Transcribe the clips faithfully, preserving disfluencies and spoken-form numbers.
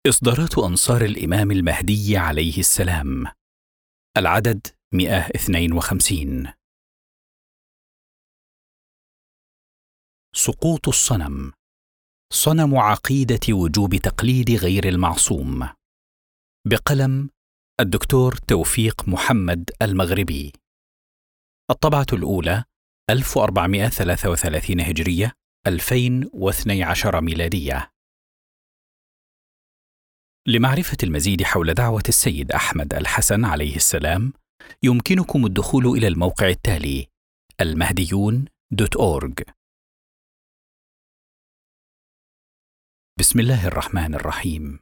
إصدارات أنصار الإمام المهدي عليه السلام، العدد مئة واثنين وخمسين. سقوط الصنم، صنم عقيدة وجوب تقليد غير المعصوم، بقلم الدكتور توفيق محمد المغربي. الطبعة الأولى ألف وأربعمئة وثلاثة وثلاثين هجرية، ألفين واثني عشر ميلادية. لمعرفة المزيد حول دعوة السيد أحمد الحسن عليه السلام يمكنكم الدخول إلى الموقع التالي المهديون دوت أورغ. بسم الله الرحمن الرحيم.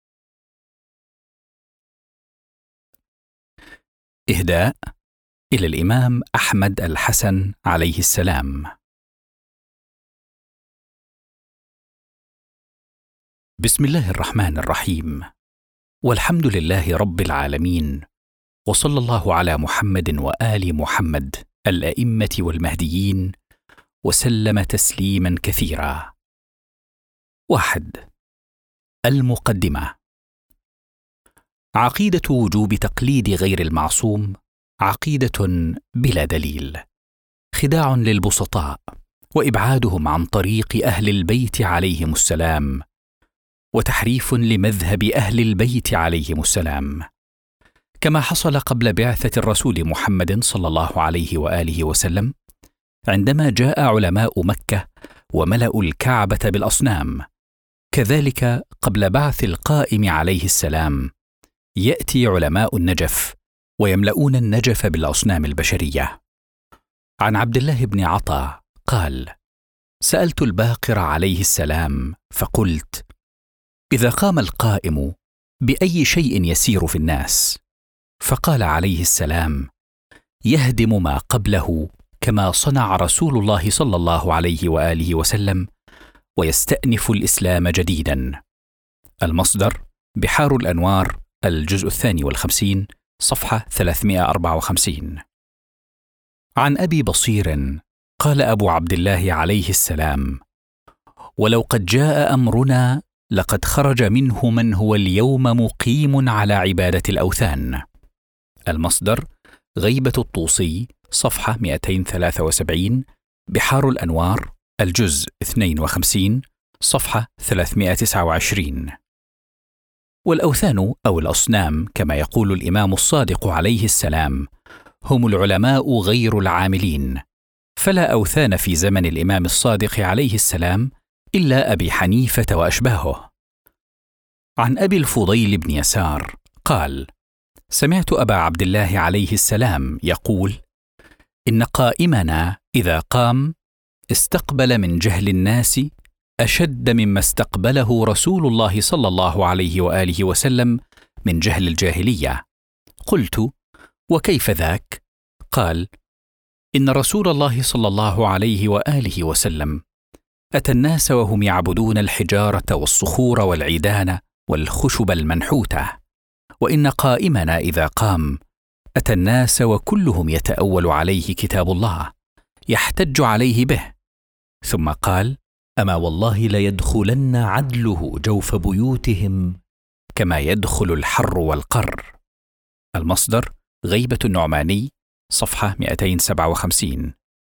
إهداء إلى الإمام أحمد الحسن عليه السلام. بسم الله الرحمن الرحيم، والحمد لله رب العالمين، وصلى الله على محمد وآل محمد الأئمة والمهديين، وسلم تسليما كثيرا. واحد. المقدمة. عقيدة وجوب تقليد غير المعصوم عقيدة بلا دليل، خداع للبسطاء وإبعادهم عن طريق أهل البيت عليهم السلام، وتحريف لمذهب أهل البيت عليهم السلام، كما حصل قبل بعثة الرسول محمد صلى الله عليه وآله وسلم، عندما جاء علماء مكة وملأوا الكعبة بالأصنام. كذلك قبل بعث القائم عليه السلام يأتي علماء النجف ويملؤون النجف بالأصنام البشرية. عن عبد الله بن عطا قال: سألت الباقر عليه السلام فقلت: إذا قام القائم بأي شيء يسير في الناس؟ فقال عليه السلام: يهدم ما قبله كما صنع رسول الله صلى الله عليه وآله وسلم، ويستأنف الإسلام جديدا. المصدر: بحار الأنوار، الجزء الثاني والخمسين، صفحة ثلاثمئة وأربعة وخمسين. عن أبي بصير قال أبو عبد الله عليه السلام: ولو قد جاء أمرنا لقد خرج منه من هو اليوم مقيم على عبادة الأوثان. المصدر: غيبة الطوسي، صفحة مئتين وثلاثة وسبعين، بحار الأنوار، الجزء اثنين وخمسين، صفحة ثلاثمئة وتسعة وعشرين. والأوثان أو الأصنام كما يقول الإمام الصادق عليه السلام هم العلماء غير العاملين، فلا أوثان في زمن الإمام الصادق عليه السلام إلا أبي حنيفة وأشباهه. عن أبي الفضيل بن يسار قال: سمعت أبا عبد الله عليه السلام يقول: إن قائمنا إذا قام استقبل من جهل الناس أشد مما استقبله رسول الله صلى الله عليه وآله وسلم من جهل الجاهلية. قلت: وكيف ذاك؟ قال: إن رسول الله صلى الله عليه وآله وسلم أتى الناس وهم يعبدون الحجارة والصخور والعيدان والخشب المنحوتة، وإن قائمنا إذا قام أتى الناس وكلهم يتأول عليه كتاب الله يحتج عليه به. ثم قال: أما والله ليدخلن عدله جوف بيوتهم كما يدخل الحر والقر. المصدر: غيبة النعماني، صفحة مئتين وسبعة وخمسين.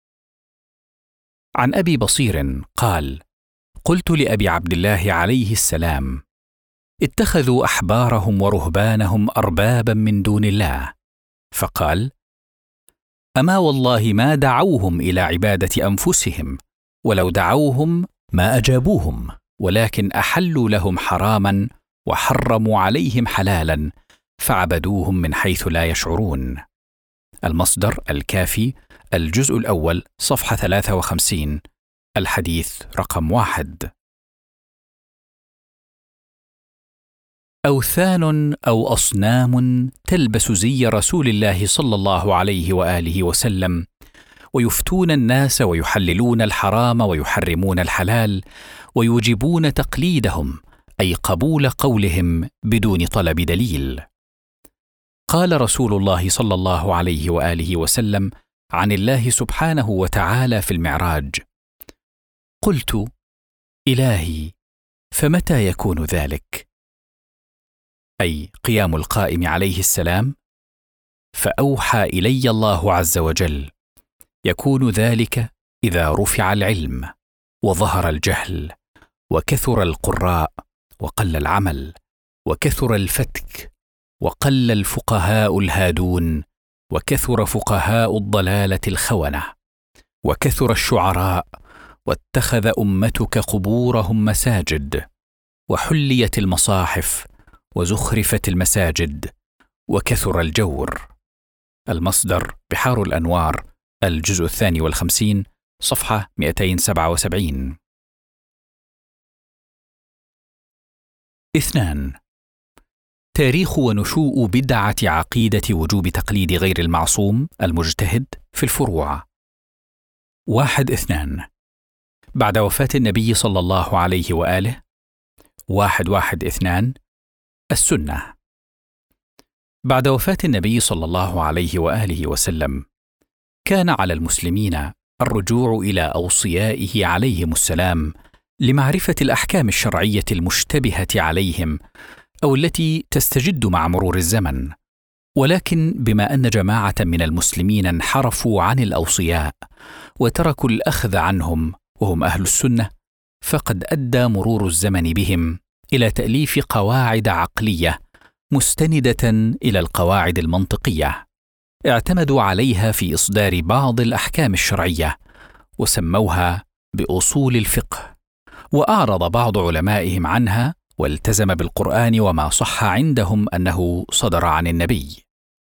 عن أبي بصير قال: قلت لأبي عبد الله عليه السلام: اتخذوا أحبارهم ورهبانهم أربابا من دون الله. فقال: أما والله ما دعوهم إلى عبادة أنفسهم، ولو دعوهم ما أجابوهم، ولكن أحلوا لهم حراما وحرموا عليهم حلالا، فعبدوهم من حيث لا يشعرون. المصدر: الكافي، الجزء الأول، صفحة ثلاثة وخمسين، الحديث رقم واحد. أوثان أو أصنام تلبس زي رسول الله صلى الله عليه وآله وسلم، ويفتون الناس ويحللون الحرام ويحرمون الحلال، ويوجبون تقليدهم، أي قبول قولهم بدون طلب دليل. قال رسول الله صلى الله عليه وآله وسلم عن الله سبحانه وتعالى في المعراج: قلت: إلهي، فمتى يكون ذلك؟ أي قيام القائم عليه السلام: فأوحى إلي الله عز وجل. يكون ذلك إذا رفع العلم وظهر الجهل وكثر القراء وقل العمل وكثر الفتك وقل الفقهاء الهادون وكثر فقهاء الضلالة الخونة وكثر الشعراء واتخذ أمتك قبورهم مساجد وحليت المصاحف وزخرفت المساجد وكثر الجور. المصدر: بحار الأنوار، الجزء الثاني والخمسين، صفحة مئتين وسبعة وسبعين. اثنان: تاريخ ونشوء بدعة عقيدة وجوب تقليد غير المعصوم المجتهد في الفروع. واحد اثنان: بعد وفاة النبي صلى الله عليه وآله. واحد واحد اثنان: السنة. بعد وفاة النبي صلى الله عليه وآله وسلم، كان على المسلمين الرجوع إلى أوصيائه عليهم السلام لمعرفة الأحكام الشرعية المشتبهة عليهم أو التي تستجد مع مرور الزمن. ولكن بما أن جماعة من المسلمين انحرفوا عن الأوصياء وتركوا الأخذ عنهم وهم أهل السنة، فقد أدى مرور الزمن بهم إلى تأليف قواعد عقلية مستندة إلى القواعد المنطقية اعتمدوا عليها في إصدار بعض الأحكام الشرعية وسموها بأصول الفقه، وأعرض بعض علمائهم عنها والتزم بالقرآن وما صح عندهم أنه صدر عن النبي.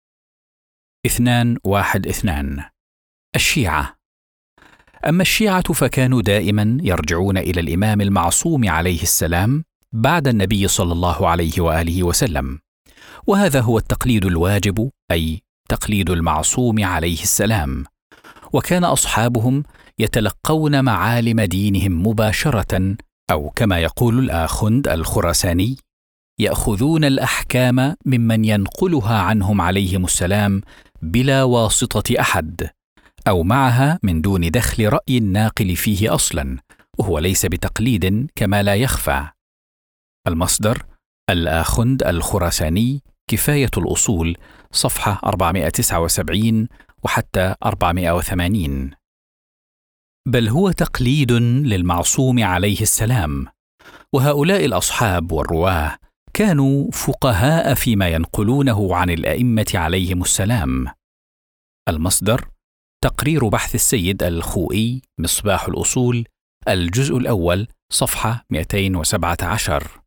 اثنان واحد اثنان: الشيعة. أما الشيعة فكانوا دائما يرجعون إلى الإمام المعصوم عليه السلام بعد النبي صلى الله عليه وآله وسلم، وهذا هو التقليد الواجب، أي تقليد المعصوم عليه السلام. وكان أصحابهم يتلقون معالم دينهم مباشرة، أو كما يقول الآخند الخراساني: يأخذون الأحكام ممن ينقلها عنهم عليهم السلام بلا واسطة أحد، أو معها من دون دخل رأي الناقل فيه أصلا، وهو ليس بتقليد كما لا يخفى. المصدر: الآخند الخراساني، كفاية الأصول، صفحة أربعمائة وتسعة وسبعين وحتى أربعمائة وثمانين. بل هو تقليد للمعصوم عليه السلام، وهؤلاء الأصحاب والرواه كانوا فقهاء فيما ينقلونه عن الأئمة عليهم السلام. المصدر: تقرير بحث السيد الخوئي، مصباح الأصول، الجزء الأول، صفحة مئتين وسبعة عشر.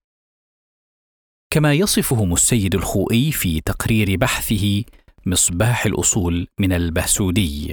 كما يصفهم السيد الخوئي في تقرير بحثه مصباح الأصول من البهسودي.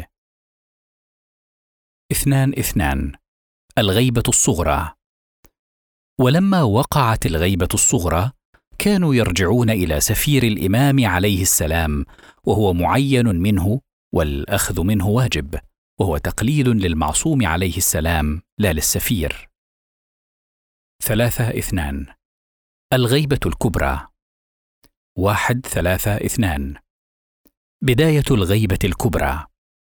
اثنان اثنان: الغيبة الصغرى. ولما وقعت الغيبة الصغرى، كانوا يرجعون إلى سفير الإمام عليه السلام، وهو معين منه والأخذ منه واجب، وهو تقليد للمعصوم عليه السلام لا للسفير. ثلاثة اثنان: الغيبة الكبرى. واحد ثلاثة اثنان: بداية الغيبة الكبرى.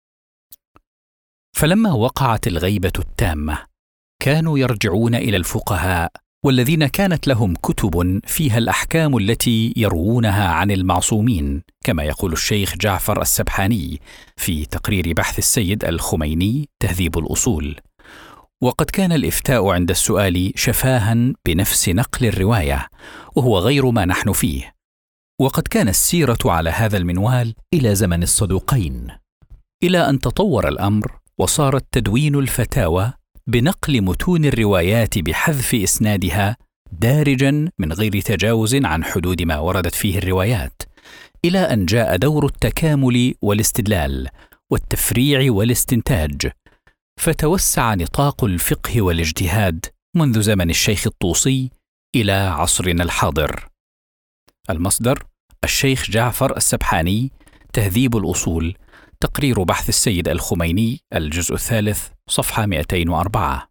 فلما وقعت الغيبة التامة، كانوا يرجعون إلى الفقهاء والذين كانت لهم كتب فيها الأحكام التي يروونها عن المعصومين، كما يقول الشيخ جعفر السبحاني في تقرير بحث السيد الخميني تهذيب الأصول. وقد كان الإفتاء عند السؤال شفاها بنفس نقل الرواية، وهو غير ما نحن فيه. وقد كان السيرة على هذا المنوال إلى زمن الصدوقين، إلى أن تطور الأمر وصار التدوين الفتاوى بنقل متون الروايات بحذف إسنادها دارجا من غير تجاوز عن حدود ما وردت فيه الروايات، إلى أن جاء دور التكامل والاستدلال والتفريع والاستنتاج، فتوسع نطاق الفقه والاجتهاد منذ زمن الشيخ الطوسي إلى عصرنا الحاضر. المصدر: الشيخ جعفر السبحاني، تهذيب الأصول، تقرير بحث السيد الخميني، الجزء الثالث، صفحة مئتين وأربعة.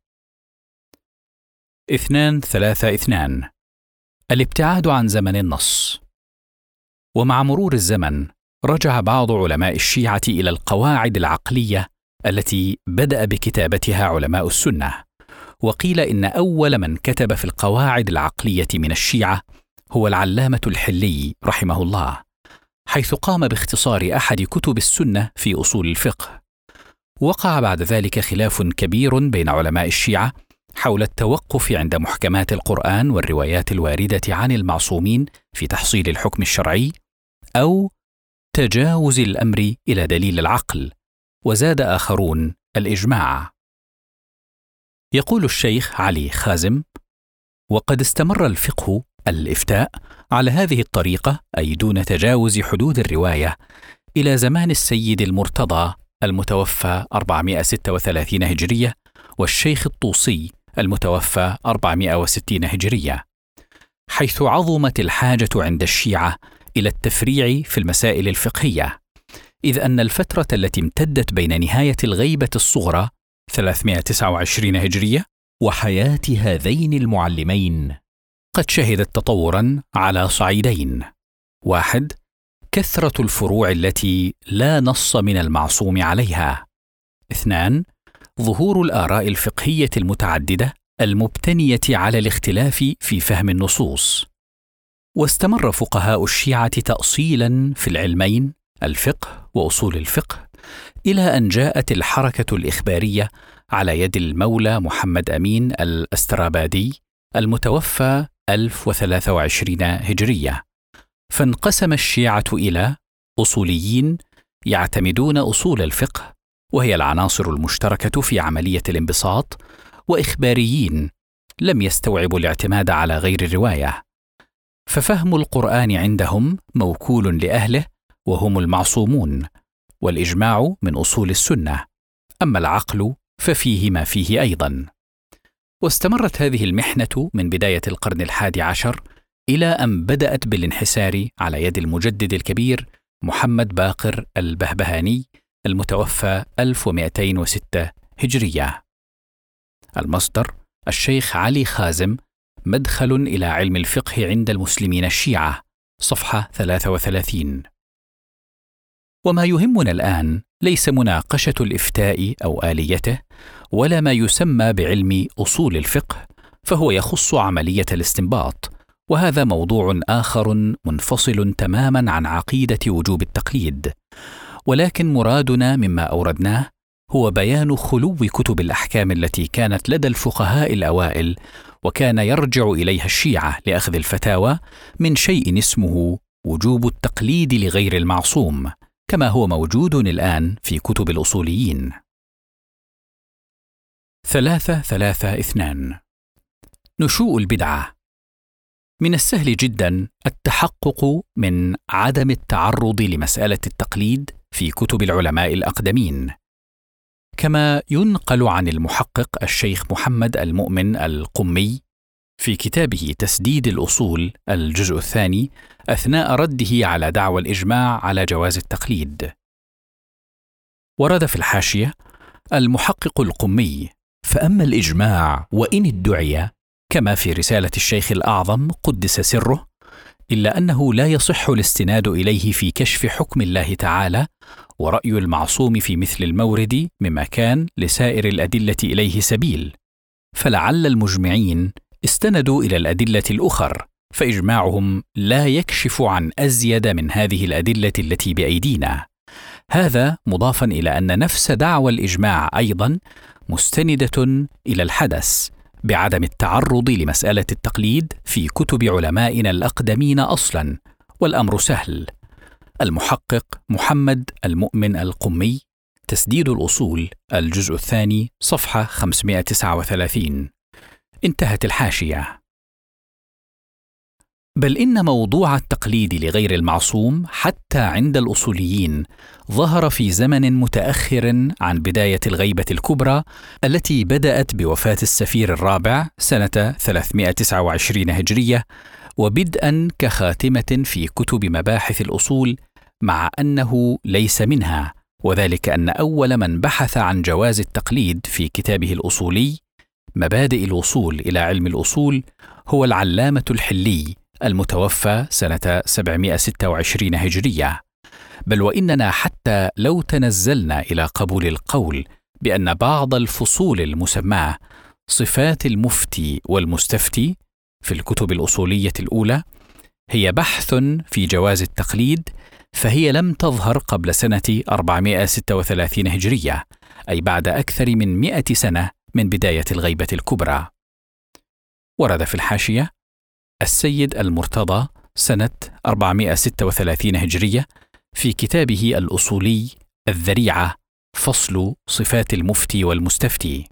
اثنان ثلاثة اثنان: الابتعاد عن زمن النص. ومع مرور الزمن، رجع بعض علماء الشيعة إلى القواعد العقلية التي بدأ بكتابتها علماء السنة، وقيل إن أول من كتب في القواعد العقلية من الشيعة هو العلامة الحلي رحمه الله، حيث قام باختصار أحد كتب السنة في أصول الفقه. وقع بعد ذلك خلاف كبير بين علماء الشيعة حول التوقف عند محكمات القرآن والروايات الواردة عن المعصومين في تحصيل الحكم الشرعي، أو تجاوز الأمر إلى دليل العقل، وزاد آخرون الإجماع. يقول الشيخ علي خازم: وقد استمر الفقه الإفتاء على هذه الطريقة، أي دون تجاوز حدود الرواية، إلى زمان السيد المرتضى المتوفى أربعمائة وستة وثلاثين هجرية والشيخ الطوسي المتوفى أربعمائة وستين هجرية، حيث عظمت الحاجة عند الشيعة إلى التفريع في المسائل الفقهية، إذ أن الفترة التي امتدت بين نهاية الغيبة الصغرى ثلاثمائة وتسعة وعشرين هجرية وحياة هذين المعلمين قد شهدت تطوراً على صعيدين: واحد، كثرة الفروع التي لا نص من المعصوم عليها. اثنان، ظهور الآراء الفقهية المتعددة المبتنية على الاختلاف في فهم النصوص. واستمر فقهاء الشيعة تأصيلاً في العلمين الفقه وأصول الفقه، إلى أن جاءت الحركة الإخبارية على يد المولى محمد أمين الأسترابادي المتوفى ألف وثلاثة وعشرين هجرية، فانقسم الشيعة إلى أصوليين يعتمدون أصول الفقه وهي العناصر المشتركة في عملية الانبساط، وإخباريين لم يستوعبوا الاعتماد على غير الرواية، ففهم القرآن عندهم موكول لأهله وهم المعصومون، والإجماع من أصول السنة، أما العقل ففيه ما فيه أيضا. واستمرت هذه المحنة من بداية القرن الحادي عشر إلى أن بدأت بالانحسار على يد المجدد الكبير محمد باقر البهبهاني المتوفى ألف ومئتين وستة هجرية. المصدر: الشيخ علي خازم، مدخل إلى علم الفقه عند المسلمين الشيعة، صفحة ثلاثة وثلاثين. وما يهمنا الآن ليس مناقشة الإفتاء أو آليته، ولا ما يسمى بعلم أصول الفقه، فهو يخص عملية الاستنباط، وهذا موضوع آخر منفصل تماما عن عقيدة وجوب التقليد. ولكن مرادنا مما أوردناه هو بيان خلو كتب الأحكام التي كانت لدى الفقهاء الأوائل وكان يرجع إليها الشيعة لأخذ الفتاوى من شيء اسمه وجوب التقليد لغير المعصوم، كما هو موجود الآن في كتب الأصوليين. ثلاثة ثلاثة اثنان. نشوء البدعة. من السهل جدا التحقق من عدم التعرض لمسألة التقليد في كتب العلماء الأقدمين، كما ينقل عن المحقق الشيخ محمد المؤمن القمي في كتابه تسديد الأصول الجزء الثاني أثناء رده على دعوى الإجماع على جواز التقليد. ورد في الحاشية المحقق القمي: فأما الإجماع وإن ادعي كما في رسالة الشيخ الأعظم قدس سره، إلا أنه لا يصح الاستناد إليه في كشف حكم الله تعالى، ورأي المعصوم في مثل المورد مما كان لسائر الأدلة إليه سبيل، فلعل المجمعين استندوا إلى الأدلة الأخر، فإجماعهم لا يكشف عن أزيد من هذه الأدلة التي بأيدينا. هذا مضافا إلى أن نفس دعوى الإجماع أيضا مستندة إلى الحدث بعدم التعرض لمسألة التقليد في كتب علمائنا الأقدمين أصلا، والأمر سهل. المحقق محمد المؤمن القمي، تسديد الأصول الجزء الثاني، صفحة خمسمائة وتسعة وثلاثين. انتهت الحاشية. بل إن موضوع التقليد لغير المعصوم حتى عند الأصوليين ظهر في زمن متأخر عن بداية الغيبة الكبرى التي بدأت بوفاة السفير الرابع سنة ثلاثمائة وتسعة وعشرين هجرية، وبدءا كخاتمة في كتب مباحث الأصول، مع أنه ليس منها، وذلك أن أول من بحث عن جواز التقليد في كتابه الأصولي مبادئ الوصول إلى علم الأصول هو العلامة الحلي المتوفى سنة سبعمائة وستة وعشرين هجرية. بل وإننا حتى لو تنزلنا إلى قبول القول بأن بعض الفصول المسماة صفات المفتي والمستفتي في الكتب الأصولية الأولى هي بحث في جواز التقليد، فهي لم تظهر قبل سنة أربعمائة وستة وثلاثين هجرية، أي بعد أكثر من مئة سنة من بداية الغيبة الكبرى. ورد في الحاشية: السيد المرتضى سنة أربعمائة وستة وثلاثين هجرية في كتابه الأصولي الذريعة، فصل صفات المفتي والمستفتي.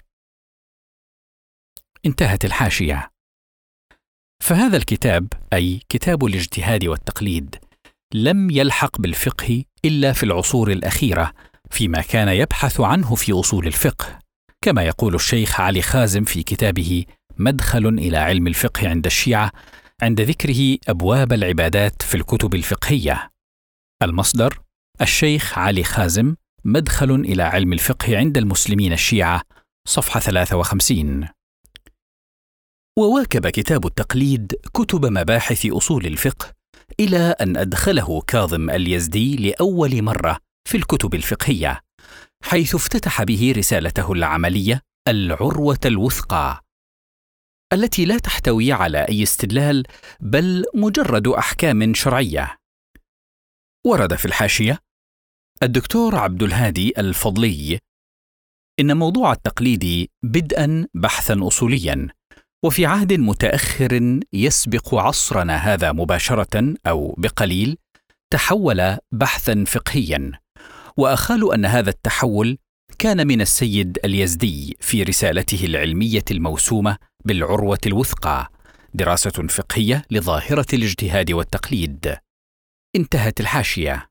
انتهت الحاشية. فهذا الكتاب، أي كتاب الاجتهاد والتقليد، لم يلحق بالفقه إلا في العصور الأخيرة، فيما كان يبحث عنه في أصول الفقه، كما يقول الشيخ علي خازم في كتابه مدخل إلى علم الفقه عند الشيعة، عند ذكره أبواب العبادات في الكتب الفقهية. المصدر: الشيخ علي خازم، مدخل إلى علم الفقه عند المسلمين الشيعة، صفحة ثلاثة وخمسين. وواكب كتاب التقليد كتب مباحث أصول الفقه، إلى أن أدخله كاظم اليزدي لأول مرة في الكتب الفقهية، حيث افتتح به رسالته العملية العروة الوثقى، التي لا تحتوي على أي استدلال، بل مجرد أحكام شرعية. ورد في الحاشية: الدكتور عبد الهادي الفضلي: إن موضوع التقليد بدءا بحثا أصوليا، وفي عهد متأخر يسبق عصرنا هذا مباشرة أو بقليل تحول بحثا فقهيا. وأخال أن هذا التحول كان من السيد اليزدي في رسالته العلمية الموسومة بالعروة الوثقى، دراسة فقهية لظاهرة الاجتهاد والتقليد. انتهت الحاشية.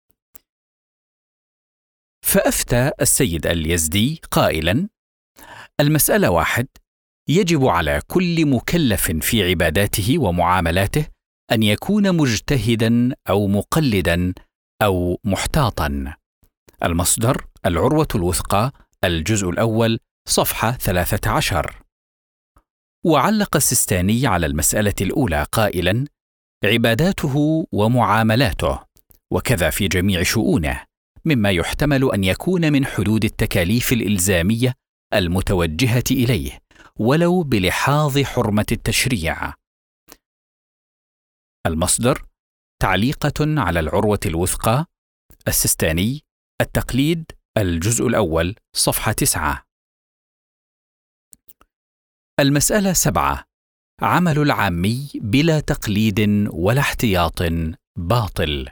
فأفتى السيد اليزدي قائلا: المسألة واحد، يجب على كل مكلف في عباداته ومعاملاته أن يكون مجتهدا أو مقلدا أو محتاطا. المصدر: العروة الوثقى، الجزء الأول، صفحة ثلاثة عشر. وعلق السيستاني على المسألة الأولى قائلا: عباداته ومعاملاته، وكذا في جميع شؤونه، مما يحتمل أن يكون من حدود التكاليف الإلزامية المتوجهة إليه، ولو بلحاظ حرمة التشريع. المصدر: تعليقة على العروة الوثقى، السيستاني، التقليد، الجزء الأول، صفحة تسعة. المسألة سبعة: عمل العامي بلا تقليد ولا احتياط باطل.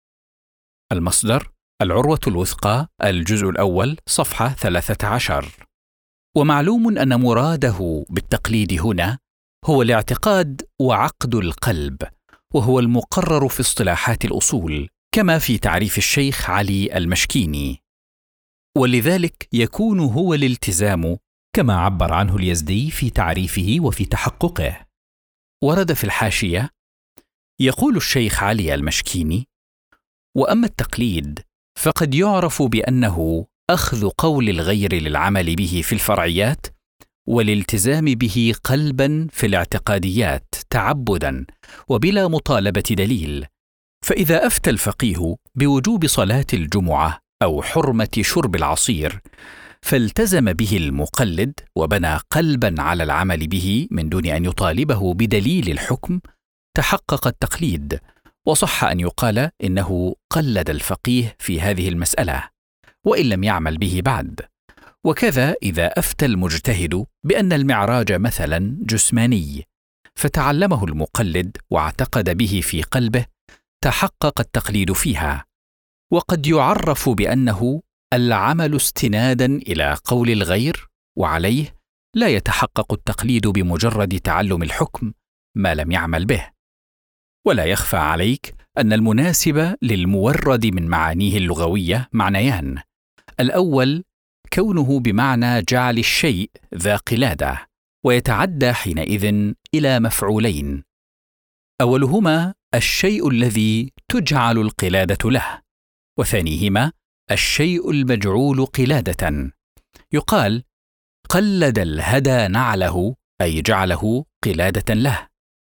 المصدر: العروة الوثقى، الجزء الأول، صفحة ثلاثة عشر. ومعلوم أن مراده بالتقليد هنا هو الاعتقاد وعقد القلب، وهو المقرر في اصطلاحات الأصول، كما في تعريف الشيخ علي المشكيني. ولذلك يكون هو الالتزام كما عبر عنه اليزدي في تعريفه وفي تحققه. ورد في الحاشية: يقول الشيخ علي المشكيني: وأما التقليد فقد يعرف بأنه أخذ قول الغير للعمل به في الفرعيات، والالتزام به قلبا في الاعتقاديات تعبدا وبلا مطالبة دليل. فإذا أفتى الفقيه بوجوب صلاة الجمعة أو حرمة شرب العصير، فالتزم به المقلد وبنى قلبا على العمل به من دون أن يطالبه بدليل الحكم، تحقق التقليد، وصح أن يقال إنه قلد الفقيه في هذه المسألة وإن لم يعمل به بعد. وكذا إذا أفتى المجتهد بأن المعراج مثلا جسماني، فتعلمه المقلد واعتقد به في قلبه، تحقق التقليد فيها. وقد يعرف بأنه العمل استنادا إلى قول الغير، وعليه لا يتحقق التقليد بمجرد تعلم الحكم ما لم يعمل به. ولا يخفى عليك أن المناسب للمورد من معانيه اللغوية معنيان: الأول كونه بمعنى جعل الشيء ذا قلادة، ويتعدى حينئذ إلى مفعولين: أولهما الشيء الذي تجعل القلادة له، وثانيهما الشيء المجعول قلادة. يقال: قلد الهدى نعله، أي جعله قلادة له.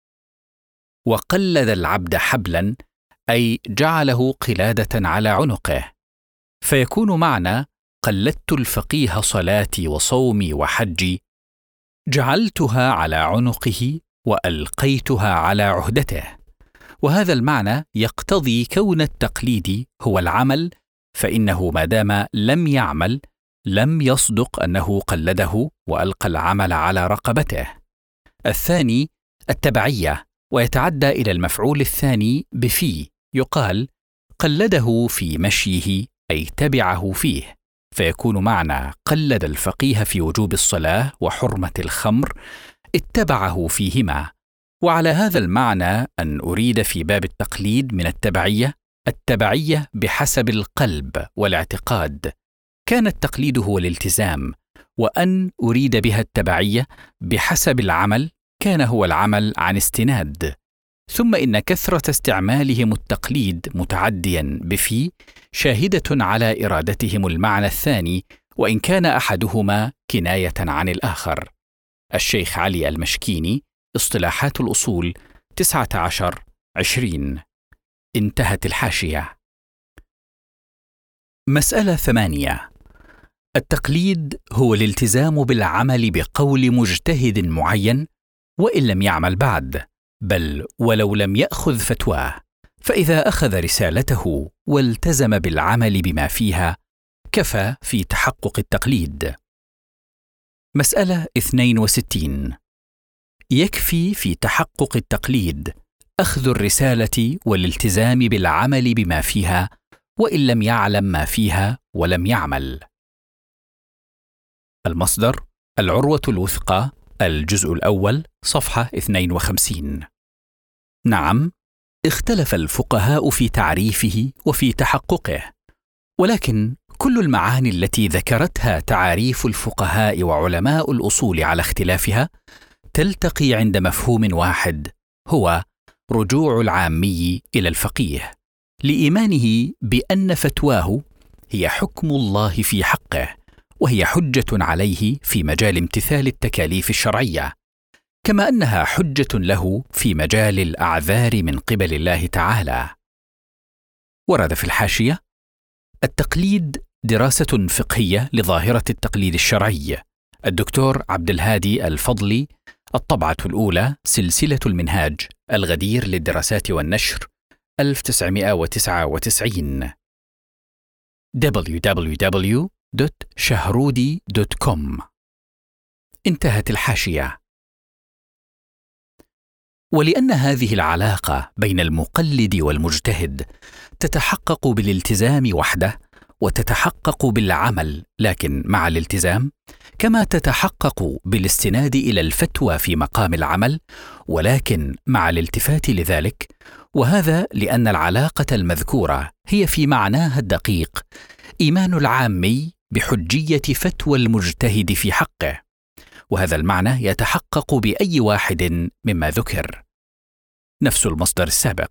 وقلد العبد حبلا، أي جعله قلادة على عنقه. فيكون معنى قلدت الفقيه صلاتي وصومي وحجي، جعلتها على عنقه وألقيتها على عهدته. وهذا المعنى يقتضي كون التقليد هو العمل، فإنه ما دام لم يعمل لم يصدق أنه قلده وألقى العمل على رقبته. الثاني التبعية، ويتعدى إلى المفعول الثاني بفي، يقال قلده في مشيه أي تبعه فيه، فيكون معنى قلد الفقيه في وجوب الصلاة وحرمة الخمر اتبعه فيهما. وعلى هذا المعنى أن أريد في باب التقليد من التبعية التبعية بحسب القلب والاعتقاد، كان التقليد هو الالتزام، وأن أريد بها التبعية بحسب العمل، كان هو العمل عن استناد. ثم إن كثرة استعمالهم التقليد متعديا بفي شاهدة على إرادتهم المعنى الثاني، وإن كان أحدهما كناية عن الآخر. الشيخ علي المشكيني، اصطلاحات الأصول تسعة عشر عشرين. انتهت الحاشية. مسألة ثمانية. التقليد هو الالتزام بالعمل بقول مجتهد معين وإن لم يعمل بعد، بل ولو لم يأخذ فتواه، فإذا أخذ رسالته والتزم بالعمل بما فيها كفى في تحقق التقليد. مسألة اثنين وستين. يكفي في تحقق التقليد أخذ الرسالة والالتزام بالعمل بما فيها وإن لم يعلم ما فيها ولم يعمل. المصدر: العروة الوثقى، الجزء الأول، صفحة اثنين وخمسين. نعم، اختلف الفقهاء في تعريفه وفي تحققه، ولكن كل المعاني التي ذكرتها تعاريف الفقهاء وعلماء الأصول على اختلافها تلتقي عند مفهوم واحد، هو رجوع العامي إلى الفقيه لإيمانه بأن فتواه هي حكم الله في حقه، وهي حجة عليه في مجال امتثال التكاليف الشرعية، كما أنها حجة له في مجال الأعذار من قبل الله تعالى. ورد في الحاشية: التقليد دراسة فقهية لظاهرة التقليد الشرعي، الدكتور عبد الهادي الفضلي، الطبعة الأولى، سلسلة المنهاج، الغدير للدراسات والنشر، ألف وتسعمائة وتسعة وتسعين. دبليو دبليو دبليو دوت شهرودي دوت كوم. انتهت الحاشية. ولأن هذه العلاقة بين المقلد والمجتهد تتحقق بالالتزام وحده، وتتحقق بالعمل لكن مع الالتزام، كما تتحقق بالاستناد إلى الفتوى في مقام العمل ولكن مع الالتفات لذلك، وهذا لأن العلاقة المذكورة هي في معناها الدقيق إيمان العامي بحجية فتوى المجتهد في حقه، وهذا المعنى يتحقق بأي واحد مما ذكر. نفس المصدر السابق.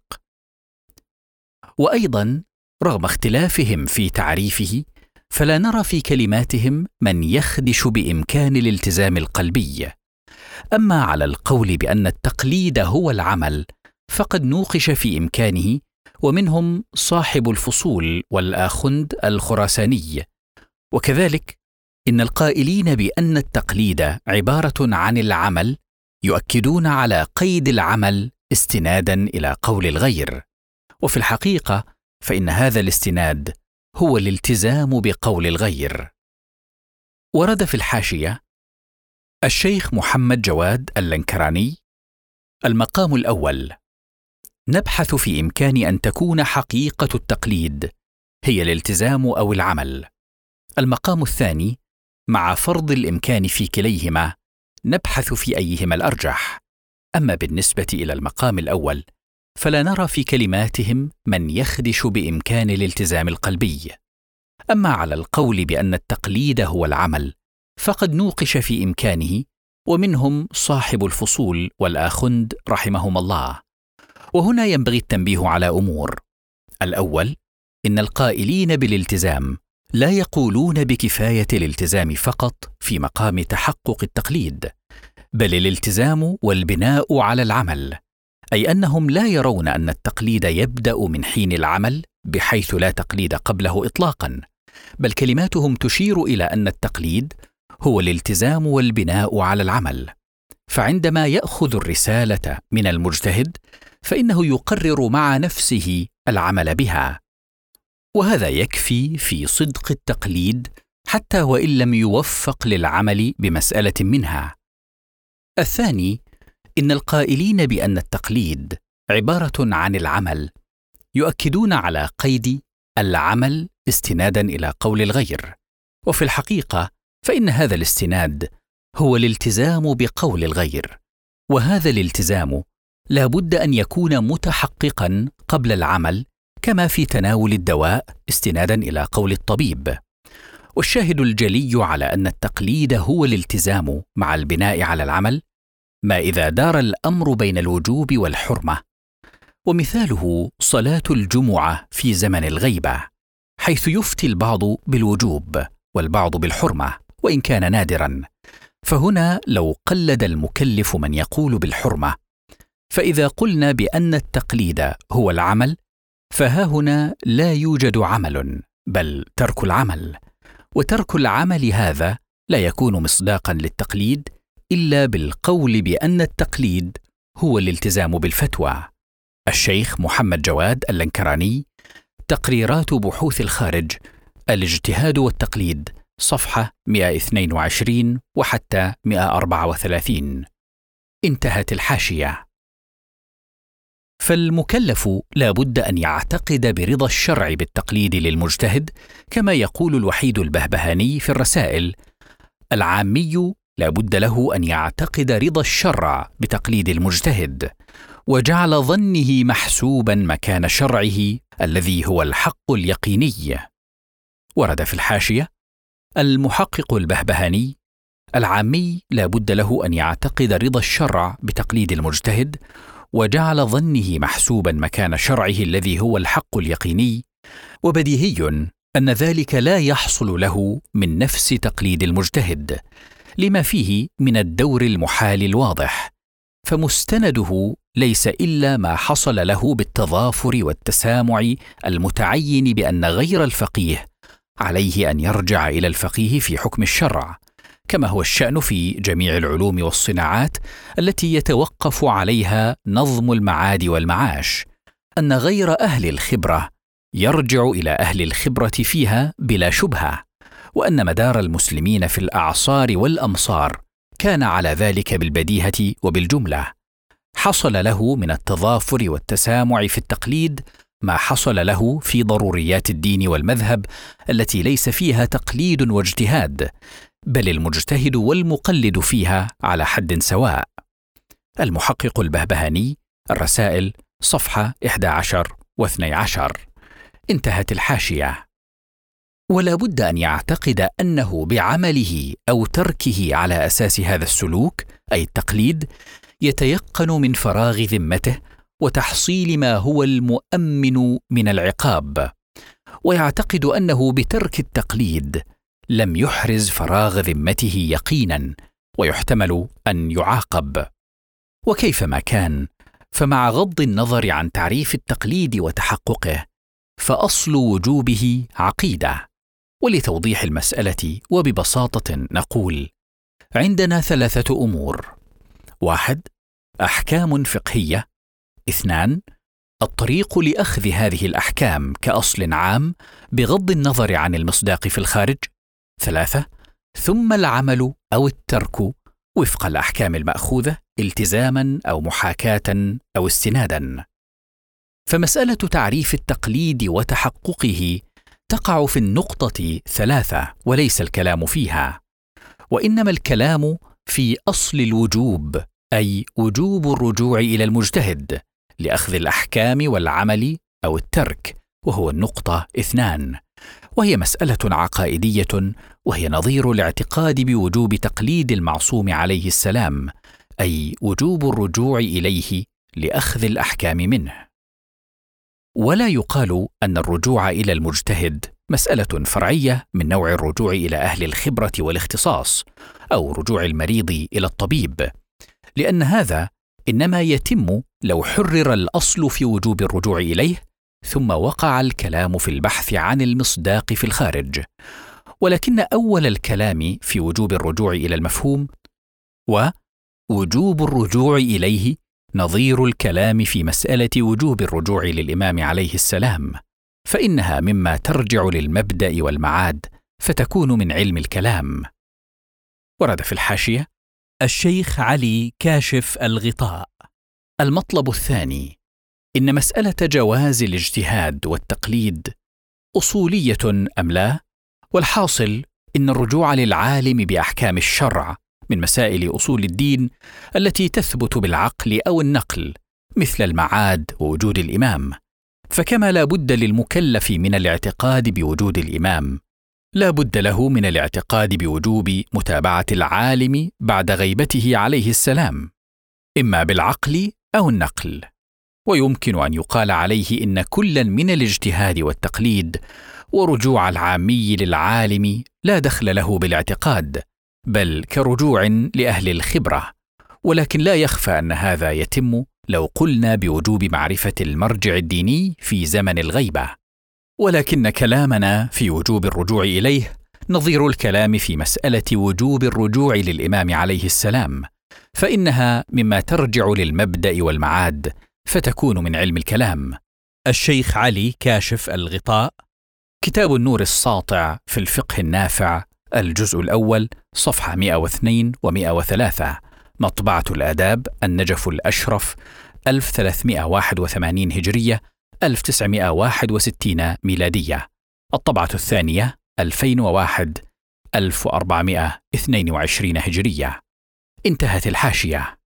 وأيضا رغم اختلافهم في تعريفه، فلا نرى في كلماتهم من يخدش بإمكان الالتزام القلبي. أما على القول بأن التقليد هو العمل فقد نوقش في إمكانه، ومنهم صاحب الفصول والآخند الخراساني. وكذلك إن القائلين بأن التقليد عبارة عن العمل يؤكدون على قيد العمل استنادا إلى قول الغير، وفي الحقيقة فإن هذا الاستناد هو الالتزام بقول الغير. ورد في الحاشية: الشيخ محمد جواد اللنكراني. المقام الأول: نبحث في إمكان أن تكون حقيقة التقليد هي الالتزام أو العمل. المقام الثاني: مع فرض الإمكان في كليهما نبحث في أيهما الأرجح. أما بالنسبة إلى المقام الأول فلا نرى في كلماتهم من يخدش بإمكان الالتزام القلبي. أما على القول بأن التقليد هو العمل فقد نوقش في إمكانه، ومنهم صاحب الفصول والآخند رحمهم الله. وهنا ينبغي التنبيه على أمور. الأول: إن القائلين بالالتزام لا يقولون بكفاية الالتزام فقط في مقام تحقق التقليد، بل الالتزام والبناء على العمل، أي أنهم لا يرون أن التقليد يبدأ من حين العمل بحيث لا تقليد قبله إطلاقا، بل كلماتهم تشير إلى أن التقليد هو الالتزام والبناء على العمل. فعندما يأخذ الرسالة من المجتهد فإنه يقرر مع نفسه العمل بها، وهذا يكفي في صدق التقليد حتى وإن لم يوفق للعمل بمسألة منها. الثاني، إن القائلين بأن التقليد عبارة عن العمل يؤكدون على قيد العمل استنادا إلى قول الغير، وفي الحقيقة فإن هذا الاستناد هو الالتزام بقول الغير، وهذا الالتزام لا بد أن يكون متحققا قبل العمل، كما في تناول الدواء استنادا إلى قول الطبيب. والشاهد الجلي على أن التقليد هو الالتزام مع البناء على العمل ما إذا دار الأمر بين الوجوب والحرمة، ومثاله صلاة الجمعة في زمن الغيبة، حيث يفتي البعض بالوجوب والبعض بالحرمة وإن كان نادرا، فهنا لو قلد المكلف من يقول بالحرمة، فإذا قلنا بأن التقليد هو العمل فها هنا لا يوجد عمل بل ترك العمل، وترك العمل هذا لا يكون مصداقا للتقليد إلا بالقول بأن التقليد هو الالتزام بالفتوى. الشيخ محمد جواد اللنكراني، تقريرات بحوث الخارج، الاجتهاد والتقليد، صفحة مئة واثنين وعشرين وحتى مئة وأربعة وثلاثين. انتهت الحاشية. فالمكلف لا بد أن يعتقد برضا الشرع بالتقليد للمجتهد، كما يقول الوحيد البهبهاني في الرسائل: العامي لا بد له أن يعتقد رضا الشرع بتقليد المجتهد، وجعل ظنه محسوبا مكان شرعه الذي هو الحق اليقيني. ورد في الحاشية: المحقق البهبهاني: العامي لا بد له أن يعتقد رضا الشرع بتقليد المجتهد، وجعل ظنه محسوبا مكان شرعه الذي هو الحق اليقيني، وبديهي أن ذلك لا يحصل له من نفس تقليد المجتهد لما فيه من الدور المحال الواضح، فمستنده ليس إلا ما حصل له بالتضافر والتسامع المتعين بأن غير الفقيه عليه أن يرجع إلى الفقيه في حكم الشرع، كما هو الشأن في جميع العلوم والصناعات التي يتوقف عليها نظم المعاد والمعاش، أن غير أهل الخبرة يرجع إلى أهل الخبرة فيها بلا شبهة، وأن مدار المسلمين في الأعصار والأمصار كان على ذلك بالبديهة وبالجملة. حصل له من التضافر والتسامع في التقليد ما حصل له في ضروريات الدين والمذهب التي ليس فيها تقليد واجتهاد، بل المجتهد والمقلد فيها على حد سواء. المحقق البهبهاني، الرسائل، صفحة إحدى عشر واثني عشر. انتهت الحاشية. ولا بد أن يعتقد أنه بعمله أو تركه على أساس هذا السلوك أي التقليد يتيقن من فراغ ذمته وتحصيل ما هو المؤمن من العقاب، ويعتقد أنه بترك التقليد لم يحرز فراغ ذمته يقينا ويحتمل أن يعاقب. وكيفما كان، فمع غض النظر عن تعريف التقليد وتحققه، فأصل وجوبه عقيدة. ولتوضيح المسألة وببساطة نقول: عندنا ثلاثة أمور: واحد، أحكام فقهية. اثنان، الطريق لأخذ هذه الأحكام كأصل عام بغض النظر عن المصداق في الخارج. ثلاثة، ثم العمل أو الترك وفق الأحكام المأخوذة التزاما أو محاكاة أو استنادا. فمسألة تعريف التقليد وتحققه تقع في النقطة ثلاثة وليس الكلام فيها، وإنما الكلام في أصل الوجوب، أي وجوب الرجوع إلى المجتهد لأخذ الأحكام والعمل أو الترك، وهو النقطة اثنان، وهي مسألة عقائدية، وهي نظير الاعتقاد بوجوب تقليد المعصوم عليه السلام، أي وجوب الرجوع إليه لأخذ الأحكام منه. ولا يقال أن الرجوع إلى المجتهد مسألة فرعية من نوع الرجوع إلى أهل الخبرة والاختصاص، أو رجوع المريض إلى الطبيب، لأن هذا إنما يتم لو حرر الأصل في وجوب الرجوع إليه، ثم وقع الكلام في البحث عن المصداق في الخارج. ولكن أول الكلام في وجوب الرجوع إلى المفهوم ووجوب الرجوع إليه نظير الكلام في مسألة وجوب الرجوع للإمام عليه السلام، فإنها مما ترجع للمبدأ والمعاد فتكون من علم الكلام. ورد في الحاشية: الشيخ علي كاشف الغطاء. المطلب الثاني: إن مسألة جواز الاجتهاد والتقليد أصولية أم لا؟ والحاصل إن الرجوع للعالم بأحكام الشرع من مسائل أصول الدين التي تثبت بالعقل أو النقل مثل المعاد ووجود الإمام، فكما لا بد للمكلف من الاعتقاد بوجود الإمام، لا بد له من الاعتقاد بوجوب متابعة العالم بعد غيبته عليه السلام، إما بالعقل أو النقل. ويمكن أن يقال عليه إن كلا من الاجتهاد والتقليد ورجوع العامي للعالم لا دخل له بالاعتقاد، بل كرجوع لأهل الخبرة، ولكن لا يخفى أن هذا يتم لو قلنا بوجوب معرفة المرجع الديني في زمن الغيبة. ولكن كلامنا في وجوب الرجوع إليه نظير الكلام في مسألة وجوب الرجوع للإمام عليه السلام، فإنها مما ترجع للمبدأ والمعاد فتكون من علم الكلام. الشيخ علي كاشف الغطاء، كتاب النور الساطع في الفقه النافع، الجزء الأول، صفحة مئة واثنين ومئة وثلاثة، مطبعة الآداب، النجف الأشرف، ألف وثلاثمئة وواحد وثمانين هجرية، ألف وتسعمئة وواحد وستين ميلادية. الطبعة الثانية ألفين وواحد، ألف وأربعمئة واثنين وعشرين هجرية. انتهت الحاشية.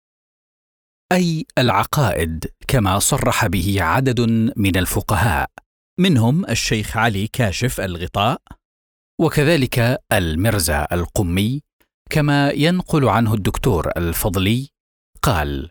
أي العقائد كما صرح به عدد من الفقهاء، منهم الشيخ علي كاشف الغطاء، وكذلك المرزا القمي، كما ينقل عنه الدكتور الفضلي قال: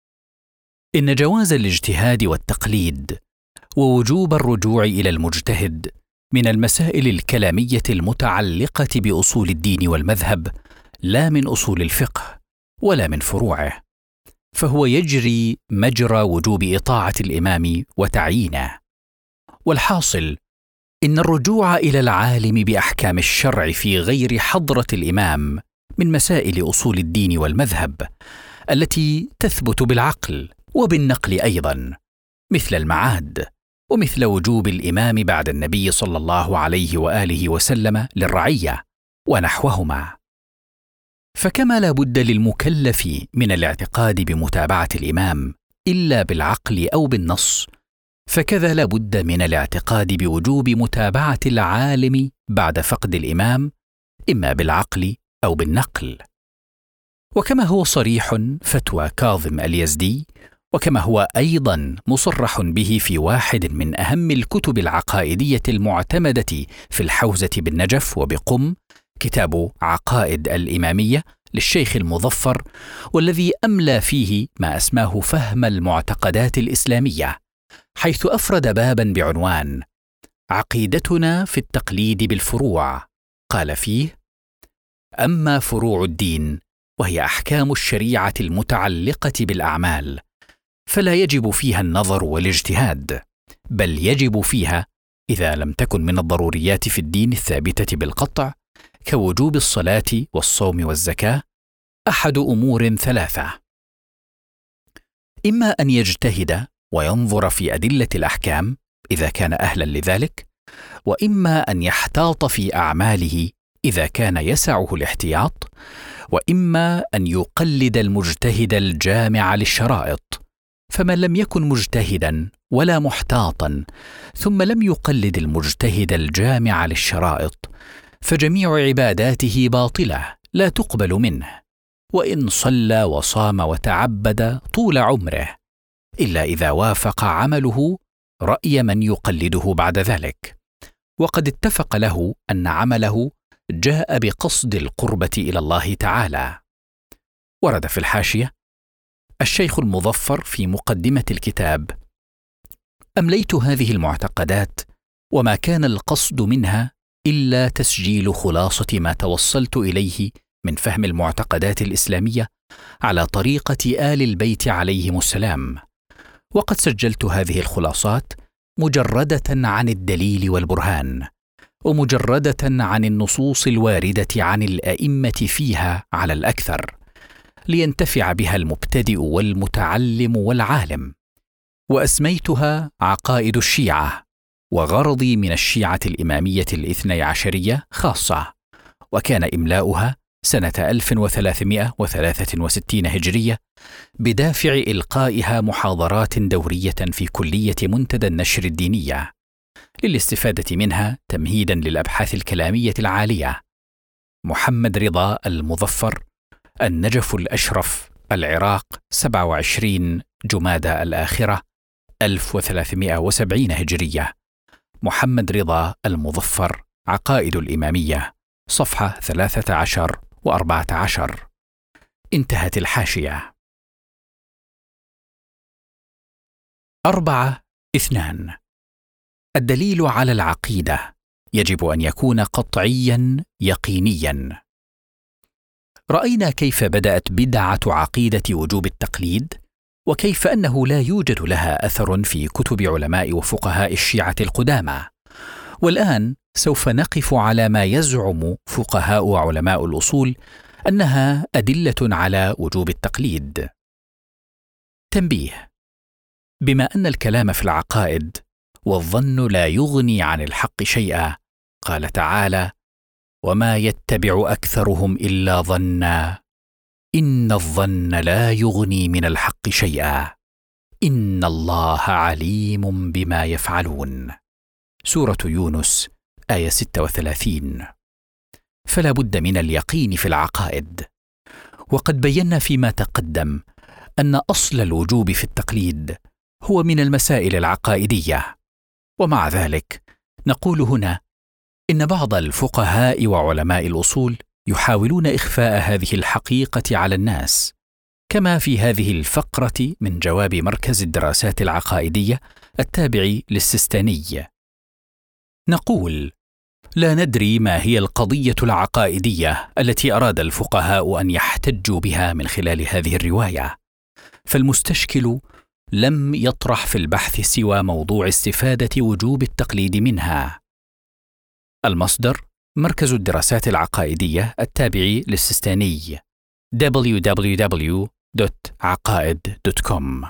إن جواز الاجتهاد والتقليد ووجوب الرجوع إلى المجتهد من المسائل الكلامية المتعلقة بأصول الدين والمذهب، لا من أصول الفقه ولا من فروعه، فهو يجري مجرى وجوب إطاعة الإمام وتعيينه. والحاصل إن الرجوع إلى العالم بأحكام الشرع في غير حضرة الإمام من مسائل أصول الدين والمذهب التي تثبت بالعقل وبالنقل أيضاً، مثل المعاد، ومثل وجوب الإمام بعد النبي صلى الله عليه وآله وسلم للرعية ونحوهما. فكما لا بد للمكلف من الاعتقاد بمتابعة الإمام إلا بالعقل أو بالنص، فكذا لا بد من الاعتقاد بوجوب متابعة العالم بعد فقد الإمام إما بالعقل أو بالنقل. وكما هو صريح فتوى كاظم اليزدي، وكما هو أيضا مصرح به في واحد من أهم الكتب العقائدية المعتمدة في الحوزة بالنجف وبقم، كتاب عقائد الإمامية للشيخ المظفر، والذي أملى فيه ما أسماه فهم المعتقدات الإسلامية، حيث أفرد بابا بعنوان عقيدتنا في التقليد بالفروع. قال فيه: أما فروع الدين وهي أحكام الشريعة المتعلقة بالأعمال، فلا يجب فيها النظر والاجتهاد، بل يجب فيها إذا لم تكن من الضروريات في الدين الثابتة بالقطع كوجوب الصلاة والصوم والزكاة أحد أمور ثلاثة: إما أن يجتهد وينظر في أدلة الأحكام إذا كان أهلا لذلك، وإما أن يحتاط في أعماله إذا كان يسعه الاحتياط، وإما أن يقلد المجتهد الجامع للشرائط. فمن لم يكن مجتهدا ولا محتاطا ثم لم يقلد المجتهد الجامع للشرائط، فجميع عباداته باطلة لا تقبل منه، وإن صلى وصام وتعبد طول عمره، إلا إذا وافق عمله رأي من يقلده بعد ذلك، وقد اتفق له أن عمله جاء بقصد القربة إلى الله تعالى. ورد في الحاشية: الشيخ المظفر في مقدمة الكتاب: أمليت هذه المعتقدات وما كان القصد منها إلا تسجيل خلاصة ما توصلت إليه من فهم المعتقدات الإسلامية على طريقة آل البيت عليهم السلام، وقد سجلت هذه الخلاصات مجردة عن الدليل والبرهان، ومجردة عن النصوص الواردة عن الأئمة فيها على الأكثر، لينتفع بها المبتدئ والمتعلم والعالم، وأسميتها عقائد الشيعة، وغرضي من الشيعة الإمامية الاثني عشرية خاصة، وكان إملاؤها سنة ألف وثلاثمائة وثلاثة وستين هجرية بدافع إلقائها محاضرات دورية في كلية منتدى النشر الدينية للاستفادة منها تمهيدا للأبحاث الكلامية العالية. محمد رضا المظفر، النجف الأشرف، العراق، سبعة وعشرين جمادى الآخرة ألف وثلاثمائة وسبعين هجرية. محمد رضا المظفر، عقائد الإمامية، صفحة ثلاثة عشر وأربعة عشر. انتهت الحاشية. أربعة اثنان. الدليل على العقيدة يجب أن يكون قطعياً يقينياً. رأينا كيف بدأت بدعة عقيدة وجوب التقليد، وكيف أنه لا يوجد لها أثر في كتب علماء وفقهاء الشيعة القدامى. والآن سوف نقف على ما يزعم فقهاء وعلماء الأصول أنها أدلة على وجوب التقليد. تنبيه: بما أن الكلام في العقائد والظن لا يغني عن الحق شيئا، قال تعالى: وما يتبع أكثرهم إلا ظنا إن الظن لا يغني من الحق شيئا إن الله عليم بما يفعلون. سورة يونس آية ستة وثلاثين. فلا بد من اليقين في العقائد. وقد بينا فيما تقدم أن أصل الوجوب في التقليد هو من المسائل العقائدية. ومع ذلك نقول هنا إن بعض الفقهاء وعلماء الأصول يحاولون إخفاء هذه الحقيقة على الناس، كما في هذه الفقرة من جواب مركز الدراسات العقائدية التابع للسيستاني. نقول: لا ندري ما هي القضية العقائدية التي أراد الفقهاء أن يحتجوا بها من خلال هذه الرواية، فالمستشكل لم يطرح في البحث سوى موضوع استفادة وجوب التقليد منها. المصدر: مركز الدراسات العقائدية التابع للسيستاني دبليو دبليو دبليو دوت عقائد دوت كوم.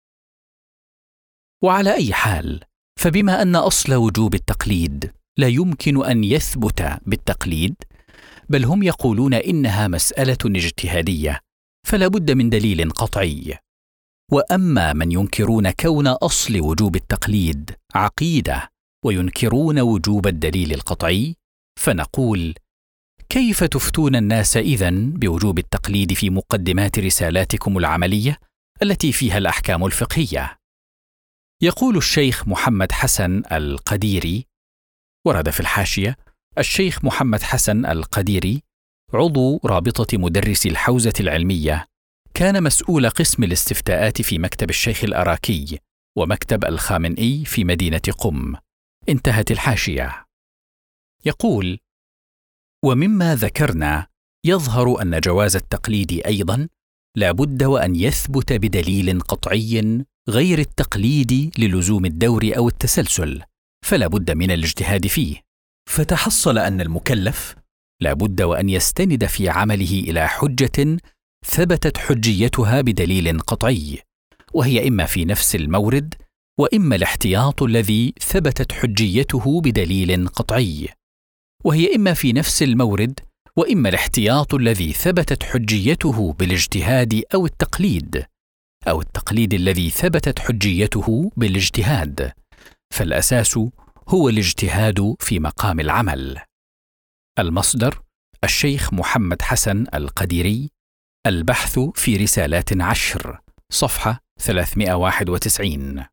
وعلى أي حال، فبما أن أصل وجوب التقليد لا يمكن أن يثبت بالتقليد، بل هم يقولون إنها مسألة اجتهادية، فلا بد من دليل قطعي. وأما من ينكرون كون أصل وجوب التقليد عقيدة وينكرون وجوب الدليل القطعي، فنقول: كيف تفتون الناس إذن بوجوب التقليد في مقدمات رسالاتكم العملية التي فيها الأحكام الفقهية؟ يقول الشيخ محمد حسن القديري، ورد في الحاشية: الشيخ محمد حسن القديري عضو رابطة مدرسي الحوزة العلمية، كان مسؤول قسم الاستفتاءات في مكتب الشيخ الأراكي ومكتب الخامنئي في مدينة قم. انتهت الحاشية. يقول: ومما ذكرنا يظهر أن جواز التقليد أيضا لا بد وأن يثبت بدليل قطعي غير التقليد للزوم الدور أو التسلسل، فلا بد من الاجتهاد فيه. فتحصل أن المكلف لا بد وأن يستند في عمله إلى حجة ثبتت حجيتها بدليل قطعي، وهي إما في نفس المورد، وإما الاحتياط الذي ثبتت حجيته بدليل قطعي، وهي إما في نفس المورد، وإما الاحتياط الذي ثبتت حجيته بالاجتهاد أو التقليد، أو التقليد الذي ثبتت حجيته بالاجتهاد. فالأساس هو الاجتهاد في مقام العمل. المصدر: الشيخ محمد حسن القديري، البحث في رسالات عشر، صفحة ثلاثمائة وواحد وتسعين.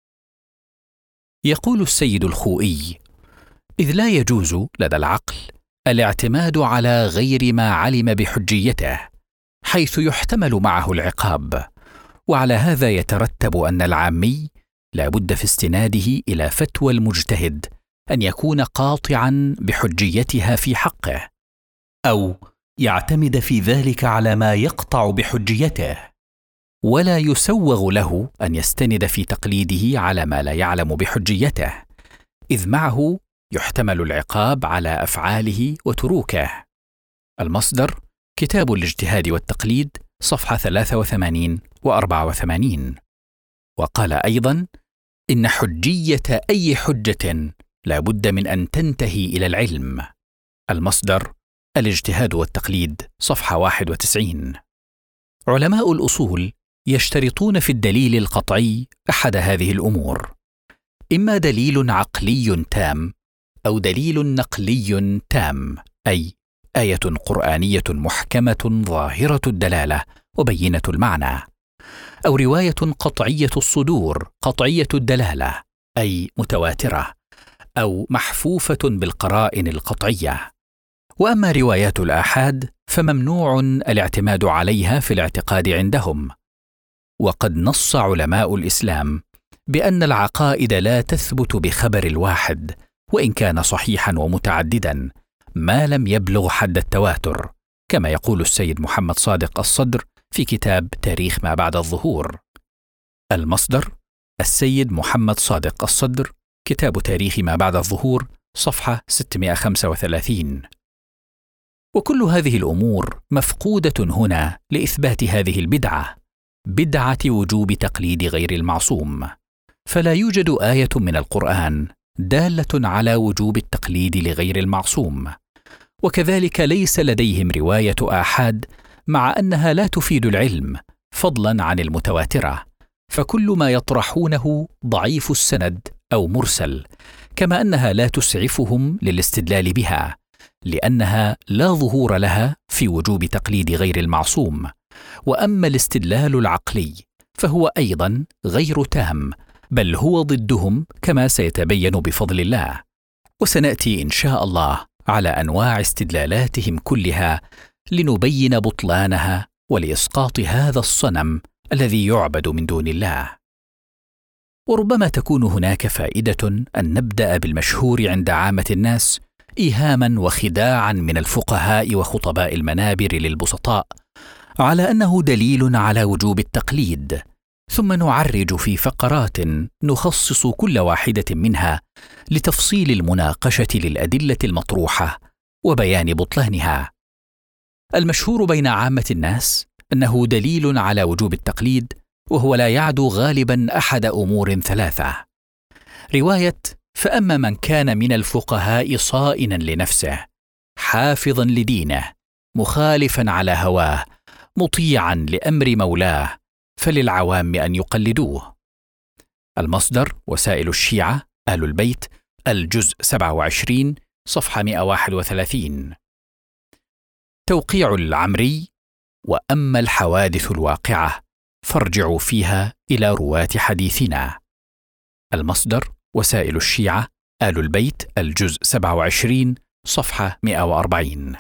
يقول السيد الخوئي: إذ لا يجوز لدى العقل الاعتماد على غير ما علم بحجيته، حيث يحتمل معه العقاب، وعلى هذا يترتب أن العامي لا بد في استناده إلى فتوى المجتهد أن يكون قاطعا بحجيتها في حقه، أو يعتمد في ذلك على ما يقطع بحجيته، ولا يسوغ له أن يستند في تقليده على ما لا يعلم بحجيته، إذ معه يحتمل العقاب على أفعاله وتروكه. المصدر: كتاب الاجتهاد والتقليد، صفحة ثلاثة وثمانين وأربعة وثمانين. وقال أيضا: إن حجية أي حجة لا بد من أن تنتهي إلى العلم. المصدر: الاجتهاد والتقليد، صفحة واحد وتسعين. علماء الأصول يشترطون في الدليل القطعي أحد هذه الأمور: إما دليل عقلي تام، أو دليل نقلي تام، أي آية قرآنية محكمة ظاهرة الدلالة وبينة المعنى، أو رواية قطعية الصدور قطعية الدلالة أي متواترة، أو محفوفة بالقرائن القطعية. وأما روايات الآحاد فممنوع الاعتماد عليها في الاعتقاد عندهم. وقد نص علماء الإسلام بأن العقائد لا تثبت بخبر الواحد وإن كان صحيحا ومتعددا ما لم يبلغ حد التواتر، كما يقول السيد محمد صادق الصدر في كتاب تاريخ ما بعد الظهور. المصدر: السيد محمد صادق الصدر، كتاب تاريخ ما بعد الظهور، صفحة ستمائة وخمسة وثلاثين. وكل هذه الأمور مفقودة هنا لإثبات هذه البدعة، بدعة وجوب تقليد غير المعصوم. فلا يوجد آية من القرآن دالة على وجوب التقليد لغير المعصوم، وكذلك ليس لديهم رواية آحاد مع أنها لا تفيد العلم فضلا عن المتواترة، فكل ما يطرحونه ضعيف السند أو مرسل، كما أنها لا تسعفهم للاستدلال بها لأنها لا ظهور لها في وجوب تقليد غير المعصوم. وأما الاستدلال العقلي فهو أيضا غير تام، بل هو ضدهم كما سيتبين بفضل الله. وسنأتي إن شاء الله على أنواع استدلالاتهم كلها لنبين بطلانها ولإسقاط هذا الصنم الذي يعبد من دون الله. وربما تكون هناك فائدة أن نبدأ بالمشهور عند عامة الناس إيهاما وخداعا من الفقهاء وخطباء المنابر للبسطاء على أنه دليل على وجوب التقليد، ثم نعرج في فقرات نخصص كل واحدة منها لتفصيل المناقشة للأدلة المطروحة وبيان بطلانها. المشهور بين عامة الناس أنه دليل على وجوب التقليد، وهو لا يعدو غالبا أحد أمور ثلاثة: رواية فأما من كان من الفقهاء صائنا لنفسه حافظا لدينه مخالفا على هواه مطيعا لأمر مولاه فللعوام أن يقلدوه. المصدر: وسائل الشيعة آل البيت، الجزء سبعة وعشرين، صفحة مائة وواحد وثلاثين. توقيع العمري: وأما الحوادث الواقعة فارجعوا فيها إلى رواة حديثنا. المصدر: وسائل الشيعة آل البيت، الجزء سبعة وعشرين، صفحة مائة وأربعين.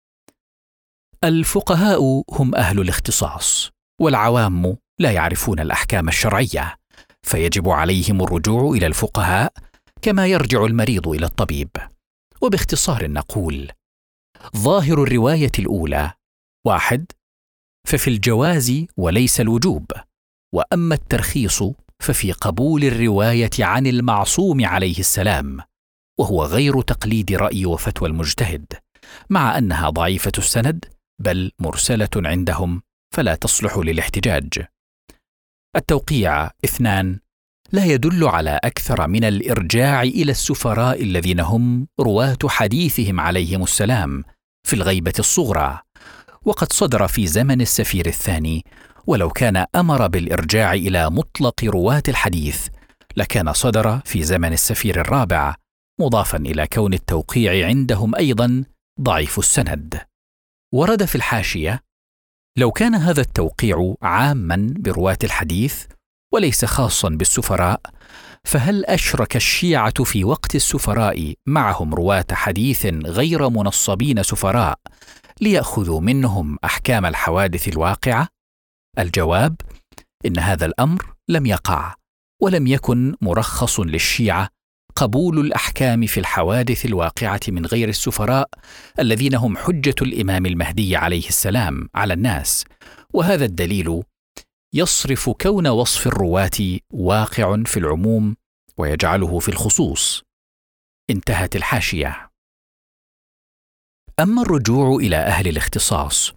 الفقهاء هم أهل الاختصاص، والعوام لا يعرفون الأحكام الشرعية، فيجب عليهم الرجوع إلى الفقهاء كما يرجع المريض إلى الطبيب. وباختصار نقول: ظاهر الرواية الأولى: واحد، ففي الجواز وليس الوجوب، وأما الترخيص ففي قبول الرواية عن المعصوم عليه السلام، وهو غير تقليد رأي وفتوى المجتهد، مع أنها ضعيفة السند بل مرسلة عندهم فلا تصلح للاحتجاج. التوقيع: اثنان، لا يدل على أكثر من الإرجاع إلى السفراء الذين هم رواة حديثهم عليهم السلام في الغيبة الصغرى، وقد صدر في زمن السفير الثاني، ولو كان أمر بالإرجاع إلى مطلق رواة الحديث لكان صدر في زمن السفير الرابع، مضافا إلى كون التوقيع عندهم أيضا ضعيف السند. ورد في الحاشية: لو كان هذا التوقيع عاما برواة الحديث وليس خاصا بالسفراء، فهل أشرك الشيعة في وقت السفراء معهم رواة حديث غير منصبين سفراء ليأخذوا منهم أحكام الحوادث الواقعة؟ الجواب: إن هذا الأمر لم يقع، ولم يكن مرخص للشيعة قبول الأحكام في الحوادث الواقعة من غير السفراء الذين هم حجة الإمام المهدي عليه السلام على الناس. وهذا الدليل يصرف كون وصف الرواة واقع في العموم ويجعله في الخصوص. انتهت الحاشية. أما الرجوع إلى أهل الاختصاص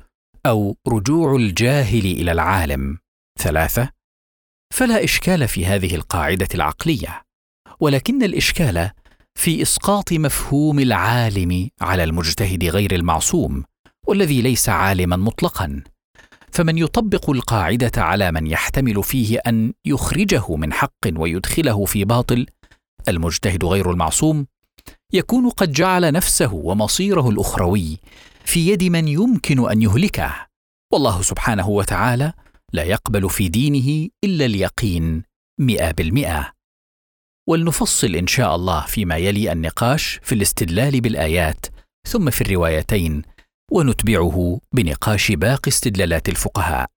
أو رجوع الجاهل إلى العالم. ثلاثة: فلا إشكال في هذه القاعدة العقلية، ولكن الإشكال في إسقاط مفهوم العالم على المجتهد غير المعصوم والذي ليس عالما مطلقا. فمن يطبق القاعدة على من يحتمل فيه أن يخرجه من حق ويدخله في باطل، المجتهد غير المعصوم، يكون قد جعل نفسه ومصيره الأخروي في يد من يمكن أن يهلكه، والله سبحانه وتعالى لا يقبل في دينه إلا اليقين مئة بالمئة. ولنفصل إن شاء الله فيما يلي النقاش في الاستدلال بالآيات ثم في الروايتين، ونتبعه بنقاش باقي استدلالات الفقهاء.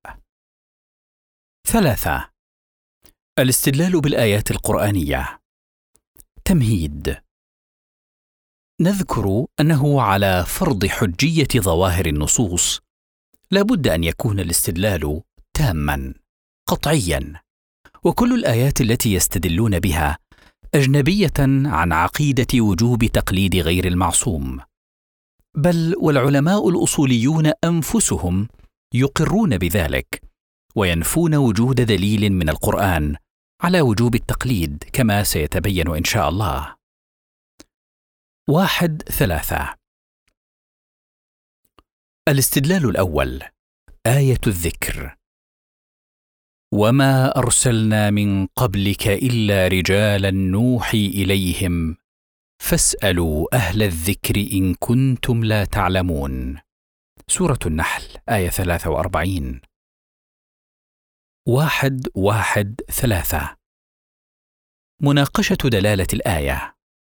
ثلاثة: الاستدلال بالآيات القرآنية. تمهيد: نذكر أنه على فرض حجية ظواهر النصوص لا بد أن يكون الاستدلال تاماً قطعياً، وكل الآيات التي يستدلون بها أجنبية عن عقيدة وجوب تقليد غير المعصوم، بل والعلماء الأصوليون أنفسهم يقرون بذلك وينفون وجود دليل من القرآن على وجوب التقليد كما سيتبين إن شاء الله. واحد ثلاثة: الاستدلال الأول: آية الذكر. وما أرسلنا من قبلك إلا رجالا نوحي إليهم فاسألوا أهل الذكر إن كنتم لا تعلمون. سورة النحل آية ثلاثة وأربعين. واحد واحد ثلاثة: مناقشة دلالة الآية.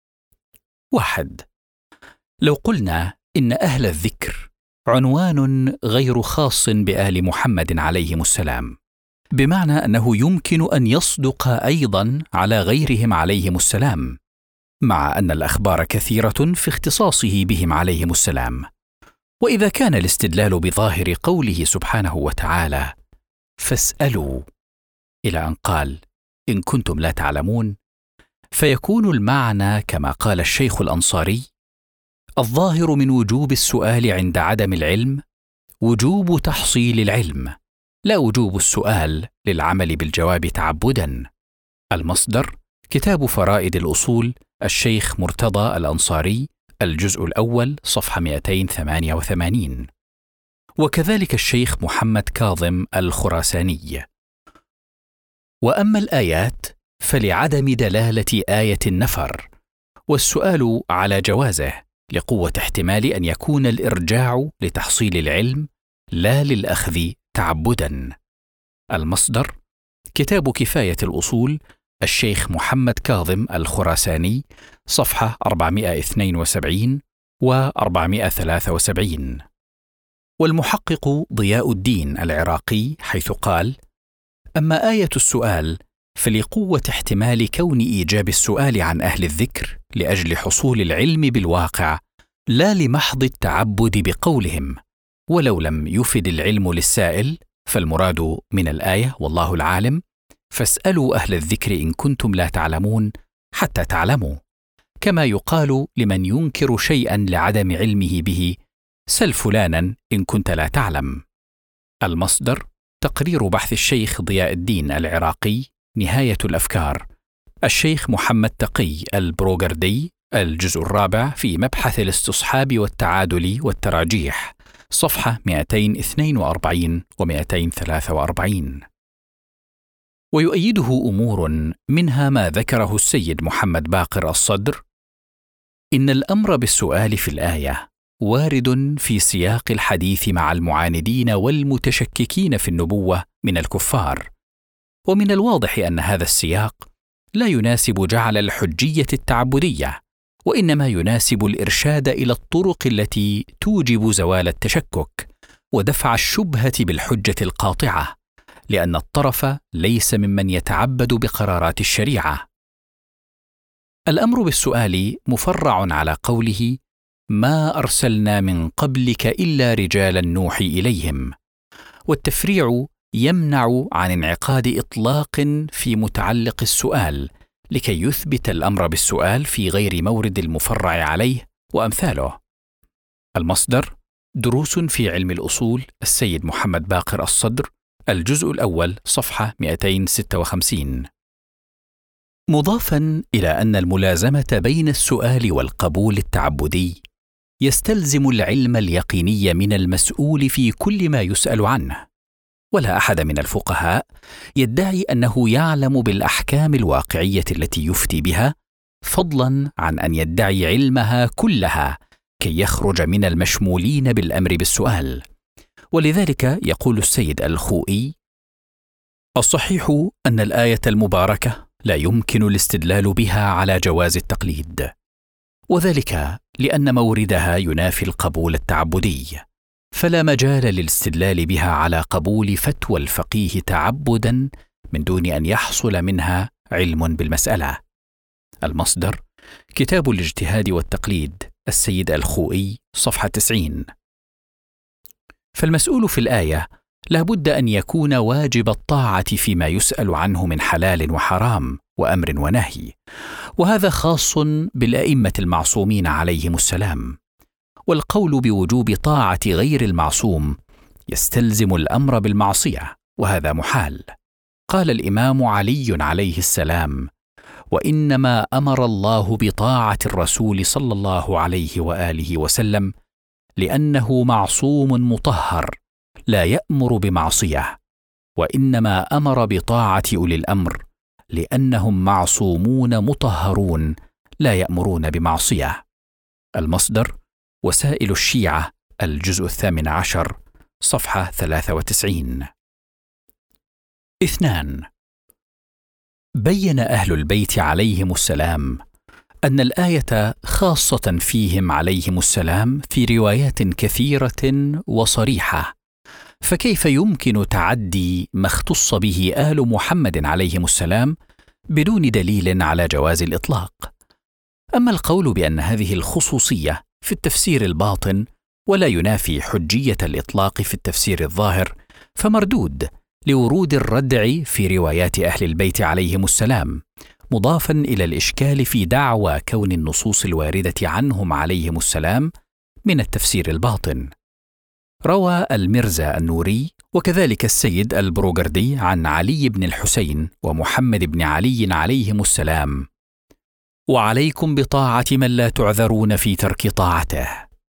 واحد: لو قلنا إن أهل الذكر عنوان غير خاص بآل محمد عليهم السلام، بمعنى أنه يمكن أن يصدق أيضا على غيرهم عليهم السلام، مع أن الأخبار كثيرة في اختصاصه بهم عليهم السلام. وإذا كان الاستدلال بظاهر قوله سبحانه وتعالى فاسألوا إلى أن قال إن كنتم لا تعلمون، فيكون المعنى كما قال الشيخ الأنصاري: الظاهر من وجوب السؤال عند عدم العلم وجوب تحصيل العلم، لا وجوب السؤال للعمل بالجواب تعبدا. المصدر: كتاب فرائد الأصول، الشيخ مرتضى الأنصاري، الجزء الأول، صفحة مئتين وثمانية وثمانين. وكذلك الشيخ محمد كاظم الخراساني. وأما الآيات فلعدم دلالة آية النفر، والسؤال على جوازه لقوة احتمال أن يكون الإرجاع لتحصيل العلم لا للأخذ تعبدا. المصدر: كتاب كفاية الأصول، الشيخ محمد كاظم الخراساني، صفحة أربعمئة واثنين وسبعين و أربعمئة وثلاثة وسبعين. والمحقق ضياء الدين العراقي حيث قال: أما آية السؤال فلقوة احتمال كون إيجاب السؤال عن أهل الذكر لأجل حصول العلم بالواقع لا لمحض التعبد بقولهم، ولو لم يفد العلم للسائل فالمراد من الآية والله العالم فاسألوا أهل الذكر إن كنتم لا تعلمون حتى تعلموا، كما يقال لمن ينكر شيئا لعدم علمه به: سل فلانا إن كنت لا تعلم. المصدر: تقرير بحث الشيخ ضياء الدين العراقي، نهاية الأفكار، الشيخ محمد تقي البروغردي، الجزء الرابع، في مبحث الاستصحاب والتعادل والتراجيح، صفحة مئتين واثنين وأربعين و مئتين وثلاثة وأربعين. ويؤيده أمور منها ما ذكره السيد محمد باقر الصدر: إن الأمر بالسؤال في الآية وارد في سياق الحديث مع المعاندين والمتشككين في النبوة من الكفار، ومن الواضح أن هذا السياق لا يناسب جعل الحجية التعبدية، وإنما يناسب الإرشاد إلى الطرق التي توجب زوال التشكك ودفع الشبهة بالحجة القاطعة، لأن الطرف ليس ممن يتعبد بقرارات الشريعة. الأمر بالسؤال مفرع على قوله ما أرسلنا من قبلك إلا رجالا نوحي إليهم، والتفريع يمنع عن انعقاد إطلاق في متعلق السؤال لكي يثبت الأمر بالسؤال في غير مورد المفرع عليه وأمثاله. المصدر: دروس في علم الأصول، السيد محمد باقر الصدر، الجزء الأول، صفحة مئتين وستة وخمسين. مضافاً إلى أن الملازمة بين السؤال والقبول التعبدي يستلزم العلم اليقيني من المسؤول في كل ما يسأل عنه، ولا أحد من الفقهاء يدعي أنه يعلم بالأحكام الواقعية التي يفتي بها، فضلاً عن أن يدعي علمها كلها كي يخرج من المشمولين بالأمر بالسؤال. ولذلك يقول السيد الخوئي: الصحيح أن الآية المباركة لا يمكن الاستدلال بها على جواز التقليد، وذلك لأن موردها ينافي القبول التعبدي، فلا مجال للاستدلال بها على قبول فتوى الفقيه تعبدا من دون أن يحصل منها علم بالمسألة. المصدر: كتاب الاجتهاد والتقليد، السيد الخوئي، صفحة تسعين. فالمسؤول في الآية لا بد أن يكون واجب الطاعة فيما يسأل عنه من حلال وحرام وأمر ونهي، وهذا خاص بالأئمة المعصومين عليهم السلام. والقول بوجوب طاعة غير المعصوم يستلزم الأمر بالمعصية، وهذا محال. قال الإمام علي عليه السلام: وإنما أمر الله بطاعة الرسول صلى الله عليه وآله وسلم لأنه معصوم مطهر لا يأمر بمعصية، وإنما أمر بطاعة أولي الأمر لأنهم معصومون مطهرون لا يأمرون بمعصية. المصدر: وسائل الشيعة، الجزء الثامن عشر، صفحة ثلاثة وتسعين. اثنان. بين أهل البيت عليهم السلام أن الآية خاصة فيهم عليهم السلام في روايات كثيرة وصريحة، فكيف يمكن تعدي ما اختص به آل محمد عليهم السلام بدون دليل على جواز الإطلاق؟ أما القول بأن هذه الخصوصية في التفسير الباطن ولا ينافي حجية الإطلاق في التفسير الظاهر فمردود لورود الردع في روايات أهل البيت عليهم السلام، مضافا إلى الإشكال في دعوى كون النصوص الواردة عنهم عليهم السلام من التفسير الباطن. روى المرزا النوري وكذلك السيد البروغردي عن علي بن الحسين ومحمد بن علي عليهم السلام: وعليكم بطاعة من لا تعذرون في ترك طاعته،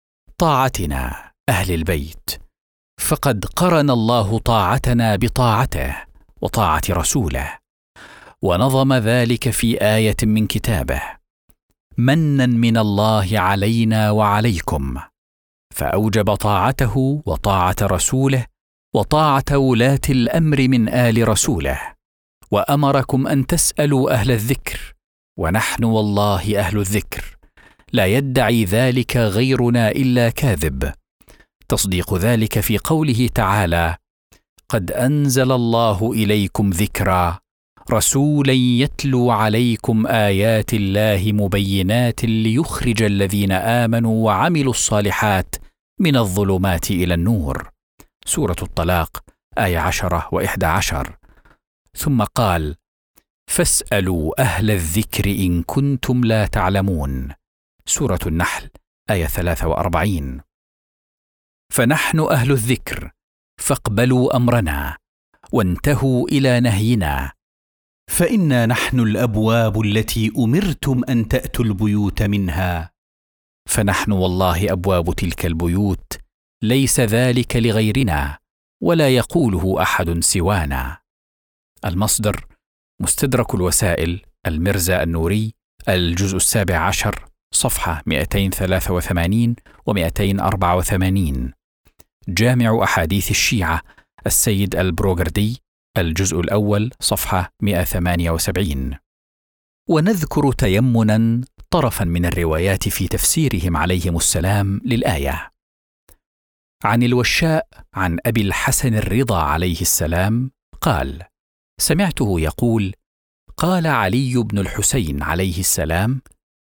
طاعتنا أهل البيت، فقد قرن الله طاعتنا بطاعته وطاعة رسوله، ونظم ذلك في آية من كتابه: منا من الله علينا وعليكم، فأوجب طاعته وطاعة رسوله وطاعة ولاة الأمر من آل رسوله، وأمركم أن تسألوا أهل الذكر، ونحن والله أهل الذكر، لا يدعي ذلك غيرنا إلا كاذب. تصديق ذلك في قوله تعالى: قد أنزل الله إليكم ذكرا رسولا يتلو عليكم آيات الله مبينات ليخرج الذين آمنوا وعملوا الصالحات من الظلمات إلى النور، سورة الطلاق، آية عشرة وإحدى عشر. ثم قال: فاسألوا أهل الذكر إن كنتم لا تعلمون، سورة النحل، آية ثلاثة وأربعين. فنحن أهل الذكر، فاقبلوا أمرنا وانتهوا إلى نهينا، فإنا نحن الأبواب التي أمرتم أن تأتوا البيوت منها، فنحن والله أبواب تلك البيوت، ليس ذلك لغيرنا ولا يقوله أحد سوانا. المصدر: مستدرك الوسائل، المرزا النوري، الجزء السابع عشر، صفحة مئتين وثلاثة وثمانين ومئتين وأربعة وثمانين. جامع أحاديث الشيعة، السيد البروغردي، الجزء الأول، صفحة مئة وثمانية وسبعين. ونذكر تيمنا طرفا من الروايات في تفسيرهم عليهم السلام للآية. عن الوشاء عن أبي الحسن الرضا عليه السلام قال: سمعته يقول: قال علي بن الحسين عليه السلام: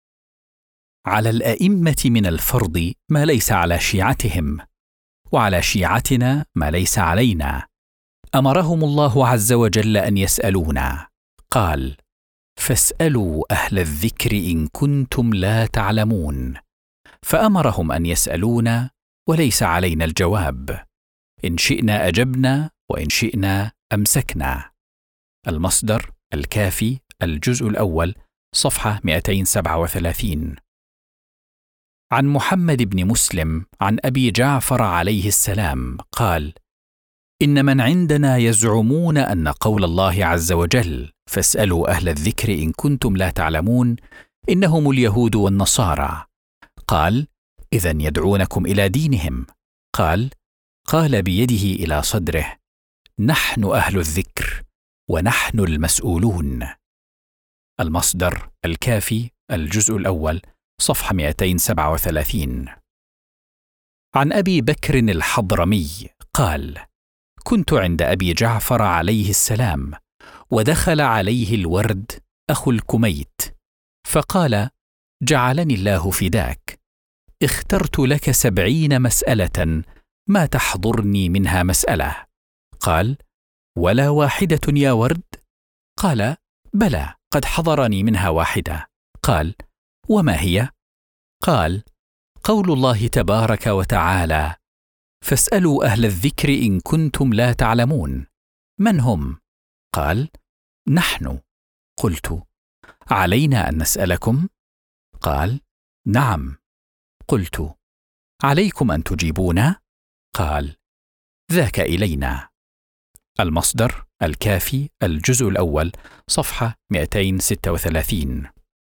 على الأئمة من الفرض ما ليس على شيعتهم، وعلى شيعتنا ما ليس علينا. أمرهم الله عز وجل أن يسألونا، قال: فاسألوا أهل الذكر إن كنتم لا تعلمون، فأمرهم أن يسألونا وليس علينا الجواب. إن شئنا أجبنا وإن شئنا أمسكنا. المصدر الكافي الجزء الأول صفحة مئتين وسبعة وثلاثين. عن محمد بن مسلم عن أبي جعفر عليه السلام قال: إن من عندنا يزعمون أن قول الله عز وجل فاسألوا أهل الذكر إن كنتم لا تعلمون إنهم اليهود والنصارى. قال: إذن يدعونكم إلى دينهم. قال: قال بيده إلى صدره: نحن أهل الذكر ونحن المسؤولون. المصدر الكافي الجزء الأول صفحة مئتين وسبعة وثلاثين. عن أبي بكر الحضرمي قال: كنت عند أبي جعفر عليه السلام ودخل عليه الورد أخو الكميت فقال: جعلني الله فداك، اخترت لك سبعين مسألة ما تحضرني منها مسألة. قال: ولا واحدة يا ورد؟ قال: بلى، قد حضرني منها واحدة. قال: وما هي؟ قال: قول الله تبارك وتعالى: فاسألوا أهل الذكر إن كنتم لا تعلمون. من هم؟ قال: نحن. قلت: علينا أن نسألكم؟ قال: نعم. قلت: عليكم أن تجيبونا؟ قال: ذاك إلينا. المصدر الكافي الجزء الأول صفحة مئتين وستة وثلاثين.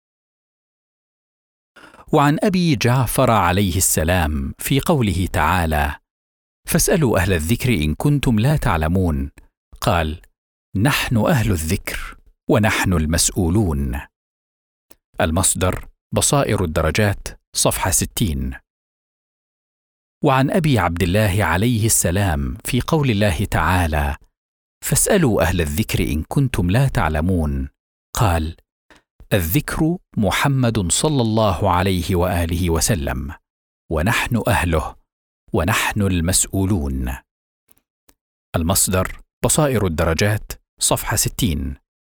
وعن أبي جعفر عليه السلام في قوله تعالى: فاسألوا أهل الذكر إن كنتم لا تعلمون، قال: نحن أهل الذكر ونحن المسؤولون. المصدر بصائر الدرجات صفحة ستين. وعن أبي عبد الله عليه السلام في قول الله تعالى: فاسألوا أهل الذكر إن كنتم لا تعلمون، قال: الذكر محمد صلى الله عليه وآله وسلم ونحن أهله ونحن المسؤولون. المصدر بصائر الدرجات صفحة ستين.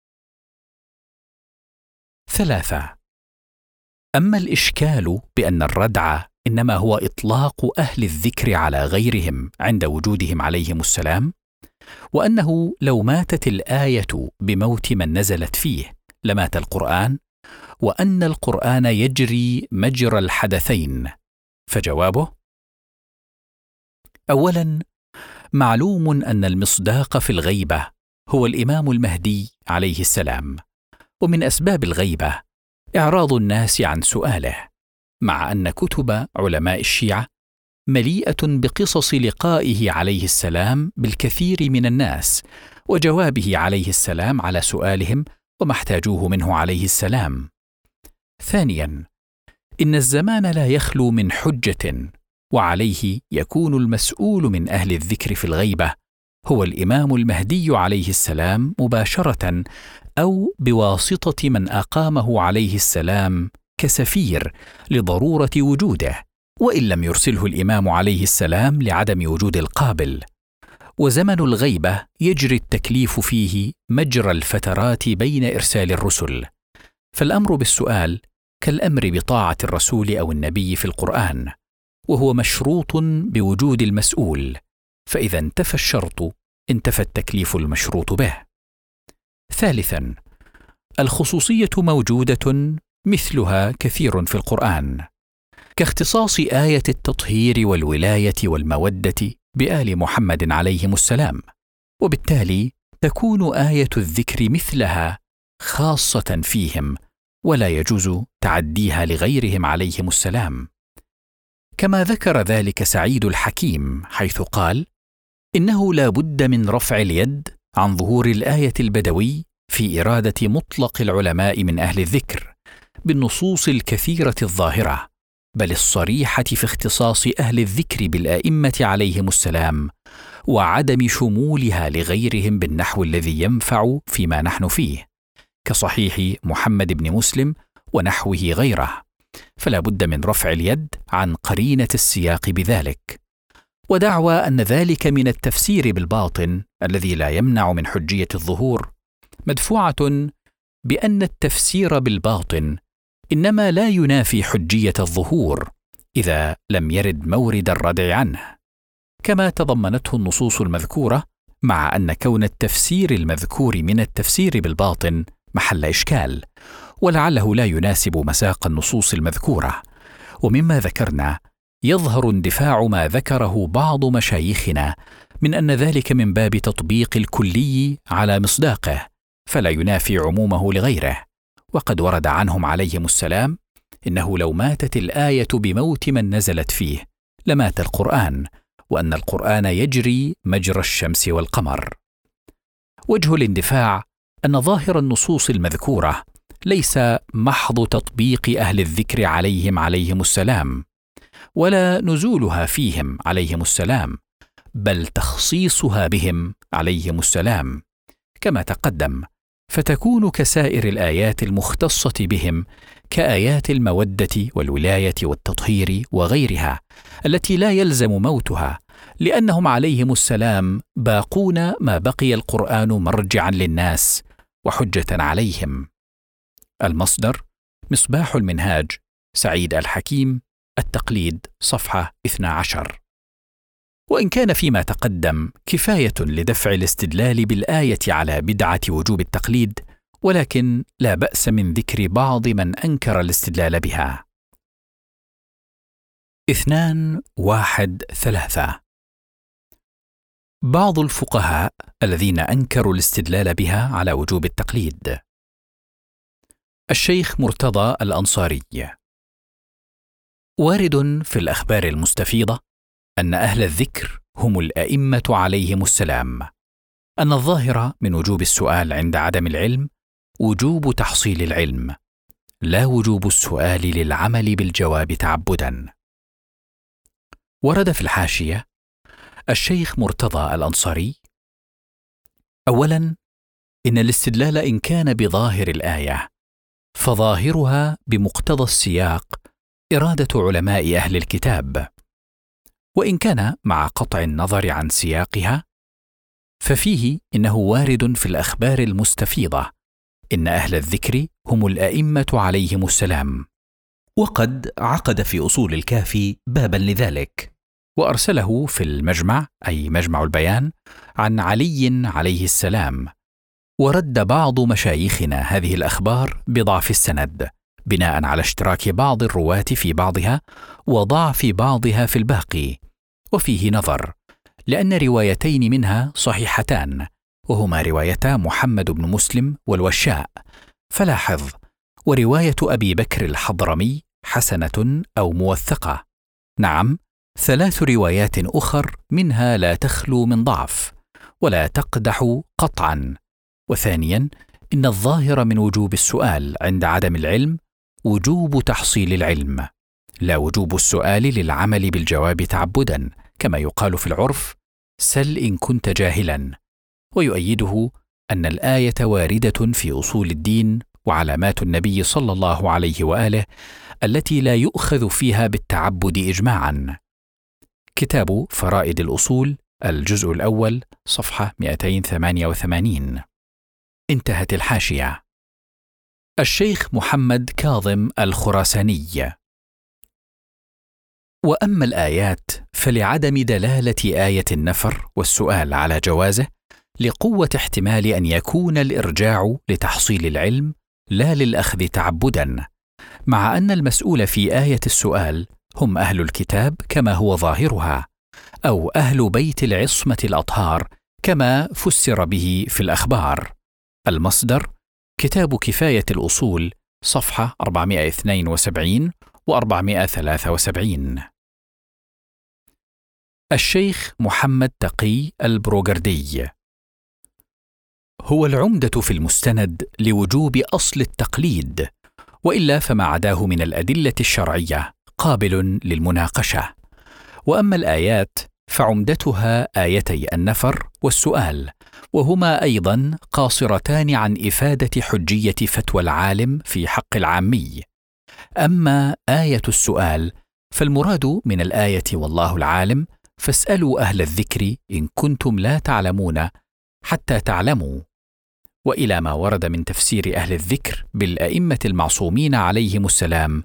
ثلاثة. أما الإشكال بأن الردع إنما هو إطلاق أهل الذكر على غيرهم عند وجودهم عليهم السلام، وأنه لو ماتت الآية بموت من نزلت فيه لمات القرآن، وأن القرآن يجري مجرى الحدثين، فجوابه: أولاً، معلوم أن المصداق في الغيبة هو الإمام المهدي عليه السلام، ومن أسباب الغيبة إعراض الناس عن سؤاله، مع أن كتب علماء الشيعة مليئة بقصص لقائه عليه السلام بالكثير من الناس وجوابه عليه السلام على سؤالهم وما احتاجوه منه عليه السلام. ثانياً، إن الزمان لا يخلو من حجة، وعليه يكون المسؤول من أهل الذكر في الغيبة هو الإمام المهدي عليه السلام مباشرة أو بواسطة من أقامه عليه السلام كسفير لضرورة وجوده، وإن لم يرسله الإمام عليه السلام لعدم وجود القابل. وزمن الغيبة يجري التكليف فيه مجرى الفترات بين إرسال الرسل، فالأمر بالسؤال كالأمر بطاعة الرسول أو النبي في القرآن، وهو مشروط بوجود المسؤول، فإذا انتفى الشرط انتفى التكليف المشروط به. ثالثاً، الخصوصية موجودة مثلها كثير في القرآن، كاختصاص آية التطهير والولاية والمودة بآل محمد عليهم السلام، وبالتالي تكون آية الذكر مثلها خاصة فيهم، ولا يجوز تعديها لغيرهم عليهم السلام. كما ذكر ذلك سعيد الحكيم حيث قال: إنه لا بد من رفع اليد عن ظهور الآية البدوي في إرادة مطلق العلماء من أهل الذكر بالنصوص الكثيرة الظاهرة، بل الصريحة في اختصاص أهل الذكر بالآئمة عليهم السلام، وعدم شمولها لغيرهم بالنحو الذي ينفع فيما نحن فيه، كصحيح محمد بن مسلم ونحوه غيره، فلا بد من رفع اليد عن قرينة السياق بذلك. ودعوى أن ذلك من التفسير بالباطن الذي لا يمنع من حجية الظهور مدفوعة بأن التفسير بالباطن إنما لا ينافي حجية الظهور، إذا لم يرد مورد الردع عنه، كما تضمنته النصوص المذكورة، مع أن كون التفسير المذكور من التفسير بالباطن محل إشكال، ولعله لا يناسب مساق النصوص المذكورة. ومما ذكرنا يظهر اندفاع ما ذكره بعض مشايخنا من أن ذلك من باب تطبيق الكلي على مصداقه، فلا ينافي عمومه لغيره. وقد ورد عنهم عليهم السلام إنه لو ماتت الآية بموت من نزلت فيه لمات القرآن، وأن القرآن يجري مجرى الشمس والقمر. وجه الاندفاع أن ظاهر النصوص المذكورة ليس محض تطبيق أهل الذكر عليهم عليهم السلام، ولا نزولها فيهم عليهم السلام، بل تخصيصها بهم عليهم السلام كما تقدم، فتكون كسائر الآيات المختصة بهم كآيات المودة والولاية والتطهير وغيرها، التي لا يلزم موتها، لأنهم عليهم السلام باقون ما بقي القرآن مرجعا للناس وحجة عليهم. المصدر: مصباح المنهاج، سعيد الحكيم، التقليد، صفحة اثنتا عشرة. وإن كان فيما تقدم كفاية لدفع الاستدلال بالآية على بدعة وجوب التقليد، ولكن لا بأس من ذكر بعض من أنكر الاستدلال بها. اثنان واحد ثلاثة. بعض الفقهاء الذين أنكروا الاستدلال بها على وجوب التقليد: الشيخ مرتضى الأنصاري. وارد في الأخبار المستفيضة أن أهل الذكر هم الأئمة عليهم السلام، أن الظاهر من وجوب السؤال عند عدم العلم وجوب تحصيل العلم، لا وجوب السؤال للعمل بالجواب تعبداً. ورد في الحاشية الشيخ مرتضى الأنصاري: أولاً، إن الاستدلال إن كان بظاهر الآية فظاهرها بمقتضى السياق إرادة علماء أهل الكتاب، وإن كان مع قطع النظر عن سياقها ففيه إنه وارد في الأخبار المستفيضة إن أهل الذكر هم الأئمة عليهم السلام، وقد عقد في أصول الكافي بابا لذلك، وأرسله في المجمع أي مجمع البيان عن علي عليه السلام. ورد بعض مشايخنا هذه الأخبار بضعف السند بناء على اشتراك بعض الرواة في بعضها وضعف بعضها في الباقي، وفيه نظر، لأن روايتين منها صحيحتان، وهما روايتا محمد بن مسلم والوشاء، فلاحظ: ورواية أبي بكر الحضرمي حسنة أو موثقة. نعم، ثلاث روايات أخر منها لا تخلو من ضعف ولا تقدح قطعا. وثانيا، إن الظاهر من وجوب السؤال عند عدم العلم وجوب تحصيل العلم، لا وجوب السؤال للعمل بالجواب تعبدا، كما يقال في العرف: سل إن كنت جاهلا. ويؤيده أن الآية واردة في أصول الدين وعلامات النبي صلى الله عليه وآله التي لا يؤخذ فيها بالتعبد إجماعا. كتاب فرائد الأصول، الجزء الأول، صفحة مئتين وثمانية وثمانين. انتهت الحاشية. الشيخ محمد كاظم الخراساني: وأما الآيات فلعدم دلالة آية النفر والسؤال على جوازه، لقوة احتمال أن يكون الإرجاع لتحصيل العلم لا للأخذ تعبدا، مع أن المسؤول في آية السؤال هم أهل الكتاب كما هو ظاهرها، أو أهل بيت العصمة الأطهار كما فسر به في الأخبار. المصدر: كتاب كفاية الأصول، صفحة أربعمئة واثنين وسبعين و أربعمئة وثلاثة وسبعين. الشيخ محمد تقي البروغردي: هو العمدة في المستند لوجوب أصل التقليد، وإلا فما عداه من الأدلة الشرعية قابل للمناقشة. وأما الآيات فعمدتها آيتي النفر والسؤال، وهما أيضا قاصرتان عن إفادة حجية فتوى العالم في حق العامي. أما آية السؤال فالمراد من الآية والله العالم فاسألوا أهل الذكر إن كنتم لا تعلمون حتى تعلموا. وإلى ما ورد من تفسير أهل الذكر بالأئمة المعصومين عليهم السلام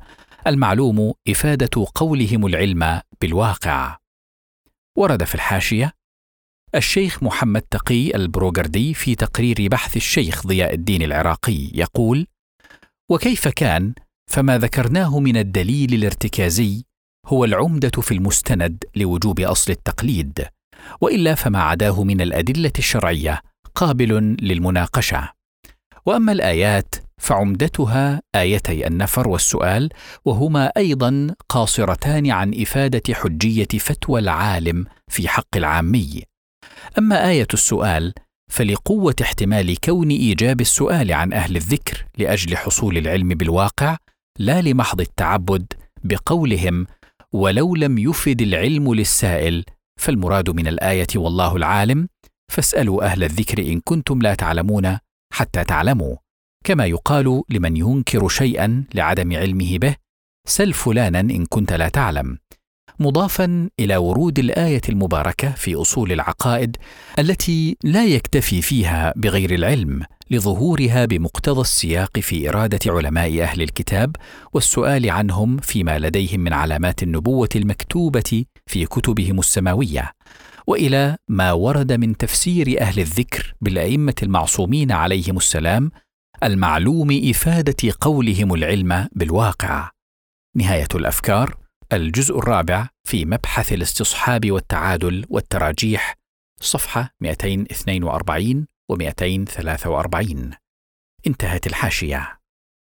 المعلوم إفادة قولهم العلم بالواقع. ورد في الحاشية: الشيخ محمد تقي البروغردي في تقرير بحث الشيخ ضياء الدين العراقي يقول: وكيف كان فما ذكرناه من الدليل الارتكازي هو العمدة في المستند لوجوب أصل التقليد، وإلا فما عداه من الأدلة الشرعية قابل للمناقشة. وأما الآيات فعمدتها آيتي النفر والسؤال، وهما أيضا قاصرتان عن إفادة حجية فتوى العالم في حق العامي. أما آية السؤال فلقوة احتمال كون إيجاب السؤال عن أهل الذكر لأجل حصول العلم بالواقع، لا لمحض التعبد، بقولهم: ولو لم يفد العلم للسائل، فالمراد من الآية والله العالم، فاسألوا أهل الذكر إن كنتم لا تعلمون حتى تعلموا، كما يقال لمن ينكر شيئا لعدم علمه به: سل فلانا إن كنت لا تعلم، مضافا إلى ورود الآية المباركة في أصول العقائد التي لا يكتفي فيها بغير العلم، لظهورها بمقتضى السياق في إرادة علماء أهل الكتاب والسؤال عنهم فيما لديهم من علامات النبوة المكتوبة في كتبهم السماوية، وإلى ما ورد من تفسير أهل الذكر بالأئمة المعصومين عليهم السلام المعلوم إفادة قولهم العلم بالواقع. نهاية الأفكار، الجزء الرابع، في مبحث الاستصحاب والتعادل والتراجيح، صفحة مئتين واثنين وأربعين و مئتين وثلاثة وأربعين. انتهت الحاشية.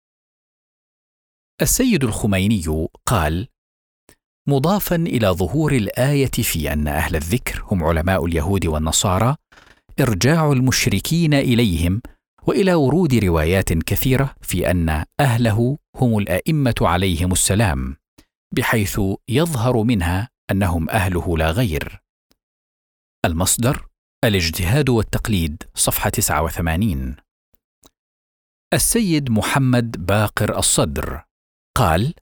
السيد الخميني قال: مضافا إلى ظهور الآية في أن أهل الذكر هم علماء اليهود والنصارى، إرجاع المشركين إليهم، وإلى ورود روايات كثيرة في أن أهله هم الأئمة عليهم السلام، بحيث يظهر منها أنهم أهله لا غير. المصدر: الاجتهاد والتقليد، صفحة تسعة وثمانين. السيد محمد باقر الصدر قال: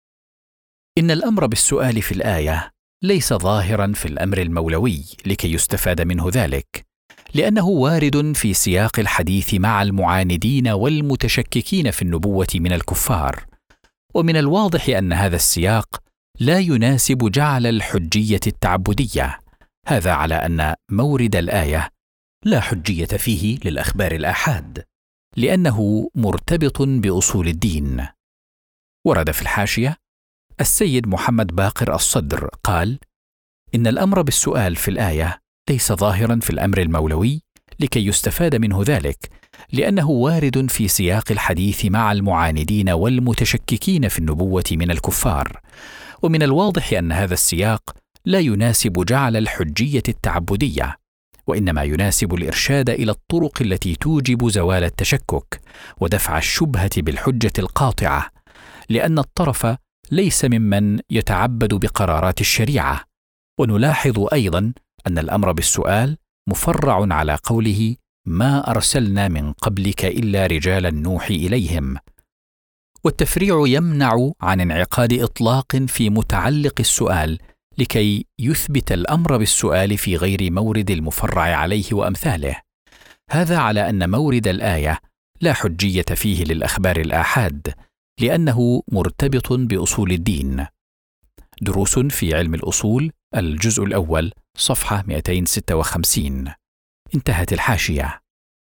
إن الأمر بالسؤال في الآية ليس ظاهرا في الأمر المولوي لكي يستفاد منه ذلك، لأنه وارد في سياق الحديث مع المعاندين والمتشككين في النبوة من الكفار، ومن الواضح أن هذا السياق لا يناسب جعل الحجية التعبدية، هذا على أن مورد الآية لا حجية فيه للأخبار الآحاد، لأنه مرتبط بأصول الدين. ورد في الحاشية: السيد محمد باقر الصدر قال: إن الأمر بالسؤال في الآية ليس ظاهرا في الأمر المولوي لكي يستفاد منه ذلك، لأنه وارد في سياق الحديث مع المعاندين والمتشككين في النبوة من الكفار، ومن الواضح أن هذا السياق لا يناسب جعل الحجية التعبدية، وإنما يناسب الإرشاد إلى الطرق التي توجب زوال التشكك ودفع الشبهة بالحجة القاطعة، لأن الطرف ليس ممن يتعبد بقرارات الشريعة. ونلاحظ أيضا أن الأمر بالسؤال مفرع على قوله: ما أرسلنا من قبلك إلا رجالا نوحي إليهم، والتفريع يمنع عن انعقاد إطلاق في متعلق السؤال لكي يثبت الأمر بالسؤال في غير مورد المفرع عليه وأمثاله، هذا على أن مورد الآية لا حجية فيه للأخبار الآحاد، لأنه مرتبط بأصول الدين. دروس في علم الأصول، الجزء الأول، صفحة مئتين وستة وخمسين. انتهت الحاشية.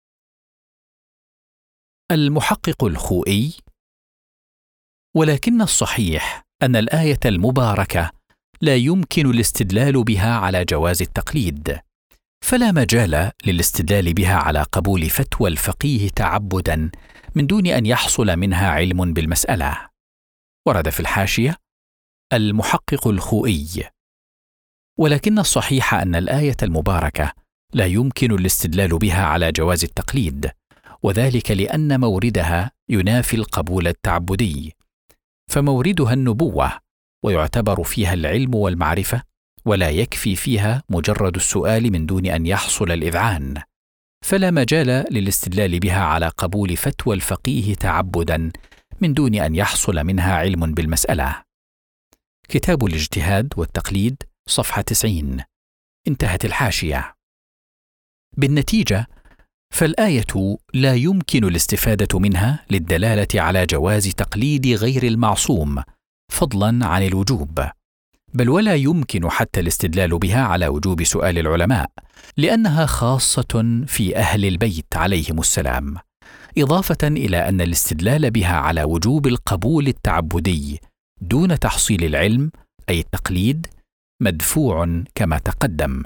المحقق الخوئي: ولكن الصحيح أن الآية المباركة لا يمكن الاستدلال بها على جواز التقليد، فلا مجال للاستدلال بها على قبول فتوى الفقيه تعبدا من دون أن يحصل منها علم بالمسألة. ورد في الحاشية: المحقق الخوئي: ولكن الصحيح أن الآية المباركة لا يمكن الاستدلال بها على جواز التقليد، وذلك لأن موردها ينافي القبول التعبدي، فموردها النبوة، ويعتبر فيها العلم والمعرفة، ولا يكفي فيها مجرد السؤال من دون أن يحصل الإذعان، فلا مجال للاستدلال بها على قبول فتوى الفقيه تعبدا من دون أن يحصل منها علم بالمسألة. كتاب الاجتهاد والتقليد، صفحة تسعين. انتهت الحاشية. بالنتيجة، فالآية لا يمكن الاستفادة منها للدلالة على جواز تقليد غير المعصوم، فضلاً عن الوجوب، بل ولا يمكن حتى الاستدلال بها على وجوب سؤال العلماء، لأنها خاصة في أهل البيت عليهم السلام، إضافة إلى أن الاستدلال بها على وجوب القبول التعبدي دون تحصيل العلم أي التقليد مدفوع كما تقدم.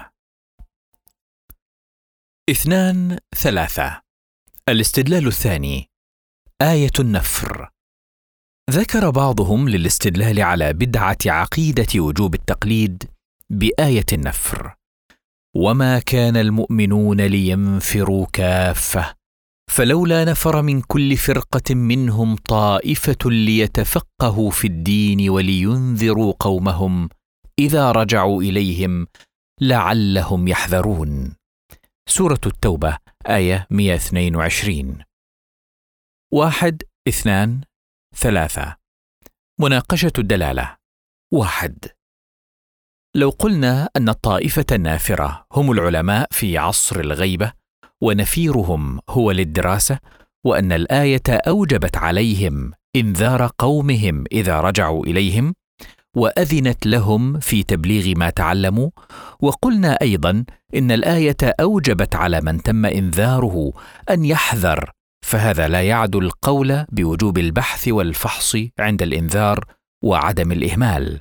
اثنان ثلاثة. الاستدلال الثاني آية النفر. ذكر بعضهم للاستدلال على بدعة عقيدة وجوب التقليد بآية النفر: وما كان المؤمنون لينفروا كافة فلولا نفر من كل فرقة منهم طائفة ليتفقهوا في الدين ولينذروا قومهم إذا رجعوا إليهم لعلهم يحذرون. سورة التوبة آية مئة واثنين وعشرين. واحد اثنان ثلاثة. مناقشة الدلالة. واحد. لو قلنا أن الطائفة النافرة هم العلماء في عصر الغيبة ونفيرهم هو للدراسة، وأن الآية أوجبت عليهم إنذار قومهم إذا رجعوا إليهم وأذنت لهم في تبليغ ما تعلموا، وقلنا أيضا إن الآية أوجبت على من تم إنذاره أن يحذر، فهذا لا يعد القول بوجوب البحث والفحص عند الإنذار وعدم الإهمال.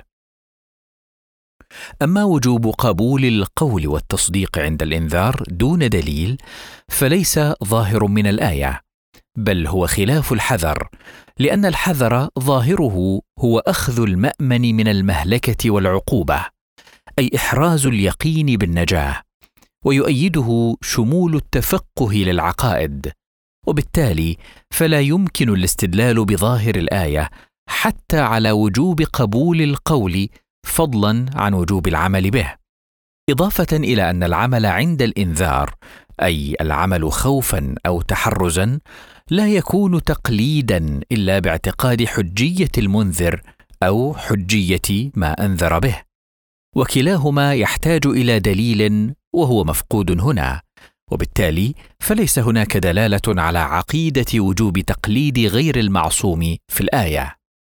أما وجوب قبول القول والتصديق عند الإنذار دون دليل فليس ظاهر من الآية، بل هو خلاف الحذر، لأن الحذر ظاهره هو أخذ المأمن من المهلكة والعقوبة، أي إحراز اليقين بالنجاة، ويؤيده شمول التفقه للعقائد، وبالتالي فلا يمكن الاستدلال بظاهر الآية حتى على وجوب قبول القول فضلاً عن وجوب العمل به، إضافة إلى أن العمل عند الإنذار أي العمل خوفاً أو تحرزاً لا يكون تقليداً إلا باعتقاد حجية المنذر أو حجية ما أنذر به، وكلاهما يحتاج إلى دليل وهو مفقود هنا، وبالتالي فليس هناك دلالة على عقيدة وجوب تقليد غير المعصوم في الآية.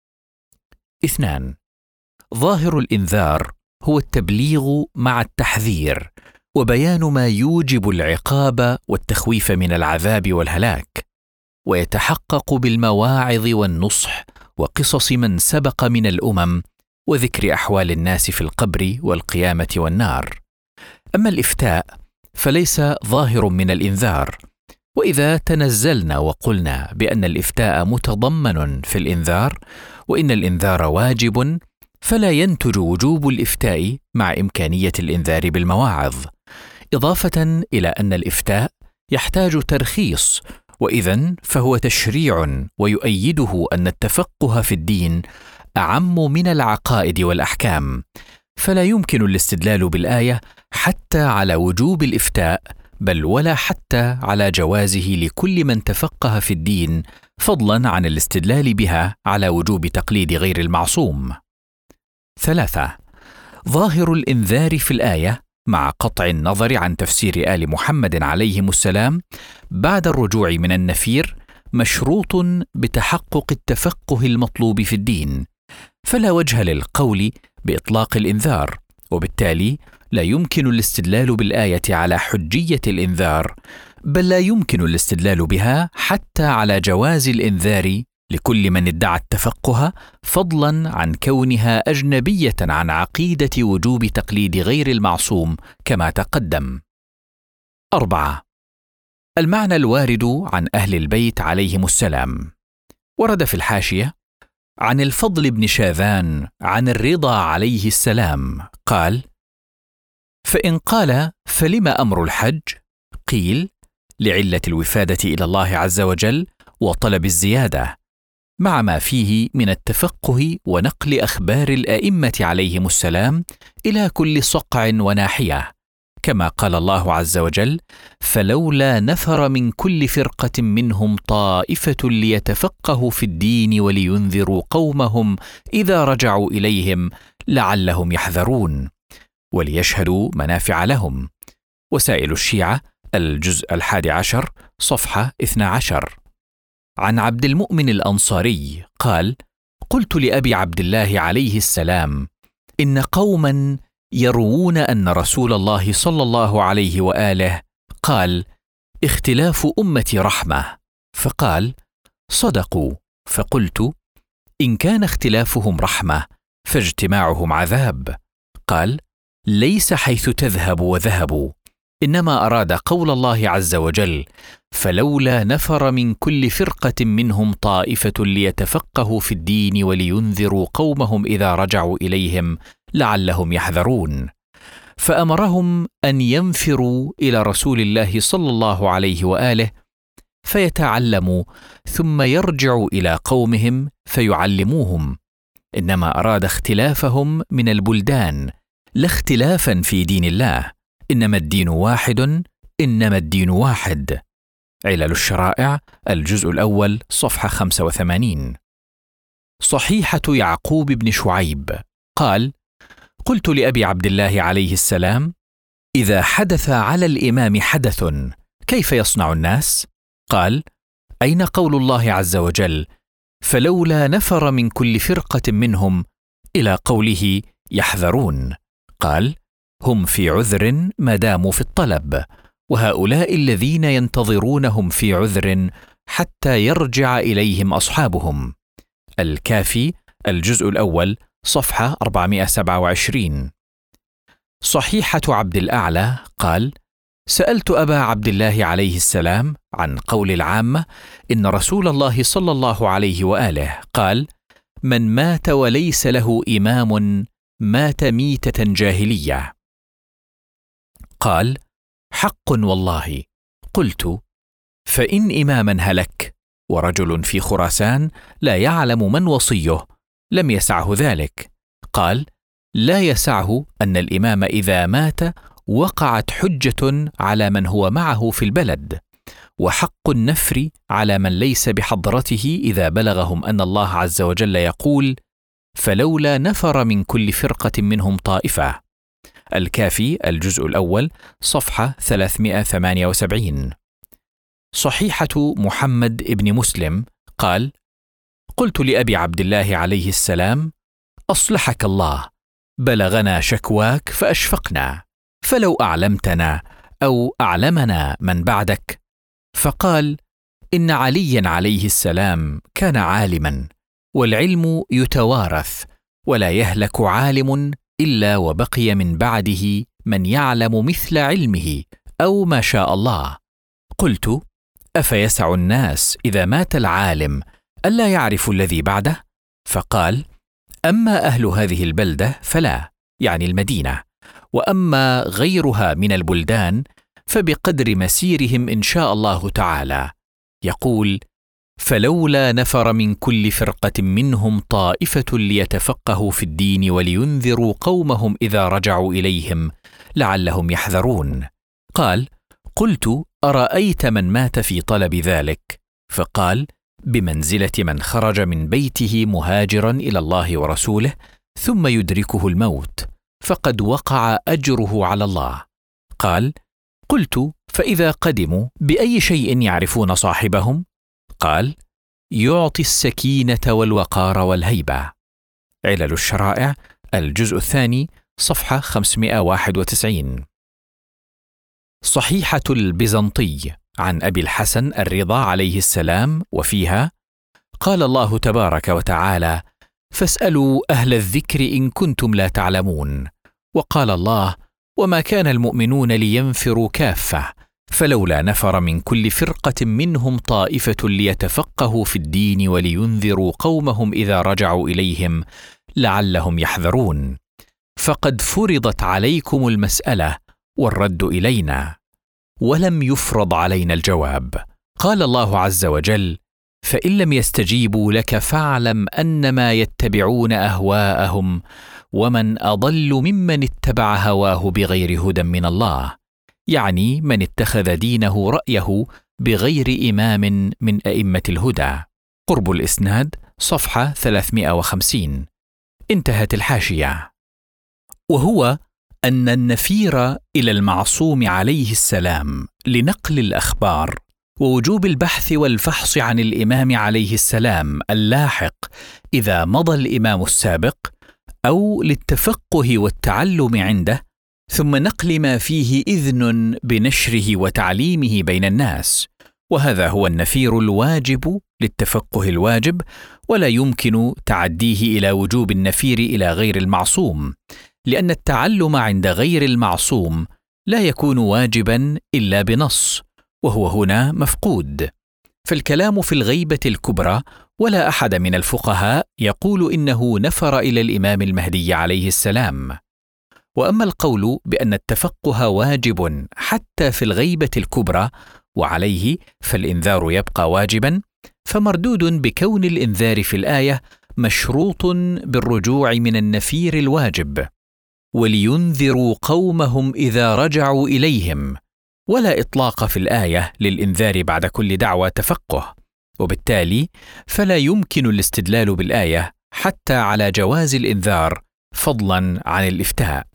اثنان. ظاهر الإنذار هو التبليغ مع التحذير وبيان ما يوجب العقاب والتخويف من العذاب والهلاك، ويتحقق بالمواعظ والنصح وقصص من سبق من الأمم وذكر أحوال الناس في القبر والقيامة والنار. أما الإفتاء فليس ظاهر من الإنذار، وإذا تنزلنا وقلنا بأن الإفتاء متضمن في الإنذار وإن الإنذار واجب، فلا ينتج وجوب الإفتاء مع إمكانية الإنذار بالمواعظ، إضافة إلى أن الإفتاء يحتاج ترخيص، وإذن فهو تشريع، ويؤيده أن التفقه في الدين أعم من العقائد والأحكام، فلا يمكن الاستدلال بالآية حتى على وجوب الإفتاء، بل ولا حتى على جوازه لكل من تفقه في الدين، فضلاً عن الاستدلال بها على وجوب تقليد غير المعصوم. ثلاثة. ظاهر الإنذار في الآية مع قطع النظر عن تفسير آل محمد عليهم السلام بعد الرجوع من النفير مشروط بتحقق التفقه المطلوب في الدين، فلا وجه للقول بإطلاق الإنذار، وبالتالي لا يمكن الاستدلال بالآية على حجية الإنذار، بل لا يمكن الاستدلال بها حتى على جواز الإنذار لكل من ادعى التفقه، فضلاً عن كونها أجنبية عن عقيدة وجوب تقليد غير المعصوم كما تقدم. أربعة. المعنى الوارد عن أهل البيت عليهم السلام. ورد في الحاشية عن الفضل بن شاذان عن الرضا عليه السلام قال: فإن قال فلم أمر الحج؟ قيل: لعلة الوفادة إلى الله عز وجل وطلب الزيادة، مع ما فيه من التفقه ونقل أخبار الأئمة عليهم السلام إلى كل صقع وناحية، كما قال الله عز وجل: فلولا نفر من كل فرقة منهم طائفة ليتفقهوا في الدين ولينذروا قومهم إذا رجعوا إليهم لعلهم يحذرون وليشهدوا منافع لهم. وسائل الشيعة الجزء الحادي عشر صفحة اثنا عشر. عن عبد المؤمن الأنصاري قال: قلت لأبي عبد الله عليه السلام: إن قوما يروون أن رسول الله صلى الله عليه وآله قال: اختلاف أمتي رحمة. فقال: صدقوا. فقلت: إن كان اختلافهم رحمة فاجتماعهم عذاب. قال: ليس حيث تذهب وذهبوا، إنما أراد قول الله عز وجل: فلولا نفر من كل فرقة منهم طائفة ليتفقهوا في الدين ولينذروا قومهم إذا رجعوا إليهم لعلهم يحذرون. فأمرهم أن ينفروا إلى رسول الله صلى الله عليه وآله فيتعلموا ثم يرجعوا إلى قومهم فيعلموهم، إنما أراد اختلافهم من البلدان لا اختلافا في دين الله، إنما الدين واحد إنما الدين واحد. علل الشرائع الجزء الأول صفحة خمسة وثمانين. صحيحة يعقوب بن شعيب قال: قلت لأبي عبد الله عليه السلام: إذا حدث على الإمام حدث كيف يصنع الناس؟ قال: أين قول الله عز وجل: فلولا نفر من كل فرقة منهم إلى قوله يحذرون؟ قال: هم في عذر ما داموا في الطلب، وهؤلاء الذين ينتظرونهم في عذر حتى يرجع إليهم أصحابهم. الكافي الجزء الأول صفحة أربعمائة وسبعة وعشرين. صحيحة عبد الأعلى قال: سألت أبا عبد الله عليه السلام عن قول العامة إن رسول الله صلى الله عليه وآله قال: من مات وليس له إمام مات ميتة جاهلية. قال: حق والله. قلت: فإن إماما هلك ورجل في خراسان لا يعلم من وصيه لم يسعه ذلك. قال: لا يسعه أن الإمام إذا مات وقعت حجة على من هو معه في البلد، وحق النفر على من ليس بحضرته إذا بلغهم أن الله عز وجل يقول: فلولا نفر من كل فرقة منهم طائفة. الكافي الجزء الأول صفحة ثلاثمائة وثمانية وسبعين. صحيحة محمد ابن مسلم قال: قلت لأبي عبد الله عليه السلام: أصلحك الله، بلغنا شكواك فأشفقنا، فلو أعلمتنا أو أعلمنا من بعدك. فقال: إن عليا عليه السلام كان عالما، والعلم يتوارث، ولا يهلك عالم إلا وبقي من بعده من يعلم مثل علمه أو ما شاء الله. قلت: أفيسع الناس إذا مات العالم ألا يعرفوا الذي بعده؟ فقال: أما أهل هذه البلدة فلا، يعني المدينة، وأما غيرها من البلدان فبقدر مسيرهم إن شاء الله تعالى. يقول: فلولا نفر من كل فرقة منهم طائفة ليتفقهوا في الدين ولينذروا قومهم إذا رجعوا إليهم لعلهم يحذرون. قال: قلت: أرأيت من مات في طلب ذلك؟ فقال: بمنزلة من خرج من بيته مهاجرا إلى الله ورسوله ثم يدركه الموت، فقد وقع أجره على الله. قال: قلت: فإذا قدموا بأي شيء يعرفون صاحبهم؟ قال: يعطي السكينة والوقار والهيبة. علل الشرائع الجزء الثاني صفحة خمسمائة وواحد وتسعين. صحيحة البيزنطي عن أبي الحسن الرضا عليه السلام، وفيها: قال الله تبارك وتعالى: فاسألوا أهل الذكر إن كنتم لا تعلمون. وقال الله: وما كان المؤمنون لينفروا كافة، فلولا نفر من كل فرقة منهم طائفة ليتفقهوا في الدين ولينذروا قومهم إذا رجعوا إليهم لعلهم يحذرون. فقد فرضت عليكم المسألة والرد إلينا، ولم يفرض علينا الجواب. قال الله عز وجل: فإن لم يستجيبوا لك فاعلم أنما يتبعون أهواءهم ومن أضل ممن اتبع هواه بغير هدى من الله، يعني من اتخذ دينه رأيه بغير إمام من أئمة الهدى. قرب الإسناد صفحة ثلاثمائة وخمسين. انتهت الحاشية. وهو أن النفير إلى المعصوم عليه السلام لنقل الأخبار ووجوب البحث والفحص عن الإمام عليه السلام اللاحق إذا مضى الإمام السابق، أو للتفقه والتعلم عنده، ثم نقل ما فيه إذن بنشره وتعليمه بين الناس، وهذا هو النفير الواجب للتفقه الواجب، ولا يمكن تعديه إلى وجوب النفير إلى غير المعصوم، لأن التعلم عند غير المعصوم لا يكون واجبا إلا بنص، وهو هنا مفقود. فالكلام في الغيبة الكبرى، ولا أحد من الفقهاء يقول إنه نفر إلى الإمام المهدي عليه السلام. وأما القول بأن التفقه واجب حتى في الغيبة الكبرى وعليه فالإنذار يبقى واجبا، فمردود بكون الإنذار في الآية مشروط بالرجوع من النفير الواجب، ولينذروا قومهم إذا رجعوا إليهم، ولا إطلاق في الآية للإنذار بعد كل دعوى تفقه، وبالتالي فلا يمكن الاستدلال بالآية حتى على جواز الإنذار فضلا عن الإفتاء.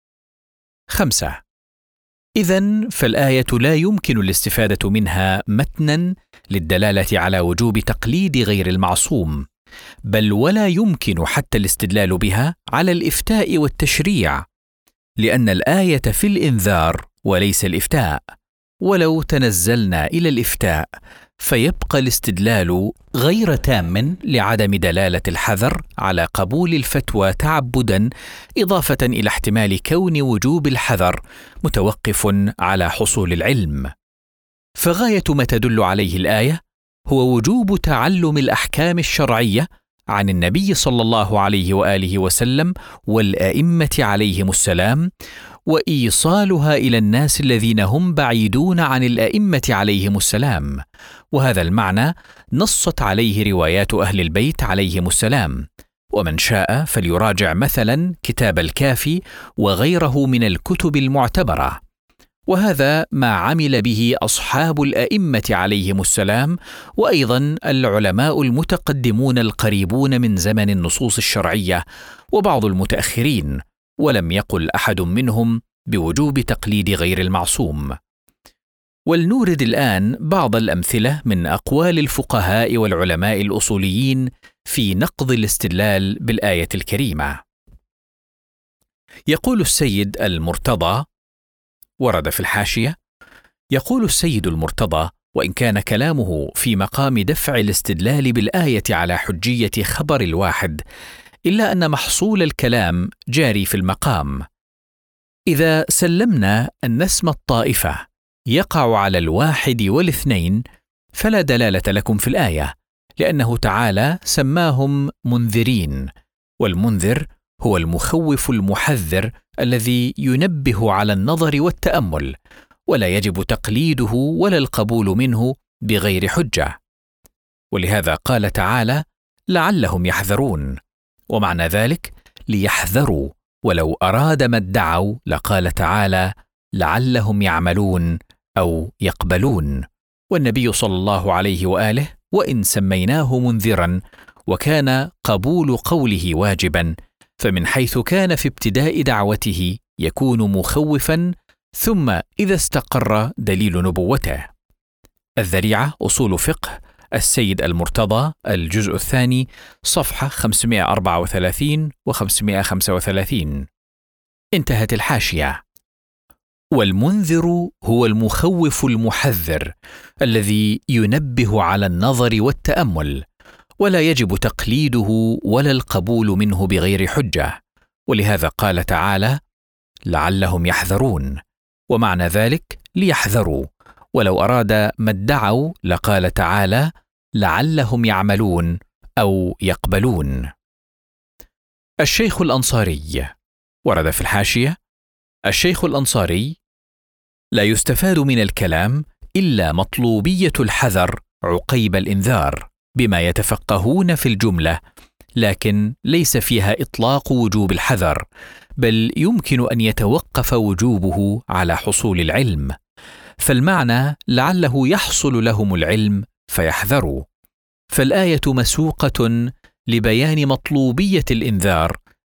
خمسة. إذن فالآية لا يمكن الاستفادة منها متنا للدلالة على وجوب تقليد غير المعصوم، بل ولا يمكن حتى الاستدلال بها على الإفتاء والتشريع، لأن الآية في الإنذار وليس الإفتاء، ولو تنزلنا إلى الإفتاء فيبقى الاستدلال غير تام لعدم دلالة الحذر على قبول الفتوى تعبدا، إضافة إلى احتمال كون وجوب الحذر متوقف على حصول العلم. فغاية ما تدل عليه الآية هو وجوب تعلم الأحكام الشرعية عن النبي صلى الله عليه وآله وسلم والأئمة عليهم السلام، وإيصالها إلى الناس الذين هم بعيدون عن الأئمة عليهم السلام، وهذا المعنى نصت عليه روايات أهل البيت عليهم السلام. ومن شاء فليراجع مثلا كتاب الكافي وغيره من الكتب المعتبرة، وهذا ما عمل به أصحاب الأئمة عليهم السلام، وأيضا العلماء المتقدمون القريبون من زمن النصوص الشرعية وبعض المتأخرين، ولم يقل أحد منهم بوجوب تقليد غير المعصوم. ولنورد الآن بعض الأمثلة من أقوال الفقهاء والعلماء الأصوليين في نقض الاستدلال بالآية الكريمة. يقول السيد المرتضى، ورد في الحاشية: يقول السيد المرتضى: وإن كان كلامه في مقام دفع الاستدلال بالآية على حجية خبر الواحد، إلا أن محصول الكلام جاري في المقام. إذا سلمنا أن اسم الطائفة يقع على الواحد والاثنين، فلا دلالة لكم في الآية، لأنه تعالى سماهم منذرين، والمنذر هو المخوف المحذر الذي ينبه على النظر والتأمل، ولا يجب تقليده ولا القبول منه بغير حجة. ولهذا قال تعالى: لعلهم يحذرون، ومعنى ذلك ليحذروا، ولو أراد ما ادعوا لقال تعالى: لعلهم يعملون أو يقبلون. والنبي صلى الله عليه وآله وإن سميناه منذرا وكان قبول قوله واجبا، فمن حيث كان في ابتداء دعوته يكون مخوفا، ثم إذا استقر دليل نبوته. الذريعة أصول فقه السيد المرتضى، الجزء الثاني، صفحة خمسمائة وأربعة وثلاثين و خمسمائة وخمسة وثلاثين. انتهت الحاشية. والمنذر هو المخوف المحذر الذي ينبه على النظر والتأمل، ولا يجب تقليده ولا القبول منه بغير حجة. ولهذا قال تعالى: لعلهم يحذرون، ومعنى ذلك ليحذروا، ولو أراد ما ادعوا لقال تعالى: لعلهم يعملون أو يقبلون. الشيخ الأنصاري، ورد في الحاشية: الشيخ الأنصاري: لا يستفاد من الكلام إلا مطلوبية الحذر عقيب الإنذار بما يتفقهون في الجملة، لكن ليس فيها إطلاق وجوب الحذر، بل يمكن أن يتوقف وجوبه على حصول العلم، فالمعنى لعله يحصل لهم العلم فيحذروا. فالآية مسوقة لبيان مطلوبية الإنذار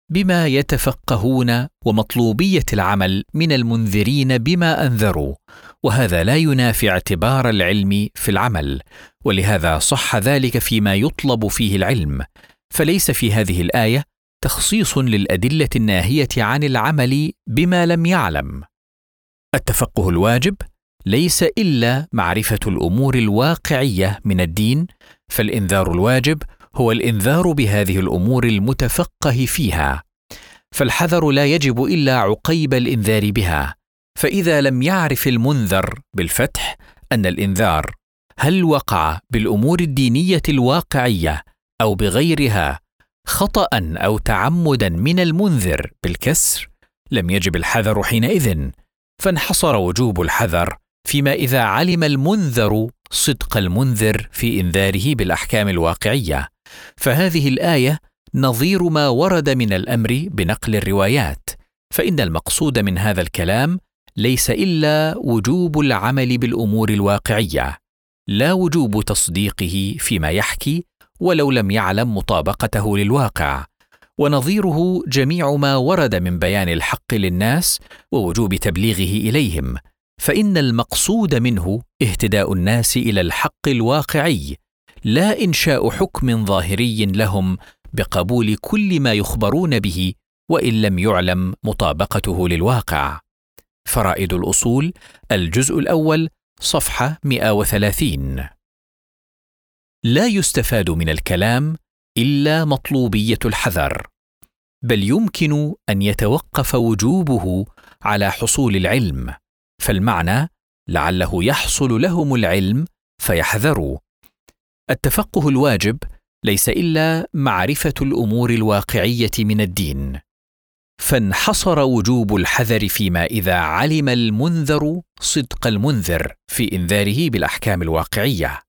بما يتفقهون ومطلوبية العمل من المنذرين بما أنذروا، وهذا لا ينافي اعتبار العلم في العمل، ولهذا صح ذلك فيما يطلب فيه العلم، فليس في هذه الآية تخصيص للأدلة الناهية عن العمل بما لم يعلم. التفقه الواجب ليس إلا معرفة الأمور الواقعية من الدين، فالإنذار الواجب هو الإنذار بهذه الأمور المتفقه فيها، فالحذر لا يجب إلا عقيب الإنذار بها. فإذا لم يعرف المنذر بالفتح أن الإنذار هل وقع بالأمور الدينية الواقعية أو بغيرها خطأ أو تعمدا من المنذر بالكسر، لم يجب الحذر حينئذ، فانحصر وجوب الحذر فيما إذا علم المنذر صدق المنذر في إنذاره بالأحكام الواقعية. فهذه الآية نظير ما ورد من الأمر بنقل الروايات، فإن المقصود من هذا الكلام ليس إلا وجوب العمل بالأمور الواقعية، لا وجوب تصديقه فيما يحكي ولو لم يعلم مطابقته للواقع، ونظيره جميع ما ورد من بيان الحق للناس ووجوب تبليغه إليهم، فإن المقصود منه اهتداء الناس إلى الحق الواقعي، لا إنشاء حكم ظاهري لهم بقبول كل ما يخبرون به وإن لم يعلم مطابقته للواقع. فرائد الأصول الجزء الأول صفحة مئة وثلاثين. لا يستفاد من الكلام إلا مطلوبية الحذر، بل يمكن أن يتوقف وجوبه على حصول العلم، فالمعنى لعله يحصل لهم العلم فيحذروا. التفقه الواجب ليس إلا معرفة الأمور الواقعية من الدين، فانحصر وجوب الحذر فيما إذا علم المنذر صدق المنذر في إنذاره بالأحكام الواقعية.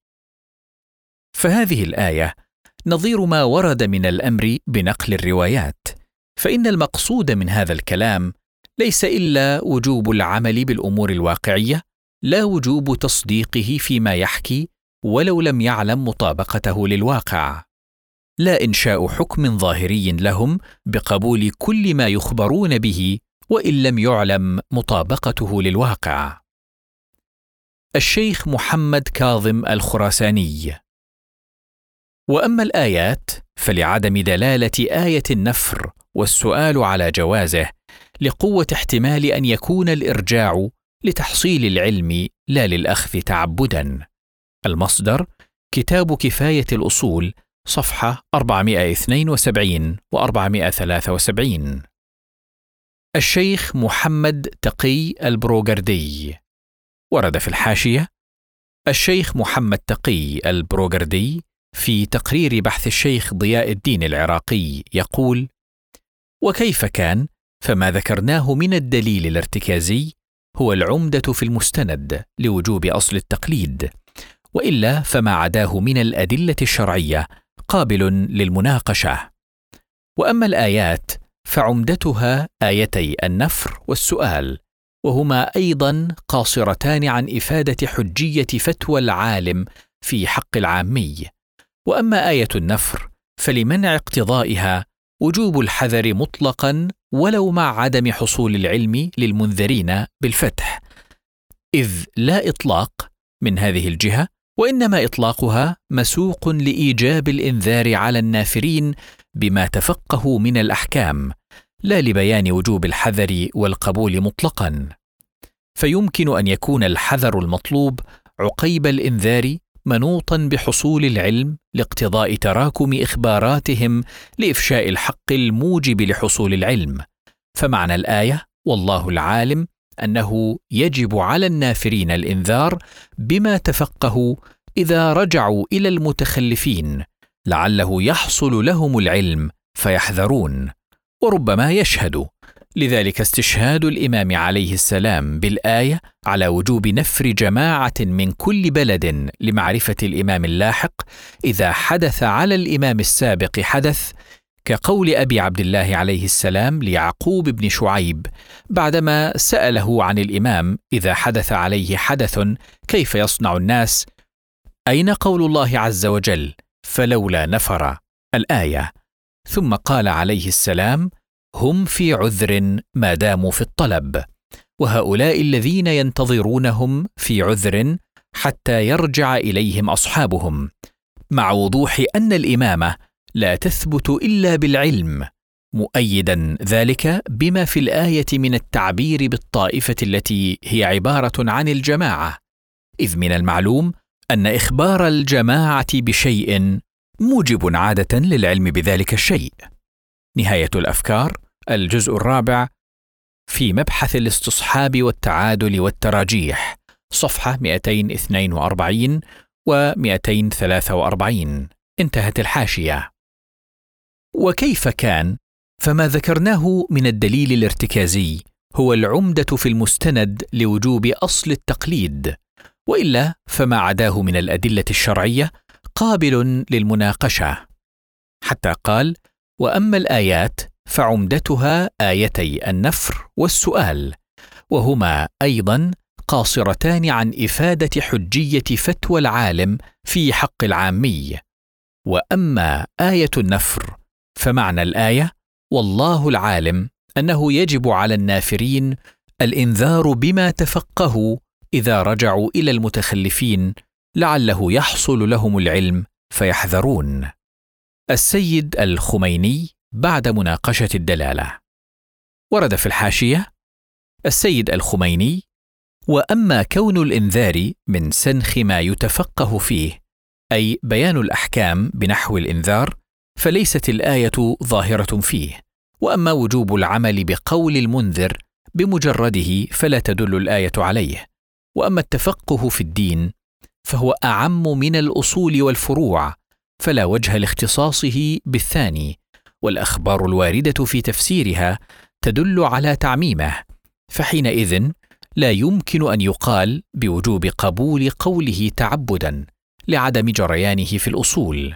فهذه الآية نظير ما ورد من الأمر بنقل الروايات، فإن المقصود من هذا الكلام ليس إلا وجوب العمل بالأمور الواقعية، لا وجوب تصديقه فيما يحكي ولو لم يعلم مطابقته للواقع، لا إنشاء حكم ظاهري لهم بقبول كل ما يخبرون به وإن لم يعلم مطابقته للواقع. الشيخ محمد كاظم الخراساني: وأما الآيات فلعدم دلالة آية النفر والسؤال على جوازه، لقوة احتمال أن يكون الإرجاع لتحصيل العلم لا للأخذ تعبدا. المصدر: كتاب كفاية الأصول، صفحة أربعمئة واثنين وسبعين و أربعمئة وثلاثة وسبعين. الشيخ محمد تقي البروغردي ورد في الحاشية: الشيخ محمد تقي البروغردي في تقرير بحث الشيخ ضياء الدين العراقي يقول: وكيف كان، فما ذكرناه من الدليل الارتكازي هو العمدة في المستند لوجوب أصل التقليد، وإلا فما عداه من الأدلة الشرعية قابل للمناقشة. وأما الآيات فعمدتها آيتي النفر والسؤال، وهما أيضا قاصرتان عن إفادة حجية فتوى العالم في حق العامي. وأما آية النفر فلمنع اقتضائها وجوب الحذر مطلقا ولو مع عدم حصول العلم للمنذرين بالفتح، إذ لا إطلاق من هذه الجهة، وإنما إطلاقها مسوق لإيجاب الإنذار على النافرين بما تفقهوا من الأحكام، لا لبيان وجوب الحذر والقبول مطلقا. فيمكن أن يكون الحذر المطلوب عقيب الإنذار منوطا بحصول العلم لاقتضاء تراكم إخباراتهم لإفشاء الحق الموجب لحصول العلم. فمعنى الآية والله العالم أنه يجب على النافرين الإنذار بما تفقهوا إذا رجعوا إلى المتخلفين لعله يحصل لهم العلم فيحذرون، وربما يشهدوا. لذلك استشهاد الإمام عليه السلام بالآية على وجوب نفر جماعة من كل بلد لمعرفة الإمام اللاحق إذا حدث على الإمام السابق حدث، كقول أبي عبد الله عليه السلام ليعقوب بن شعيب بعدما سأله عن الإمام إذا حدث عليه حدث كيف يصنع الناس: أين قول الله عز وجل فلولا نفر الآية؟ ثم قال عليه السلام: هم في عذر ما داموا في الطلب، وهؤلاء الذين ينتظرونهم في عذر حتى يرجع إليهم أصحابهم، مع وضوح أن الإمامة لا تثبت إلا بالعلم، مؤيدا ذلك بما في الآية من التعبير بالطائفة التي هي عبارة عن الجماعة، إذ من المعلوم أن إخبار الجماعة بشيء موجب عادة للعلم بذلك الشيء. نهاية الأفكار، الجزء الرابع، في مبحث الاستصحاب والتعادل والتراجيح، صفحة مئتين واثنين وأربعين و مئتين وثلاثة وأربعين. انتهت الحاشية. وكيف كان؟ فما ذكرناه من الدليل الارتكازي هو العمدة في المستند لوجوب أصل التقليد، وإلا فما عداه من الأدلة الشرعية قابل للمناقشة. حتى قال: وأما الآيات فعمدتها آيتي النفر والسؤال، وهما أيضا قاصرتان عن إفادة حجية فتوى العالم في حق العامي. وأما آية النفر فمعنى الآية: والله العالم أنه يجب على النافرين الإنذار بما تفقهوا إذا رجعوا إلى المتخلفين لعله يحصل لهم العلم فيحذرون. السيد الخميني بعد مناقشة الدلالة. ورد في الحاشية: السيد الخميني: وأما كون الإنذار من سنخ ما يتفقه فيه، أي بيان الأحكام بنحو الإنذار، فليست الآية ظاهرة فيه. وأما وجوب العمل بقول المنذر بمجرده فلا تدل الآية عليه. وأما التفقه في الدين فهو أعم من الأصول والفروع، فلا وجه لاختصاصه بالثاني، والأخبار الواردة في تفسيرها تدل على تعميمه، فحينئذ لا يمكن أن يقال بوجوب قبول قوله تعبدا لعدم جريانه في الأصول.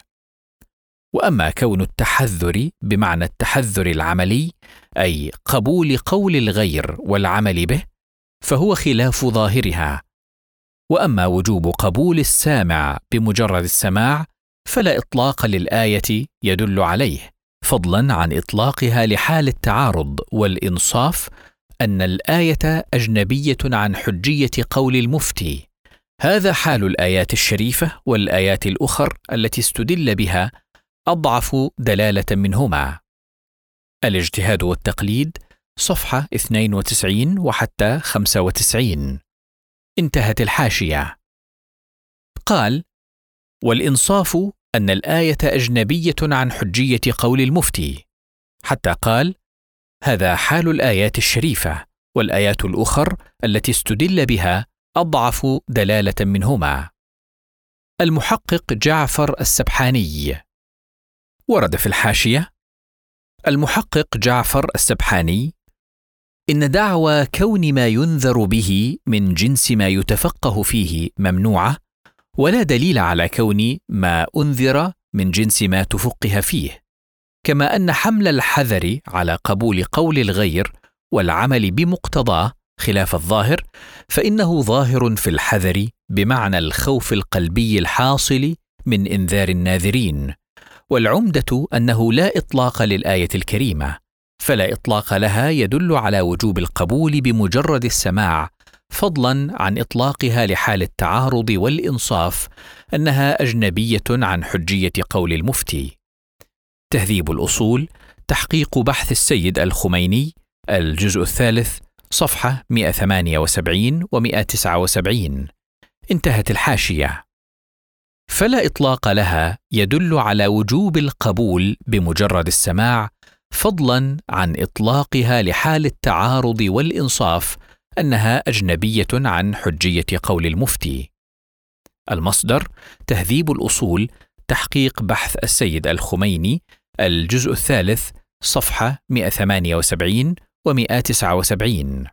وأما كون التحذر بمعنى التحذر العملي، أي قبول قول الغير والعمل به، فهو خلاف ظاهرها. وأما وجوب قبول السامع بمجرد السماع فلا إطلاق للآية يدل عليه، فضلا عن إطلاقها لحال التعارض والإنصاف، أن الآية أجنبية عن حجية قول المفتي. هذا حال الآيات الشريفة، والآيات الأخر التي استدل بها أضعف دلالة منهما. الاجتهاد والتقليد، صفحة اثنين وتسعين وحتى خمسة وتسعين. انتهت الحاشية. قال: والإنصاف أن الآية أجنبية عن حجية قول المفتي. حتى قال: هذا حال الآيات الشريفة، والآيات الأخر التي استدل بها أضعف دلالة منهما. المحقق جعفر السبحاني. ورد في الحاشية: المحقق جعفر السبحاني: إن دعوى كون ما ينذر به من جنس ما يتفقه فيه ممنوعة، ولا دليل على كون ما أنذر من جنس ما تفقه فيه، كما أن حمل الحذر على قبول قول الغير والعمل بمقتضاه خلاف الظاهر، فإنه ظاهر في الحذر بمعنى الخوف القلبي الحاصل من إنذار الناذرين. والعمدة أنه لا إطلاق للآية الكريمة، فلا إطلاق لها يدل على وجوب القبول بمجرد السماع، فضلا عن إطلاقها لحال التعارض والإنصاف أنها أجنبية عن حجية قول المفتي. تهذيب الأصول، تحقيق بحث السيد الخميني، الجزء الثالث، صفحة مئة وثمانية وسبعين و مئة وتسعة وسبعين. انتهت الحاشية. فلا إطلاق لها يدل على وجوب القبول بمجرد السماع، فضلا عن إطلاقها لحال التعارض والإنصاف أنها أجنبية عن حجية قول المفتي. المصدر: تهذيب الأصول، تحقيق بحث السيد الخميني، الجزء الثالث، صفحة مئة وثمانية وسبعين و مئة وتسعة وسبعين.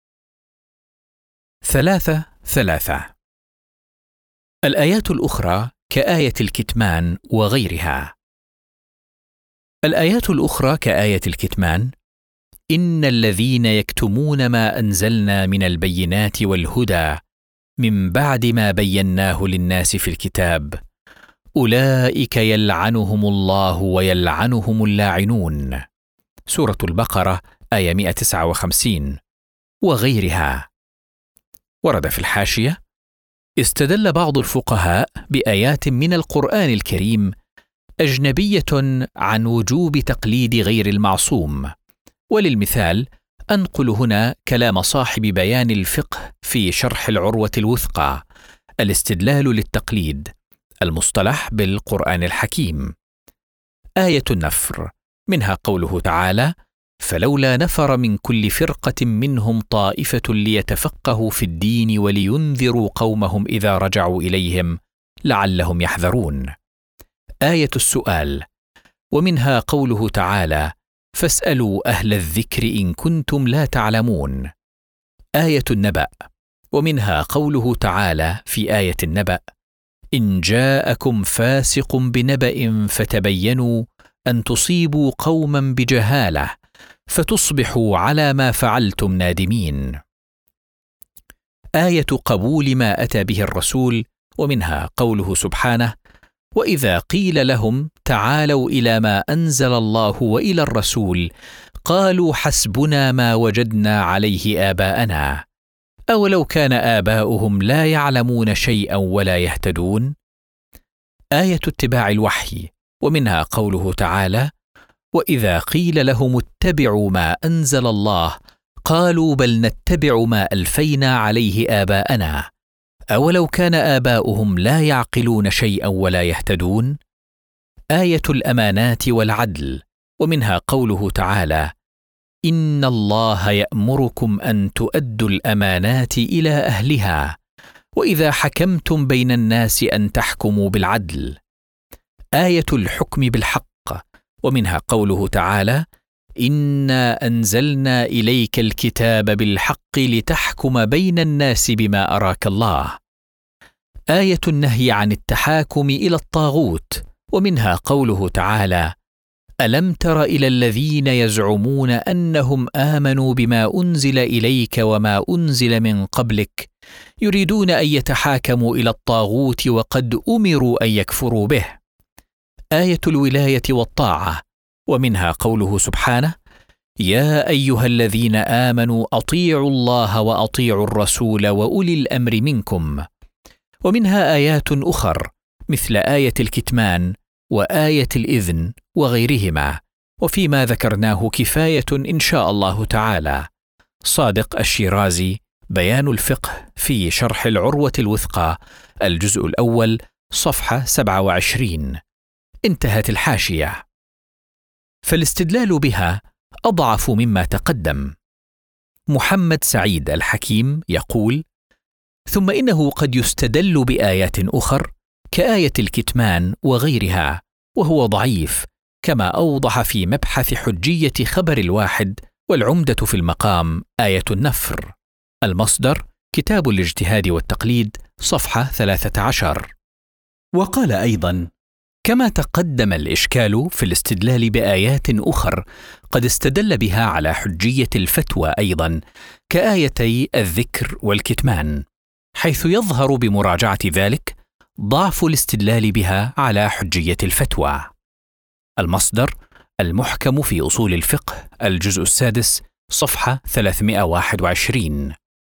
ثلاثة ثلاثة. الآيات الأخرى كآية الكتمان وغيرها. الآيات الأخرى كآية الكتمان: إن الذين يكتمون ما أنزلنا من البينات والهدى من بعد ما بيناه للناس في الكتاب أولئك يلعنهم الله ويلعنهم اللاعنون. سورة البقرة آية مئة وتسعة وخمسين وغيرها. ورد في الحاشية: استدل بعض الفقهاء بآيات من القرآن الكريم أجنبية عن وجوب تقليد غير المعصوم. وللمثال أنقل هنا كلام صاحب بيان الفقه في شرح العروة الوثقى: الاستدلال للتقليد، المصطلح بالقرآن الحكيم. آية النفر منها قوله تعالى: فلولا نفر من كل فرقة منهم طائفة ليتفقهوا في الدين ولينذروا قومهم إذا رجعوا إليهم لعلهم يحذرون. آية السؤال ومنها قوله تعالى: فاسألوا أهل الذكر إن كنتم لا تعلمون. آية النبأ ومنها قوله تعالى في آية النبأ: إن جاءكم فاسق بنبأ فتبينوا أن تصيبوا قوما بجهالة فتصبحوا على ما فعلتم نادمين. آية قبول ما أتى به الرسول ومنها قوله سبحانه: وإذا قيل لهم تعالوا إلى ما أنزل الله وإلى الرسول قالوا حسبنا ما وجدنا عليه آباءنا أولو كان آباؤهم لا يعلمون شيئا ولا يهتدون. آية اتباع الوحي ومنها قوله تعالى: وإذا قيل لهم اتبعوا ما أنزل الله قالوا بل نتبع ما ألفينا عليه آباءنا أولو كان آباؤهم لا يعقلون شيئا ولا يهتدون. آية الأمانات والعدل ومنها قوله تعالى: إن الله يأمركم أن تؤدوا الأمانات إلى أهلها وإذا حكمتم بين الناس أن تحكموا بالعدل. آية الحكم بالحق ومنها قوله تعالى: إنا أنزلنا إليك الكتاب بالحق لتحكم بين الناس بما أراك الله. آية النهي عن التحاكم إلى الطاغوت ومنها قوله تعالى: ألم تر إلى الذين يزعمون أنهم آمنوا بما أنزل إليك وما أنزل من قبلك يريدون أن يتحاكموا إلى الطاغوت وقد أمروا أن يكفروا به. آية الولاية والطاعة ومنها قوله سبحانه: يا أيها الذين آمنوا أطيعوا الله وأطيعوا الرسول وأولي الأمر منكم. ومنها آيات أخر مثل آية الكتمان وآية الإذن وغيرهما، وفيما ذكرناه كفاية إن شاء الله تعالى. صادق الشيرازي بيان الفقه في شرح العروة الوثقى الجزء الأول صفحة سبعة وعشرين. انتهت الحاشية. فالاستدلال بها أضعف مما تقدم. محمد سعيد الحكيم يقول: ثم إنه قد يستدل بآيات أخر كآية الكتمان وغيرها وهو ضعيف، كما أوضح في مبحث حجية خبر الواحد والعمدة في المقام آية النفر. المصدر كتاب الاجتهاد والتقليد صفحة ثلاثة عشر. وقال أيضا: كما تقدم الإشكال في الاستدلال بآيات أخر قد استدل بها على حجية الفتوى أيضا كآيتي الذكر والكتمان، حيث يظهر بمراجعة ذلك ضعف الاستدلال بها على حجية الفتوى. المصدر المحكم في أصول الفقه الجزء السادس صفحة ثلاثمائة وواحد وعشرين.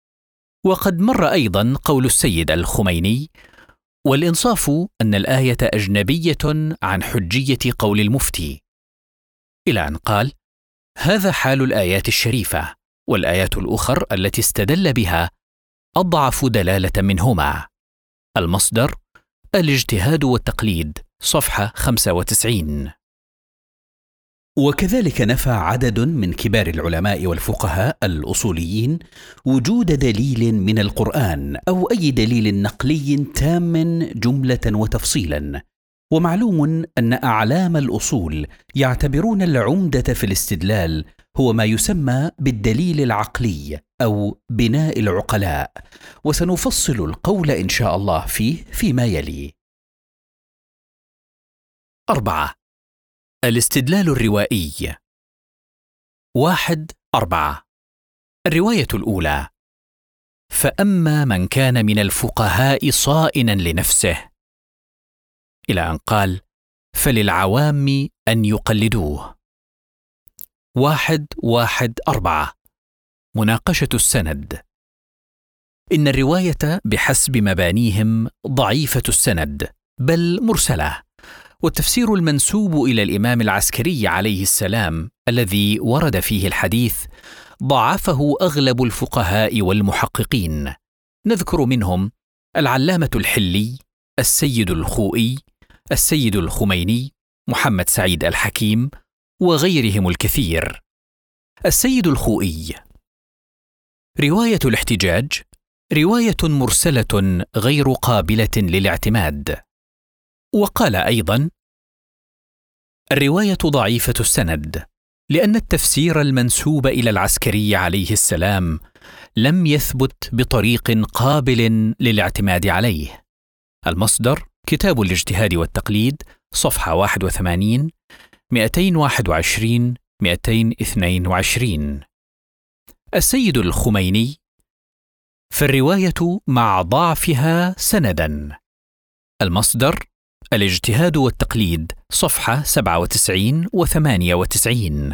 وقد مر أيضا قول السيد الخميني: والإنصاف أن الآية أجنبية عن حجية قول المفتي، إلى أن قال: هذا حال الآيات الشريفة، والآيات الأخر التي استدل بها أضعف دلالة منهما. المصدر الاجتهاد والتقليد صفحة خمسة وتسعين. وكذلك نفى عدد من كبار العلماء والفقهاء الأصوليين وجود دليل من القرآن أو أي دليل نقلي تام جملة وتفصيلا. ومعلوم أن أعلام الأصول يعتبرون العمدة في الاستدلال هو ما يسمى بالدليل العقلي أو بناء العقلاء، وسنفصل القول إن شاء الله فيه فيما يلي. أربعة: الاستدلال الروائي. واحد أربعة. الرواية الأولى: فأما من كان من الفقهاء صائنا لنفسه، إلى أن قال: فللعوام أن يقلدوه. واحد واحد أربعة. مناقشة السند. إن الرواية بحسب مبانيهم ضعيفة السند بل مرسلة، والتفسير المنسوب إلى الإمام العسكري عليه السلام الذي ورد فيه الحديث ضعفه أغلب الفقهاء والمحققين. نذكر منهم العلامة الحلي، السيد الخوئي، السيد الخميني، محمد سعيد الحكيم، وغيرهم الكثير. السيد الخوئي: رواية الاحتجاج رواية مرسلة غير قابلة للاعتماد. وقال أيضا: الرواية ضعيفة السند لأن التفسير المنسوب إلى العسكري عليه السلام لم يثبت بطريق قابل للاعتماد عليه. المصدر: كتاب الاجتهاد والتقليد، صفحة واحد وثمانين، مئتين وواحد وعشرين، مئتين واثنين وعشرين. السيد الخميني: فالرواية مع ضعفها سندا. المصدر: الاجتهاد والتقليد، صفحة سبعة وتسعين وثمانية وتسعين.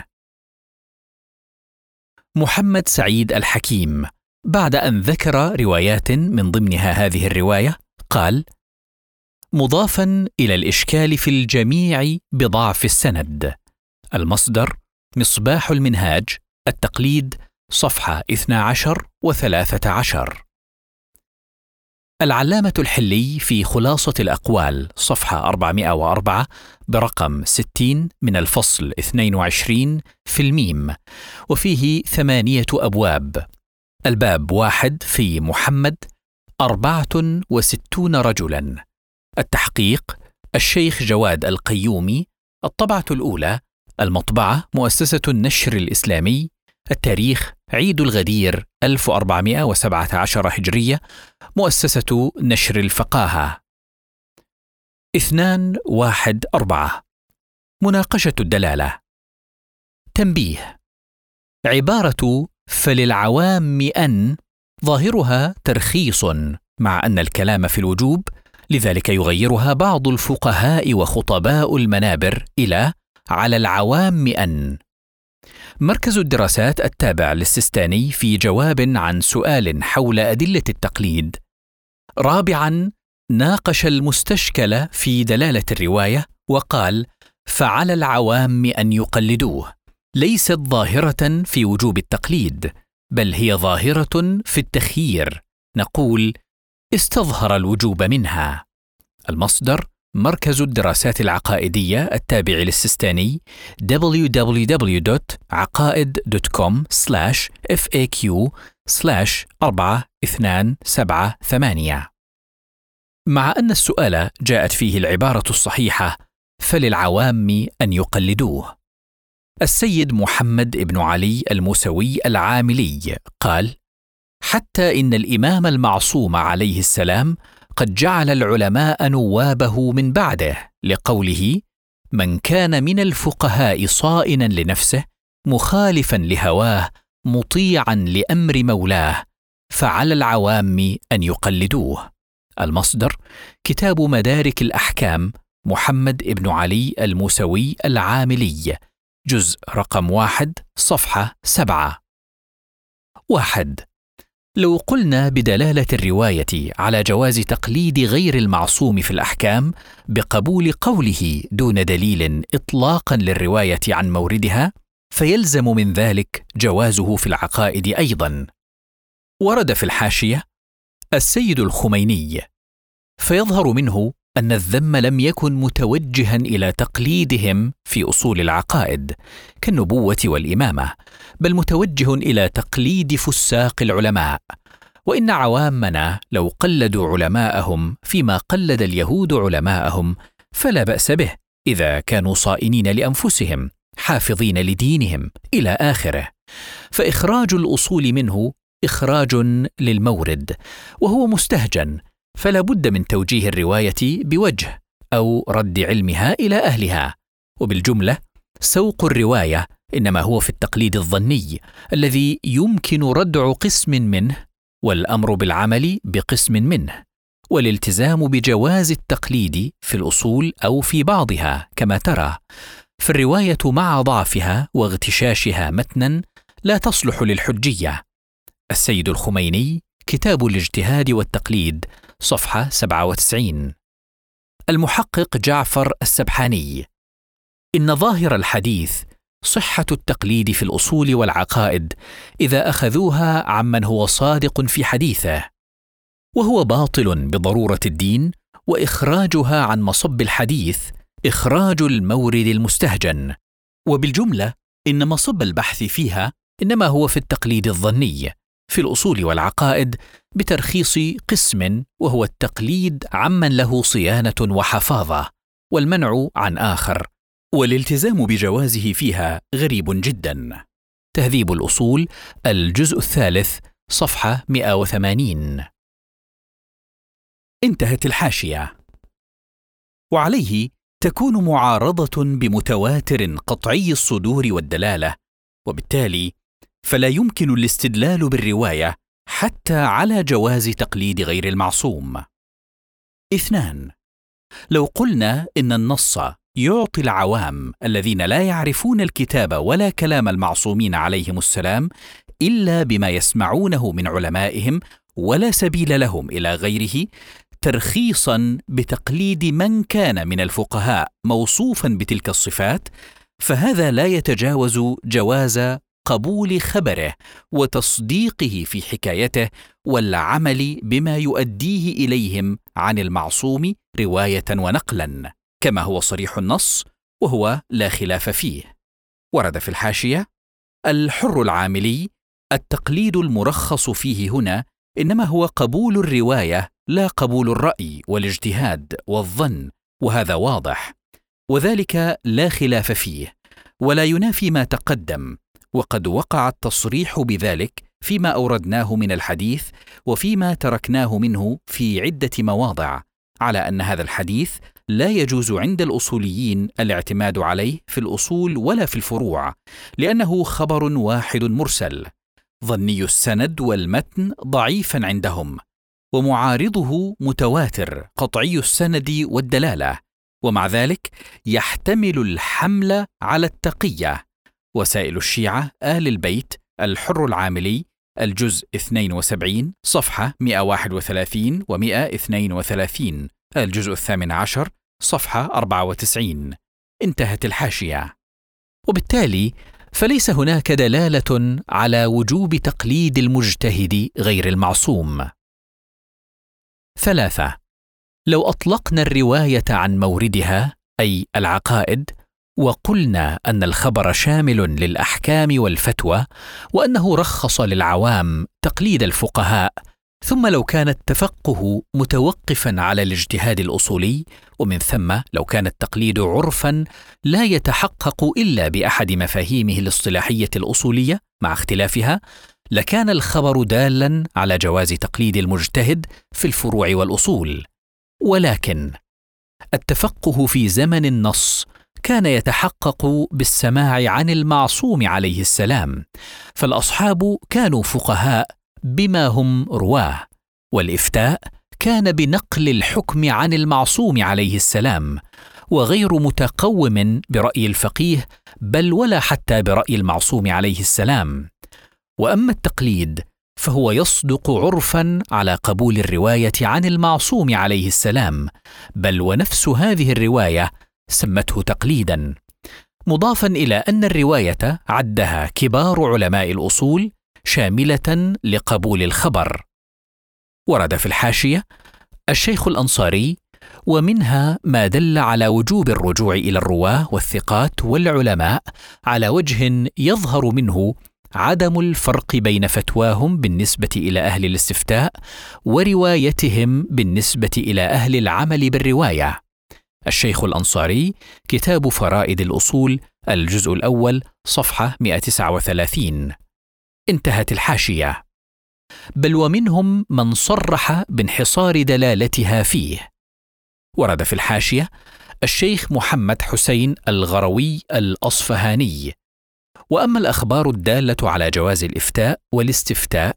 محمد سعيد الحكيم بعد أن ذكر روايات من ضمنها هذه الرواية قال: مضافا إلى الإشكال في الجميع بضعف السند. المصدر: مصباح المنهاج، التقليد، صفحة اثنا عشر وثلاثة عشر. العلامة الحلي في خلاصة الأقوال، صفحة أربعمائة وأربعة برقم ستين من الفصل اثنين وعشرين في الميم، وفيه ثمانية أبواب. الباب واحد في محمد أربعة وستون رجلا. التحقيق: الشيخ جواد القيومي. الطبعة الأولى، المطبعة مؤسسة النشر الإسلامي. التاريخ: عيد الغدير ألف وأربعمائة وسبعة عشر هجرية، مؤسسة نشر الفقاهة. اثنان واحد أربعة. مناقشة الدلالة. تنبيه: عبارة فللعوام أن ظاهرها ترخيص مع أن الكلام في الوجوب، لذلك يغيرها بعض الفقهاء وخطباء المنابر إلى على العوام أن. مركز الدراسات التابع للسيستاني في جواب عن سؤال حول أدلة التقليد. رابعاً، ناقش المستشكل في دلالة الرواية وقال: فعلى العوام أن يقلدوه، ليست ظاهرة في وجوب التقليد، بل هي ظاهرة في التخيير، نقول استظهر الوجوب منها. المصدر: مركز الدراسات العقائدية التابع للسيستاني، دبليو دبليو دبليو دوت عقائد دوت كوم سلاش إف إيه كيو سلاش أربعة اثنان سبعة ثمانية. مع أن السؤال جاءت فيه العبارة الصحيحة فللعوام أن يقلدوه. السيد محمد بن علي الموسوي العاملي قال: حتى إن الإمام المعصوم عليه السلام قد جعل العلماء نوابه من بعده، لقوله: من كان من الفقهاء صائنا لنفسه مخالفا لهواه مطيعا لأمر مولاه فعلى العوام أن يقلدوه. المصدر: كتاب مدارك الأحكام، محمد بن علي الموسوي العاملي، جزء رقم واحد، صفحة سبعة. واحد. لو قلنا بدلالة الرواية على جواز تقليد غير المعصوم في الأحكام بقبول قوله دون دليل إطلاقا للرواية عن موردها، فيلزم من ذلك جوازه في العقائد أيضا. ورد في الحاشية السيد الخميني، فيظهر منه أن الذم لم يكن متوجها إلى تقليدهم في أصول العقائد كالنبوة والإمامة، بل متوجه إلى تقليد فساق العلماء. وإن عوامنا لو قلدوا علماءهم فيما قلد اليهود علماءهم فلا بأس به، إذا كانوا صائنين لأنفسهم حافظين لدينهم إلى آخره. فإخراج الأصول منه إخراج للمورد، وهو مستهجن، فلا بد من توجيه الرواية بوجه أو رد علمها إلى أهلها. وبالجملة سوق الرواية إنما هو في التقليد الظني الذي يمكن ردع قسم منه والأمر بالعمل بقسم منه، والالتزام بجواز التقليد في الأصول أو في بعضها كما ترى. فالرواية مع ضعفها واغتشاشها متنا لا تصلح للحجية. السيد الخميني، كتاب الاجتهاد والتقليد، صفحة سبعة وتسعين. المحقق جعفر السبحاني: إن ظاهر الحديث صحة التقليد في الأصول والعقائد إذا أخذوها عمن هو صادق في حديثه، وهو باطل بضرورة الدين، وإخراجها عن مصب الحديث إخراج المورد المستهجن. وبالجملة إن مصب البحث فيها إنما هو في التقليد الظني في الأصول والعقائد، بترخيص قسم وهو التقليد عمن له صيانة وحفاظة، والمنع عن آخر، والالتزام بجوازه فيها غريب جدا. تهذيب الأصول، الجزء الثالث، صفحة مئة وثمانين. انتهت الحاشية. وعليه تكون معارضة بمتواتر قطعي الصدور والدلالة، وبالتالي فلا يمكن الاستدلال بالرواية حتى على جواز تقليد غير المعصوم. اثنان: لو قلنا إن النص يعطي العوام الذين لا يعرفون الكتاب ولا كلام المعصومين عليهم السلام إلا بما يسمعونه من علمائهم، ولا سبيل لهم إلى غيره، ترخيصاً بتقليد من كان من الفقهاء موصوفاً بتلك الصفات، فهذا لا يتجاوز جواز قبول خبره وتصديقه في حكايته والعمل بما يؤديه إليهم عن المعصوم رواية ونقلا، كما هو صريح النص وهو لا خلاف فيه. ورد في الحاشية: الحر العاملي: التقليد المرخص فيه هنا إنما هو قبول الرواية لا قبول الرأي والاجتهاد والظن، وهذا واضح، وذلك لا خلاف فيه ولا ينافي ما تقدم، وقد وقع التصريح بذلك فيما أوردناه من الحديث وفيما تركناه منه في عدة مواضع، على أن هذا الحديث لا يجوز عند الأصوليين الاعتماد عليه في الأصول ولا في الفروع، لأنه خبر واحد مرسل ظني السند والمتن ضعيفا عندهم، ومعارضه متواتر قطعي السند والدلالة، ومع ذلك يحتمل الحمل على التقية. وسائل الشيعة آل البيت، الحر العاملي، الجزء اثنين وسبعين، صفحة مئة وواحد وثلاثين ومئة واثنين وثلاثين، الجزء الثامن عشر، صفحة أربعة وتسعين. انتهت الحاشية. وبالتالي فليس هناك دلالة على وجوب تقليد المجتهد غير المعصوم. ثلاثة: لو أطلقنا الرواية عن موردها، أي العقائد، وقلنا أن الخبر شامل للأحكام والفتوى، وأنه رخص للعوام تقليد الفقهاء، ثم لو كان التفقه متوقفاً على الاجتهاد الأصولي، ومن ثم لو كان التقليد عرفاً لا يتحقق إلا بأحد مفاهيمه الاصطلاحية الأصولية مع اختلافها، لكان الخبر دالاً على جواز تقليد المجتهد في الفروع والأصول. ولكن التفقه في زمن النص كان يتحقق بالسماع عن المعصوم عليه السلام، فالأصحاب كانوا فقهاء بما هم رواه، والإفتاء كان بنقل الحكم عن المعصوم عليه السلام، وغير متقوم برأي الفقيه بل ولا حتى برأي المعصوم عليه السلام. وأما التقليد فهو يصدق عرفاً على قبول الرواية عن المعصوم عليه السلام، بل ونفس هذه الرواية سمته تقليداً، مضافاً إلى أن الرواية عدها كبار علماء الأصول شاملة لقبول الخبر. ورد في الحاشية الشيخ الأنصاري: ومنها ما دل على وجوب الرجوع إلى الرواة والثقات والعلماء على وجه يظهر منه عدم الفرق بين فتواهم بالنسبة إلى أهل الاستفتاء وروايتهم بالنسبة إلى أهل العمل بالرواية. الشيخ الأنصاري، كتاب فرائد الأصول، الجزء الأول، صفحة مئة وتسعة وثلاثين. انتهت الحاشية. بل ومنهم من صرح بانحصار دلالتها فيه. ورد في الحاشية الشيخ محمد حسين الغروي الأصفهاني: وأما الأخبار الدالة على جواز الإفتاء والاستفتاء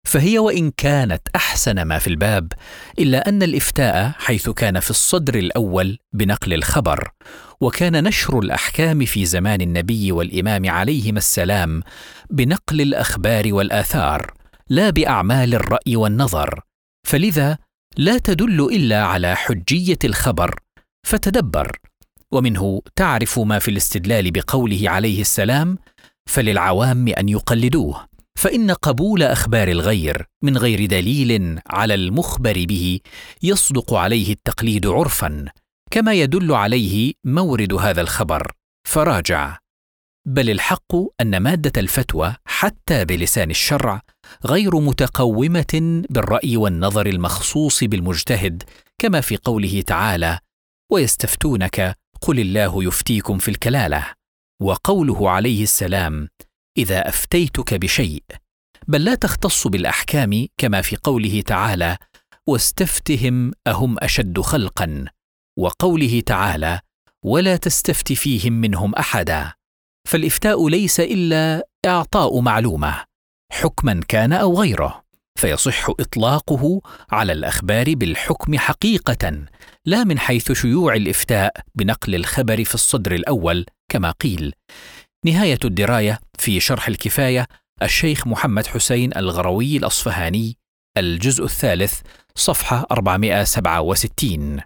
فهي وإن كانت أحسن ما في الباب، إلا أن الإفتاء حيث كان في الصدر الأول بنقل الخبر، وكان نشر الأحكام في زمان النبي والإمام عليهما السلام بنقل الأخبار والآثار، لا بأعمال الرأي والنظر، فلذا لا تدل إلا على حجية الخبر. فتدبر، ومنه تعرف ما في الاستدلال بقوله عليه السلام: فللعوام أن يقلدوه، فإن قبول أخبار الغير من غير دليل على المخبر به يصدق عليه التقليد عرفاً، كما يدل عليه مورد هذا الخبر، فراجع. بل الحق أن مادة الفتوى حتى بلسان الشرع غير متقومة بالرأي والنظر المخصوص بالمجتهد، كما في قوله تعالى: ويستفتونك قل الله يفتيكم في الكلالة، وقوله عليه السلام: إذا أفتيتك بشيء، بل لا تختص بالأحكام، كما في قوله تعالى: واستفتهم أهم أشد خلقا، وقوله تعالى: ولا تستفت فيهم منهم أحدا. فالإفتاء ليس إلا إعطاء معلومة حكما كان أو غيره، فيصح إطلاقه على الأخبار بالحكم حقيقة، لا من حيث شيوع الإفتاء بنقل الخبر في الصدر الأول، كما قيل. نهاية الدراية في شرح الكفاية، الشيخ محمد حسين الغروي الأصفهاني، الجزء الثالث، صفحة أربعمائة وسبعة وستين.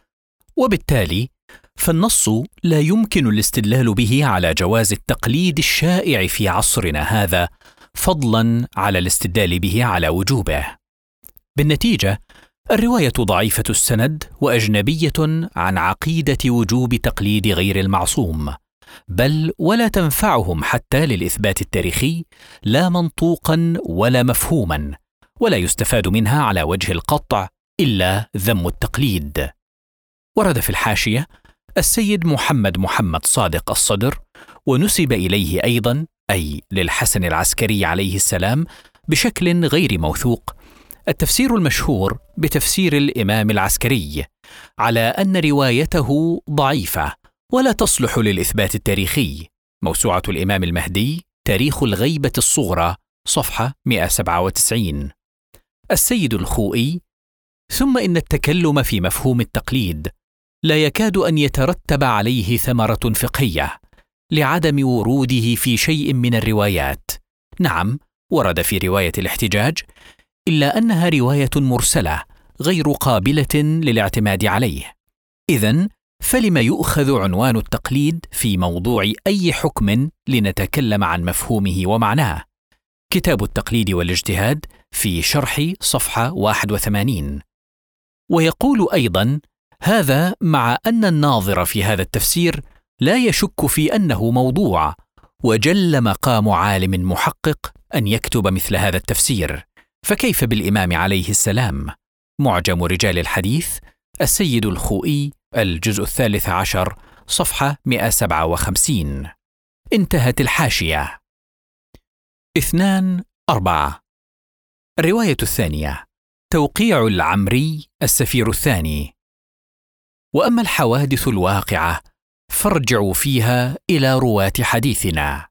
وبالتالي فالنص لا يمكن الاستدلال به على جواز التقليد الشائع في عصرنا هذا، فضلاً على الاستدلال به على وجوبه. بالنتيجة، الرواية ضعيفة السند وأجنبية عن عقيدة وجوب تقليد غير المعصوم، بل ولا تنفعهم حتى للإثبات التاريخي، لا منطوقاً ولا مفهوماً، ولا يستفاد منها على وجه القطع إلا ذم التقليد. ورد في الحاشية السيد محمد محمد صادق الصدر، ونسب إليه أيضاً، أي للحسن العسكري عليه السلام، بشكل غير موثوق، التفسير المشهور بتفسير الإمام العسكري، على أن روايته ضعيفة ولا تصلح للإثبات التاريخي. موسوعة الإمام المهدي، تاريخ الغيبة الصغرى، صفحة مئة وسبعة وتسعين. السيد الخوئي: ثم إن التكلم في مفهوم التقليد لا يكاد أن يترتب عليه ثمرة فقهية، لعدم وروده في شيء من الروايات. نعم، ورد في رواية الاحتجاج، إلا أنها رواية مرسلة غير قابلة للاعتماد عليه. إذن فلم يؤخذ عنوان التقليد في موضوع أي حكم لنتكلم عن مفهومه ومعناه؟ كتاب التقليد والاجتهاد في شرح، صفحة واحد وثمانين. ويقول أيضاً: هذا مع أن الناظر في هذا التفسير لا يشك في أنه موضوع، وجل مقام عالم محقق أن يكتب مثل هذا التفسير، فكيف بالإمام عليه السلام؟ معجم رجال الحديث، السيد الخوئي، الجزء الثالث عشر، صفحة مئة وسبعة وخمسين. انتهت الحاشية. اثنان أربعة. الرواية الثانية: توقيع العمري السفير الثاني. وأما الحوادث الواقعة فارجعوا فيها إلى رواة حديثنا.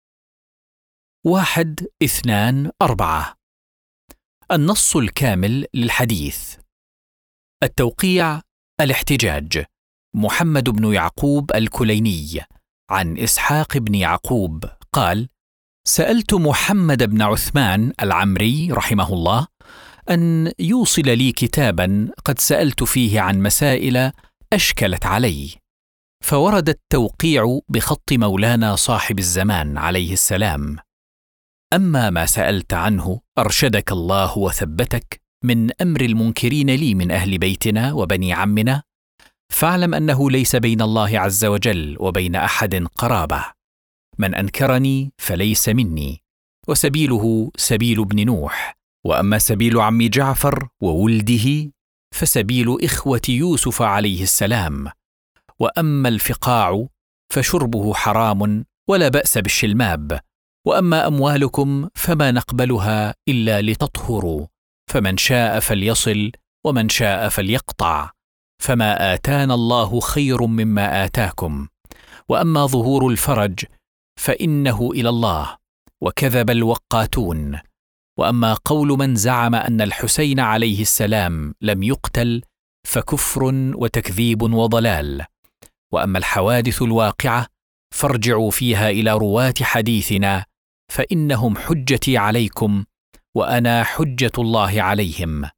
واحد اثنان أربعة. النص الكامل للحديث. التوقيع: الاحتجاج، محمد بن يعقوب الكليني، عن إسحاق بن يعقوب قال: سألت محمد بن عثمان العمري رحمه الله أن يوصل لي كتابا قد سألت فيه عن مسائل أشكلت علي، فورد التوقيع بخط مولانا صاحب الزمان عليه السلام: أما ما سألت عنه أرشدك الله وثبتك من أمر المنكرين لي من أهل بيتنا وبني عمنا، فاعلم أنه ليس بين الله عز وجل وبين أحد قرابة، من أنكرني فليس مني، وسبيله سبيل ابن نوح، وأما سبيل عم جعفر وولده فسبيل إخوة يوسف عليه السلام، وأما الفقاع فشربه حرام ولا بأس بالشلماب، وأما أموالكم فما نقبلها إلا لتطهروا، فمن شاء فليصل ومن شاء فليقطع، فما آتانا الله خير مما آتاكم، وأما ظهور الفرج فإنه إلى الله، وكذب الوقاتون، وأما قول من زعم أن الحسين عليه السلام لم يقتل فكفر وتكذيب وضلال. وأما الحوادث الواقعة فارجعوا فيها إلى رواة حديثنا فإنهم حجتي عليكم وأنا حجة الله عليهم.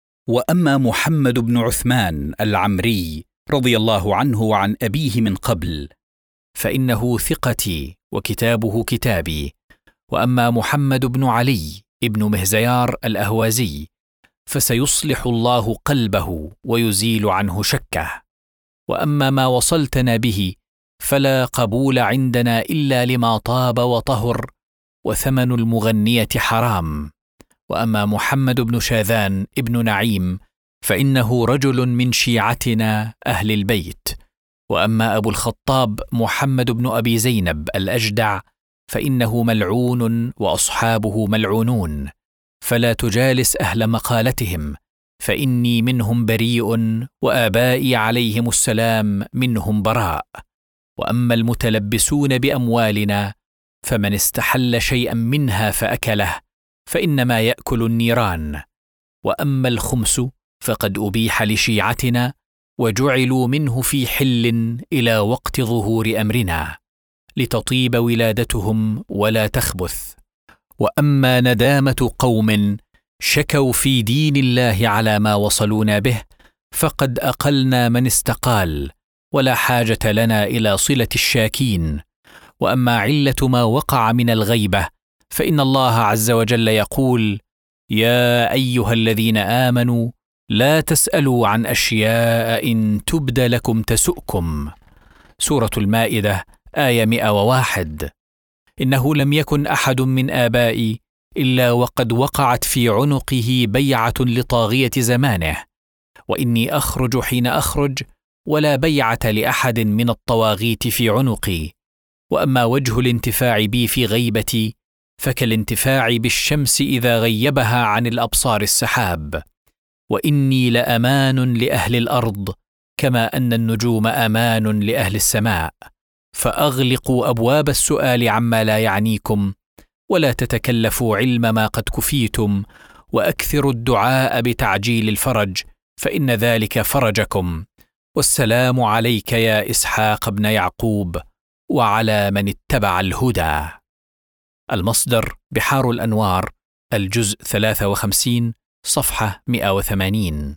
وأما محمد بن عثمان العمري رضي الله عنه وعن أبيه من قبل فإنه ثقتي وكتابه كتابي. وأما محمد بن علي ابن مهزيار الأهوازي فسيصلح الله قلبه ويزيل عنه شكه. وأما ما وصلتنا به فلا قبول عندنا إلا لما طاب وطهر، وثمن المغنية حرام. وأما محمد بن شاذان ابن نعيم فإنه رجل من شيعتنا أهل البيت. وأما أبو الخطاب محمد بن أبي زينب الأجدع فإنه ملعون وأصحابه ملعونون، فلا تجالس أهل مقالتهم، فإني منهم بريء وآبائي عليهم السلام منهم براء. وأما المتلبسون بأموالنا فمن استحل شيئا منها فأكله فإنما يأكل النيران. وأما الخمس فقد أبيح لشيعتنا وجعلوا منه في حل إلى وقت ظهور أمرنا لتطيب ولادتهم ولا تخبث. وأما ندامة قوم شكوا في دين الله على ما وصلونا به فقد أقلنا من استقال ولا حاجة لنا إلى صلة الشاكين. وأما علة ما وقع من الغيبة فإن الله عز وجل يقول: يا أيها الذين آمنوا لا تسألوا عن أشياء إن تبد لكم تسؤكم. سورة المائدة آية مئة وواحد. إنه لم يكن أحد من آبائي إلا وقد وقعت في عنقه بيعة لطاغية زمانه، وإني أخرج حين أخرج ولا بيعة لأحد من الطواغيت في عنقي. وأما وجه الانتفاع بي في غيبتي فكالانتفاع بالشمس إذا غيبها عن الأبصار السحاب. وإني لأمان لأهل الأرض كما أن النجوم أمان لأهل السماء. فأغلقوا أبواب السؤال عما لا يعنيكم، ولا تتكلفوا علم ما قد كفيتم، وأكثروا الدعاء بتعجيل الفرج فإن ذلك فرجكم. والسلام عليك يا إسحاق بن يعقوب وعلى من اتبع الهدى. المصدر بحار الأنوار، الجزء ثلاثة وخمسين، صفحة مئة وثمانين.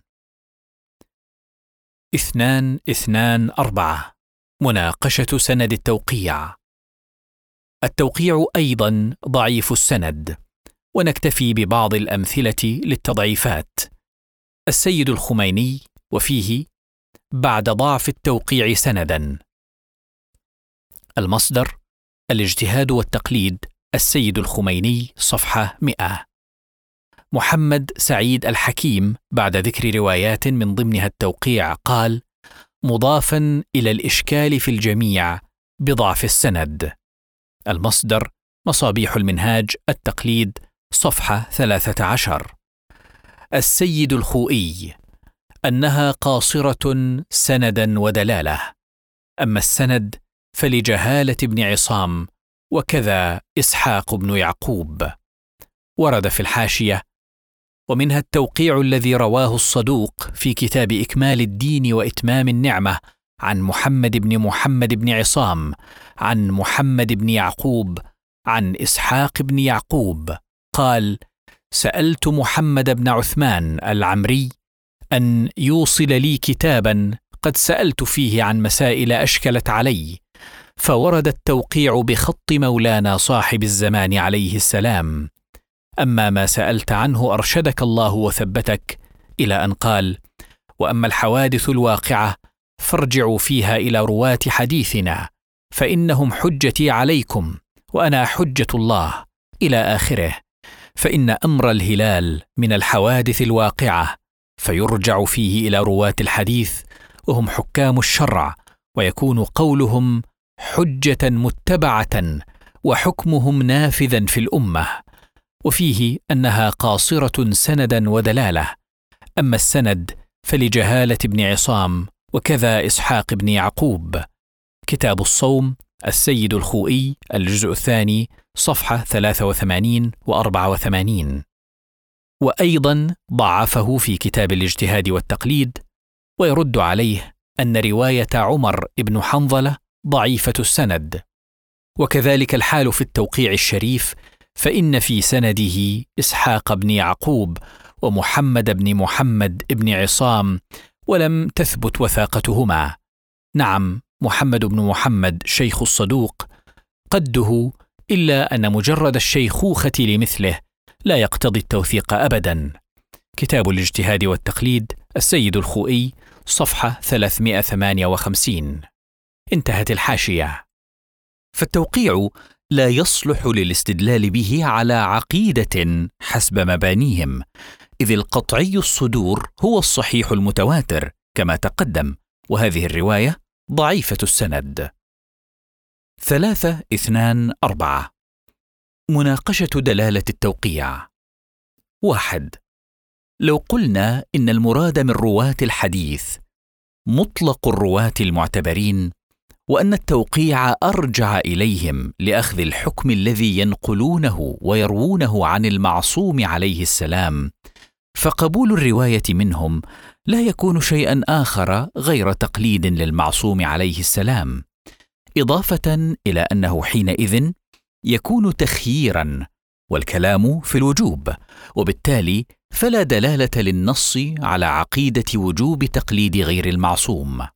اثنان اثنان أربعة. مناقشة سند التوقيع. التوقيع أيضا ضعيف السند، ونكتفي ببعض الأمثلة للتضعيفات. السيد الخميني وفيه: بعد ضعف التوقيع سندا. المصدر الاجتهاد والتقليد، السيد الخميني، صفحة مئة. محمد سعيد الحكيم بعد ذكر روايات من ضمنها التوقيع قال: مضافا إلى الإشكال في الجميع بضعف السند. المصدر مصابيح المنهاج، التقليد، صفحة ثلاثة عشر. السيد الخوئي: أنها قاصرة سندا ودلالة. أما السند فلجهالة ابن عصام، وكذا إسحاق بن يعقوب. ورد في الحاشية: ومنها التوقيع الذي رواه الصدوق في كتاب إكمال الدين وإتمام النعمة عن محمد بن محمد بن عصام عن محمد بن يعقوب عن إسحاق بن يعقوب قال: سألت محمد بن عثمان العمري أن يوصل لي كتابا قد سألت فيه عن مسائل أشكلت علي، فورد التوقيع بخط مولانا صاحب الزمان عليه السلام. أما ما سألت عنه أرشدك الله وثبتك، إلى أن قال: وأما الحوادث الواقعة فارجعوا فيها إلى رواة حديثنا فإنهم حجتي عليكم وأنا حجة الله، إلى آخره. فإن أمر الهلال من الحوادث الواقعة، فيرجع فيه إلى رواة الحديث وهم حكام الشرع، ويكون قولهم حجة متبعة وحكمهم نافذا في الأمة. وفيه أنها قاصرة سندا ودلالة. أما السند فلجهالة ابن عصام، وكذا إسحاق بن يعقوب. كتاب الصوم، السيد الخوئي، الجزء الثاني، صفحة ثلاثة وثمانين وأربعة وثمانين. وأيضا ضعفه في كتاب الاجتهاد والتقليد، ويرد عليه أن رواية عمر بن حنظلة ضعيفة السند. وكذلك الحال في التوقيع الشريف، فإن في سنده إسحاق بن يعقوب ومحمد بن محمد بن عصام، ولم تثبت وثاقتهما. نعم، محمد بن محمد شيخ الصدوق قده، إلا أن مجرد الشيخوخة لمثله لا يقتضي التوثيق أبدا. كتاب الاجتهاد والتقليد، السيد الخوئي، صفحة ثلاثمائة وثمانية وخمسين. انتهت الحاشية. فالتوقيع لا يصلح للاستدلال به على عقيدة حسب مبانيهم، إذ القطعي الصدور هو الصحيح المتواتر كما تقدم، وهذه الرواية ضعيفة السند. ثلاثة اثنان أربعة. مناقشة دلالة التوقيع. واحد. لو قلنا إن المراد من رواة الحديث مطلق الرواة المعتبرين، وأن التوقيع أرجع إليهم لأخذ الحكم الذي ينقلونه ويروونه عن المعصوم عليه السلام، فقبول الرواية منهم لا يكون شيئا آخر غير تقليد للمعصوم عليه السلام، إضافة إلى أنه حينئذ يكون تخييرا، والكلام في الوجوب، وبالتالي فلا دلالة للنص على عقيدة وجوب تقليد غير المعصوم.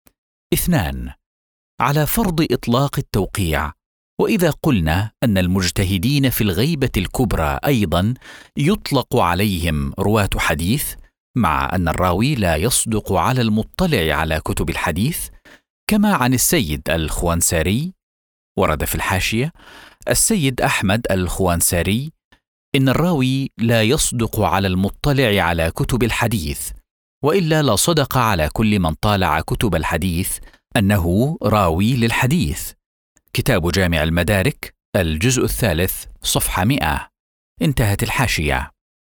اثنان. على فرض إطلاق التوقيع، وإذا قلنا أن المجتهدين في الغيبة الكبرى أيضا يطلق عليهم رواة حديث، مع أن الراوي لا يصدق على المطلع على كتب الحديث، كما عن السيد الخوانساري. ورد في الحاشية: السيد أحمد الخوانساري إن الراوي لا يصدق على المطلع على كتب الحديث، وإلا لا صدق على كل من طالع كتب الحديث أنه راوي للحديث. كتاب جامع المدارك، الجزء الثالث، صفحة مئة. انتهت الحاشية.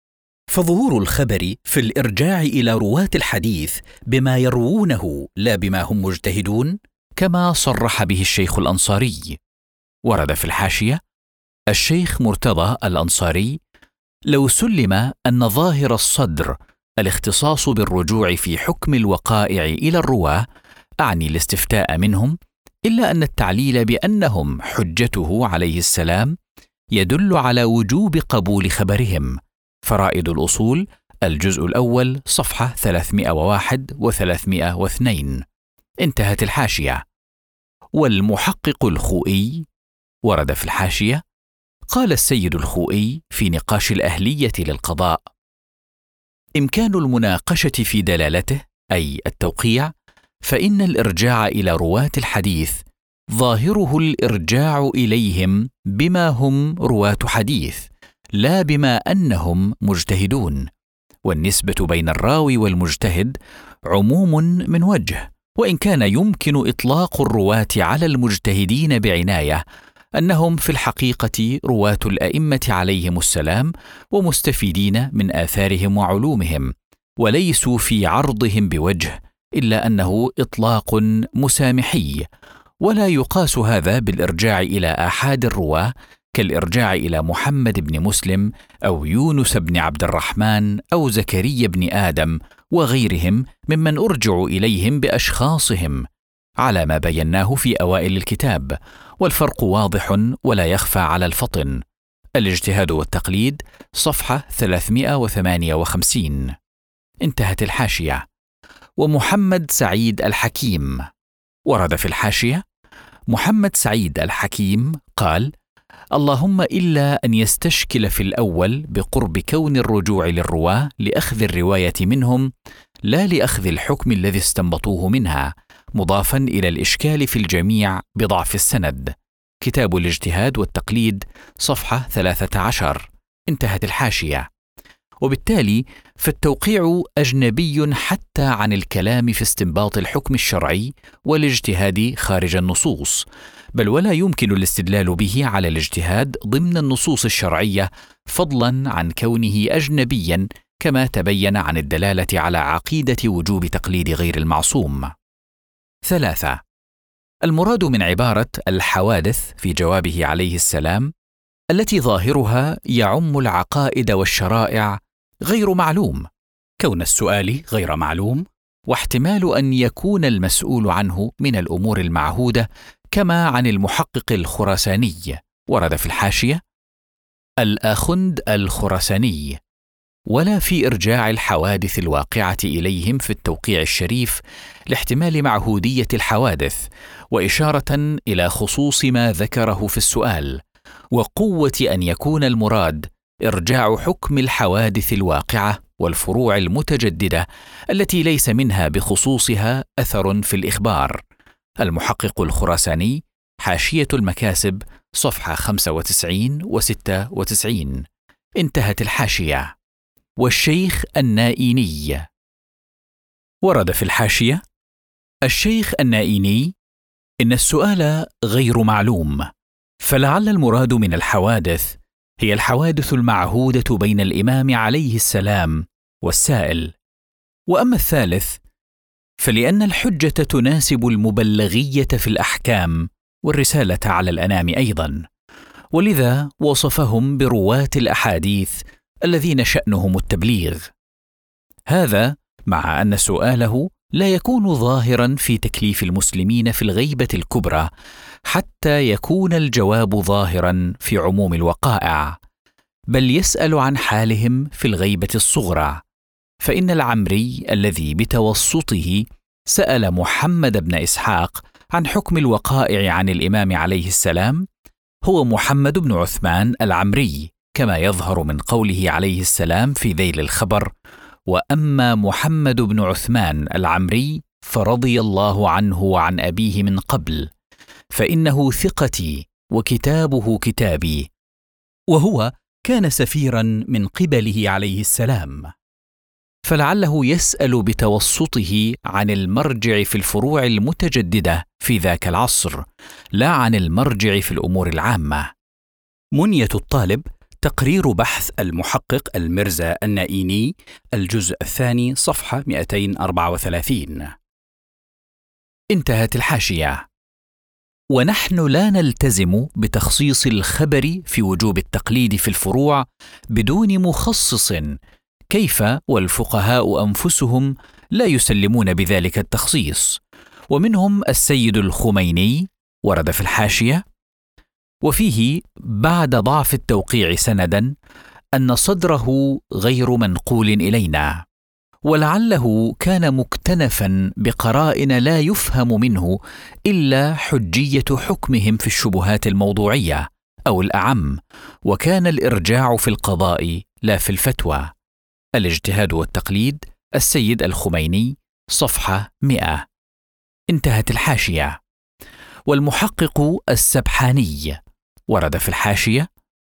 فظهور الخبر في الإرجاع إلى رواة الحديث بما يروونه لا بما هم مجتهدون، كما صرح به الشيخ الأنصاري. ورد في الحاشية: الشيخ مرتضى الأنصاري: لو سلم أن ظاهر الصدر الاختصاص بالرجوع في حكم الوقائع إلى الرواة، أعني الاستفتاء منهم، إلا أن التعليل بأنهم حجته عليه السلام يدل على وجوب قبول خبرهم. فرائد الأصول، الجزء الأول، صفحة ثلاثمائة وواحد وثلاثمائة واثنين. انتهت الحاشية. والمحقق الخوئي ورد في الحاشية: قال السيد الخوئي في نقاش الأهلية للقضاء: إمكان المناقشة في دلالته، أي التوقيع، فإن الإرجاع إلى رواة الحديث ظاهره الإرجاع إليهم بما هم رواة حديث، لا بما أنهم مجتهدون، والنسبة بين الراوي والمجتهد عموم من وجه، وإن كان يمكن إطلاق الرواة على المجتهدين بعناية أنهم في الحقيقة رواة الأئمة عليهم السلام ومستفيدين من آثارهم وعلومهم، وليسوا في عرضهم بوجه، إلا أنه إطلاق مسامحي، ولا يقاس هذا بالإرجاع إلى آحاد الرواة كالإرجاع إلى محمد بن مسلم أو يونس بن عبد الرحمن أو زكريا بن آدم وغيرهم ممن أرجع إليهم بأشخاصهم، على ما بيناه في أوائل الكتاب، والفرق واضح ولا يخفى على الفطن. الاجتهاد والتقليد، صفحة ثلاثمائة وثمانية وخمسين. انتهت الحاشية. ومحمد سعيد الحكيم ورد في الحاشية: محمد سعيد الحكيم قال: اللهم إلا أن يستشكل في الأول بقرب كون الرجوع للرواة لأخذ الرواية منهم لا لأخذ الحكم الذي استنبطوه منها، مضافا إلى الإشكال في الجميع بضعف السند. كتاب الاجتهاد والتقليد، صفحة ثلاثة عشر. انتهت الحاشية. وبالتالي فالتوقيع أجنبي حتى عن الكلام في استنباط الحكم الشرعي والاجتهاد خارج النصوص، بل ولا يمكن الاستدلال به على الاجتهاد ضمن النصوص الشرعية، فضلا عن كونه أجنبيا، كما تبين عن الدلالة على عقيدة وجوب تقليد غير المعصوم. ثلاثة. المراد من عبارة الحوادث في جوابه عليه السلام التي ظاهرها يعم العقائد والشرائع غير معلوم، كون السؤال غير معلوم، واحتمال أن يكون المسؤول عنه من الأمور المعهودة، كما عن المحقق الخراساني. ورد في الحاشية: الآخند الخراساني، ولا في إرجاع الحوادث الواقعة إليهم في التوقيع الشريف لاحتمال معهودية الحوادث، وإشارة إلى خصوص ما ذكره في السؤال، وقوة أن يكون المراد إرجاع حكم الحوادث الواقعة والفروع المتجددة التي ليس منها بخصوصها أثر في الإخبار. المحقق الخراساني، حاشية المكاسب، صفحة خمسة وتسعين وستة وتسعين. انتهت الحاشية. والشيخ النائيني، ورد في الحاشية: الشيخ النائيني، إن السؤال غير معلوم، فلعل المراد من الحوادث هي الحوادث المعهودة بين الإمام عليه السلام والسائل. وأما الثالث فلأن الحجة تناسب المبلغية في الأحكام والرسالة على الأنام أيضا، ولذا وصفهم برواة الأحاديث الذين شأنهم التبليغ. هذا مع أن سؤاله لا يكون ظاهرا في تكليف المسلمين في الغيبة الكبرى، حتى يكون الجواب ظاهرا في عموم الوقائع، بل يسأل عن حالهم في الغيبة الصغرى. فإن العمري الذي بتوسطه سأل محمد بن إسحاق عن حكم الوقائع عن الإمام عليه السلام هو محمد بن عثمان العمري، كما يظهر من قوله عليه السلام في ذيل الخبر: وأما محمد بن عثمان العمري فرضي الله عنه وعن أبيه من قبل، فإنه ثقتي وكتابه كتابي، وهو كان سفيرا من قبله عليه السلام. فلعله يسأل بتوسطه عن المرجع في الفروع المتجددة في ذاك العصر، لا عن المرجع في الأمور العامة. منية الطالب، تقرير بحث المحقق المرزا النائيني، الجزء الثاني، صفحة مئتين وأربعة وثلاثين. انتهت الحاشية. ونحن لا نلتزم بتخصيص الخبر في وجوب التقليد في الفروع بدون مخصص، كيف والفقهاء أنفسهم لا يسلمون بذلك التخصيص، ومنهم السيد الخميني. ورد في الحاشية: وفيه بعد ضعف التوقيع سندا أن صدره غير منقول إلينا، ولعله كان مكتنفا بقرائن لا يفهم منه إلا حجية حكمهم في الشبهات الموضوعية أو الأعم، وكان الإرجاع في القضاء لا في الفتوى. الاجتهاد والتقليد، السيد الخميني، صفحة مئة. انتهت الحاشية. والمحقق السبحاني، ورد في الحاشية: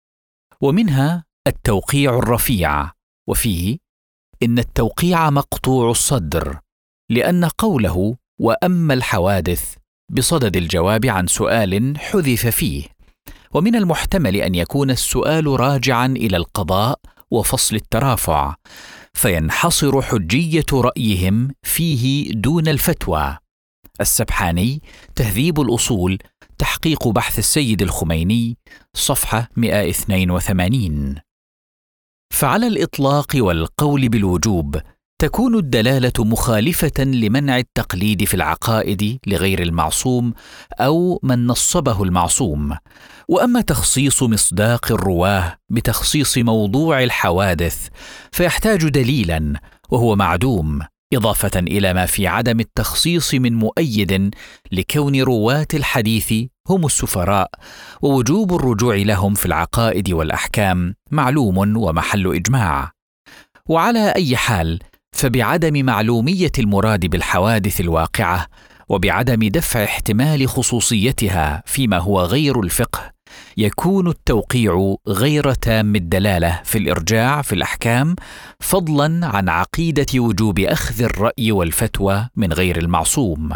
ومنها التوقيع الرفيع، وفيه إن التوقيع مقطوع الصدر، لأن قوله وأما الحوادث بصدد الجواب عن سؤال حذف فيه، ومن المحتمل أن يكون السؤال راجعا إلى القضاء وفصل الترافع، فينحصر حجية رأيهم فيه دون الفتوى. السبحاني، تهذيب الأصول، تحقيق بحث السيد الخميني، صفحة مئة واثنين وثمانين. فعلى الإطلاق والقول بالوجوب تكون الدلالة مخالفة لمنع التقليد في العقائد لغير المعصوم أو من نصبه المعصوم. وأما تخصيص مصداق الرواه بتخصيص موضوع الحوادث فيحتاج دليلا، وهو معدوم، إضافة إلى ما في عدم التخصيص من مؤيد لكون رواة الحديث هم السفراء، ووجوب الرجوع لهم في العقائد والأحكام معلوم ومحل إجماع. وعلى أي حال فبعدم معلومية المراد بالحوادث الواقعة، وبعدم دفع احتمال خصوصيتها فيما هو غير الفقه، يكون التوقيع غير تام الدلالة في الإرجاع في الأحكام، فضلا عن عقيدة وجوب أخذ الرأي والفتوى من غير المعصوم.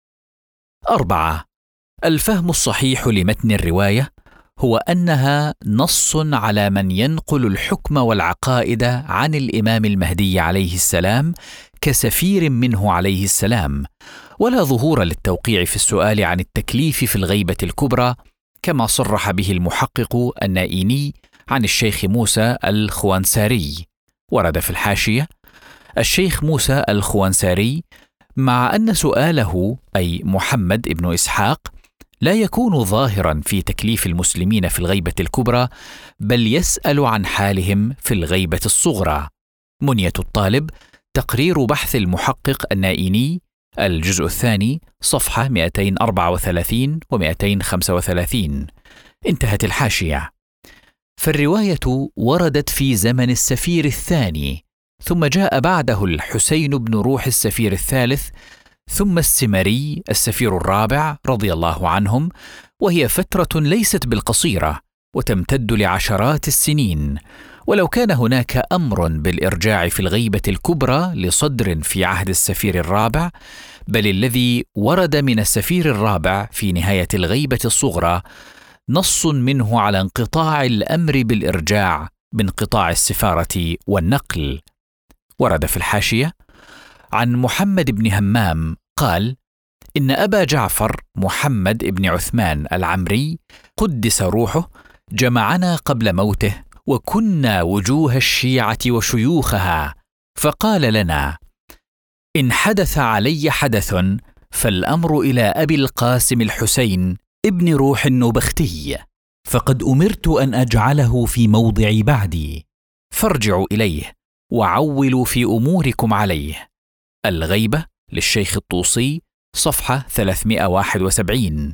أربعة: الفهم الصحيح لمتن الرواية هو أنها نص على من ينقل الحكم والعقائد عن الإمام المهدي عليه السلام كسفير منه عليه السلام، ولا ظهور للتوقيع في السؤال عن التكليف في الغيبة الكبرى، كما صرح به المحقق النائيني عن الشيخ موسى الخوانساري. ورد في الحاشية: الشيخ موسى الخوانساري مع أن سؤاله أي محمد ابن إسحاق لا يكون ظاهرا في تكليف المسلمين في الغيبة الكبرى، بل يسأل عن حالهم في الغيبة الصغرى. منية الطالب، تقرير بحث المحقق النائيني، الجزء الثاني، صفحة مئتين وأربعة وثلاثين ومئتين وخمسة وثلاثين. انتهت الحاشية. فالرواية وردت في زمن السفير الثاني، ثم جاء بعده الحسين بن روح السفير الثالث، ثم السمري السفير الرابع رضي الله عنهم، وهي فترة ليست بالقصيرة وتمتد لعشرات السنين. ولو كان هناك أمر بالإرجاع في الغيبة الكبرى لصدر في عهد السفير الرابع، بل الذي ورد من السفير الرابع في نهاية الغيبة الصغرى نص منه على انقطاع الأمر بالإرجاع بانقطاع السفارة والنقل. ورد في الحاشية عن محمد بن همام قال: إن أبا جعفر محمد بن عثمان العمري قدس روحه جمعنا قبل موته، وكنا وجوه الشيعة وشيوخها، فقال لنا: إن حدث علي حدث فالأمر إلى أبي القاسم الحسين ابن روح النبختي، فقد أمرت أن أجعله في موضع بعدي، فارجعوا إليه وعولوا في أموركم عليه. الغيبة للشيخ الطوسي، صفحة ثلاثمئة وواحد وسبعين.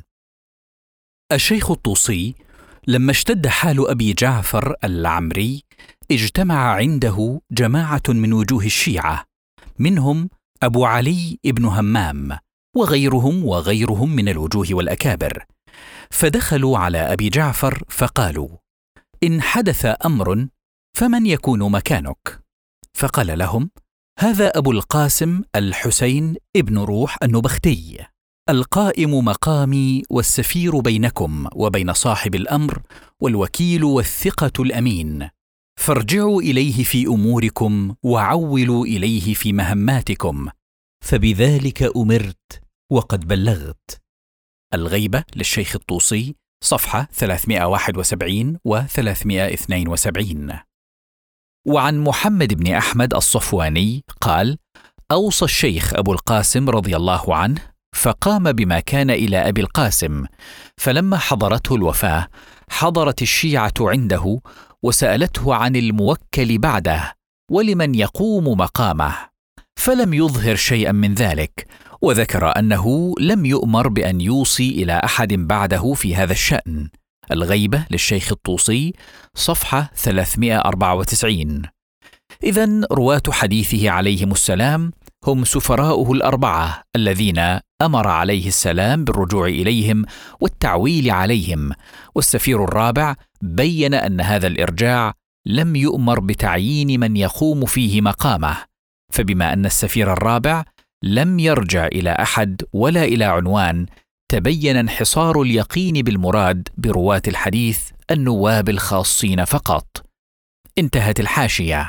الشيخ الطوسي لما اشتد حال أبي جعفر العمري اجتمع عنده جماعة من وجوه الشيعة، منهم أبو علي ابن همام وغيرهم وغيرهم من الوجوه والأكابر، فدخلوا على أبي جعفر فقالوا: إن حدث أمر فمن يكون مكانك؟ فقال لهم: هذا أبو القاسم الحسين ابن روح النبختي، القائم مقامي والسفير بينكم وبين صاحب الأمر والوكيل والثقة الأمين، فارجعوا إليه في أموركم وعولوا إليه في مهماتكم، فبذلك أمرت وقد بلغت. الغيبة للشيخ الطوسي، صفحة ثلاثمئة وواحد وسبعين و ثلاثمئة واثنين وسبعين. وعن محمد بن أحمد الصفواني قال: أوصى الشيخ أبو القاسم رضي الله عنه، فقام بما كان إلى أبي القاسم، فلما حضرته الوفاة حضرت الشيعة عنده وسألته عن الموكل بعده ولمن يقوم مقامه، فلم يظهر شيئا من ذلك، وذكر أنه لم يؤمر بأن يوصي إلى أحد بعده في هذا الشأن. الغيبة للشيخ الطوسي، صفحة ثلاثمئة وأربعة وتسعين. إذن رواة حديثه عليهم السلام هم سفراؤه الأربعة الذين أمر عليه السلام بالرجوع إليهم والتعويل عليهم، والسفير الرابع بين أن هذا الإرجاع لم يؤمر بتعيين من يقوم فيه مقامه، فبما أن السفير الرابع لم يرجع إلى أحد ولا إلى عنوان، تبين انحصار اليقين بالمراد برواة الحديث النواب الخاصين فقط. انتهت الحاشية.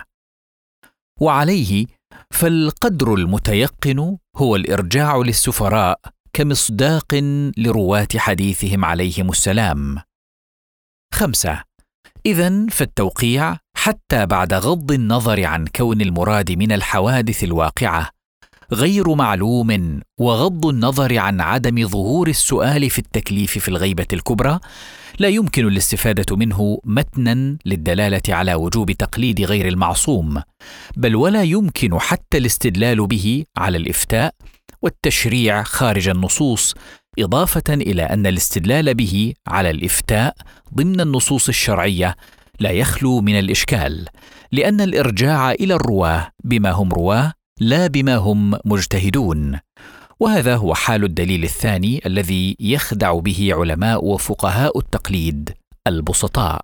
وعليه فالقدر المتيقن هو الإرجاع للسفراء كمصداق لرواة حديثهم عليهم السلام. خمسة. إذن فالتوقيع حتى بعد غض النظر عن كون المراد من الحوادث الواقعة غير معلوم، وغض النظر عن عدم ظهور السؤال في التكليف في الغيبة الكبرى، لا يمكن الاستفادة منه متنا للدلالة على وجوب تقليد غير المعصوم، بل ولا يمكن حتى الاستدلال به على الإفتاء والتشريع خارج النصوص، إضافة إلى أن الاستدلال به على الإفتاء ضمن النصوص الشرعية لا يخلو من الإشكال، لأن الإرجاع إلى الرواه بما هم رواه لا بما هم مجتهدون. وهذا هو حال الدليل الثاني الذي يخدع به علماء وفقهاء التقليد البسطاء.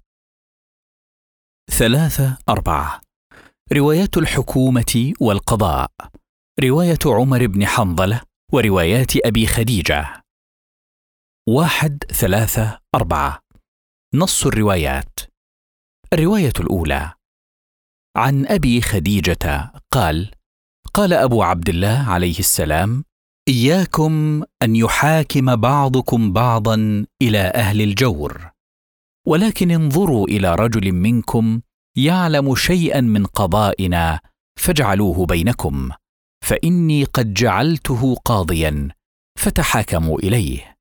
ثلاثة أربعة. روايات الحكومة والقضاء. رواية عمر بن حنظلة وروايات أبي خديجة. واحد ثلاثة أربعة. نص الروايات. الرواية الأولى عن أبي خديجة قال: قال أبو عبد الله عليه السلام: إياكم أن يحاكم بعضكم بعضا إلى أهل الجور، ولكن انظروا إلى رجل منكم يعلم شيئا من قضائنا فاجعلوه بينكم، فإني قد جعلته قاضيا فتحاكموا إليه.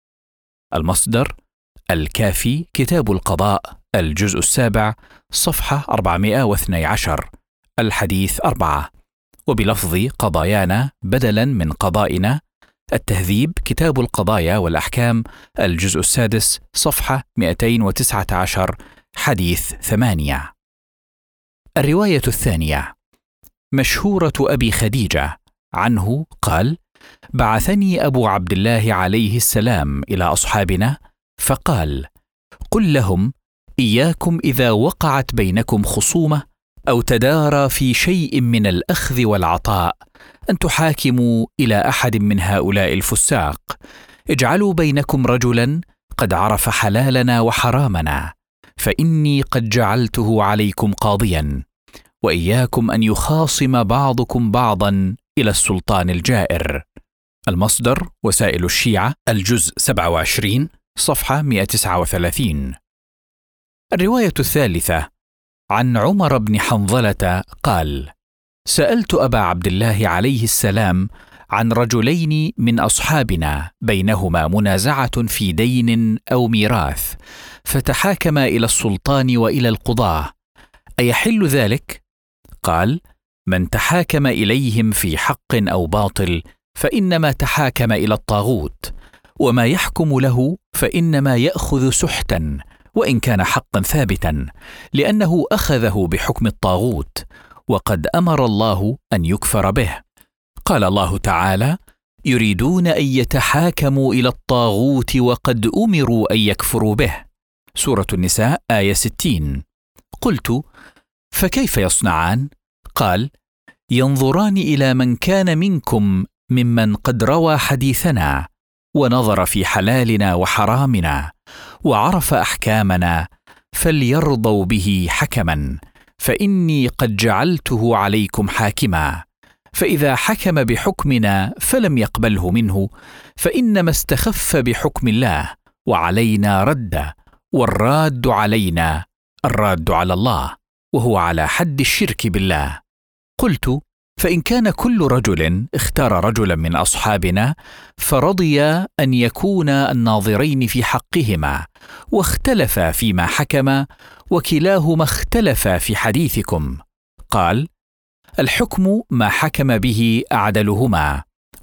المصدر: الكافي، كتاب القضاء، الجزء السابع، صفحة أربعمائة واثني عشر، الحديث أربعة، وبلفظ قضايانا بدلا من قضائنا. التهذيب، كتاب القضايا والأحكام، الجزء السادس، صفحة مئتين وتسعة عشر، حديث ثمانية. الرواية الثانية مشهورة أبي خديجة عنه قال: بعثني أبو عبد الله عليه السلام إلى أصحابنا فقال: قل لهم إياكم إذا وقعت بينكم خصومة أو تدارى في شيء من الأخذ والعطاء أن تحاكموا إلى أحد من هؤلاء الفساق، اجعلوا بينكم رجلا قد عرف حلالنا وحرامنا، فإني قد جعلته عليكم قاضيا، وإياكم أن يخاصم بعضكم بعضا إلى السلطان الجائر. المصدر: وسائل الشيعة، الجزء سبعة وعشرين، صفحة مئة وتسعة وثلاثين. الرواية الثالثة عن عمر بن حنظلة قال: سألت أبا عبد الله عليه السلام عن رجلين من أصحابنا بينهما منازعة في دين أو ميراث، فتحاكما إلى السلطان وإلى القضاة، أيحل ذلك؟ قال: من تحاكم إليهم في حق أو باطل فإنما تحاكم إلى الطاغوت، وما يحكم له فإنما يأخذ سحتا وإن كان حقا ثابتا، لأنه أخذه بحكم الطاغوت، وقد أمر الله أن يكفر به. قال الله تعالى: يريدون أن يتحاكموا إلى الطاغوت وقد أمروا أن يكفروا به، سورة النساء آية ستين. قلت: فكيف يصنعان؟ قال: ينظران إلى من كان منكم ممن قد روى حديثنا ونظر في حلالنا وحرامنا وعرف أحكامنا، فليرضوا به حكما، فإني قد جعلته عليكم حاكما، فإذا حكم بحكمنا فلم يقبله منه فإنما استخف بحكم الله، وعلينا رد، والراد علينا الراد على الله، وهو على حد الشرك بالله. قلت: فإن كان كل رجل اختار رجلا من أصحابنا فرضي أن يكونا الناظرين في حقهما واختلفا فيما حكما وكلاهما اختلفا في حديثكم، قال: الحكم ما حكم به أعدلهما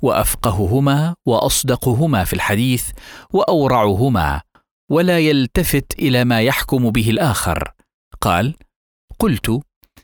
وأفقههما وأصدقهما في الحديث وأورعهما، ولا يلتفت إلى ما يحكم به الآخر. قال: قلت: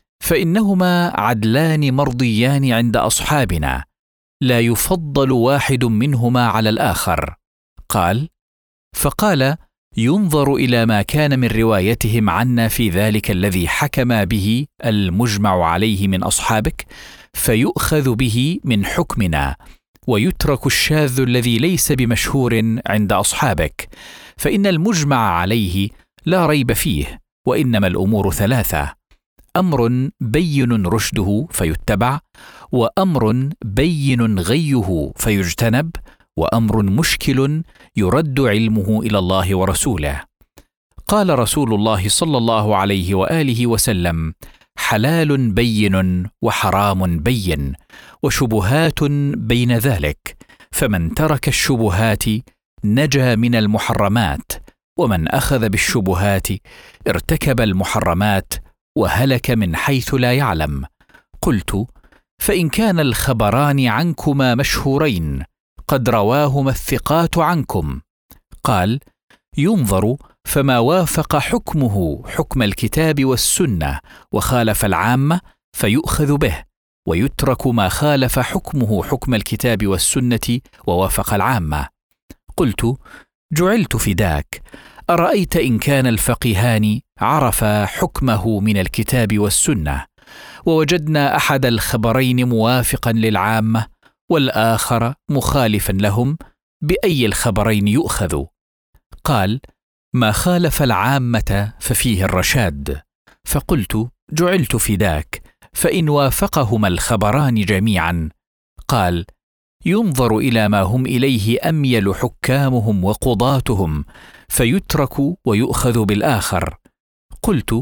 فإنهما عدلان مرضيان عند أصحابنا، لا يفضل واحد منهما على الآخر. قال: فقال: ينظر إلى ما كان من روايتهم عنا في ذلك الذي حكم به المجمع عليه من أصحابك، فيؤخذ به من حكمنا، ويترك الشاذ الذي ليس بمشهور عند أصحابك، فإن المجمع عليه لا ريب فيه، وإنما الأمور ثلاثة: أمر بين رشده فيتبع، وأمر بين غيه فيجتنب، وأمر مشكل يرد علمه إلى الله ورسوله. قال رسول الله صلى الله عليه وآله وسلم: حلال بين وحرام بين، وشبهات بين ذلك، فمن ترك الشبهات نجا من المحرمات، ومن أخذ بالشبهات ارتكب المحرمات وهلك من حيث لا يعلم. قلت: فإن كان الخبران عنكما مشهورين قد رواهما الثقات عنكم. قال: ينظر فما وافق حكمه حكم الكتاب والسنة وخالف العامة فيؤخذ به، ويترك ما خالف حكمه حكم الكتاب والسنة ووافق العامة. قلت: جعلت فداك، أرأيت إن كان الفقيهان عرفا حكمه من الكتاب والسنة، ووجدنا أحد الخبرين موافقا للعامة والآخر مخالفا لهم، بأي الخبرين يؤخذ؟ قال: ما خالف العامة ففيه الرشاد. فقلت: جعلت فداك، فإن وافقهما الخبران جميعا. قال: ينظر إلى ما هم إليه أميل حكامهم وقضاتهم، فيترك ويؤخذ بالآخر. قلت: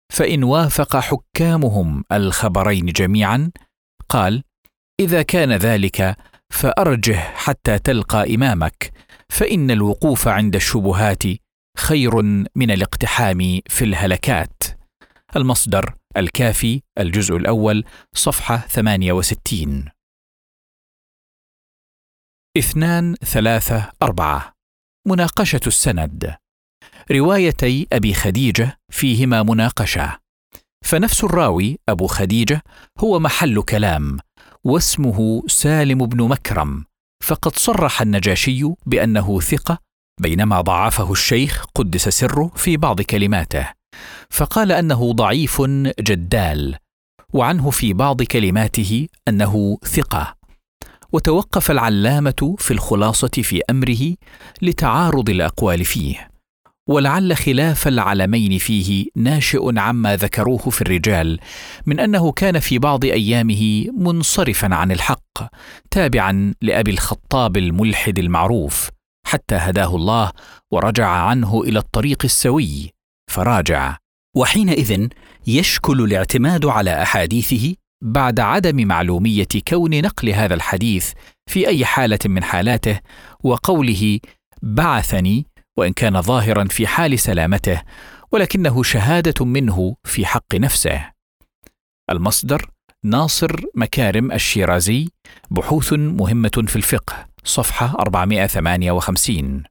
فإن وافق حكامهم الخبرين جميعا قال: إذا كان ذلك فأرجح حتى تلقى إمامك، فإن الوقوف عند الشبهات خير من الاقتحام في الهلكات. المصدر الكافي، الجزء الأول، صفحة ثمانية وستين. اثنان ثلاثة أربعة. مناقشة السند. روايتي أبي خديجة فيهما مناقشة، فنفس الراوي أبو خديجة هو محل كلام، واسمه سالم بن مكرم، فقد صرح النجاشي بأنه ثقة، بينما ضعفه الشيخ قدس سره في بعض كلماته، فقال أنه ضعيف جدال، وعنه في بعض كلماته أنه ثقة. وتوقف العلامة في الخلاصة في أمره لتعارض الأقوال فيه، ولعل خلاف العلمين فيه ناشئ عما ذكروه في الرجال من أنه كان في بعض أيامه منصرفا عن الحق، تابعا لأبي الخطاب الملحد المعروف، حتى هداه الله ورجع عنه إلى الطريق السوي فراجع، وحينئذ يشكل الاعتماد على أحاديثه بعد عدم معلومية كون نقل هذا الحديث في أي حالة من حالاته، وقوله بعثني وإن كان ظاهرا في حال سلامته، ولكنه شهادة منه في حق نفسه. المصدر ناصر مكارم الشيرازي، بحوث مهمة في الفقه، صفحة أربعمائة وثمانية وخمسين.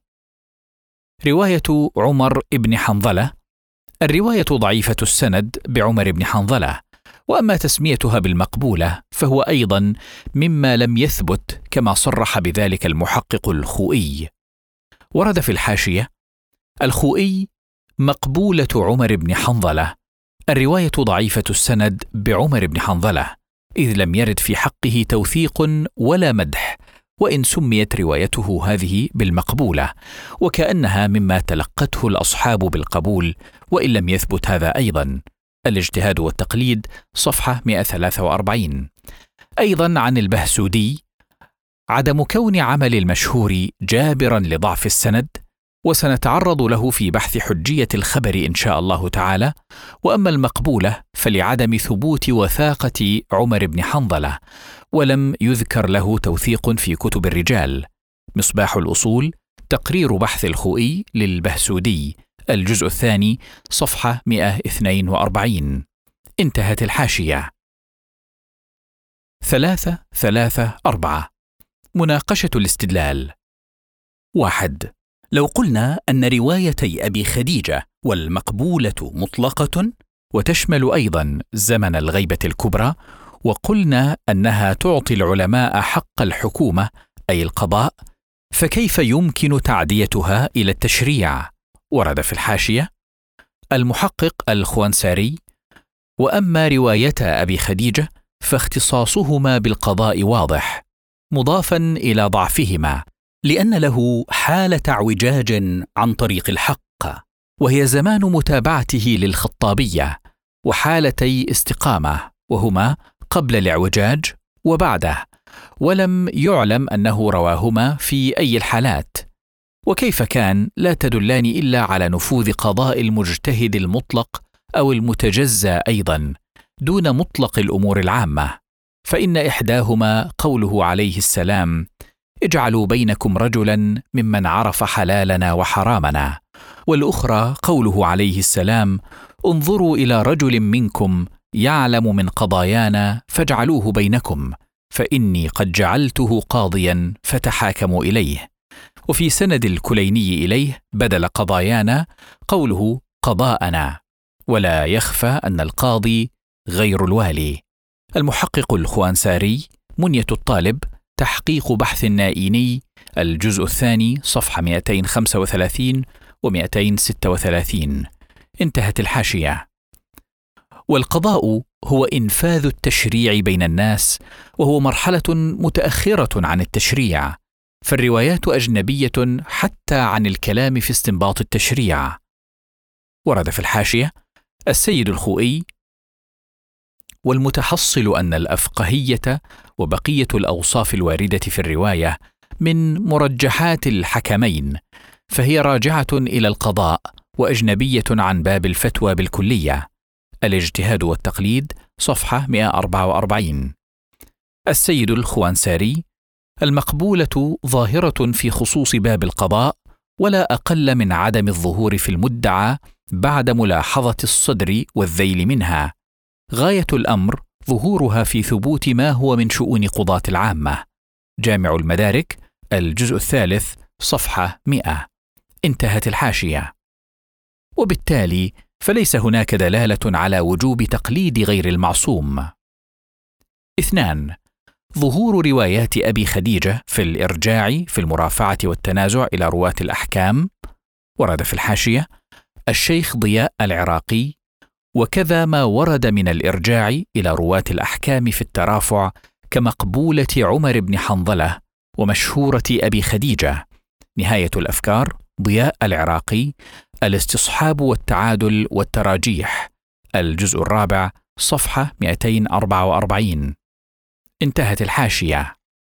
رواية عمر بن حنظلة. الرواية ضعيفة السند بعمر بن حنظلة، وأما تسميتها بالمقبولة فهو أيضا مما لم يثبت، كما صرح بذلك المحقق الخوئي. ورد في الحاشية: الخوئي مقبولة عمر بن حنظلة، الرواية ضعيفة السند بعمر بن حنظلة، إذ لم يرد في حقه توثيق ولا مدح، وإن سميت روايته هذه بالمقبولة، وكأنها مما تلقته الأصحاب بالقبول، وإن لم يثبت هذا أيضا. الاجتهاد والتقليد، صفحة مئة وثلاثة وأربعين. أيضا عن البهسودي: عدم كون عمل المشهور جابرا لضعف السند، وسنتعرض له في بحث حجية الخبر إن شاء الله تعالى. وأما المقبولة فلعدم ثبوت وثاقة عمر بن حنظلة، ولم يذكر له توثيق في كتب الرجال. مصباح الأصول، تقرير بحث الخوئي للبهسودي، الجزء الثاني، صفحة مئة واثنين وأربعين. انتهت الحاشية. ثلاثة ثلاثة أربعة. مناقشة الاستدلال. واحد. لو قلنا أن روايتي أبي خديجة والمقبولة مطلقة وتشمل أيضا زمن الغيبة الكبرى، وقلنا أنها تعطي العلماء حق الحكومة أي القضاء، فكيف يمكن تعديتها إلى التشريع؟ ورد في الحاشية: المحقق الخوانساري: وأما رواية أبي خديجة فاختصاصهما بالقضاء واضح، مضافا إلى ضعفهما، لأن له حالة اعوجاج عن طريق الحق، وهي زمان متابعته للخطابية، وحالتي استقامة، وهما قبل الاعوجاج وبعده، ولم يعلم أنه رواهما في أي الحالات، وكيف كان لا تدلان إلا على نفوذ قضاء المجتهد المطلق أو المتجزى أيضا دون مطلق الأمور العامة، فإن إحداهما قوله عليه السلام: اجعلوا بينكم رجلا ممن عرف حلالنا وحرامنا، والأخرى قوله عليه السلام: انظروا إلى رجل منكم يعلم من قضايانا فاجعلوه بينكم، فإني قد جعلته قاضيا فتحاكموا إليه. وفي سند الكليني إليه بدل قضايانا قوله قضاءنا، ولا يخفى أن القاضي غير الوالي. المحقق الخوانساري، منية الطالب، تحقيق بحث النائيني، الجزء الثاني، صفحة مئتين وخمسة وثلاثين ومئتين وستة وثلاثين. انتهت الحاشية. والقضاء هو إنفاذ التشريع بين الناس، وهو مرحلة متأخرة عن التشريع، فالروايات أجنبية حتى عن الكلام في استنباط التشريع. ورد في الحاشية: السيد الخوئي: والمتحصل أن الأفقهية وبقية الأوصاف الواردة في الرواية من مرجحات الحكمين، فهي راجعة إلى القضاء وأجنبية عن باب الفتوى بالكلية. الاجتهاد والتقليد، صفحة مئة وأربعة وأربعين. السيد الخوانساري: المقبولة ظاهرة في خصوص باب القضاء، ولا أقل من عدم الظهور في المدعى بعد ملاحظة الصدر والذيل منها. غاية الأمر ظهورها في ثبوت ما هو من شؤون قضاة العامة. جامع المدارك، الجزء الثالث، صفحة مئة. انتهت الحاشية. وبالتالي فليس هناك دلالة على وجوب تقليد غير المعصوم. اثنان: ظهور روايات أبي خديجة في الإرجاع في المرافعة والتنازع إلى رواة الأحكام. ورد في الحاشية الشيخ ضياء العراقي: وكذا ما ورد من الإرجاع إلى رواة الأحكام في الترافع كمقبولة عمر بن حنظلة ومشهورة أبي خديجة. نهاية الأفكار، ضياء العراقي، الاستصحاب والتعادل والتراجيح، الجزء الرابع، صفحة مئتين وأربعة وأربعين. انتهت الحاشية.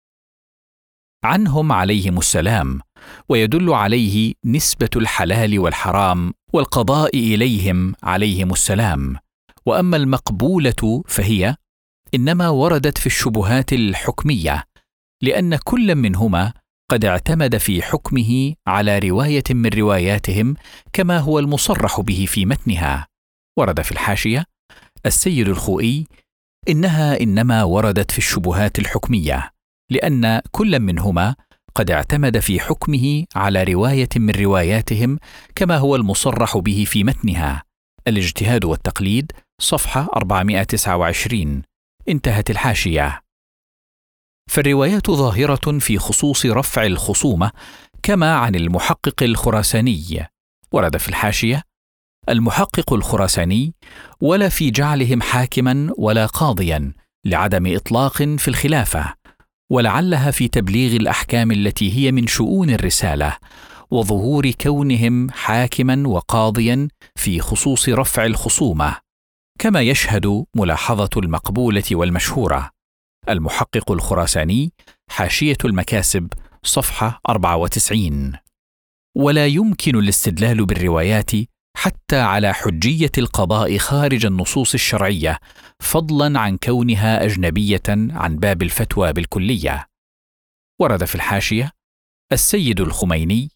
عنهم عليهم السلام، ويدل عليه نسبة الحلال والحرام والقضاء إليهم عليهم السلام. وأما المقبولة فهي إنما وردت في الشبهات الحكمية، لأن كل منهما قد اعتمد في حكمه على رواية من رواياتهم كما هو المصرح به في متنها. ورد في الحاشية السيد الخوئي: إنها إنما وردت في الشبهات الحكمية، لأن كل منهما قد اعتمد في حكمه على رواية من رواياتهم كما هو المصرح به في متنها. الاجتهاد والتقليد، صفحة أربعمئة وتسعة وعشرين. انتهت الحاشية. فالروايات ظاهرة في خصوص رفع الخصومة كما عن المحقق الخراساني. ورد في الحاشية المحقق الخراساني: ولا في جعلهم حاكما ولا قاضيا لعدم إطلاق في الخلافة، ولعلها في تبليغ الأحكام التي هي من شؤون الرسالة، وظهور كونهم حاكما وقاضيا في خصوص رفع الخصومة، كما يشهد ملاحظة المقبولة والمشهورة. المحقق الخراساني، حاشية المكاسب، صفحة أربعة وتسعين. ولا يمكن الاستدلال بالروايات حتى على حجية القضاء خارج النصوص الشرعية، فضلا عن كونها أجنبية عن باب الفتوى بالكلية. ورد في الحاشية السيد الخميني: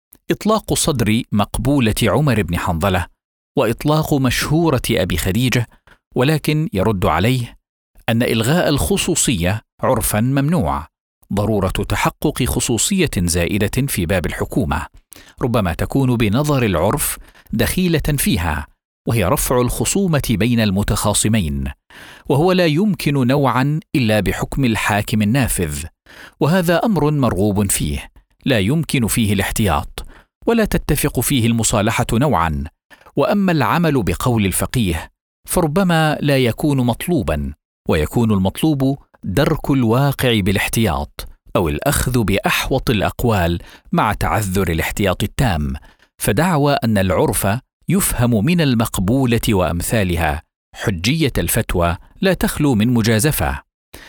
إطلاق صدر مقبولة عمر بن حنظلة وإطلاق مشهورة أبي خديجة، ولكن يرد عليه أن إلغاء الخصوصية عرفا ممنوع. ضرورة تحقق خصوصية زائدة في باب الحكومة ربما تكون بنظر العرف دخيلة فيها، وهي رفع الخصومة بين المتخاصمين، وهو لا يمكن نوعا إلا بحكم الحاكم النافذ، وهذا أمر مرغوب فيه، لا يمكن فيه الاحتياط، ولا تتفق فيه المصالحة نوعا. وأما العمل بقول الفقيه فربما لا يكون مطلوبا، ويكون المطلوب درك الواقع بالاحتياط، أو الأخذ بأحوط الأقوال مع تعذر الاحتياط التام. فدعوى أن العرف يفهم من المقبولة وأمثالها حجية الفتوى لا تخلو من مجازفة.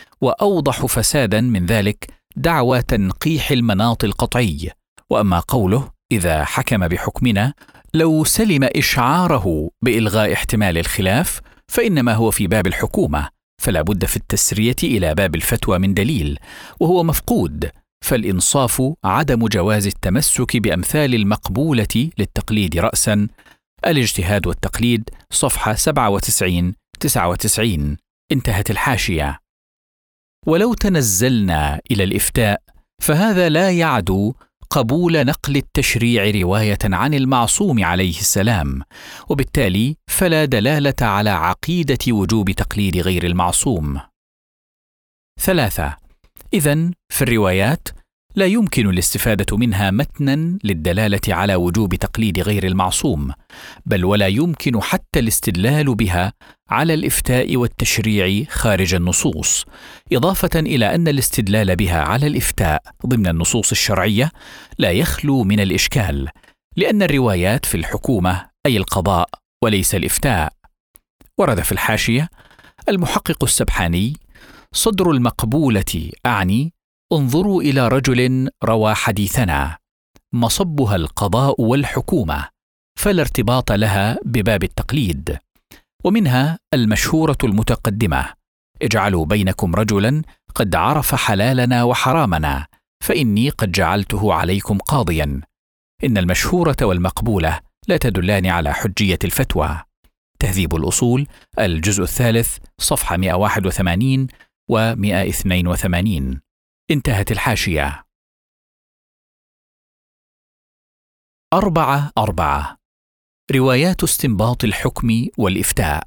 وأوضح فسادا من ذلك دعوى تنقيح المناط القطعي. وأما قوله إذا حكم بحكمنا لو سلم إشعاره بإلغاء احتمال الخلاف، فإنما هو في باب الحكومة، فلا بد في التسرية إلى باب الفتوى من دليل، وهو مفقود. فالإنصاف عدم جواز التمسك بأمثال المقبولة للتقليد رأسا. الاجتهاد والتقليد، صفحة سبعة وتسعين تسعة وتسعين. انتهت الحاشية. ولو تنزلنا إلى الإفتاء فهذا لا يعدو قبول نقل التشريع رواية عن المعصوم عليه السلام، وبالتالي فلا دلالة على عقيدة وجوب تقليد غير المعصوم. ثلاثة: إذن في الروايات لا يمكن الاستفادة منها متنا للدلالة على وجوب تقليد غير المعصوم، بل ولا يمكن حتى الاستدلال بها على الإفتاء والتشريع خارج النصوص، إضافة إلى أن الاستدلال بها على الإفتاء ضمن النصوص الشرعية لا يخلو من الإشكال، لأن الروايات في الحكومة أي القضاء وليس الإفتاء. ورد في الحاشية المحقق السبحاني: صدر المقبولة أعني انظروا إلى رجل روى حديثنا، مصبها القضاء والحكومة، فلا ارتباط لها بباب التقليد. ومنها المشهورة المتقدمة: اجعلوا بينكم رجلا قد عرف حلالنا وحرامنا فإني قد جعلته عليكم قاضيا. إن المشهورة والمقبولة لا تدلان على حجية الفتوى. تهذيب الأصول الجزء الثالث صفحة مئة وواحد وثمانين و مئة واثنين وثمانين. انتهت الحاشية. أربعة أربعة روايات استنباط الحكم والإفتاء.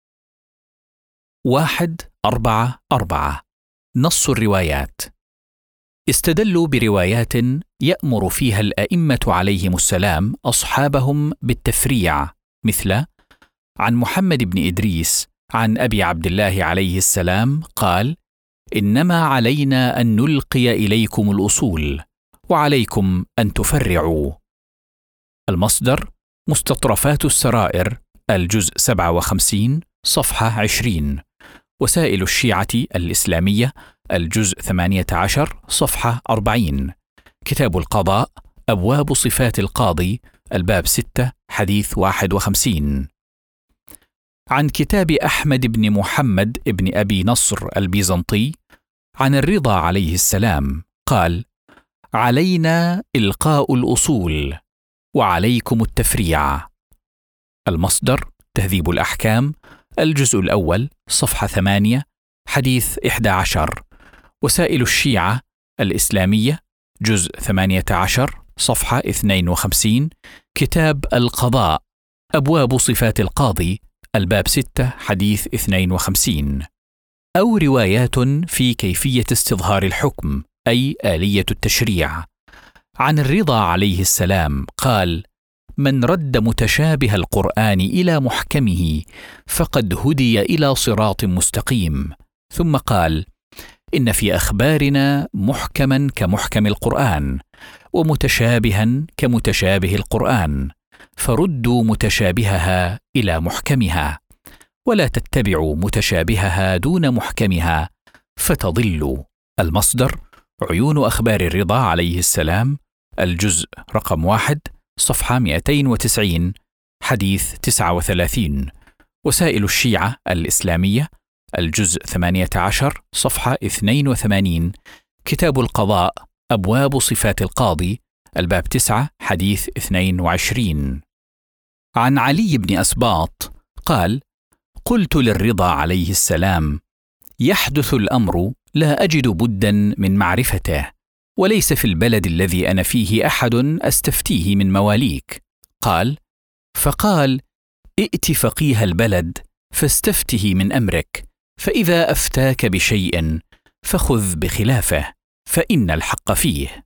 واحد أربعة أربعة نص الروايات. استدلوا بروايات يأمر فيها الأئمة عليهم السلام أصحابهم بالتفريع، مثل: عن محمد بن إدريس عن أبي عبد الله عليه السلام قال: إنما علينا أن نلقي إليكم الأصول وعليكم أن تفرعوا. المصدر مستطرفات السرائر الجزء سبعة وخمسين صفحة عشرين. وسائل الشيعة الإسلامية الجزء ثمانية عشر صفحة أربعين. كتاب القضاء أبواب صفات القاضي الباب ستة حديث واحد وخمسين. عن كتاب أحمد بن محمد بن أبي نصر البيزنطي عن الرضا عليه السلام قال: علينا إلقاء الأصول وعليكم التفريع. المصدر تهذيب الأحكام الجزء الأول صفحة ثمانية حديث إحدى عشر. وسائل الشيعة الإسلامية جزء ثمانية عشر صفحة اثنين وخمسين. كتاب القضاء أبواب صفات القاضي الباب ستة حديث اثنين وخمسين. أو روايات في كيفية استظهار الحكم أي آلية التشريع. عن الرضا عليه السلام قال: من رد متشابه القرآن إلى محكمه فقد هدي إلى صراط مستقيم. ثم قال: إن في أخبارنا محكما كمحكم القرآن ومتشابها كمتشابه القرآن، فردوا متشابهها إلى محكمها ولا تتبعوا متشابهها دون محكمها فتضلوا. المصدر عيون أخبار الرضا عليه السلام الجزء رقم واحد صفحة مئتين وتسعين حديث تسعة وثلاثين. وسائل الشيعة الإسلامية الجزء ثمانية عشر صفحة اثنين وثمانين. كتاب القضاء أبواب صفات القاضي الباب تسعة حديث اثنين وعشرين. عن علي بن أسباط قال: قلت للرضا عليه السلام: يحدث الأمر لا أجد بدا من معرفته، وليس في البلد الذي أنا فيه أحد أستفتيه من مواليك. قال: فقال: ائت فقيه البلد فاستفته من أمرك، فإذا أفتاك بشيء فخذ بخلافه فإن الحق فيه.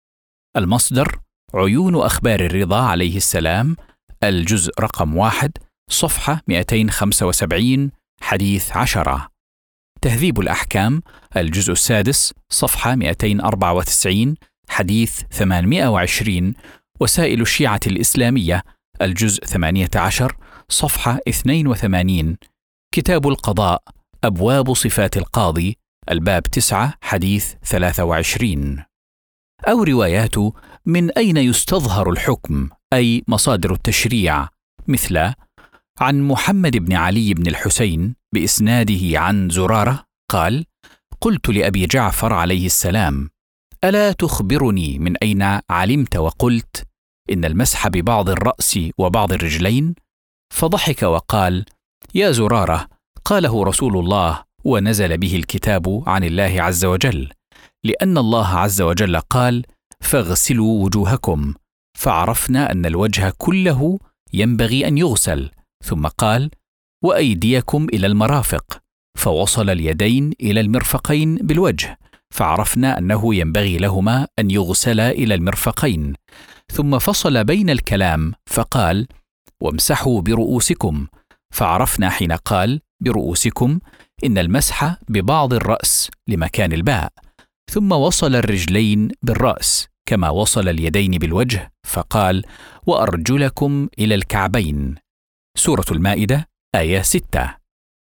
المصدر عيون أخبار الرضا عليه السلام الجزء رقم واحد صفحة مئتين وخمسة وسبعين حديث عشرة. تهذيب الأحكام الجزء السادس صفحة مئتين وأربعة وتسعين حديث ثمانمئة وعشرين. وسائل الشيعة الإسلامية الجزء ثمانية عشر صفحة اثنين وثمانين. كتاب القضاء أبواب صفات القاضي الباب تسعة حديث ثلاثة وعشرين. أو روايات من أين يستظهر الحكم أي مصادر التشريع، مثل: عن محمد بن علي بن الحسين بإسناده عن زرارة قال: قلت لأبي جعفر عليه السلام: ألا تخبرني من أين علمت وقلت إن المسح ببعض الرأس وبعض الرجلين؟ فضحك وقال: يا زرارة، قاله رسول الله ونزل به الكتاب عن الله عز وجل، لأن الله عز وجل قال: فاغسلوا وجوهكم، فعرفنا أن الوجه كله ينبغي أن يغسل، ثم قال: وأيديكم إلى المرافق، فوصل اليدين إلى المرفقين بالوجه، فعرفنا أنه ينبغي لهما أن يغسلا إلى المرفقين، ثم فصل بين الكلام فقال: وامسحوا برؤوسكم، فعرفنا حين قال برؤوسكم إن المسح ببعض الرأس لمكان الباء، ثم وصل الرجلين بالرأس كما وصل اليدين بالوجه، فقال: وأرجلكم إلى الكعبين. سورة المائدة آية ستة.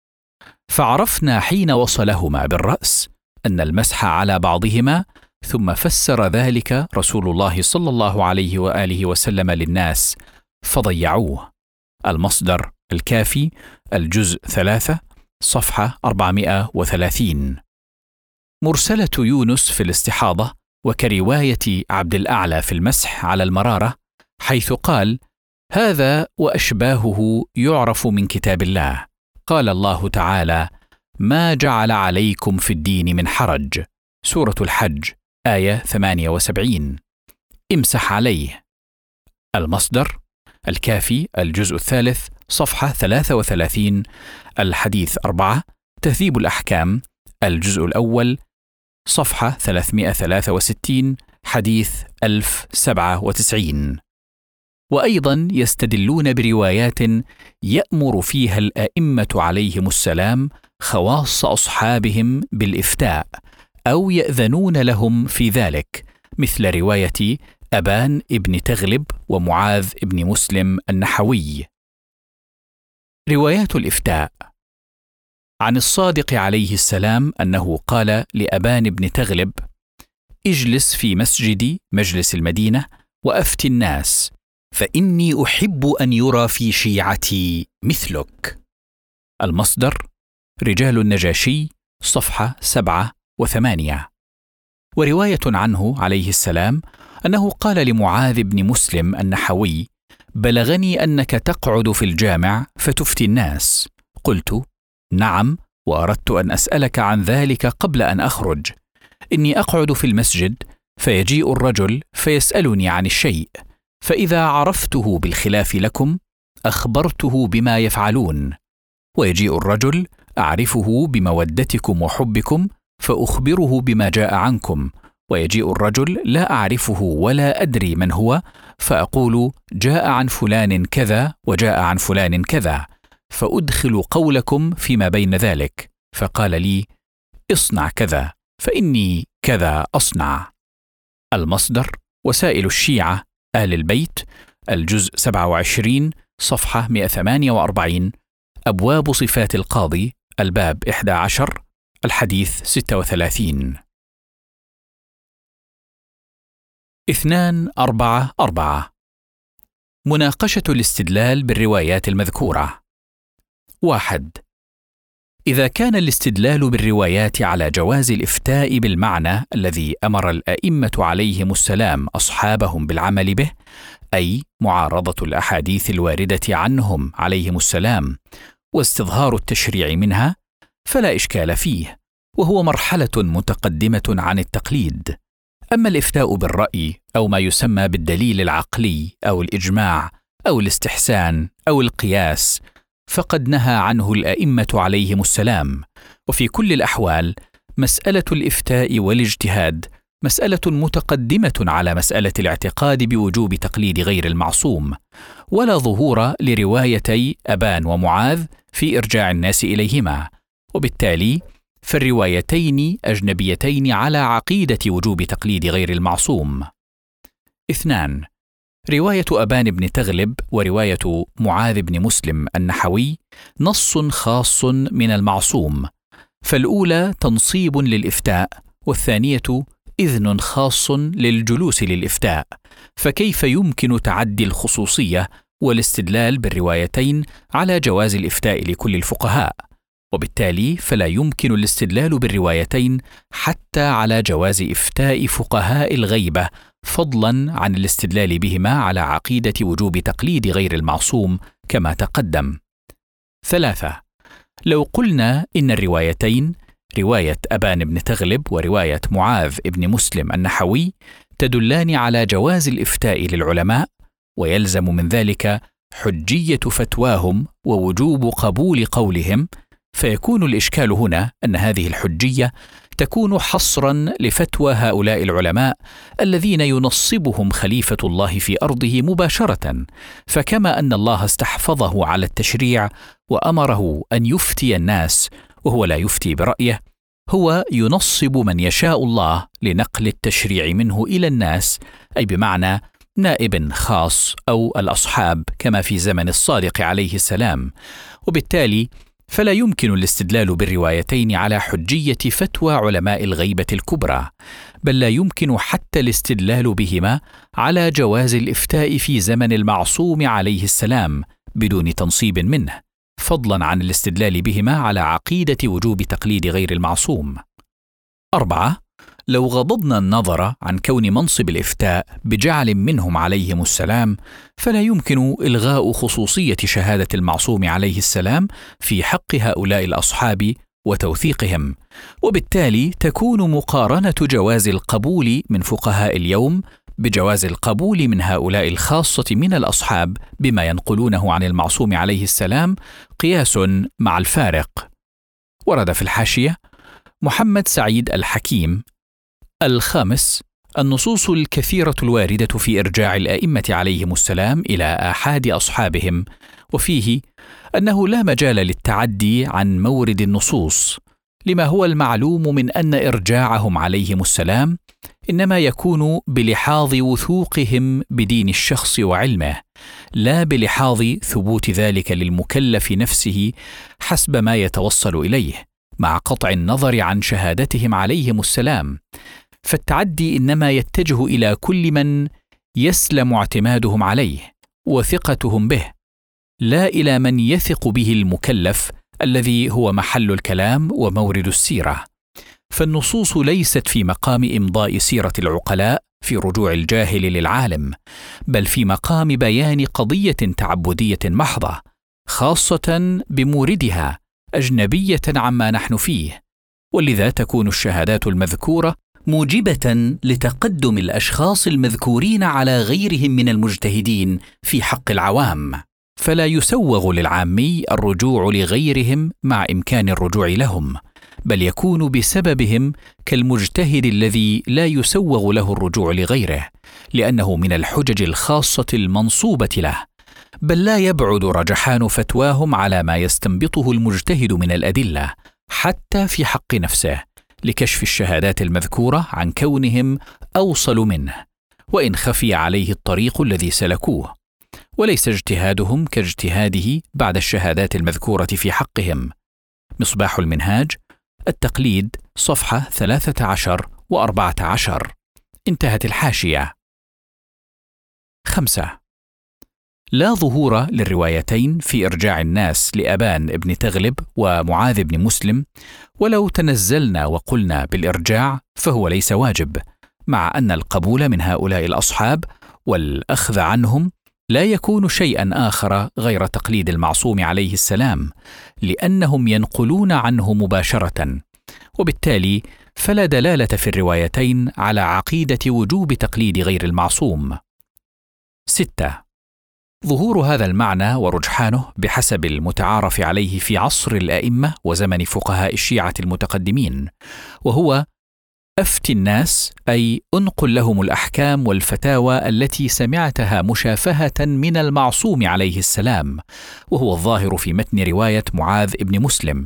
فعرفنا حين وصلهما بالرأس أن المسح على بعضهما، ثم فسر ذلك رسول الله صلى الله عليه وآله وسلم للناس فضيعوه. المصدر الكافي الجزء ثلاثة صفحة أربعمائة وثلاثين. مرسلة يونس في الاستحاضة، وكرواية عبد الأعلى في المسح على المرارة، حيث قال: هذا وأشباهه يعرف من كتاب الله. قال الله تعالى: ما جعل عليكم في الدين من حرج، سورة الحج آية ثمانية وسبعين. امسح عليه. المصدر: الكافي الجزء الثالث صفحة ثلاثة وثلاثين، الحديث أربعة، تهذيب الأحكام الجزء الأول صفحة ثلاثمائة وثلاثة وستين، حديث ألف وسبعة وتسعين. وأيضا يستدلون بروايات يأمر فيها الأئمة عليهم السلام خواص أصحابهم بالإفتاء أو يأذنون لهم في ذلك، مثل رواية أبان ابن تغلب ومعاذ ابن مسلم النحوي. روايات الإفتاء: عن الصادق عليه السلام أنه قال لأبان بن تغلب: اجلس في مسجدي مجلس المدينة وأفتي الناس، فإني أحب أن يرى في شيعتي مثلك. المصدر: رجال النجاشي صفحة سبعة وثمانية. ورواية عنه عليه السلام أنه قال لمعاذ بن مسلم النحوي: بلغني أنك تقعد في الجامع فتفتي الناس. قلت: نعم، وأردت أن أسألك عن ذلك قبل أن أخرج. إني أقعد في المسجد فيجيء الرجل فيسألني عن الشيء، فإذا عرفته بالخلاف لكم أخبرته بما يفعلون، ويجيء الرجل أعرفه بمودتكم وحبكم فأخبره بما جاء عنكم، ويجيء الرجل لا أعرفه ولا أدري من هو فأقول: جاء عن فلان كذا وجاء عن فلان كذا، فأدخل قولكم فيما بين ذلك، فقال لي: اصنع كذا فإني كذا أصنع. المصدر: وسائل الشيعة أهل البيت الجزء سبعة وعشرين صفحة مئة وثمانية وأربعين، أبواب صفات القاضي الباب إحدى عشر، الحديث ستة وثلاثين. اثنان أربعة أربعة. مناقشة الاستدلال بالروايات المذكورة. واحد. إذا كان الاستدلال بالروايات على جواز الإفتاء بالمعنى الذي أمر الأئمة عليهم السلام أصحابهم بالعمل به، أي معارضة الأحاديث الواردة عنهم عليهم السلام واستظهار التشريع منها، فلا إشكال فيه، وهو مرحلة متقدمة عن التقليد. أما الإفتاء بالرأي أو ما يسمى بالدليل العقلي أو الإجماع أو الاستحسان أو القياس، فقد نهى عنه الأئمة عليهم السلام. وفي كل الأحوال مسألة الإفتاء والاجتهاد مسألة متقدمة على مسألة الاعتقاد بوجوب تقليد غير المعصوم، ولا ظهور لروايتي أبان ومعاذ في إرجاع الناس إليهما، وبالتالي فالروايتين أجنبيتين على عقيدة وجوب تقليد غير المعصوم. اثنان. رواية أبان بن تغلب ورواية معاذ بن مسلم النحوي نص خاص من المعصوم، فالأولى تنصيب للإفتاء، والثانية إذن خاص للجلوس للإفتاء، فكيف يمكن تعدي الخصوصية والاستدلال بالروايتين على جواز الإفتاء لكل الفقهاء؟ وبالتالي فلا يمكن الاستدلال بالروايتين حتى على جواز إفتاء فقهاء الغيبة، فضلا عن الاستدلال بهما على عقيدة وجوب تقليد غير المعصوم كما تقدم. ثلاثة. لو قلنا إن الروايتين، رواية أبان بن تغلب ورواية معاذ بن مسلم النحوي، تدلان على جواز الإفتاء للعلماء، ويلزم من ذلك حجية فتواهم ووجوب قبول قولهم، فيكون الإشكال هنا أن هذه الحجية تكون حصرا لفتوى هؤلاء العلماء الذين ينصبهم خليفة الله في أرضه مباشرة، فكما أن الله استحفظه على التشريع وأمره أن يفتي الناس وهو لا يفتي برأيه، هو ينصب من يشاء الله لنقل التشريع منه إلى الناس، أي بمعنى نائب خاص أو الأصحاب كما في زمن الصادق عليه السلام. وبالتالي فلا يمكن الاستدلال بالروايتين على حجية فتوى علماء الغيبة الكبرى، بل لا يمكن حتى الاستدلال بهما على جواز الإفتاء في زمن المعصوم عليه السلام بدون تنصيب منه، فضلا عن الاستدلال بهما على عقيدة وجوب تقليد غير المعصوم. أربعة، لو غضضنا النظر عن كون منصب الإفتاء بجعل منهم عليهم السلام، فلا يمكن إلغاء خصوصية شهادة المعصوم عليه السلام في حق هؤلاء الأصحاب وتوثيقهم، وبالتالي تكون مقارنة جواز القبول من فقهاء اليوم بجواز القبول من هؤلاء الخاصة من الأصحاب بما ينقلونه عن المعصوم عليه السلام قياس مع الفارق. ورد في الحاشية محمد سعيد الحكيم: الخامس، النصوص الكثيرة الواردة في إرجاع الأئمة عليهم السلام إلى آحاد أصحابهم، وفيه أنه لا مجال للتعدي عن مورد النصوص، لما هو المعلوم من أن إرجاعهم عليهم السلام إنما يكون بلحاظ وثوقهم بدين الشخص وعلمه، لا بلحاظ ثبوت ذلك للمكلف نفسه حسب ما يتوصل إليه، مع قطع النظر عن شهادتهم عليهم السلام. فالتعدي إنما يتجه إلى كل من يسلم اعتمادهم عليه وثقتهم به، لا إلى من يثق به المكلف الذي هو محل الكلام ومورد السيرة. فالنصوص ليست في مقام إمضاء سيرة العقلاء في رجوع الجاهل للعالم، بل في مقام بيان قضية تعبدية محضة خاصة بموردها أجنبية عما نحن فيه، ولذا تكون الشهادات المذكورة موجبة لتقدم الأشخاص المذكورين على غيرهم من المجتهدين في حق العوام، فلا يسوغ للعامي الرجوع لغيرهم مع إمكان الرجوع لهم، بل يكون بسببهم كالمجتهد الذي لا يسوغ له الرجوع لغيره، لأنه من الحجج الخاصة المنصوبة له، بل لا يبعد رجحان فتواهم على ما يستنبطه المجتهد من الأدلة حتى في حق نفسه، لكشف الشهادات المذكورة عن كونهم أوصل منه، وإن خفي عليه الطريق الذي سلكوه، وليس اجتهادهم كاجتهاده بعد الشهادات المذكورة في حقهم. مصباح المنهاج التقليد صفحة ثلاثة عشر وأربعة عشر. انتهت الحاشية. خمسة، لا ظهور للروايتين في إرجاع الناس لأبان بن تغلب ومعاذ بن مسلم، ولو تنزلنا وقلنا بالإرجاع فهو ليس واجب، مع أن القبول من هؤلاء الأصحاب والأخذ عنهم لا يكون شيئا آخر غير تقليد المعصوم عليه السلام، لأنهم ينقلون عنه مباشرة، وبالتالي فلا دلالة في الروايتين على عقيدة وجوب تقليد غير المعصوم. ستة، ظهور هذا المعنى ورجحانه بحسب المتعارف عليه في عصر الأئمة وزمن فقهاء الشيعة المتقدمين، وهو أفتي الناس، أي أنقل لهم الأحكام والفتاوى التي سمعتها مشافهة من المعصوم عليه السلام، وهو الظاهر في متن رواية معاذ بن مسلم: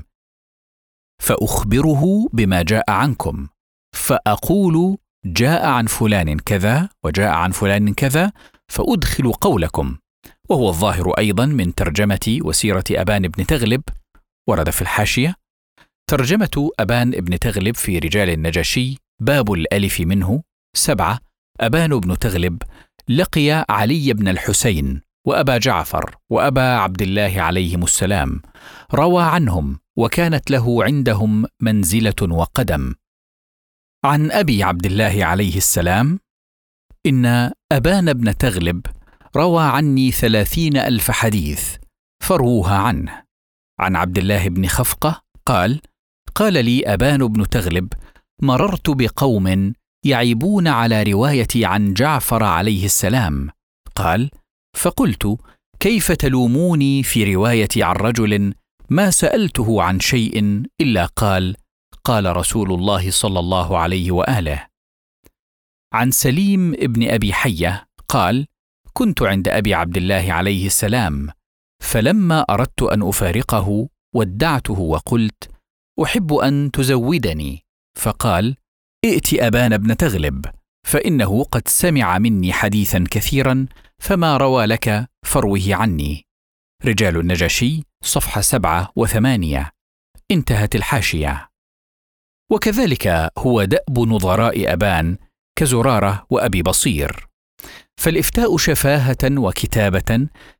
فأخبره بما جاء عنكم، فأقول جاء عن فلان كذا وجاء عن فلان كذا، فأدخل قولكم، وهو الظاهر أيضا من ترجمة وسيرة أبان بن تغلب. ورد في الحاشية ترجمة أبان بن تغلب في رجال النجاشي باب الألف منه: سبعة، أبان بن تغلب لقي علي بن الحسين وأبا جعفر وأبا عبد الله عليهم السلام، روى عنهم وكانت له عندهم منزلة وقدم. عن أبي عبد الله عليه السلام: إن أبان بن تغلب روى عني ثلاثين ألف حديث فروها عنه. عن عبد الله بن خفقة قال: قال لي أبان بن تغلب: مررت بقوم يعيبون على روايتي عن جعفر عليه السلام. قال: فقلت: كيف تلوموني في روايتي عن رجل ما سألته عن شيء إلا قال: قال رسول الله صلى الله عليه وآله. عن سليم بن أبي حية قال: كنت عند أبي عبد الله عليه السلام، فلما أردت أن أفارقه ودعته وقلت: أحب أن تزودني، فقال: ائت أبان بن تغلب، فإنه قد سمع مني حديثا كثيرا، فما روى لك فروه عني. رجال النجاشي صفحة سبعة وثمانية. انتهت الحاشية. وكذلك هو دأب نظراء أبان كزرارة وأبي بصير، فالإفتاء شفاهة وكتابة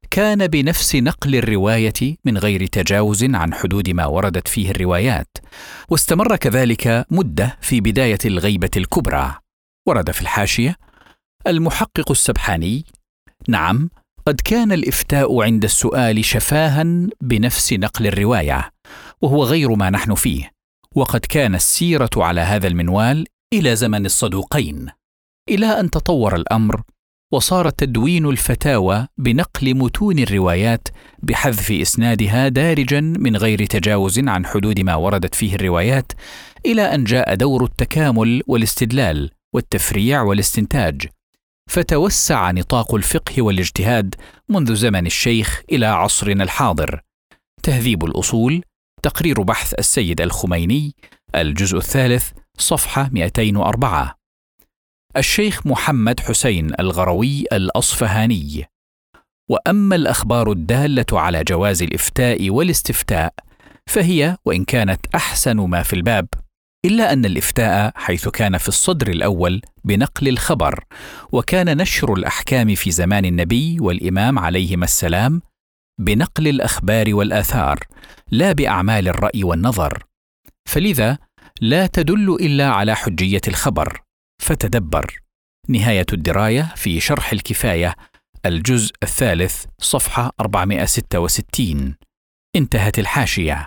كان بنفس نقل الرواية من غير تجاوز عن حدود ما وردت فيه الروايات، واستمر كذلك مدة في بداية الغيبة الكبرى. ورد في الحاشية: المحقق السبحاني: نعم، قد كان الإفتاء عند السؤال شفاها بنفس نقل الرواية، وهو غير ما نحن فيه، وقد كان السيرة على هذا المنوال إلى زمن الصدوقين، إلى أن تطور الأمر وصار تدوين الفتاوى بنقل متون الروايات بحذف إسنادها دارجا من غير تجاوز عن حدود ما وردت فيه الروايات، إلى أن جاء دور التكامل والاستدلال والتفريع والاستنتاج، فتوسع نطاق الفقه والاجتهاد منذ زمن الشيخ إلى عصرنا الحاضر. تهذيب الأصول، تقرير بحث السيد الخميني، الجزء الثالث، صفحة مئتين وأربعة. الشيخ محمد حسين الغروي الأصفهاني: وأما الأخبار الدالة على جواز الإفتاء والاستفتاء فهي وإن كانت أحسن ما في الباب، إلا أن الإفتاء حيث كان في الصدر الأول بنقل الخبر، وكان نشر الأحكام في زمان النبي والإمام عليهما السلام بنقل الأخبار والآثار، لا بأعمال الرأي والنظر، فلذا لا تدل إلا على حجية الخبر. فتدبر. نهاية الدراية في شرح الكفاية، الجزء الثالث، صفحة أربعمائة وستة وستين. انتهت الحاشية.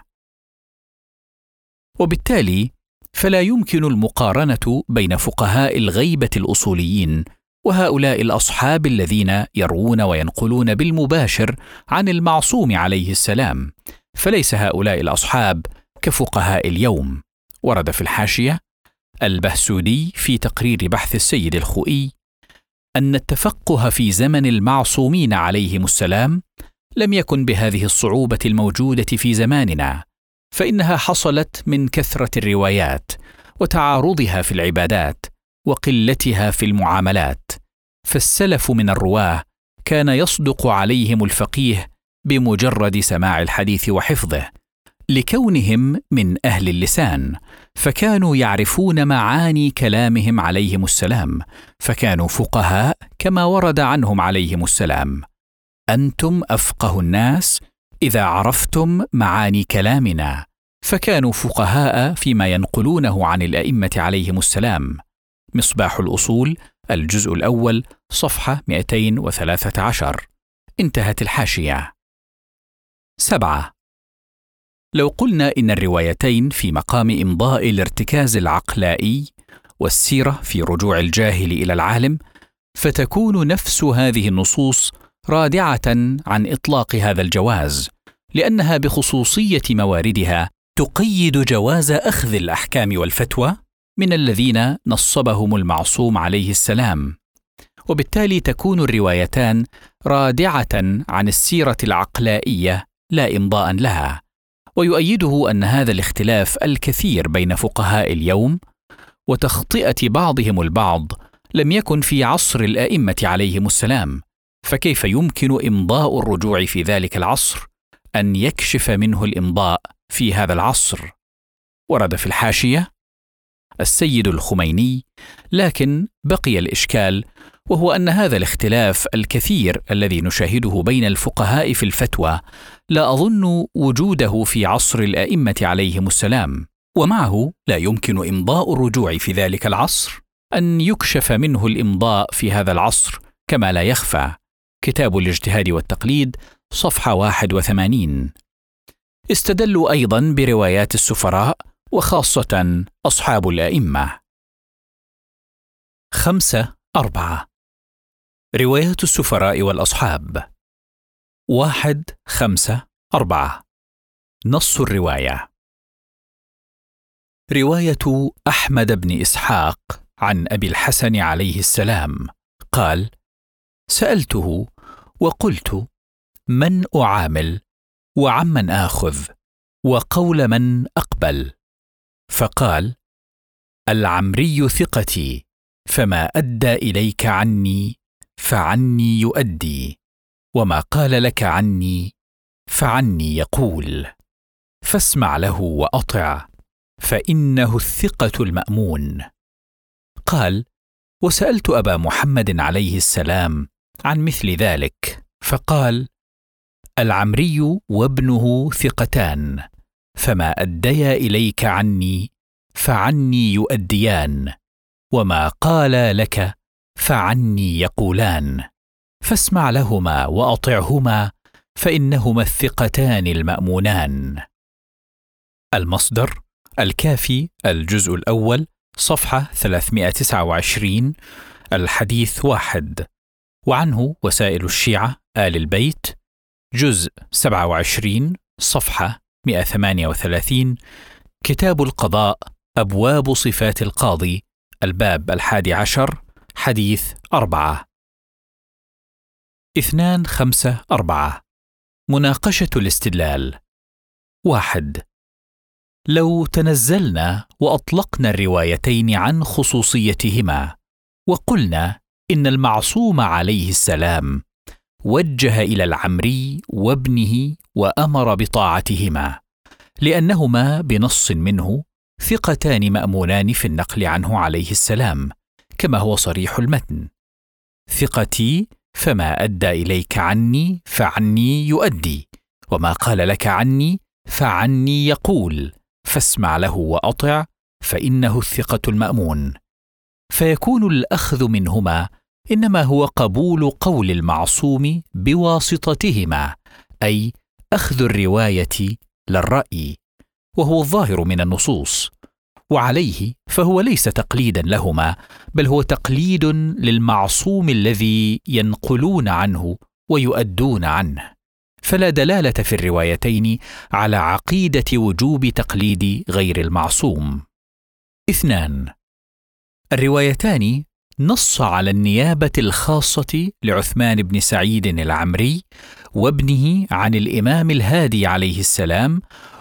وبالتالي فلا يمكن المقارنة بين فقهاء الغيبة الأصوليين وهؤلاء الأصحاب الذين يروون وينقلون بالمباشر عن المعصوم عليه السلام، فليس هؤلاء الأصحاب كفقهاء اليوم. ورد في الحاشية: البهسودي في تقرير بحث السيد الخوئي أن التفقه في زمن المعصومين عليهم السلام لم يكن بهذه الصعوبة الموجودة في زماننا، فإنها حصلت من كثرة الروايات وتعارضها في العبادات وقلتها في المعاملات، فالسلف من الرواه كان يصدق عليهم الفقيه بمجرد سماع الحديث وحفظه، لكونهم من أهل اللسان، فكانوا يعرفون معاني كلامهم عليهم السلام، فكانوا فقهاء كما ورد عنهم عليهم السلام: أنتم أفقه الناس إذا عرفتم معاني كلامنا، فكانوا فقهاء فيما ينقلونه عن الأئمة عليهم السلام. مصباح الأصول، الجزء الأول، صفحة مئتين وثلاثة عشر. انتهت الحاشية. سبعة. لو قلنا إن الروايتين في مقام إمضاء الارتكاز العقلائي والسيرة في رجوع الجاهل إلى العالم، فتكون نفس هذه النصوص رادعة عن إطلاق هذا الجواز، لأنها بخصوصية مواردها تقيد جواز أخذ الأحكام والفتوى من الذين نصبهم المعصوم عليه السلام، وبالتالي تكون الروايتان رادعة عن السيرة العقلائية لا إمضاء لها. ويؤيده أن هذا الاختلاف الكثير بين فقهاء اليوم وتخطئة بعضهم البعض لم يكن في عصر الأئمة عليهم السلام، فكيف يمكن إمضاء الرجوع في ذلك العصر أن يكشف منه الإمضاء في هذا العصر؟ ورد في الحاشية: السيد الخميني: لكن بقي الإشكال، وهو أن هذا الاختلاف الكثير الذي نشاهده بين الفقهاء في الفتوى لا أظن وجوده في عصر الأئمة عليهم السلام، ومعه لا يمكن إمضاء الرجوع في ذلك العصر أن يكشف منه الإمضاء في هذا العصر كما لا يخفى. كتاب الاجتهاد والتقليد، صفحة واحد وثمانين. استدلوا أيضا بروايات السفراء وخاصة أصحاب الأئمة. خمسة أربعة. روايات السفراء والأصحاب. واحد خمسة أربعة. نص الرواية: رواية أحمد بن إسحاق عن أبي الحسن عليه السلام قال: سألته وقلت: من أعامل وعمن آخذ وقول من أقبل؟ فقال: العمري ثقتي، فما أدى إليك عني فعني يؤدي، وما قال لك عني فعني يقول، فاسمع له وأطع، فإنه الثقة المأمون. قال: وسألت أبا محمد عليه السلام عن مثل ذلك، فقال: العمري وابنه ثقتان، فما أديا إليك عني فعني يؤديان، وما قالا لك فعني يقولان، فاسمع لهما وأطعهما، فإنهما الثقتان المأمونان. المصدر: الكافي، الجزء الأول، صفحة ثلاثمائة وتسعة وعشرين، الحديث واحد. وعنه وسائل الشيعة آل البيت، جزء سبعة وعشرين، صفحة مئة وثمانية وثلاثين، كتاب القضاء، أبواب صفات القاضي، الباب الحادي عشر، حديث أربعة. اثنان خمسة أربعة. مناقشة الاستدلال. واحد. لو تنزلنا وأطلقنا الروايتين عن خصوصيتهما وقلنا إن المعصوم عليه السلام وجه إلى العمري وابنه وأمر بطاعتهما، لأنهما بنص منه ثقتان مأمونان في النقل عنه عليه السلام، كما هو صريح المتن: ثقتي فما أدى إليك عني فعني يؤدي، وما قال لك عني فعني يقول، فاسمع له وأطع، فإنه الثقة المأمون. فيكون الأخذ منهما إنما هو قبول قول المعصوم بواسطتهما، أي أخذ الرواية للرأي، وهو الظاهر من النصوص. وعليه فهو ليس تقليدا لهما، بل هو تقليد للمعصوم الذي ينقلون عنه ويؤدون عنه، فلا دلالة في الروايتين على عقيدة وجوب تقليد غير المعصوم. اثنان. الروايتان نص على النيابة الخاصة لعثمان بن سعيد العمري وابنه عن الإمام الهادي عليه السلام،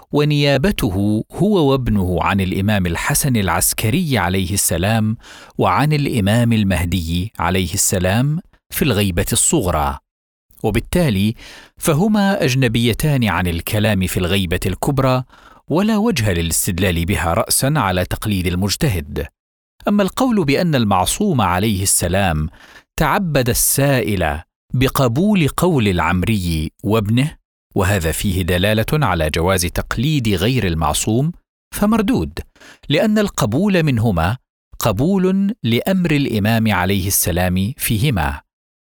ونيابته هو وابنه عن الإمام الحسن العسكري عليه السلام وعن الإمام المهدي عليه السلام في الغيبة الصغرى، وبالتالي فهما أجنبيتان عن الكلام في الغيبة الكبرى، ولا وجه للاستدلال بها رأسا على تقليد المجتهد. أما القول بأن المعصوم عليه السلام تعبد السائل بقبول قول العمري وابنه، وهذا فيه دلالة على جواز تقليد غير المعصوم، فمردود، لأن القبول منهما قبول لأمر الإمام عليه السلام فيهما،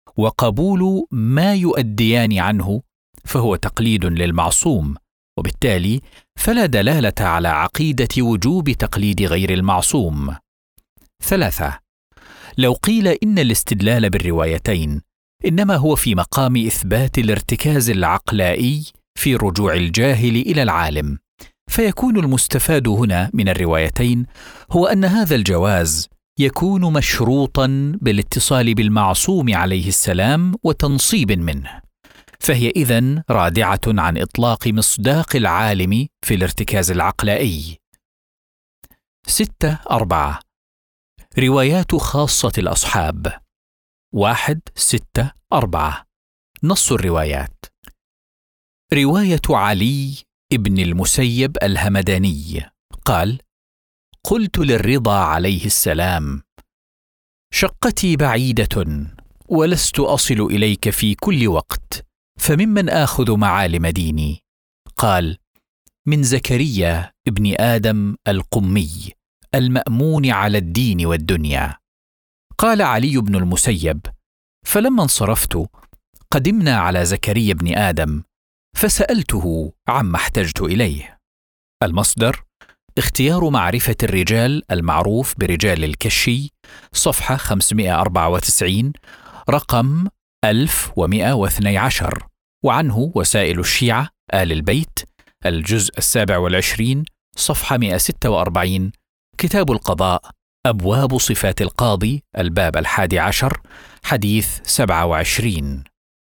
وقبول ما يؤديان عنه فهو تقليد للمعصوم، وبالتالي فلا دلالة على عقيدة وجوب تقليد غير المعصوم. ثلاثة. لو قيل إن الاستدلال بالروايتين إنما هو في مقام إثبات الارتكاز العقلائي في رجوع الجاهل إلى العالم، فيكون المستفاد هنا من الروايتين هو أن هذا الجواز يكون مشروطاً بالاتصال بالمعصوم عليه السلام وتنصيب منه، فهي إذن رادعة عن إطلاق مصداق العالم في الارتكاز العقلائي. ستة أربعة. روايات خاصة الأصحاب. واحد ستة أربعة. نص الروايات. رواية علي ابن المسيب الهمداني قال: قلت للرضا عليه السلام: شقتي بعيدة ولست أصل إليك في كل وقت، فممن آخذ معالم ديني؟ قال: من زكريا ابن آدم القمي المأمون على الدين والدنيا. قال علي بن المسيب: فلما انصرفت قدمنا على زكريا بن آدم فسألته عما احتجت إليه. المصدر: اختيار معرفة الرجال المعروف برجال الكشي، صفحة خمسمائة وأربعة وتسعين، رقم ألف ومئة واثني عشر. وعنه وسائل الشيعة آل البيت، الجزء السابع والعشرين، صفحة مئة وستة وأربعين، كتاب القضاء، أبواب صفات القاضي، الباب الحادي عشر، حديث سبعة وعشرين.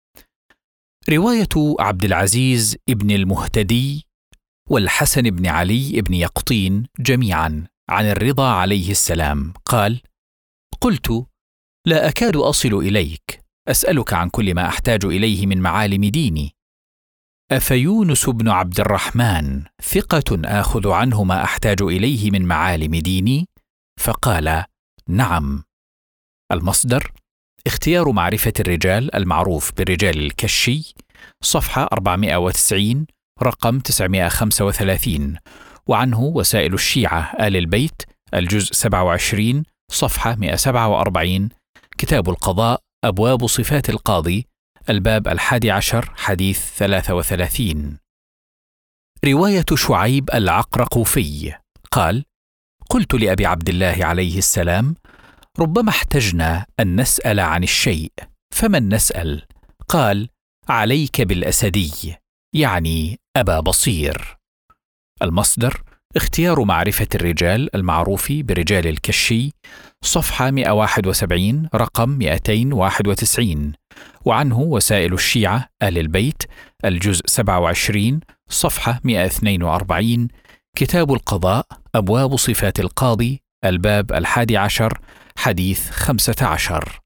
رواية عبد العزيز ابن المهتدي والحسن بن علي بن يقطين جميعا عن الرضا عليه السلام قال: قلت: لا أكاد أصل إليك، أسألك عن كل ما أحتاج إليه من معالم ديني. أفيونس بن عبد الرحمن ثقة آخذ عنه ما أحتاج إليه من معالم ديني؟ فقال: نعم. المصدر: اختيار معرفة الرجال المعروف برجال الكشي، صفحة أربعمائة وتسعين رقم تسعمائة وخمسة وثلاثين، وعنه وسائل الشيعة آل البيت الجزء سبعة وعشرين صفحة مئة وسبعة وأربعين، كتاب القضاء أبواب صفات القاضي الباب الحادي عشر حديث ثلاثة وثلاثين. رواية شعيب العقرقوفي قال: قلت لأبي عبد الله عليه السلام: ربما احتجنا أن نسأل عن الشيء، فمن نسأل؟ قال: عليك بالأسدي، يعني أبا بصير. المصدر: اختيار معرفة الرجال المعروف برجال الكشي، صفحة مئة وواحد وسبعين رقم مئتين وواحد وتسعين، وعنه وسائل الشيعة آل البيت الجزء سبعة وعشرين صفحة مئة واثنين وأربعين، كتاب القضاء أبواب صفات القاضي الباب الحادي عشر حديث خمسة عشر.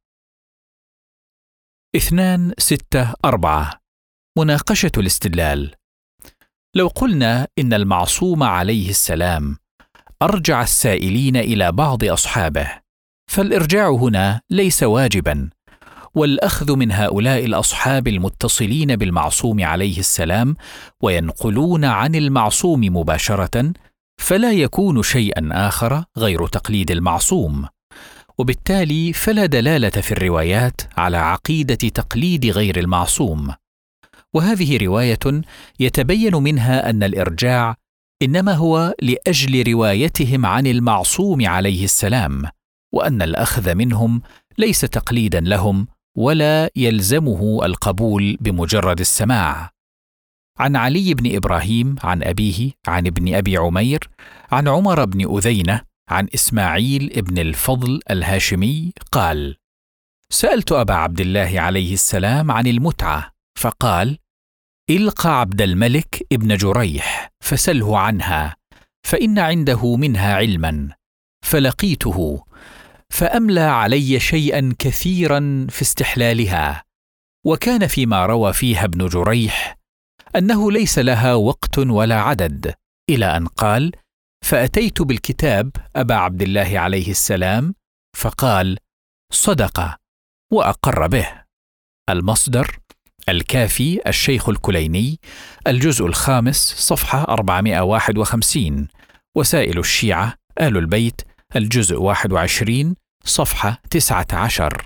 اثنان ستة أربعة. مناقشة الاستدلال. لو قلنا إن المعصوم عليه السلام أرجع السائلين إلى بعض أصحابه، فالإرجاع هنا ليس واجباً، والأخذ من هؤلاء الأصحاب المتصلين بالمعصوم عليه السلام وينقلون عن المعصوم مباشرة فلا يكون شيئاً آخر غير تقليد المعصوم، وبالتالي فلا دلالة في الروايات على عقيدة تقليد غير المعصوم. وهذه رواية يتبين منها أن الإرجاع إنما هو لأجل روايتهم عن المعصوم عليه السلام، وأن الأخذ منهم ليس تقليداً لهم ولا يلزمه القبول بمجرد السماع. عن علي بن إبراهيم عن أبيه عن ابن أبي عمير عن عمر بن أذينة عن إسماعيل بن الفضل الهاشمي قال: سألت أبا عبد الله عليه السلام عن المتعة، فقال: إلق عبد الملك ابن جريح فسله عنها، فإن عنده منها علما. فلقيته فأملى علي شيئا كثيرا في استحلالها، وكان فيما روى فيها ابن جريح أنه ليس لها وقت ولا عدد، إلى أن قال: فأتيت بالكتاب أبا عبد الله عليه السلام فقال: صدق، وأقر به. المصدر: الكافي الشيخ الكليني الجزء الخامس صفحة أربعمائة وواحد وخمسين، وسائل الشيعة آل البيت الجزء واحد وعشرين صفحة تسعة عشر.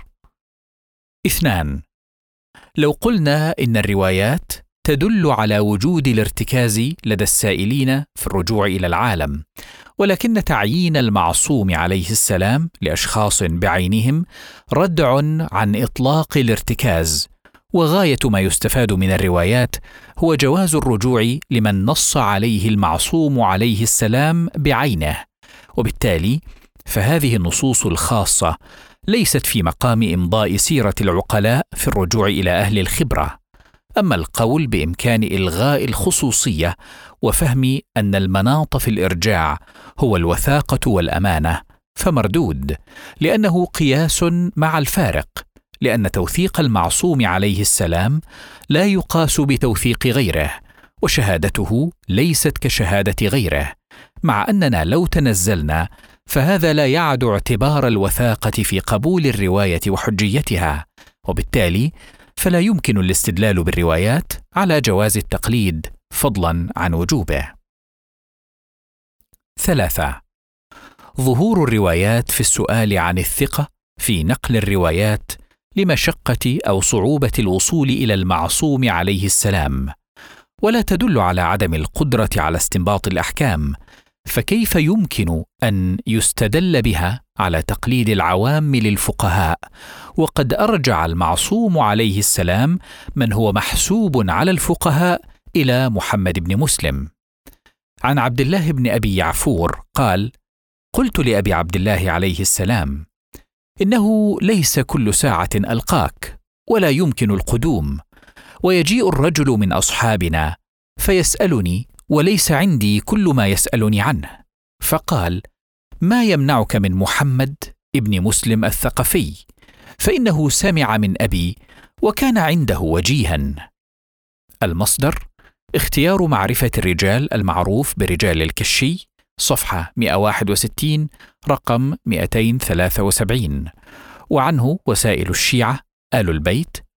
اثنان. لو قلنا إن الروايات تدل على وجود الارتكاز لدى السائلين في الرجوع إلى العالم، ولكن تعيين المعصوم عليه السلام لأشخاص بعينهم ردع عن إطلاق الارتكاز، وغاية ما يستفاد من الروايات هو جواز الرجوع لمن نص عليه المعصوم عليه السلام بعينه، وبالتالي فهذه النصوص الخاصة ليست في مقام إمضاء سيرة العقلاء في الرجوع إلى أهل الخبرة. أما القول بإمكان إلغاء الخصوصية وفهم أن المناط في الإرجاع هو الوثاقة والأمانة فمردود، لأنه قياس مع الفارق، لأن توثيق المعصوم عليه السلام لا يقاس بتوثيق غيره، وشهادته ليست كشهادة غيره، مع أننا لو تنزلنا فهذا لا يعد اعتبار الوثاقة في قبول الرواية وحجيتها، وبالتالي فلا يمكن الاستدلال بالروايات على جواز التقليد فضلا عن وجوبه. ثلاثة. ظهور الروايات في السؤال عن الثقة في نقل الروايات لمشقة أو صعوبة الوصول إلى المعصوم عليه السلام، ولا تدل على عدم القدرة على استنباط الأحكام، فكيف يمكن أن يستدل بها على تقليد العوام للفقهاء وقد أرجع المعصوم عليه السلام من هو محسوب على الفقهاء إلى محمد بن مسلم؟ عن عبد الله بن أبي يعفور قال: قلت لأبي عبد الله عليه السلام: إنه ليس كل ساعة ألقاك ولا يمكن القدوم، ويجيء الرجل من أصحابنا فيسألني وليس عندي كل ما يسألني عنه، فقال: ما يمنعك من محمد ابن مسلم الثقفي، فإنه سمع من أبي وكان عنده وجيها. المصدر: اختيار معرفة الرجال المعروف برجال الكشي، صفحة مئة وواحد وستين رقم مئتين وثلاثة وسبعين، وعنه وسائل الشيعة آل البيت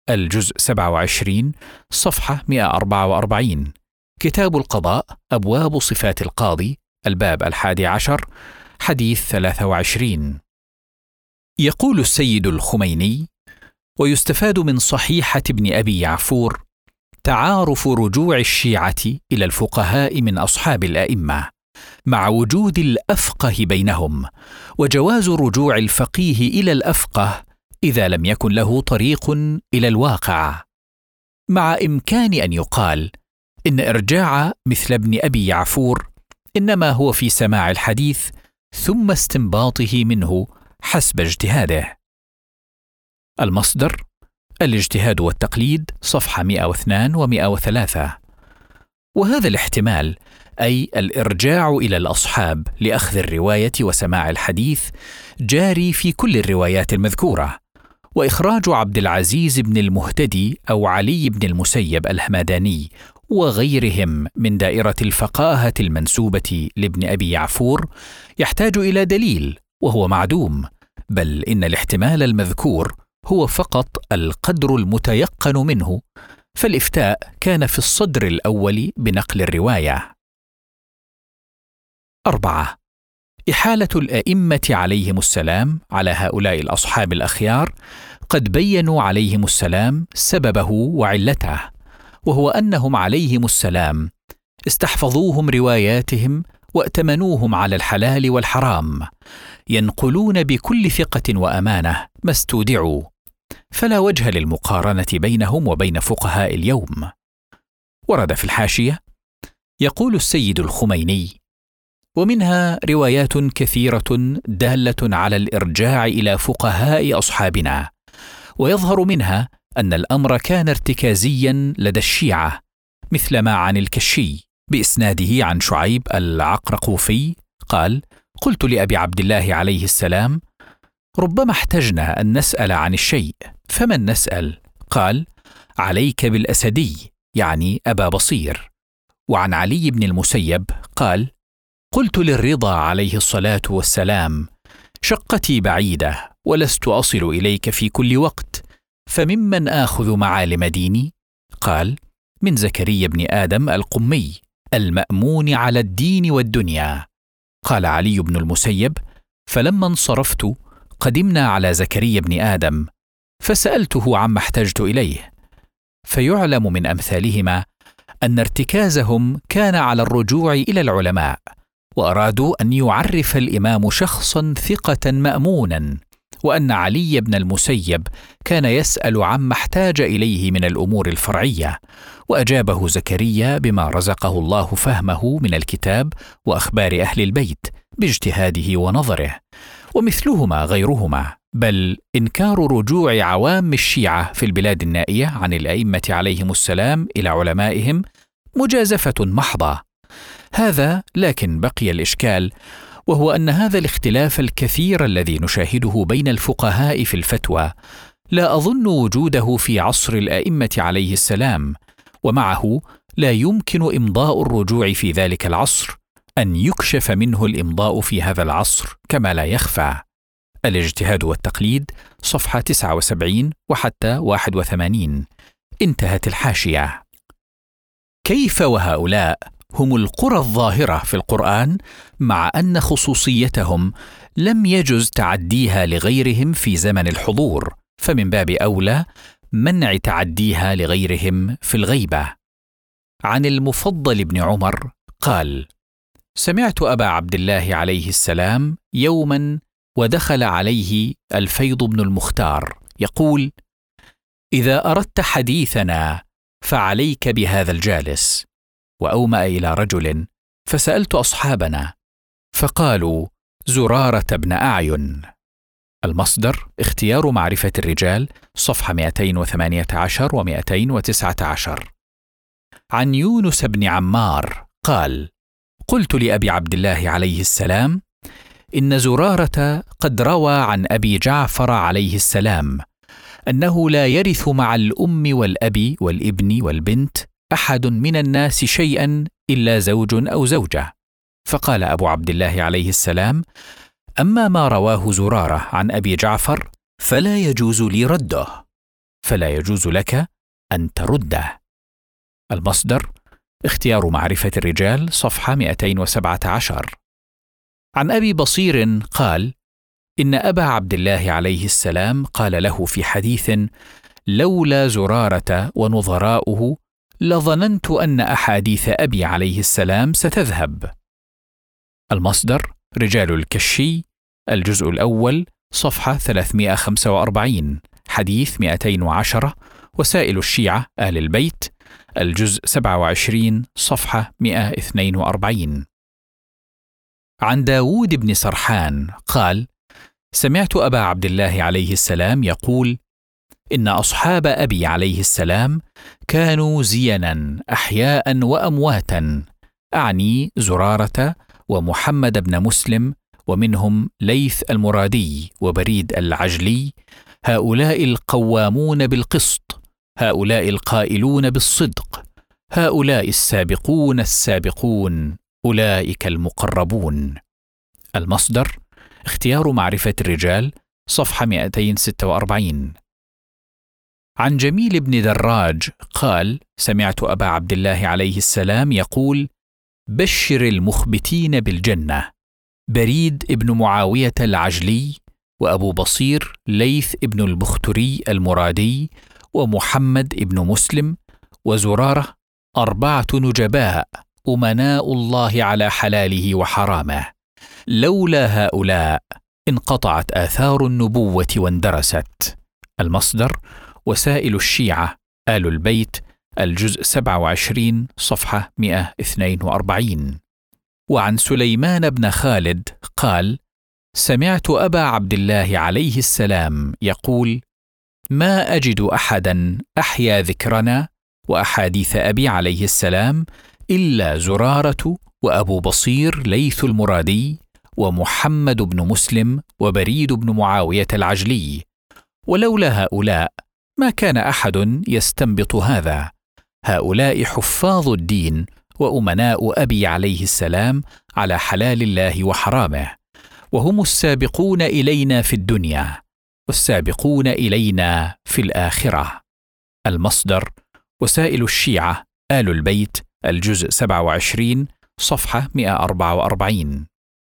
الجزء سبعة وعشرين صفحة مئة وأربعة وأربعين، كتاب القضاء أبواب صفات القاضي الباب الحادي عشر حديث ثلاثة وعشرين. يقول السيد الخميني: ويستفاد من صحيحة ابن أبي يعفور تعارف رجوع الشيعة إلى الفقهاء من أصحاب الأئمة مع وجود الأفقه بينهم، وجواز رجوع الفقيه إلى الأفقه إذا لم يكن له طريق إلى الواقع، مع إمكان أن يقال إن إرجاع مثل ابن أبي يعفور إنما هو في سماع الحديث ثم استنباطه منه حسب اجتهاده. المصدر: الاجتهاد والتقليد، صفحة مئة واثنين ومئة وثلاثة. وهذا الاحتمال، أي الإرجاع إلى الأصحاب لأخذ الرواية وسماع الحديث، جاري في كل الروايات المذكورة، وإخراج عبد العزيز بن المهتدي أو علي بن المسيب الهمداني وغيرهم من دائرة الفقاهة المنسوبة لابن أبي يعفور يحتاج إلى دليل، وهو معدوم، بل إن الاحتمال المذكور هو فقط القدر المتيقن منه، فالإفتاء كان في الصدر الأول بنقل الرواية. أربعة: إحالة الأئمة عليهم السلام على هؤلاء الأصحاب الأخيار قد بيّنوا عليهم السلام سببه وعلته، وهو أنهم عليهم السلام استحفظوهم رواياتهم وائتمنوهم على الحلال والحرام، ينقلون بكل ثقة وأمانة ما استودعوا، فلا وجه للمقارنة بينهم وبين فقهاء اليوم. ورد في الحاشية: يقول السيد الخميني: ومنها روايات كثيرة دالة على الإرجاع إلى فقهاء أصحابنا، ويظهر منها أن الأمر كان ارتكازيا لدى الشيعة، مثل ما عن الكشي بإسناده عن شعيب العقرقوفي قال: قلت لأبي عبد الله عليه السلام: ربما احتجنا أن نسأل عن الشيء، فمن نسأل؟ قال: عليك بالأسدي، يعني أبا بصير. وعن علي بن المسيب قال: قلت للرضا عليه الصلاة والسلام: شقتي بعيدة ولست أصل إليك في كل وقت، فممن آخذ معالم ديني؟ قال: من زكريا بن آدم القمي المأمون على الدين والدنيا. قال علي بن المسيب: فلما انصرفت قدمنا على زكريا بن آدم فسألته عما احتجت إليه، فيعلم من أمثالهما أن ارتكازهم كان على الرجوع إلى العلماء، وأرادوا أن يعرف الإمام شخصا ثقة مأمونا، وأن علي بن المسيب كان يسأل عما احتاج إليه من الأمور الفرعية، وأجابه زكريا بما رزقه الله فهمه من الكتاب وأخبار أهل البيت باجتهاده ونظره، ومثلهما غيرهما، بل إنكار رجوع عوام الشيعة في البلاد النائية عن الأئمة عليهم السلام إلى علمائهم مجازفة محضة. هذا لكن بقي الإشكال، وهو أن هذا الاختلاف الكثير الذي نشاهده بين الفقهاء في الفتوى لا أظن وجوده في عصر الأئمة عليه السلام، ومعه لا يمكن إمضاء الرجوع في ذلك العصر أن يكشف منه الإمضاء في هذا العصر كما لا يخفى. الاجتهاد والتقليد، صفحة تسعة وسبعين وحتى واحد وثمانين. انتهت الحاشية. كيف وهؤلاء هم القرى الظاهرة في القرآن، مع أن خصوصيتهم لم يجز تعديها لغيرهم في زمن الحضور، فمن باب أولى منع تعديها لغيرهم في الغيبة. عن المفضل بن عمر قال: سمعت أبا عبد الله عليه السلام يوما ودخل عليه الفيض بن المختار يقول: إذا أردت حديثنا فعليك بهذا الجالس. وأومأ إلى رجل، فسألت أصحابنا فقالوا: زرارة بن أعين. المصدر: اختيار معرفة الرجال، صفحة مئتين وثمانية عشر ومئتين وتسعة عشر. عن يونس بن عمار قال: قلت لأبي عبد الله عليه السلام: إن زرارة قد روى عن أبي جعفر عليه السلام أنه لا يرث مع الأم والأب والابن والبنت أحد من الناس شيئا إلا زوج أو زوجة. فقال أبو عبد الله عليه السلام: أما ما رواه زرارة عن أبي جعفر فلا يجوز لي رده. فلا يجوز لك أن ترده. المصدر: اختيار معرفة الرجال، صفحة مئتين وسبعة عشر. عن أبي بصير قال: إن أبا عبد الله عليه السلام قال له في حديث: لولا زرارة ونظراؤه لظننت أن أحاديث أبي عليه السلام ستذهب. المصدر: رجال الكشي، الجزء الأول، صفحة ثلاثمئة وخمسة وأربعين، حديث مئتين وعشرة. وسائل الشيعة آل البيت، الجزء سبعة وعشرين، صفحة مئة واثنين وأربعين. عن داود بن سرحان قال: سمعت أبا عبد الله عليه السلام يقول: إن أصحاب أبي عليه السلام كانوا زينا أحياء وأمواتا، أعني زرارة ومحمد بن مسلم، ومنهم ليث المرادي وبريد العجلي، هؤلاء القوامون بالقسط، هؤلاء القائلون بالصدق، هؤلاء السابقون السابقون، أولئك المقربون. المصدر: اختيار معرفة الرجال، صفحة مئتين وستة وأربعين. عن جميل بن دراج قال: سمعت أبا عبد الله عليه السلام يقول: بشر المخبتين بالجنة، بريد ابن معاوية العجلي، وأبو بصير ليث ابن البختري المرادي، ومحمد ابن مسلم، وزرارة، أربعة نجباء أمناء الله على حلاله وحرامه، لولا هؤلاء انقطعت آثار النبوة واندرست. المصدر: وسائل الشيعة آل البيت، الجزء سبعة وعشرين، صفحة مئة واثنين وأربعين. وعن سليمان بن خالد قال: سمعت أبا عبد الله عليه السلام يقول: ما أجد أحدا أحيا ذكرنا وأحاديث أبي عليه السلام إلا زرارة وأبو بصير ليث المرادي ومحمد بن مسلم وبريد بن معاوية العجلي، ولولا هؤلاء ما كان أحد يستنبط هذا. هؤلاء حفاظ الدين وأمناء أبي عليه السلام على حلال الله وحرامه، وهم السابقون إلينا في الدنيا والسابقون إلينا في الآخرة. المصدر: وسائل الشيعة آل البيت، الجزء سبعة وعشرين، صفحة مئة وأربعة وأربعين.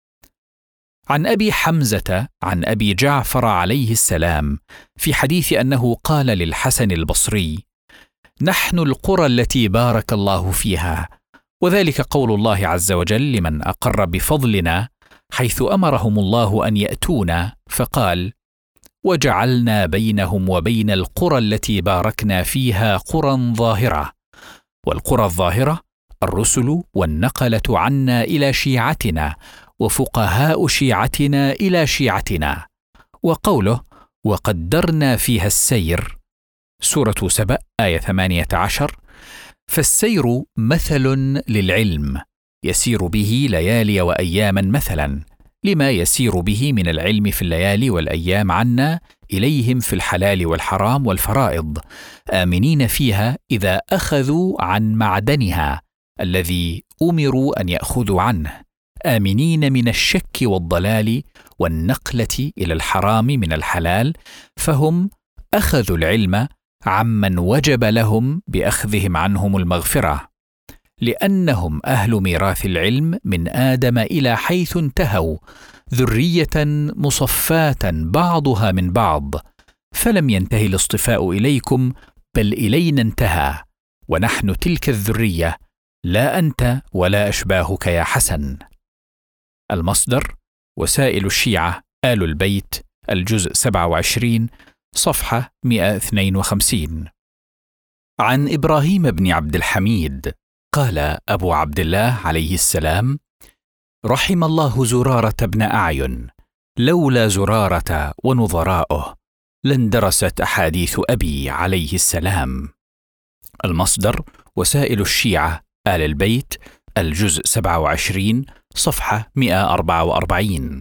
عن أبي حمزة عن أبي جعفر عليه السلام في حديث أنه قال للحسن البصري: نحن القرى التي بارك الله فيها، وذلك قول الله عز وجل لمن أقر بفضلنا، حيث أمرهم الله أن يأتونا فقال: وجعلنا بينهم وبين القرى التي باركنا فيها قرى ظاهرة. والقرى الظاهرة الرسل والنقلة عنا إلى شيعتنا وفقهاء شيعتنا إلى شيعتنا. وقوله: وقدرنا فيها السير، سورة سبأ آية ثمانية عشر. فالسير مثل للعلم يسير به ليالي وأياما، مثلا لما يسير به من العلم في الليالي والأيام عنا إليهم في الحلال والحرام والفرائض، آمنين فيها إذا أخذوا عن معدنها الذي أمروا أن يأخذوا عنه، آمنين من الشك والضلال والنقلة إلى الحرام من الحلال، فهم أخذوا العلم عمن وجب لهم بأخذهم عنهم المغفرة، لأنهم أهل ميراث العلم من آدم إلى حيث انتهوا، ذرية مصفاة بعضها من بعض، فلم ينتهي الاصطفاء إليكم بل إلينا انتهى، ونحن تلك الذرية، لا أنت ولا أشباهك يا حسن. المصدر: وسائل الشيعة آل البيت، الجزء سبعة وعشرين، صفحة مئة واثنين وخمسين. عن إبراهيم بن عبد الحميد قال أبو عبد الله عليه السلام: رحم الله زرارة بن أعين، لولا زرارة ونظراؤه لاندرست أحاديث أبي عليه السلام. المصدر: وسائل الشيعة آل البيت، الجزء سبعة وعشرين، صفحة مئة وأربعة وأربعين.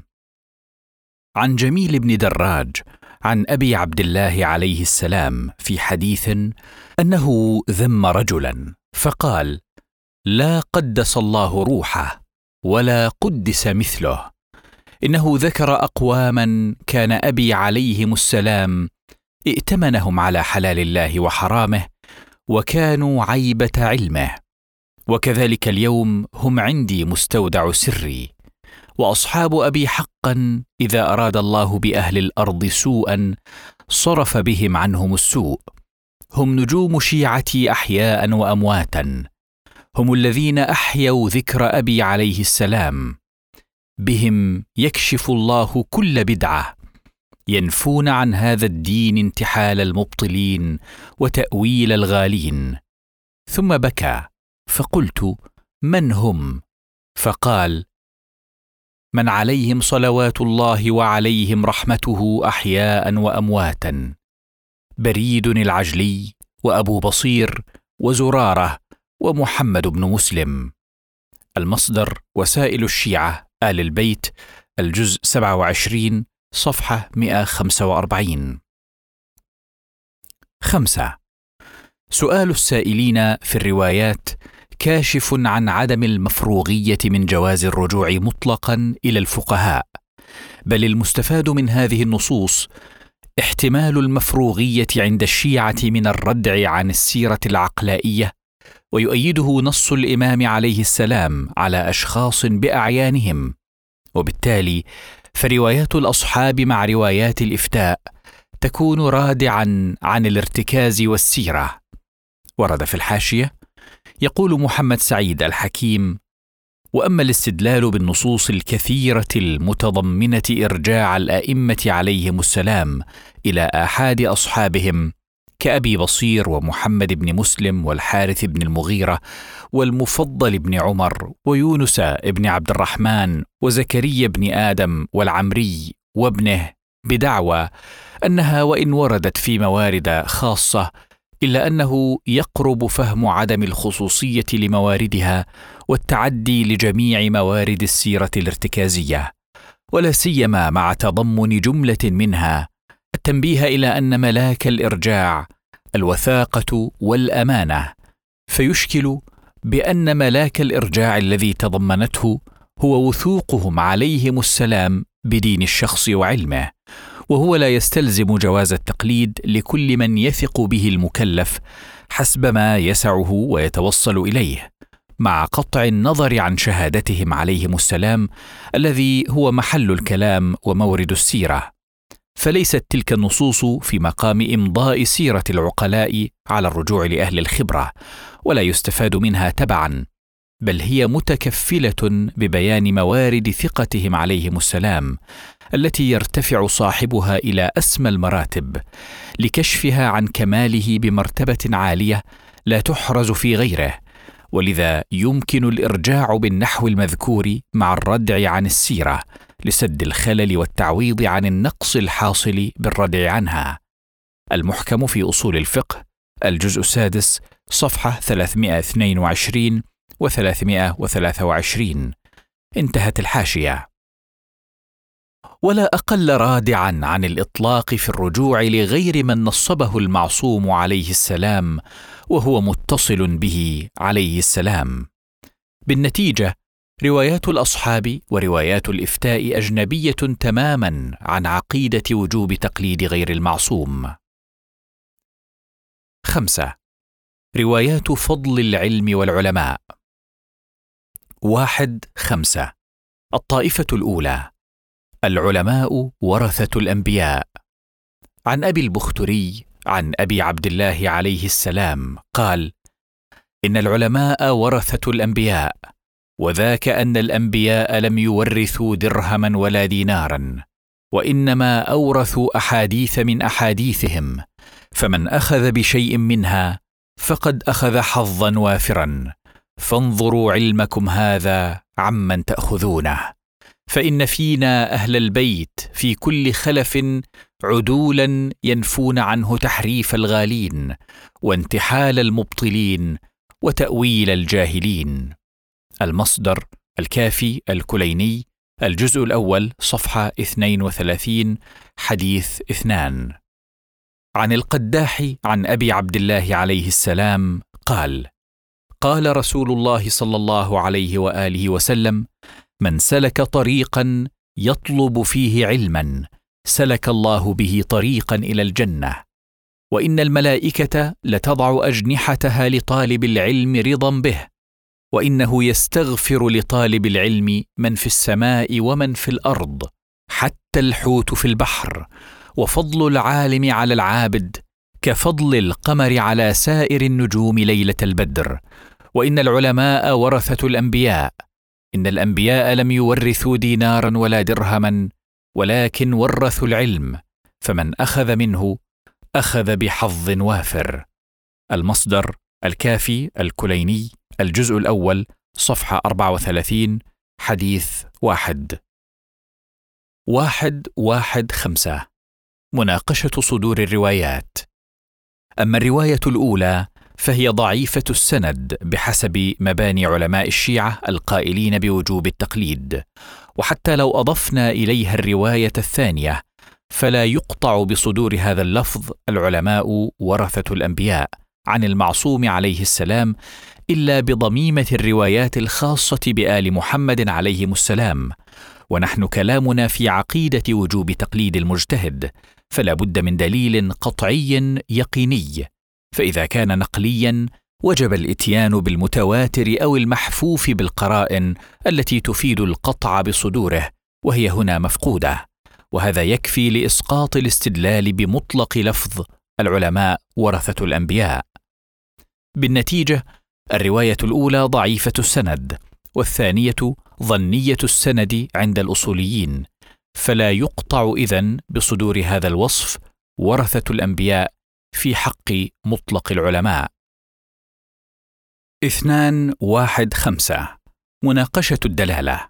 عن جميل بن دراج عن أبي عبد الله عليه السلام في حديث أنه ذم رجلا فقال: لا قدس الله روحه ولا قدس مثله، إنه ذكر أقواما كان أبي عليهم السلام ائتمنهم على حلال الله وحرامه، وكانوا عيبة علمه. وكذلك اليوم هم عندي مستودع سري. وأصحاب أبي حقا إذا أراد الله بأهل الأرض سوءا صرف بهم عنهم السوء. هم نجوم شيعتي أحياء وأمواتا، هم الذين أحيوا ذكر أبي عليه السلام. بهم يكشف الله كل بدعة، ينفون عن هذا الدين انتحال المبطلين وتأويل الغالين. ثم بكى، فقلت: من هم؟ فقال: من عليهم صلوات الله وعليهم رحمته أحياء وأمواتا، بريد العجلي، وأبو بصير، وزرارة، ومحمد بن مسلم. المصدر: وسائل الشيعة آل البيت، الجزء سبعة وعشرين، صفحة مئة وخمسة وأربعين. خمسة. سؤال السائلين في الروايات كاشف عن عدم المفروغية من جواز الرجوع مطلقا إلى الفقهاء، بل المستفاد من هذه النصوص احتمال المفروغية عند الشيعة من الردع عن السيرة العقلائية، ويؤيده نص الإمام عليه السلام على أشخاص بأعيانهم. وبالتالي فروايات الأصحاب مع روايات الإفتاء تكون رادعا عن الارتكاز والسيرة. ورد في الحاشية: يقول محمد سعيد الحكيم: وأما الاستدلال بالنصوص الكثيرة المتضمنة إرجاع الأئمة عليهم السلام إلى آحاد أصحابهم كأبي بصير ومحمد بن مسلم والحارث بن المغيرة والمفضل بن عمر ويونس بن عبد الرحمن وزكريا بن آدم والعمري وابنه، بدعوى أنها وإن وردت في موارد خاصة إلا أنه يقرب فهم عدم الخصوصية لمواردها والتعدي لجميع موارد السيرة الارتكازية، ولا سيما مع تضمن جملة منها التنبيه إلى أن ملاك الإرجاع الوثاقة والأمانة، فيشكل بأن ملاك الإرجاع الذي تضمنته هو وثوقهم عليهم السلام بدين الشخص وعلمه، وهو لا يستلزم جواز التقليد لكل من يثق به المكلف حسب ما يسعه ويتوصل إليه، مع قطع النظر عن شهادتهم عليهم السلام الذي هو محل الكلام ومورد السيرة. فليست تلك النصوص في مقام إمضاء سيرة العقلاء على الرجوع لأهل الخبرة، ولا يستفاد منها تبعا، بل هي متكفلة ببيان موارد ثقتهم عليهم السلام التي يرتفع صاحبها إلى أسمى المراتب لكشفها عن كماله بمرتبة عالية لا تحرز في غيره. ولذا يمكن الإرجاع بالنحو المذكور مع الردع عن السيرة لسد الخلل والتعويض عن النقص الحاصل بالردع عنها. المحكم في أصول الفقه، الجزء السادس، صفحة ثلاثمائة واثنين وعشرين وثلاثمائة وثلاثة وعشرين. انتهت الحاشية. ولا أقل رادعا عن الإطلاق في الرجوع لغير من نصبه المعصوم عليه السلام وهو متصل به عليه السلام. بالنتيجة روايات الأصحاب وروايات الإفتاء أجنبية تماما عن عقيدة وجوب تقليد غير المعصوم. خمسة. روايات فضل العلم والعلماء. واحد خمسة. الطائفة الأولى: العلماء ورثة الأنبياء. عن أبي البختري عن أبي عبد الله عليه السلام قال: إن العلماء ورثة الأنبياء، وذاك أن الأنبياء لم يورثوا درهما ولا دينارا، وإنما أورثوا أحاديث من أحاديثهم، فمن أخذ بشيء منها فقد أخذ حظا وافرا، فانظروا علمكم هذا عمن تأخذونه، فإن فينا أهل البيت في كل خلف عدولا ينفون عنه تحريف الغالين وانتحال المبطلين وتأويل الجاهلين. المصدر: الكافي الكليني، الجزء الأول، صفحة اثنين وثلاثين، حديث اثنان. عن القداح عن أبي عبد الله عليه السلام قال: قال رسول الله صلى الله عليه وآله وسلم: من سلك طريقا يطلب فيه علما سلك الله به طريقا إلى الجنة، وإن الملائكة لتضع أجنحتها لطالب العلم رضا به، وإنه يستغفر لطالب العلم من في السماء ومن في الأرض، حتى الحوت في البحر، وفضل العالم على العابد كفضل القمر على سائر النجوم ليلة البدر، وإن العلماء ورثة الأنبياء، إن الأنبياء لم يورثوا دينارا ولا درهما، ولكن ورثوا العلم، فمن أخذ منه أخذ بحظ وافر. المصدر الكافي الكليني، الجزء الأول، صفحة أربعة وثلاثين، حديث واحد. واحد واحد خمسة. مناقشة صدور الروايات. أما الرواية الأولى فهي ضعيفة السند بحسب مباني علماء الشيعة القائلين بوجوب التقليد، وحتى لو أضفنا إليها الرواية الثانية فلا يقطع بصدور هذا اللفظ العلماء ورثة الأنبياء عن المعصوم عليه السلام إلا بضميمة الروايات الخاصة بآل محمد عليهم السلام، ونحن كلامنا في عقيدة وجوب تقليد المجتهد، فلا بد من دليل قطعي يقيني، فإذا كان نقليا وجب الإتيان بالمتواتر أو المحفوف بالقرائن التي تفيد القطع بصدوره، وهي هنا مفقودة، وهذا يكفي لإسقاط الاستدلال بمطلق لفظ العلماء ورثة الأنبياء. بالنتيجة الرواية الأولى ضعيفة السند، والثانية ظنية السند عند الأصوليين، فلا يقطع إذن بصدور هذا الوصف ورثة الأنبياء في حق مطلق العلماء. اثنان واحد خمسة. مناقشة الدلالة.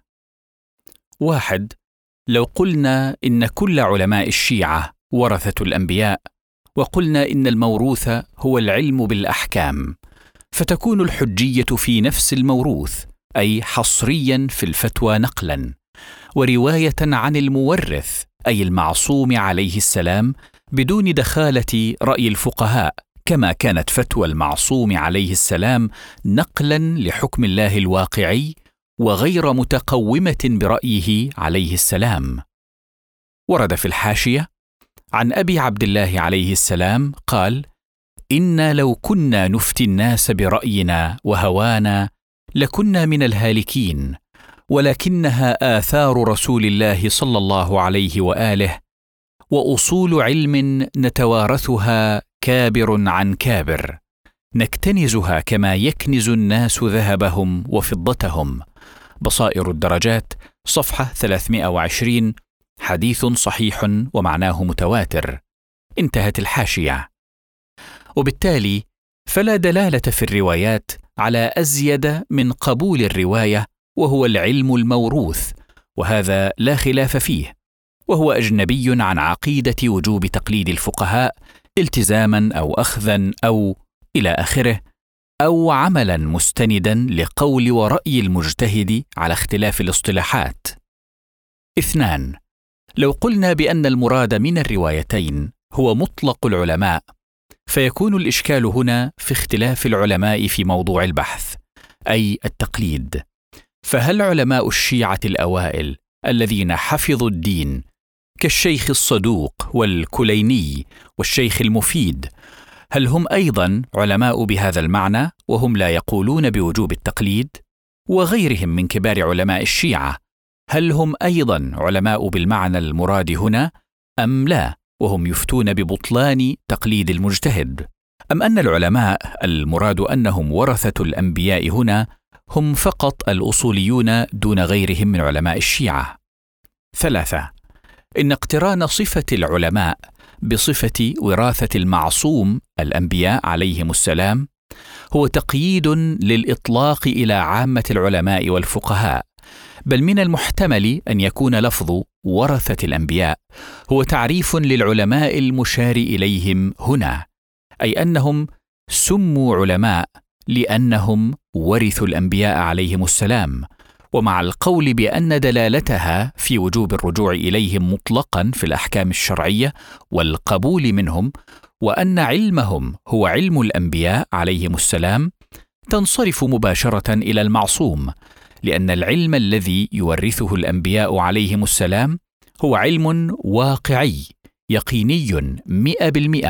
واحد. لو قلنا إن كل علماء الشيعة ورثة الأنبياء، وقلنا إن الموروث هو العلم بالأحكام، فتكون الحجية في نفس الموروث، أي حصريا في الفتوى نقلا، ورواية عن المورث أي المعصوم عليه السلام بدون دخالة رأي الفقهاء، كما كانت فتوى المعصوم عليه السلام نقلا لحكم الله الواقعي وغير متقومة برأيه عليه السلام. ورد في الحاشية عن أبي عبد الله عليه السلام قال: إنا لو كنا نفتي الناس برأينا وهوانا لكنا من الهالكين، ولكنها آثار رسول الله صلى الله عليه وآله، وأصول علم نتوارثها كابر عن كابر، نكتنزها كما يكنز الناس ذهبهم وفضتهم. بصائر الدرجات، صفحة ثلاثمائة وعشرين، حديث صحيح ومعناه متواتر. انتهت الحاشية. وبالتالي فلا دلالة في الروايات على أزيد من قبول الرواية وهو العلم الموروث، وهذا لا خلاف فيه، وهو أجنبي عن عقيدة وجوب تقليد الفقهاء التزاما أو أخذا أو إلى آخره، أو عملا مستندا لقول ورأي المجتهد على اختلاف الاصطلاحات. اثنان. لو قلنا بأن المراد من الروايتين هو مطلق العلماء، فيكون الإشكال هنا في اختلاف العلماء في موضوع البحث، أي التقليد. فهل علماء الشيعة الأوائل الذين حفظوا الدين كالشيخ الصدوق والكليني والشيخ المفيد، هل هم أيضا علماء بهذا المعنى وهم لا يقولون بوجوب التقليد؟ وغيرهم من كبار علماء الشيعة، هل هم أيضا علماء بالمعنى المراد هنا أم لا، وهم يفتون ببطلان تقليد المجتهد؟ أم أن العلماء المراد أنهم ورثة الأنبياء هنا هم فقط الأصوليون دون غيرهم من علماء الشيعة؟ ثلاثة. إن اقتران صفة العلماء بصفة وراثة المعصوم الأنبياء عليهم السلام هو تقييد للإطلاق إلى عامة العلماء والفقهاء، بل من المحتمل أن يكون لفظ ورثة الأنبياء هو تعريف للعلماء المشار إليهم هنا، أي أنهم سموا علماء لأنهم ورثوا الأنبياء عليهم السلام، ومع القول بأن دلالتها في وجوب الرجوع إليهم مطلقا في الأحكام الشرعية والقبول منهم، وأن علمهم هو علم الأنبياء عليهم السلام، تنصرف مباشرة إلى المعصوم، لأن العلم الذي يورثه الأنبياء عليهم السلام هو علم واقعي يقيني مئة بالمئة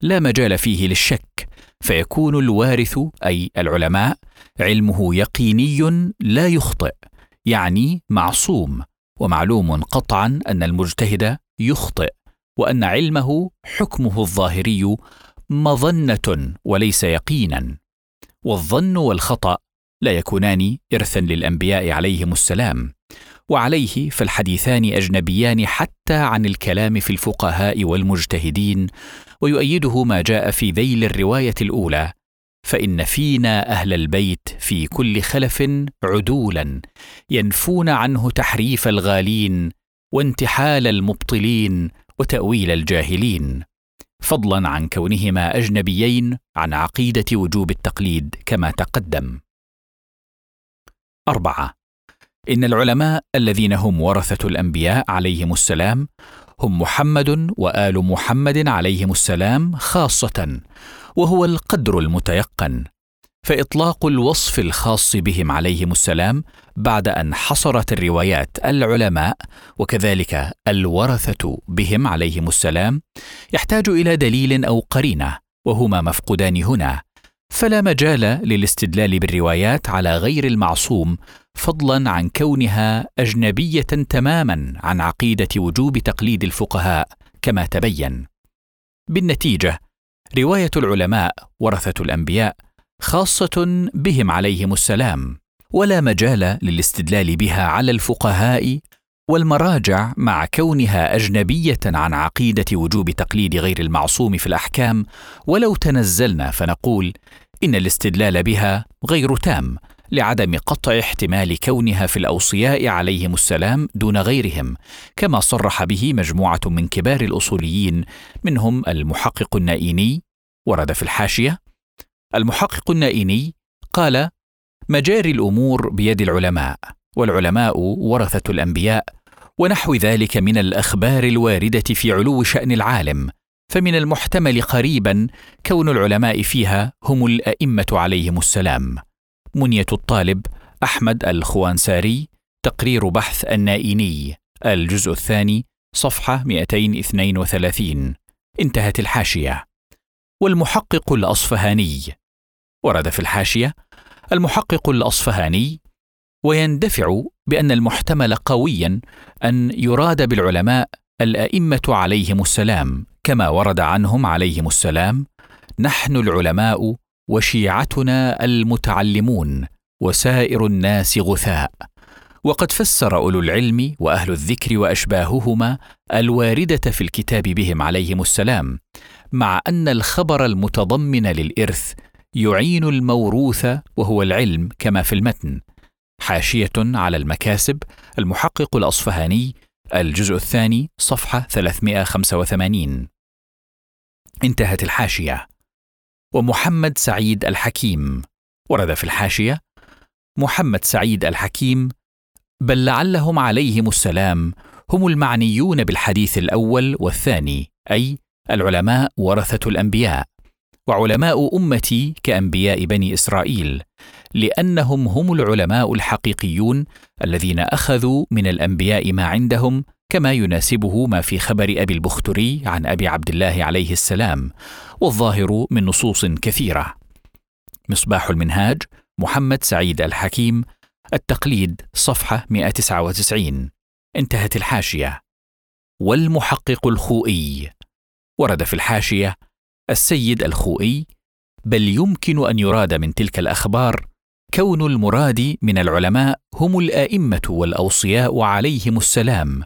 لا مجال فيه للشك، فيكون الوارث أي العلماء علمه يقيني لا يخطئ، يعني معصوم، ومعلوم قطعا أن المجتهد يخطئ، وأن علمه حكمه الظاهري مظنة وليس يقينا. والظن والخطأ لا يكونان إرثا للأنبياء عليهم السلام، وعليه فالحديثان أجنبيان حتى عن الكلام في الفقهاء والمجتهدين. ويؤيده ما جاء في ذيل الرواية الأولى: فإن فينا أهل البيت في كل خلف عدولا ينفون عنه تحريف الغالين وانتحال المبطلين وتأويل الجاهلين، فضلا عن كونهما أجنبيين عن عقيدة وجوب التقليد كما تقدم. أربعة: إن العلماء الذين هم ورثة الأنبياء عليهم السلام هم محمد وآل محمد عليهم السلام خاصة، وهو القدر المتيقن، فإطلاق الوصف الخاص بهم عليهم السلام بعد أن حصرت الروايات العلماء وكذلك الورثة بهم عليهم السلام يحتاج إلى دليل أو قرينة، وهما مفقودان هنا، فلا مجال للاستدلال بالروايات على غير المعصوم، فضلا عن كونها أجنبية تماما عن عقيدة وجوب تقليد الفقهاء كما تبين. بالنتيجة رواية العلماء ورثة الأنبياء خاصة بهم عليهم السلام، ولا مجال للاستدلال بها على الفقهاء والمراجع، مع كونها أجنبية عن عقيدة وجوب تقليد غير المعصوم في الأحكام. ولو تنزلنا فنقول إن الاستدلال بها غير تام لعدم قطع احتمال كونها في الأوصياء عليهم السلام دون غيرهم، كما صرح به مجموعة من كبار الأصوليين، منهم المحقق النائيني. ورد في الحاشية: المحقق النائيني قال: مجاري الأمور بيد العلماء، والعلماء ورثة الأنبياء، ونحو ذلك من الأخبار الواردة في علو شأن العالم، فمن المحتمل قريبا كون العلماء فيها هم الأئمة عليهم السلام. منية الطالب أحمد الخوانساري، تقرير بحث النائيني، الجزء الثاني، صفحة مئتين واثنين وثلاثين. انتهت الحاشية. والمحقق الأصفهاني، ورد في الحاشية: المحقق الأصفهاني: ويندفع بأن المحتمل قويا أن يراد بالعلماء الأئمة عليهم السلام، كما ورد عنهم عليهم السلام: نحن العلماء وشيعتنا المتعلمون وسائر الناس غثاء. وقد فسر أولو العلم وأهل الذكر وأشباههما الواردة في الكتاب بهم عليهم السلام، مع أن الخبر المتضمن للإرث يعين الموروث وهو العلم كما في المتن. حاشية على المكاسب، المحقق الأصفهاني، الجزء الثاني، صفحة ثلاثمئة وخمسة وثمانين. انتهت الحاشية. ومحمد سعيد الحكيم، ورد في الحاشية: محمد سعيد الحكيم: بل لعلهم عليهم السلام هم المعنيون بالحديث الأول والثاني، أي العلماء ورثة الأنبياء، وعلماء أمتي كأنبياء بني إسرائيل، لأنهم هم العلماء الحقيقيون الذين أخذوا من الأنبياء ما عندهم، كما يناسبه ما في خبر أبي البختري عن أبي عبد الله عليه السلام، والظاهر من نصوص كثيرة. مصباح المنهاج، محمد سعيد الحكيم، التقليد، صفحة مئة وتسعة وتسعين. انتهت الحاشية. والمحقق الخوئي، ورد في الحاشية: السيد الخوئي: بل يمكن أن يراد من تلك الأخبار كون المراد من العلماء هم الآئمة والأوصياء عليهم السلام،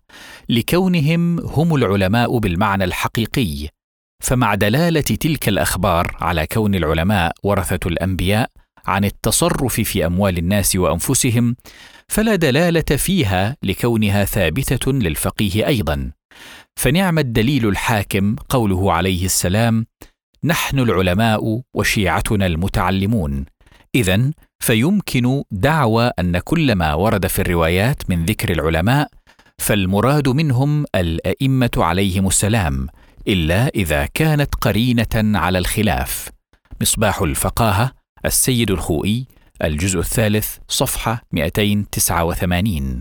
لكونهم هم العلماء بالمعنى الحقيقي، فمع دلالة تلك الأخبار على كون العلماء ورثة الأنبياء عن التصرف في أموال الناس وأنفسهم، فلا دلالة فيها لكونها ثابتة للفقيه أيضا. فنعم الدليل الحاكم قوله عليه السلام: نحن العلماء وشيعتنا المتعلمون. إذن فيمكن دعوى أن كل ما ورد في الروايات من ذكر العلماء فالمراد منهم الأئمة عليهم السلام، إلا إذا كانت قرينة على الخلاف. مصباح الفقاهة، السيد الخوئي، الجزء الثالث، صفحة مئتين وتسعة وثمانين.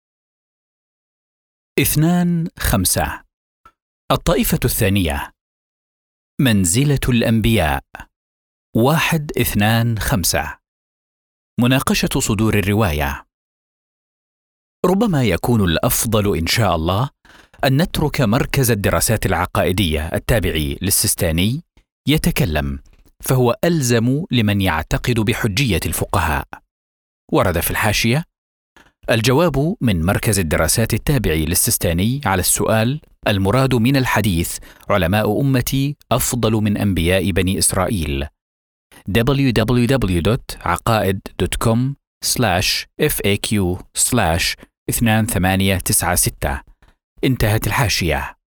اثنان خمسة. الطائفة الثانية منزلة الأنبياء. واحد اثنان خمسة. مناقشة صدور الرواية. ربما يكون الأفضل إن شاء الله أن نترك مركز الدراسات العقائدية التابع للسيستاني يتكلم، فهو ألزم لمن يعتقد بحجية الفقهاء. ورد في الحاشية: الجواب من مركز الدراسات التابع للسيستاني على السؤال: المراد من الحديث علماء أمتي أفضل من أنبياء بني إسرائيل، دبليو دبليو دبليو دوت عقائد دوت كوم سلاش إف إيه كيو سلاش اثنين ثمانية تسعة ستة. انتهت الحاشية.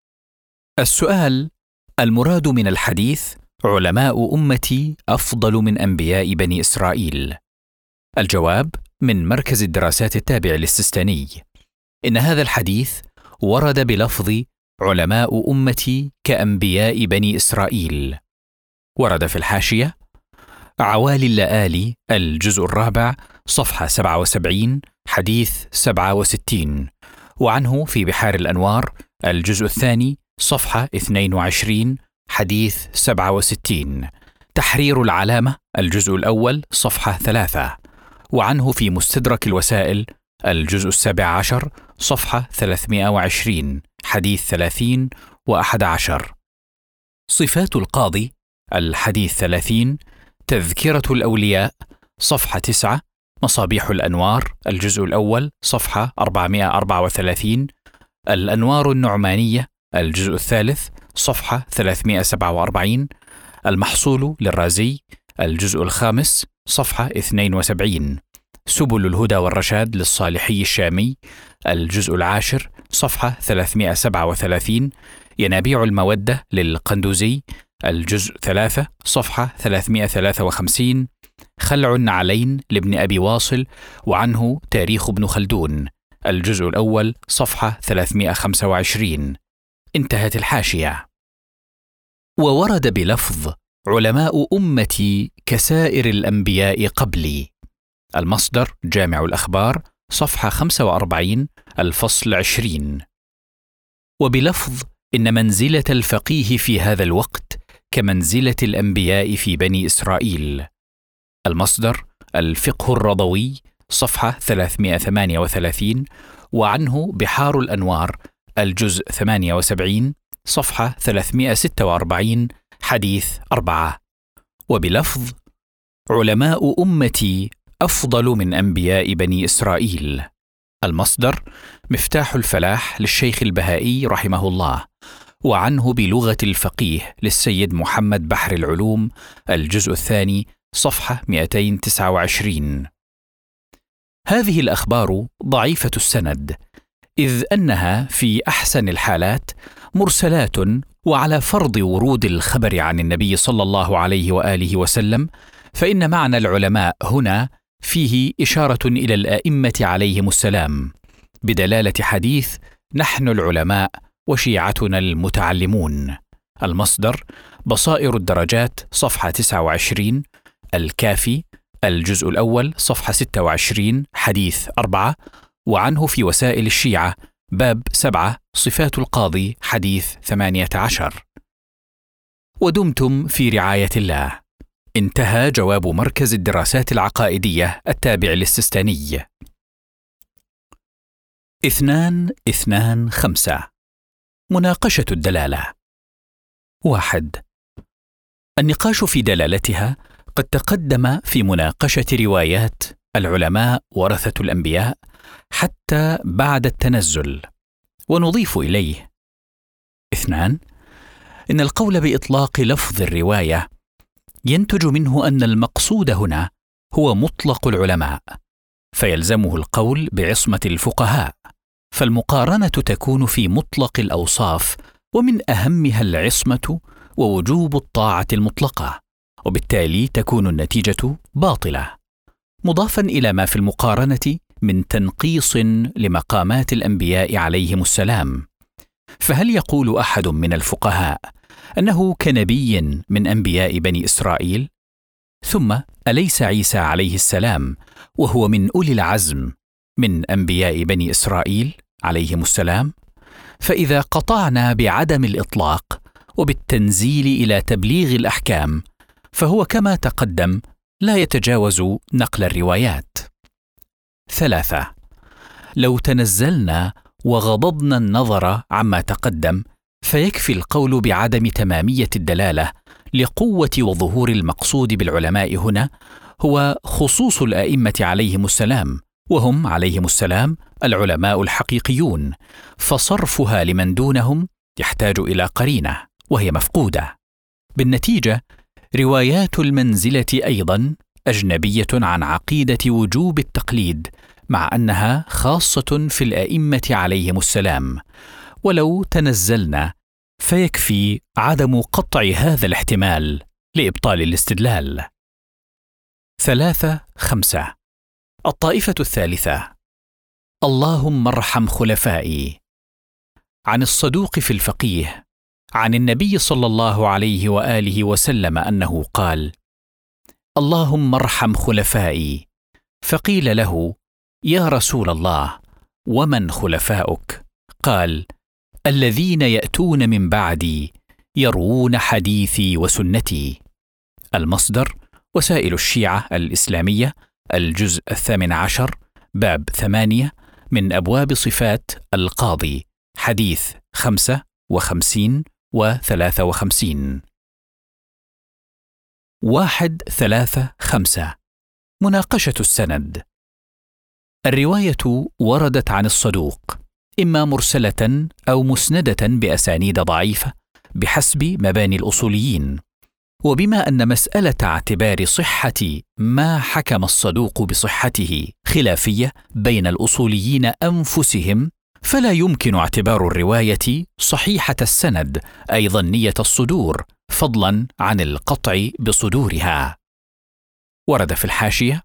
السؤال: المراد من الحديث علماء أمتي أفضل من أنبياء بني إسرائيل. الجواب من مركز الدراسات التابع للسيستاني: إن هذا الحديث ورد بلفظ علماء أمتي كأنبياء بني إسرائيل. ورد في الحاشية: عوالي اللآلي الجزء الرابع صفحة سبعة وسبعين حديث سبعة وستين، وعنه في بحار الأنوار الجزء الثاني صفحة اثنين وعشرين حديث سبعة وستين، تحرير العلامة الجزء الأول صفحة ثلاثة، وعنه في مستدرك الوسائل الجزء السابع عشر صفحة ثلاثمائة وعشرين حديث ثلاثين وأحد عشر. صفات القاضي الحديث ثلاثين، تذكرة الأولياء صفحة تسعة، مصابيح الأنوار الجزء الأول صفحة أربعمائة وأربعة وثلاثين، الأنوار النعمانية الجزء الثالث صفحة ثلاثمائة وسبعة وأربعين، المحصول للرازي الجزء الخامس صفحة اثنين وسبعين، سبل الهدى والرشاد للصالحي الشامي الجزء العاشر صفحة ثلاثمائة وسبعة وثلاثين، ينابيع المودة للقندوزي الجزء ثلاثة صفحة ثلاثمائة وثلاثة وخمسين، خلع النعلين لابن أبي واصل وعنه تاريخ ابن خلدون الجزء الأول صفحة ثلاثمائة وخمسة وعشرين. انتهت الحاشية. وورد بلفظ علماء أمتي كسائر الأنبياء قبلي. المصدر جامع الأخبار صفحة خمسة وأربعين الفصل عشرين. وبلفظ إن منزلة الفقيه في هذا الوقت كمنزلة الأنبياء في بني إسرائيل. المصدر الفقه الرضوي صفحة ثلاثمائة وثمانية وثلاثين، وعنه بحار الأنوار الجزء ثمانية وسبعين صفحة ثلاثمائة وستة وأربعين حديث أربعة. وبلفظ علماء أمتي أفضل من أنبياء بني إسرائيل. المصدر مفتاح الفلاح للشيخ البهائي رحمه الله، وعنه بلغة الفقيه للسيد محمد بحر العلوم الجزء الثاني صفحة مئتين وتسعة وعشرين. هذه الأخبار ضعيفة السند، إذ أنها في أحسن الحالات مرسلات، وعلى فرض ورود الخبر عن النبي صلى الله عليه وآله وسلم، فإن معنى العلماء هنا فيه إشارة إلى الآئمة عليهم السلام، بدلالة حديث نحن العلماء وشيعتنا المتعلمون. المصدر بصائر الدرجات صفحة تسعة وعشرين، الكافي الجزء الأول صفحة ستة وعشرين حديث أربعة، وعنه في وسائل الشيعة باب سبعة صفات القاضي حديث ثمانية عشر. ودمتم في رعاية الله. انتهى جواب مركز الدراسات العقائدية التابع للسيستاني. اثنان اثنان خمسة. مناقشة الدلالة. واحد. النقاش في دلالتها قد تقدم في مناقشة روايات العلماء ورثة الأنبياء حتى بعد التنزل، ونضيف إليه: اثنان. إن القول بإطلاق لفظ الرواية ينتج منه أن المقصود هنا هو مطلق العلماء، فيلزمه القول بعصمة الفقهاء، فالمقارنة تكون في مطلق الأوصاف، ومن أهمها العصمة ووجوب الطاعة المطلقة، وبالتالي تكون النتيجة باطلة، مضافا إلى ما في المقارنة من تنقيص لمقامات الأنبياء عليهم السلام. فهل يقول أحد من الفقهاء أنه كنبي من أنبياء بني إسرائيل؟ ثم أليس عيسى عليه السلام وهو من أولي العزم من أنبياء بني إسرائيل عليهم السلام؟ فإذا قطعنا بعدم الإطلاق وبالتنزيل إلى تبليغ الأحكام، فهو كما تقدم لا يتجاوز نقل الروايات. ثلاثة: لو تنزلنا وغضضنا النظر عما تقدم فيكفي القول بعدم تمامية الدلالة لقوة وظهور المقصود بالعلماء هنا هو خصوص الآئمة عليهم السلام، وهم عليهم السلام العلماء الحقيقيون، فصرفها لمن دونهم يحتاج إلى قرينة وهي مفقودة. بالنتيجة روايات المنزلة أيضا أجنبية عن عقيدة وجوب التقليد، مع أنها خاصة في الآئمة عليهم السلام. ولو تنزلنا فيكفي عدم قطع هذا الاحتمال لإبطال الاستدلال. ثلاثة خمسة: الطائفة الثالثة: اللهم ارحم خلفائي. عن الصدوق في الفقيه عن النبي صلى الله عليه وآله وسلم أنه قال: اللهم ارحم خلفائي. فقيل له: يا رسول الله، ومن خلفاؤك؟ قال: الذين يأتون من بعدي يروون حديثي وسنتي. المصدر: وسائل الشيعة الإسلامية، الجزء الثامن عشر، باب ثمانية، من أبواب صفات القاضي، حديث خمسة وخمسين وثلاثة وخمسين. واحد ثلاثة خمسة: مناقشة السند. الرواية وردت عن الصدوق إما مرسلة أو مسندة بأسانيد ضعيفة بحسب مباني الأصوليين، وبما أن مسألة اعتبار صحة ما حكم الصدوق بصحته خلافية بين الأصوليين أنفسهم، فلا يمكن اعتبار الرواية صحيحة السند أي ظنية الصدور، فضلا عن القطع بصدورها. ورد في الحاشية: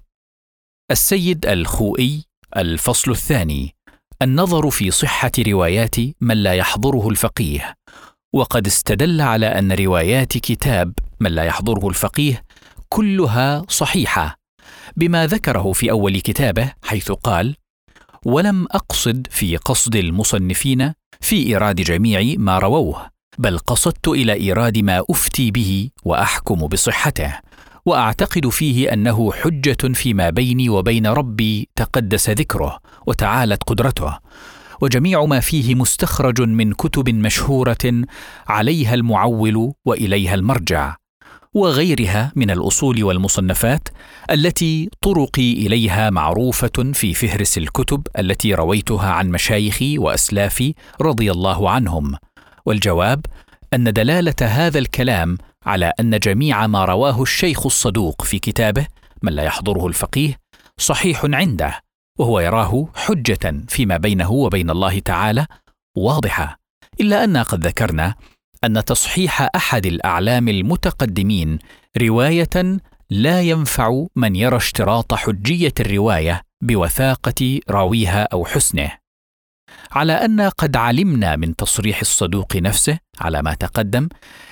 السيد الخوئي، الفصل الثاني، النظر في صحة روايات من لا يحضره الفقيه، وقد استدل على أن روايات كتاب من لا يحضره الفقيه كلها صحيحة بما ذكره في أول كتابه، حيث قال: ولم أقصد في قصد المصنفين في إيراد جميع ما رووه، بل قصدت إلى إيراد ما أفتي به وأحكم بصحته، وأعتقد فيه أنه حجة فيما بيني وبين ربي تقدس ذكره وتعالت قدرته، وجميع ما فيه مستخرج من كتب مشهورة عليها المعول وإليها المرجع، وغيرها من الأصول والمصنفات التي طرقي إليها معروفة في فهرس الكتب التي رويتها عن مشايخي وأسلافي رضي الله عنهم. والجواب أن دلالة هذا الكلام على أن جميع ما رواه الشيخ الصدوق في كتابه من لا يحضره الفقيه صحيح عنده، وهو يراه حجة فيما بينه وبين الله تعالى واضحة، إلا أن قد ذكرنا أن تصحيح أحد الأعلام المتقدمين رواية لا ينفع من يرى اشتراط حجية الرواية بوثاقة راويها أو حسنه، على أن قد علمنا من تصريح الصدوق نفسه على ما تقدم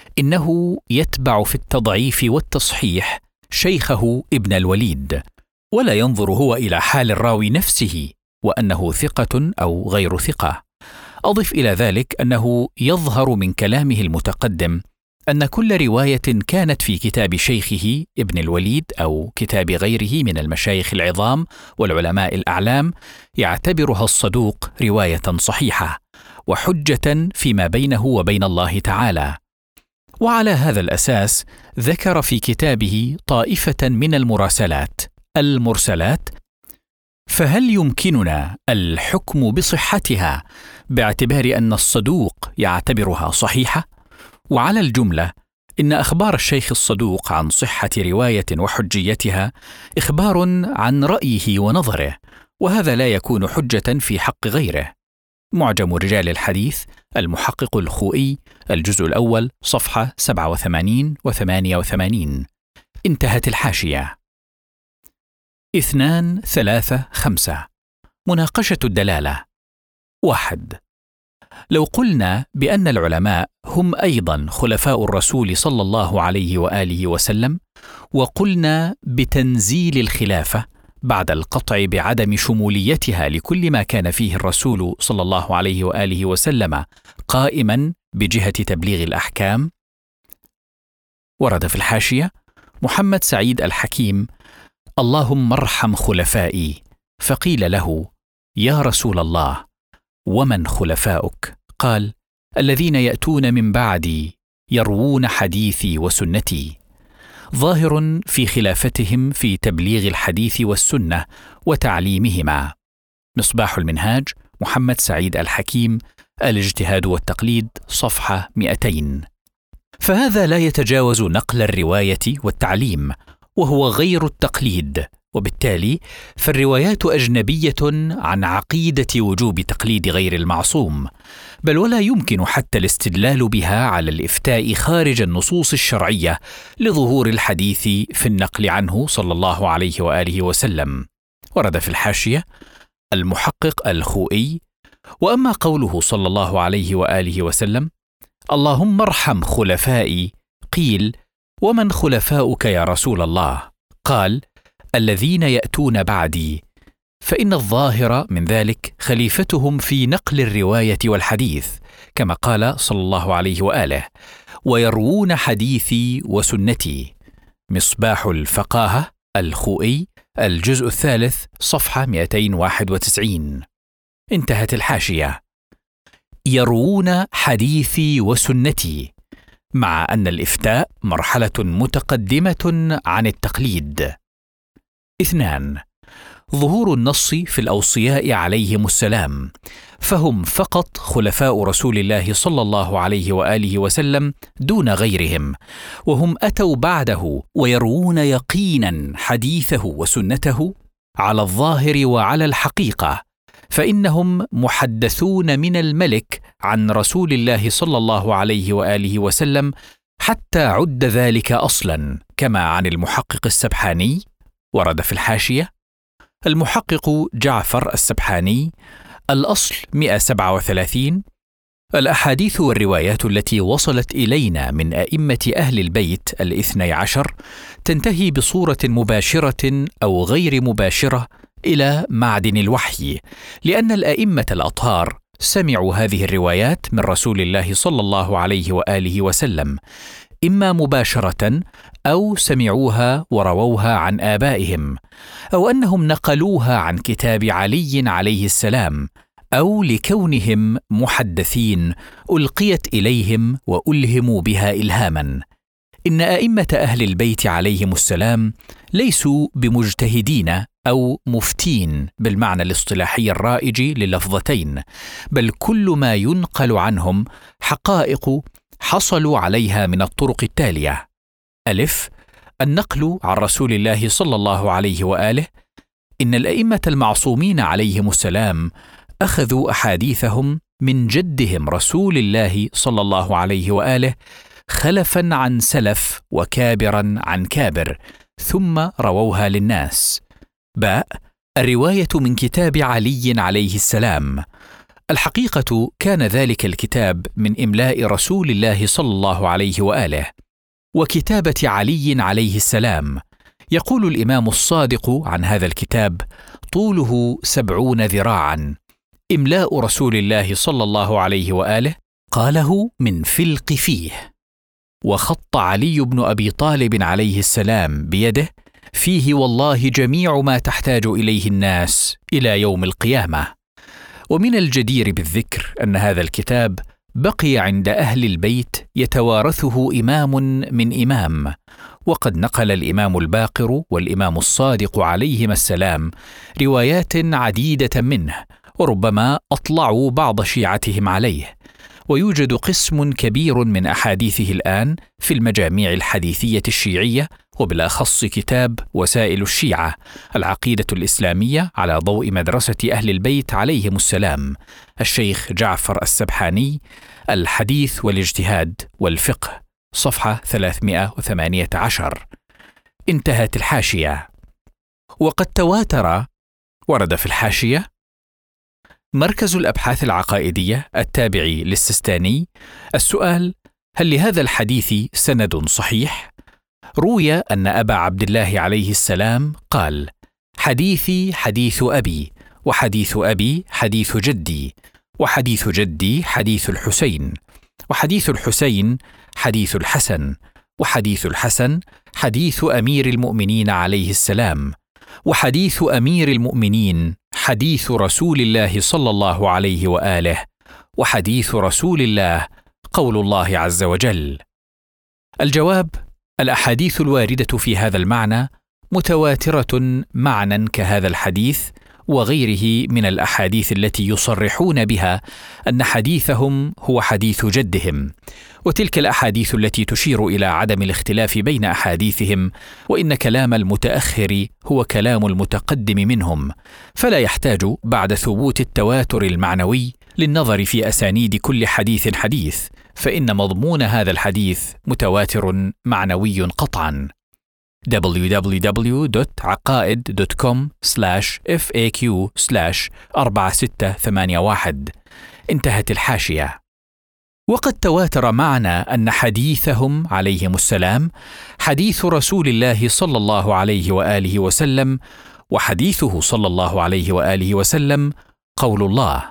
إنه يتبع في التضعيف والتصحيح شيخه ابن الوليد، ولا ينظر هو إلى حال الراوي نفسه وأنه ثقة أو غير ثقة. أضف إلى ذلك أنه يظهر من كلامه المتقدم أن كل رواية كانت في كتاب شيخه ابن الوليد أو كتاب غيره من المشايخ العظام والعلماء الأعلام يعتبرها الصدوق رواية صحيحة وحجة فيما بينه وبين الله تعالى. وعلى هذا الأساس ذكر في كتابه طائفة من المراسلات المرسلات، فهل يمكننا الحكم بصحتها باعتبار أن الصدوق يعتبرها صحيحة؟ وعلى الجملة إن أخبار الشيخ الصدوق عن صحة رواية وحجيتها إخبار عن رأيه ونظره، وهذا لا يكون حجة في حق غيره. معجم رجال الحديث، المحقق الخوئي، الجزء الأول، صفحة سبعة وثمانين وثمانية وثمانين. انتهت الحاشية. اثنان ثلاثة خمسة: مناقشة الدلالة. واحد: لو قلنا بأن العلماء هم أيضا خلفاء الرسول صلى الله عليه وآله وسلم، وقلنا بتنزيل الخلافة بعد القطع بعدم شموليتها لكل ما كان فيه الرسول صلى الله عليه وآله وسلم قائما بجهة تبليغ الأحكام. ورد في الحاشية: محمد سعيد الحكيم: اللهم ارحم خلفائي. فقيل له: يا رسول الله، ومن خلفاؤك؟ قال: الذين يأتون من بعدي يروون حديثي وسنتي. ظاهر في خلافتهم في تبليغ الحديث والسنة وتعليمهما. مصباح المنهاج، محمد سعيد الحكيم، الاجتهاد والتقليد، صفحة مئتين. فهذا لا يتجاوز نقل الرواية والتعليم، وهو غير التقليد، وبالتالي فالروايات أجنبية عن عقيدة وجوب تقليد غير المعصوم، بل ولا يمكن حتى الاستدلال بها على الإفتاء خارج النصوص الشرعية لظهور الحديث في النقل عنه صلى الله عليه وآله وسلم. ورد في الحاشية: المحقق الخوئي: وأما قوله صلى الله عليه وآله وسلم: اللهم ارحم خلفائي، قيل: ومن خلفاؤك يا رسول الله؟ قال: الذين يأتون بعدي. فإن الظاهر من ذلك خليفتهم في نقل الرواية والحديث، كما قال صلى الله عليه وآله: ويروون حديثي وسنتي. مصباح الفقاهة، الخوئي، الجزء الثالث، صفحة مئتين وواحد وتسعين. انتهت الحاشية: يروون حديثي وسنتي، مع أن الإفتاء مرحلة متقدمة عن التقليد. اثنان: ظهور النص في الأوصياء عليهم السلام، فهم فقط خلفاء رسول الله صلى الله عليه وآله وسلم دون غيرهم، وهم أتوا بعده ويروون يقينا حديثه وسنته على الظاهر وعلى الحقيقة، فإنهم محدثون من الملك عن رسول الله صلى الله عليه وآله وسلم، حتى عد ذلك أصلا، كما عن المحقق السبحاني. ورد في الحاشية: المحقق جعفر السبحاني، الأصل مئة وسبعة وثلاثين. الأحاديث والروايات التي وصلت إلينا من أئمة أهل البيت الاثني عشر تنتهي بصورة مباشرة أو غير مباشرة إلى معدن الوحي، لأن الأئمة الأطهار سمعوا هذه الروايات من رسول الله صلى الله عليه وآله وسلم، إما مباشرة أو سمعوها ورووها عن آبائهم، أو أنهم نقلوها عن كتاب علي عليه السلام، أو لكونهم محدثين ألقيت إليهم وألهموا بها إلهاما. إن أئمة أهل البيت عليهم السلام ليسوا بمجتهدين أو مفتين بالمعنى الاصطلاحي الرائج لللفظتين، بل كل ما ينقل عنهم حقائق حصلوا عليها من الطرق التالية: ألف، النقل عن رسول الله صلى الله عليه وآله. إن الأئمة المعصومين عليهم السلام أخذوا أحاديثهم من جدهم رسول الله صلى الله عليه وآله، خلفا عن سلف وكابرا عن كابر، ثم رووها للناس. باء، الرواية من كتاب علي عليه السلام. الحقيقة كان ذلك الكتاب من إملاء رسول الله صلى الله عليه وآله وكتابة علي عليه السلام. يقول الإمام الصادق عن هذا الكتاب: طوله سبعون ذراعا، إملاء رسول الله صلى الله عليه وآله، قاله من فلق فيه. وخط علي بن أبي طالب عليه السلام بيده فيه والله جميع ما تحتاج إليه الناس إلى يوم القيامة. ومن الجدير بالذكر أن هذا الكتاب بقي عند أهل البيت يتوارثه إمام من إمام، وقد نقل الإمام الباقر والإمام الصادق عليهما السلام روايات عديدة منه، وربما أطلعوا بعض شيعتهم عليه. ويوجد قسم كبير من أحاديثه الآن في المجاميع الحديثية الشيعية، وبالأخص كتاب وسائل الشيعة، العقيدة الإسلامية على ضوء مدرسة أهل البيت عليهم السلام، الشيخ جعفر السبحاني، الحديث والاجتهاد والفقه، صفحة ثلاثمئة وثمانية عشر. انتهت الحاشية. وقد تواتر. ورد في الحاشية: مركز الأبحاث العقائدية التابع للسستاني. السؤال: هل لهذا الحديث سند صحيح؟ روي أن أبا عبد الله عليه السلام قال: حديثي حديث أبي، وحديث أبي حديث جدي، وحديث جدي حديث الحسين، وحديث الحسين حديث الحسن، وحديث الحسن حديث أمير المؤمنين عليه السلام، وحديث أمير المؤمنين حديث رسول الله صلى الله عليه وآله، وحديث رسول الله قول الله عز وجل. الجواب: الأحاديث الواردة في هذا المعنى متواترة معنى كهذا الحديث وغيره من الأحاديث التي يصرحون بها أن حديثهم هو حديث جدهم، وتلك الأحاديث التي تشير إلى عدم الاختلاف بين أحاديثهم، وإن كلام المتأخر هو كلام المتقدم منهم، فلا يحتاج بعد ثبوت التواتر المعنوي للنظر في أسانيد كل حديث حديث، فإن مضمون هذا الحديث متواتر معنوي قطعاً. دبليو دبليو دبليو دوت عقائد دوت كوم سلاش إف إيه كيو سلاش أربعة ستة ثمانية واحد. انتهت الحاشية. وقد تواتر معنا أن حديثهم عليهم السلام حديث رسول الله صلى الله عليه وآله وسلم، وحديثه صلى الله عليه وآله وسلم قول الله.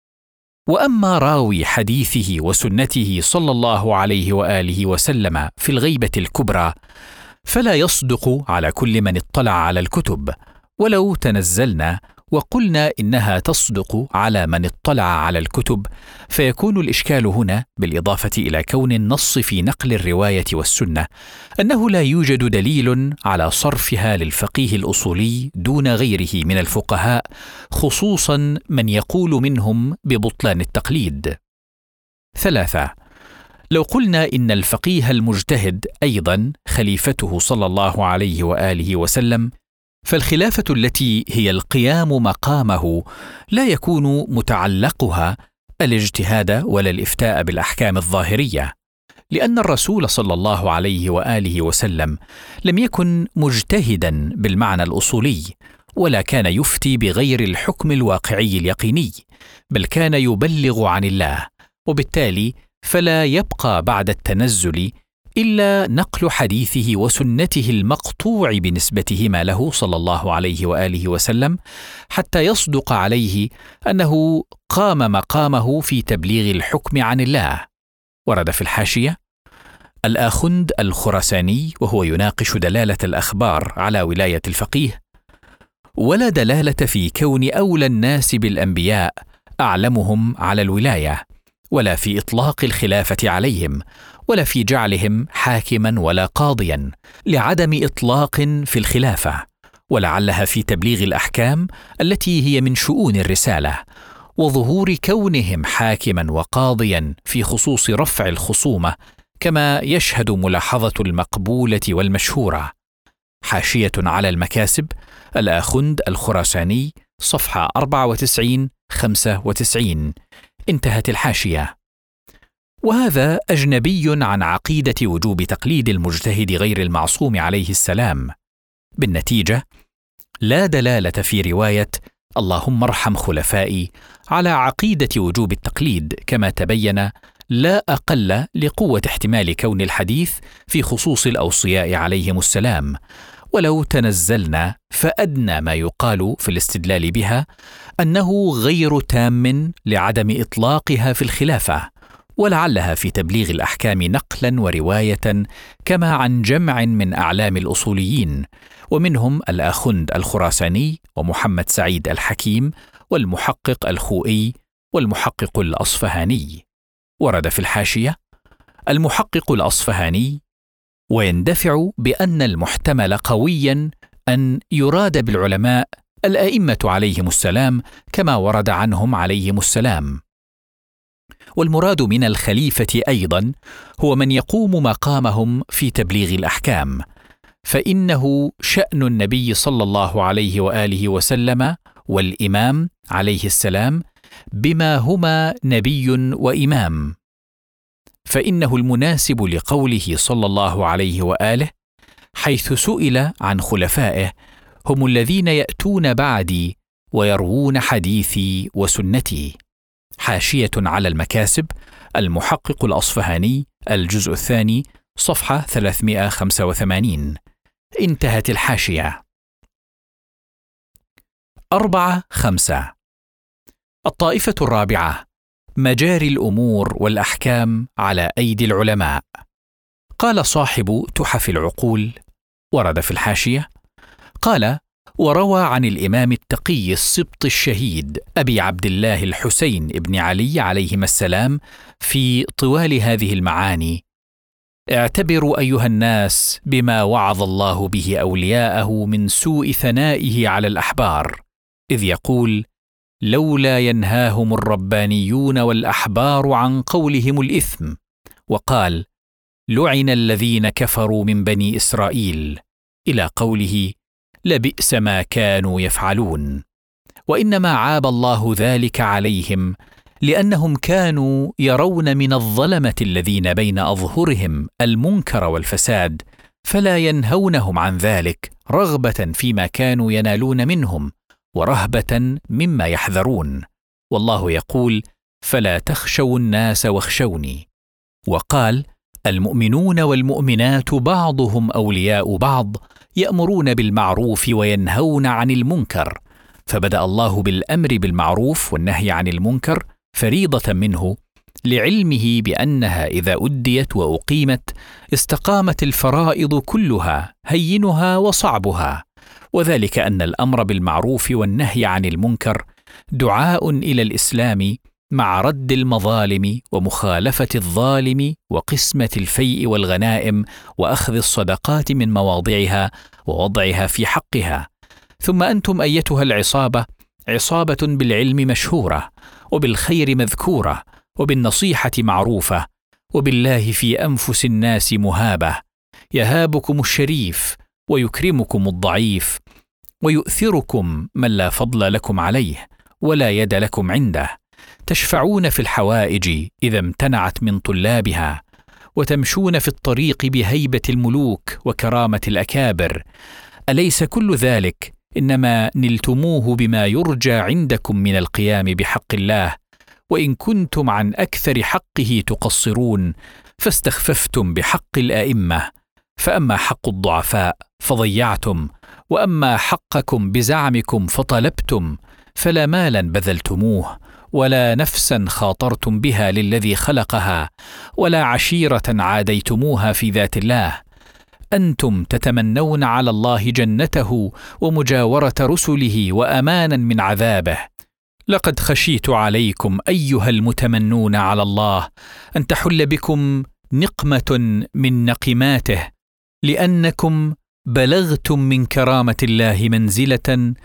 وأما راوي حديثه وسنته صلى الله عليه وآله وسلم في الغيبة الكبرى فلا يصدق على كل من اطلع على الكتب، ولو تنزلنا وقلنا إنها تصدق على من اطلع على الكتب، فيكون الإشكال هنا بالإضافة إلى كون النص في نقل الرواية والسنة أنه لا يوجد دليل على صرفها للفقيه الأصولي دون غيره من الفقهاء، خصوصا من يقول منهم ببطلان التقليد. ثلاثة: لو قلنا إن الفقيه المجتهد أيضا خليفته صلى الله عليه وآله وسلم، فالخلافة التي هي القيام مقامه لا يكون متعلقها الاجتهاد ولا الإفتاء بالأحكام الظاهرية، لأن الرسول صلى الله عليه وآله وسلم لم يكن مجتهدا بالمعنى الأصولي، ولا كان يفتي بغير الحكم الواقعي اليقيني، بل كان يبلغ عن الله، وبالتالي فلا يبقى بعد التنزل إلا نقل حديثه وسنته المقطوع بنسبتهما له صلى الله عليه وآله وسلم، حتى يصدق عليه أنه قام مقامه في تبليغ الحكم عن الله. ورد في الحاشية: الآخند الخراساني وهو يناقش دلالة الأخبار على ولاية الفقيه: ولا دلالة في كون أولى الناس بالأنبياء أعلمهم على الولاية، ولا في إطلاق الخلافة عليهم، ولا في جعلهم حاكما ولا قاضيا، لعدم إطلاق في الخلافة، ولعلها في تبليغ الأحكام التي هي من شؤون الرسالة، وظهور كونهم حاكما وقاضيا في خصوص رفع الخصومة، كما يشهد ملاحظة المقبولة والمشهورة. حاشية على المكاسب، الآخند الخراساني، صفحة أربعة وتسعين خمسة وتسعين. انتهت الحاشية. وهذا أجنبي عن عقيدة وجوب تقليد المجتهد غير المعصوم عليه السلام. بالنتيجة لا دلالة في رواية اللهم ارحم خلفائي على عقيدة وجوب التقليد، كما تبين، لا أقل لقوة احتمال كون الحديث في خصوص الأوصياء عليهم السلام. ولو تنزلنا فأدنى ما يقال في الاستدلال بها أنه غير تام لعدم إطلاقها في الخلافة، ولعلها في تبليغ الأحكام نقلا ورواية، كما عن جمع من أعلام الأصوليين، ومنهم الآخند الخراساني ومحمد سعيد الحكيم والمحقق الخوئي والمحقق الأصفهاني. ورد في الحاشية: المحقق الأصفهاني: ويندفع بأن المحتمل قويا أن يراد بالعلماء الأئمة عليهم السلام كما ورد عنهم عليهم السلام. والمراد من الخليفة أيضا هو من يقوم مقامهم في تبليغ الأحكام، فإنه شأن النبي صلى الله عليه وآله وسلم والإمام عليه السلام بما هما نبي وإمام، فإنه المناسب لقوله صلى الله عليه وآله حيث سئل عن خلفائه: هم الذين يأتون بعدي ويروون حديثي وسنتي. حاشية على المكاسب، المحقق الأصفهاني، الجزء الثاني، صفحة ثلاثمائة وخمسة وثمانين. انتهت الحاشية. أربعة خمسة. الطائفة الرابعة مجاري الأمور والأحكام على أيدي العلماء. قال صاحب تحف العقول، ورد في الحاشية، قال: وروى عن الإمام التقي السبط الشهيد أبي عبد الله الحسين ابن علي عليهما السلام في طوال هذه المعاني: اعتبروا أيها الناس بما وعظ الله به أولياءه من سوء ثنائه على الأحبار، إذ يقول: لولا ينهاهم الربانيون والأحبار عن قولهم الإثم، وقال: لعن الذين كفروا من بني إسرائيل، إلى قوله: لبئس ما كانوا يفعلون. وإنما عاب الله ذلك عليهم لأنهم كانوا يرون من الظلمة الذين بين أظهرهم المنكر والفساد، فلا ينهونهم عن ذلك رغبة فيما كانوا ينالون منهم ورهبة مما يحذرون. والله يقول: فلا تخشوا الناس واخشوني. وقال: المؤمنون والمؤمنات بعضهم أولياء بعض، يأمرون بالمعروف وينهون عن المنكر. فبدأ الله بالأمر بالمعروف والنهي عن المنكر فريضة منه، لعلمه بأنها إذا أديت وأقيمت استقامت الفرائض كلها، هينها وصعبها. وذلك أن الأمر بالمعروف والنهي عن المنكر دعاء إلى الإسلام مع رد المظالم ومخالفة الظالم وقسمة الفيء والغنائم وأخذ الصدقات من مواضعها ووضعها في حقها. ثم أنتم أيتها العصابة عصابة بالعلم مشهورة، وبالخير مذكورة، وبالنصيحة معروفة، وبالله في أنفس الناس مهابة، يهابكم الشريف ويكرمكم الضعيف، ويؤثركم من لا فضل لكم عليه ولا يد لكم عنده، تشفعون في الحوائج إذا امتنعت من طلابها، وتمشون في الطريق بهيبة الملوك وكرامة الأكابر. أليس كل ذلك إنما نلتموه بما يرجى عندكم من القيام بحق الله، وإن كنتم عن أكثر حقه تقصرون، فاستخففتم بحق الأئمة. فأما حق الضعفاء فضيعتم، وأما حقكم بزعمكم فطلبتم، فلا مالا بذلتموه، ولا نفسا خاطرتم بها للذي خلقها، ولا عشيرة عاديتموها في ذات الله. أنتم تتمنون على الله جنته ومجاورة رسله وأمانا من عذابه. لقد خشيت عليكم أيها المتمنون على الله أن تحل بكم نقمة من نقماته، لأنكم بلغتم من كرامة الله منزلة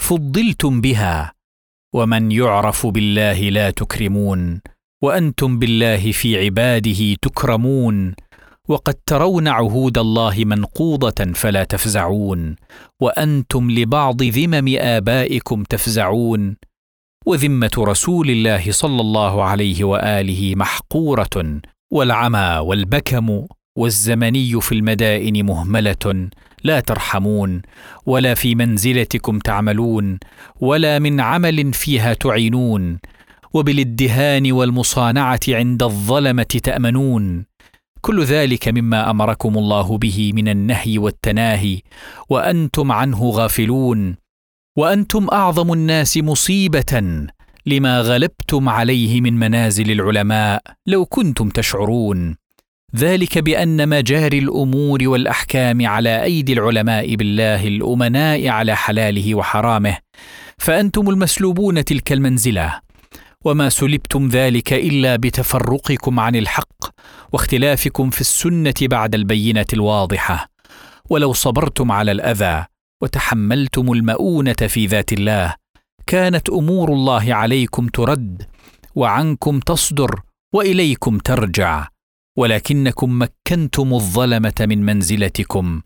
فضلتم بها، ومن يعرف بالله لا تكرمون، وأنتم بالله في عباده تكرمون، وقد ترون عهود الله منقوضة فلا تفزعون، وأنتم لبعض ذمم آبائكم تفزعون، وذمة رسول الله صلى الله عليه وآله محقورة، والعمى والبكم والزمني في المدائن مهملة، لا ترحمون، ولا في منزلتكم تعملون، ولا من عمل فيها تعينون، وبالادهان والمصانعة عند الظلمة تأمنون. كل ذلك مما أمركم الله به من النهي والتناهي، وأنتم عنه غافلون. وأنتم أعظم الناس مصيبة لما غلبتم عليه من منازل العلماء لو كنتم تشعرون، ذلك بأن مجاري الأمور والأحكام على أيدي العلماء بالله الأمناء على حلاله وحرامه، فأنتم المسلوبون تلك المنزلة، وما سلبتم ذلك إلا بتفرقكم عن الحق واختلافكم في السنة بعد البينة الواضحة. ولو صبرتم على الأذى وتحملتم المؤونة في ذات الله، كانت أمور الله عليكم ترد، وعنكم تصدر، وإليكم ترجع، ولكنكم مكنتم الظلمة من منزلتكم،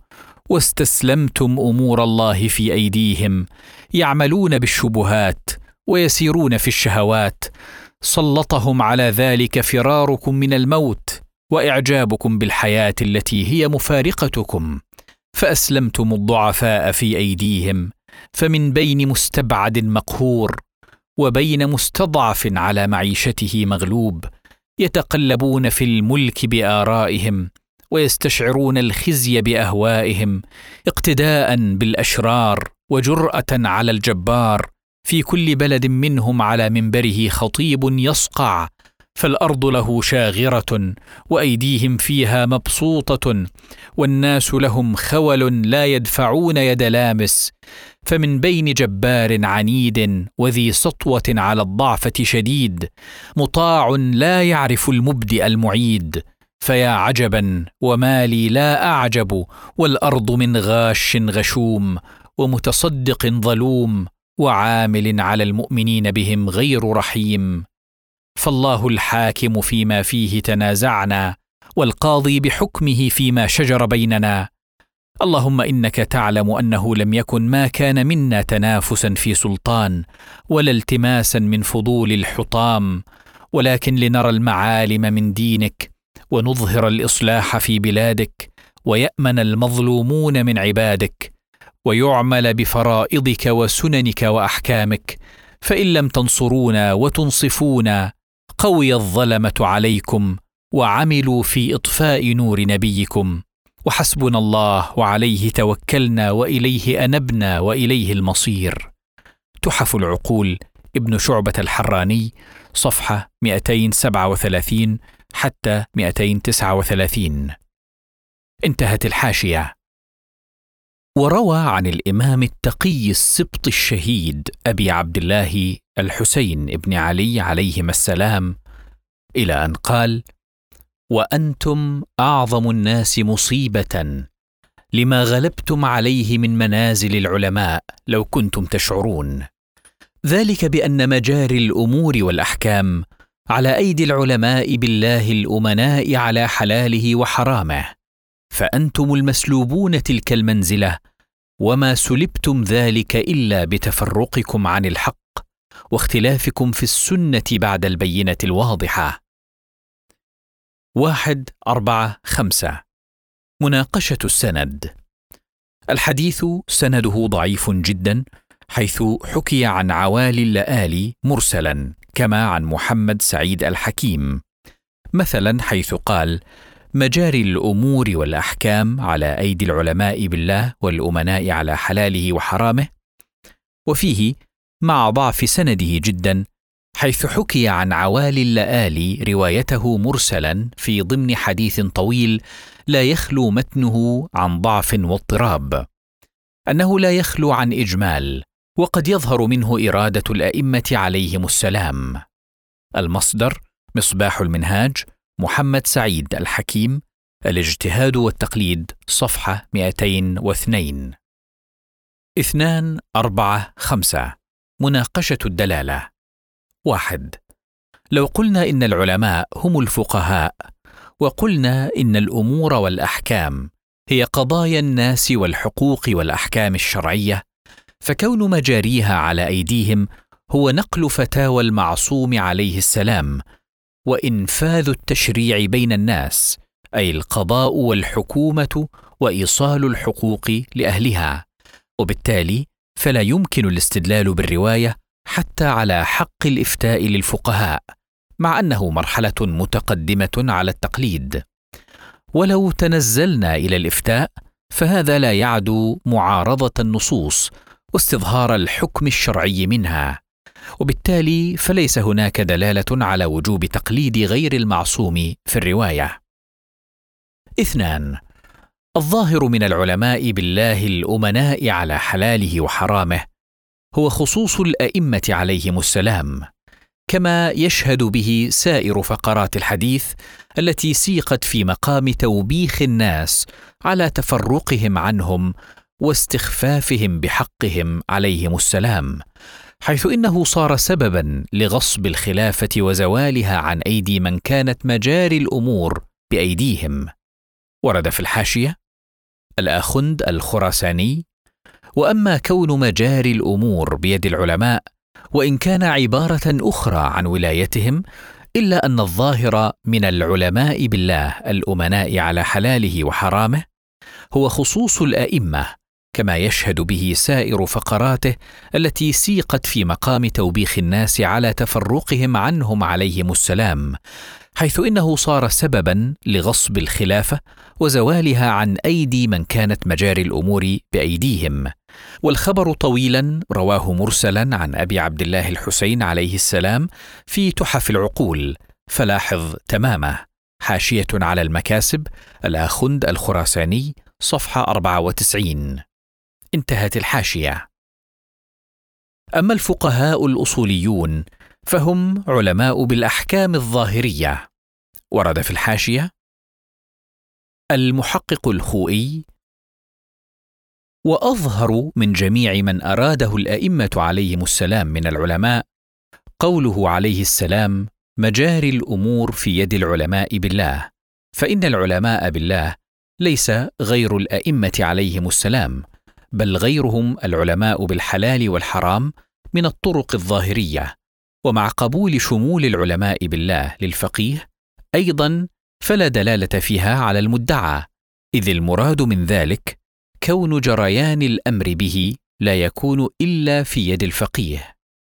واستسلمتم أمور الله في أيديهم، يعملون بالشبهات ويسيرون في الشهوات. سلطهم على ذلك فراركم من الموت وإعجابكم بالحياة التي هي مفارقتكم، فأسلمتم الضعفاء في أيديهم، فمن بين مستبعد مقهور وبين مستضعف على معيشته مغلوب، يتقلبون في الملك بآرائهم، ويستشعرون الخزي بأهوائهم، اقتداء بالأشرار وجرأة على الجبار. في كل بلد منهم على منبره خطيب يصقع فالأرض له شاغرة وأيديهم فيها مبسوطة والناس لهم خول لا يدفعون يد لامس، فمن بين جبار عنيد وذي سطوة على الضعفة شديد مطاع لا يعرف المبدئ المعيد، فيا عجبا ومالي لا أعجب، والأرض من غاش غشوم ومتصدق ظلوم وعامل على المؤمنين بهم غير رحيم. فالله الحاكم فيما فيه تنازعنا، والقاضي بحكمه فيما شجر بيننا. اللهم إنك تعلم أنه لم يكن ما كان منا تنافسا في سلطان ولا التماسا من فضول الحطام، ولكن لنرى المعالم من دينك ونظهر الإصلاح في بلادك، ويأمن المظلومون من عبادك، ويعمل بفرائضك وسننك وأحكامك. فإن لم تنصرونا وتنصفونا قوي الظلمة عليكم وعملوا في إطفاء نور نبيكم، وحسبنا الله وعليه توكلنا وإليه أنبنا وإليه المصير. تحف العقول، ابن شعبة الحراني، صفحة مئتين وسبعة وثلاثين حتى مئتين وتسعة وثلاثين. انتهت الحاشية. وروى عن الإمام التقي السبط الشهيد أبي عبد الله الحسين بن علي عليهما السلام إلى أن قال: وأنتم أعظم الناس مصيبة لما غلبتم عليه من منازل العلماء لو كنتم تشعرون، ذلك بأن مجاري الأمور والأحكام على أيدي العلماء بالله الأمناء على حلاله وحرامه، فأنتم المسلوبون تلك المنزلة، وما سلبتم ذلك إلا بتفرقكم عن الحق واختلافكم في السنة بعد البينة الواضحة. واحد أربعة خمسة. مناقشة السند. الحديث سنده ضعيف جدا، حيث حكي عن عوالي اللآلي مرسلا، كما عن محمد سعيد الحكيم، مثلا حيث قال: مجاري الأمور والأحكام على أيدي العلماء بالله والأمناء على حلاله وحرامه، وفيه مع ضعف سنده جدا، حيث حكي عن عوالي اللآلي روايته مرسلا في ضمن حديث طويل لا يخلو متنه عن ضعف واضطراب، أنه لا يخلو عن إجمال، وقد يظهر منه إرادة الأئمة عليهم السلام. المصدر: مصباح المنهاج، محمد سعيد الحكيم، الاجتهاد والتقليد، صفحة مئتين واثنين. اثنان أربعة خمسة. مناقشة الدلالة. واحد. لو قلنا إن العلماء هم الفقهاء، وقلنا إن الأمور والأحكام هي قضايا الناس والحقوق والأحكام الشرعية، فكون مجاريها على أيديهم هو نقل فتاوى المعصوم عليه السلام وإنفاذ التشريع بين الناس، أي القضاء والحكومة وإيصال الحقوق لأهلها، وبالتالي فلا يمكن الاستدلال بالرواية حتى على حق الإفتاء للفقهاء، مع أنه مرحلة متقدمة على التقليد. ولو تنزلنا إلى الإفتاء فهذا لا يعدو معارضة النصوص واستظهار الحكم الشرعي منها، وبالتالي فليس هناك دلالة على وجوب تقليد غير المعصوم في الرواية. اثنان. الظاهر من العلماء بالله الأمناء على حلاله وحرامه هو خصوص الأئمة عليهم السلام، كما يشهد به سائر فقرات الحديث التي سيقت في مقام توبيخ الناس على تفرقهم عنهم واستخفافهم بحقهم عليهم السلام، حيث إنه صار سببا لغصب الخلافة وزوالها عن أيدي من كانت مجاري الأمور بأيديهم. ورد في الحاشية الآخند الخراساني: وأما كون مجاري الأمور بيد العلماء، وإن كان عبارة أخرى عن ولايتهم، إلا أن الظاهر من العلماء بالله الأمناء على حلاله وحرامه هو خصوص الأئمة، كما يشهد به سائر فقراته التي سيقت في مقام توبيخ الناس على تفرقهم عنهم عليهم السلام، حيث إنه صار سببا لغصب الخلافة وزوالها عن أيدي من كانت مجاري الأمور بأيديهم. والخبر طويلا رواه مرسلا عن أبي عبد الله الحسين عليه السلام في تحف العقول، فلاحظ تمامه. حاشية على المكاسب، الآخند الخراساني، صفحة أربعة وتسعين. انتهت الحاشية. أما الفقهاء الأصوليون فهم علماء بالأحكام الظاهرية. ورد في الحاشية: المحقق الخوئي: وأظهر من جميع من أراده الأئمة عليهم السلام من العلماء قوله عليه السلام: مجاري الأمور في يد العلماء بالله، فإن العلماء بالله ليس غير الأئمة عليهم السلام، بل غيرهم العلماء بالحلال والحرام من الطرق الظاهرية. ومع قبول شمول العلماء بالله للفقيه أيضا فلا دلالة فيها على المدعى، إذ المراد من ذلك كون جريان الأمر به لا يكون إلا في يد الفقيه،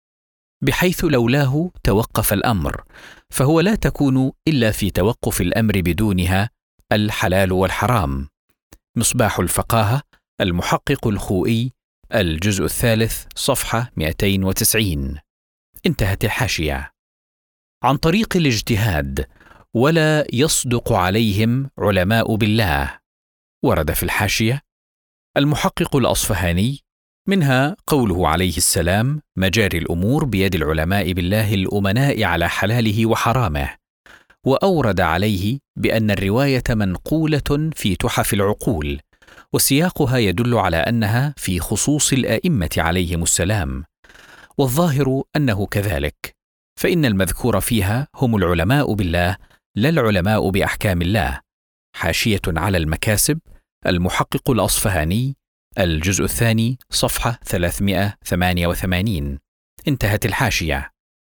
بحيث لولاه توقف الأمر، فهو لا تكون إلا في توقف الأمر بدونها الحلال والحرام. مصباح الفقاهة، المحقق الخوئي، الجزء الثالث، صفحة مئتين وتسعين. انتهت الحاشية. عن طريق الاجتهاد، ولا يصدق عليهم علماء بالله. ورد في الحاشية: المحقق الأصفهاني: منها قوله عليه السلام: مجاري الأمور بيد العلماء بالله الأمناء على حلاله وحرامه. وأورد عليه بأن الرواية منقولة في تحف العقول، وسياقها يدل على أنها في خصوص الآئمة عليهم السلام، والظاهر أنه كذلك، فإن المذكور فيها هم العلماء بالله لا العلماء بأحكام الله. حاشية على المكاسب، المحقق الأصفهاني، الجزء الثاني، صفحة ثلاثمئة وثمانية وثمانين. انتهت الحاشية.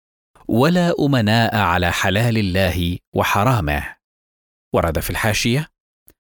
ولا أمناء على حلال الله وحرامه. ورد في الحاشية: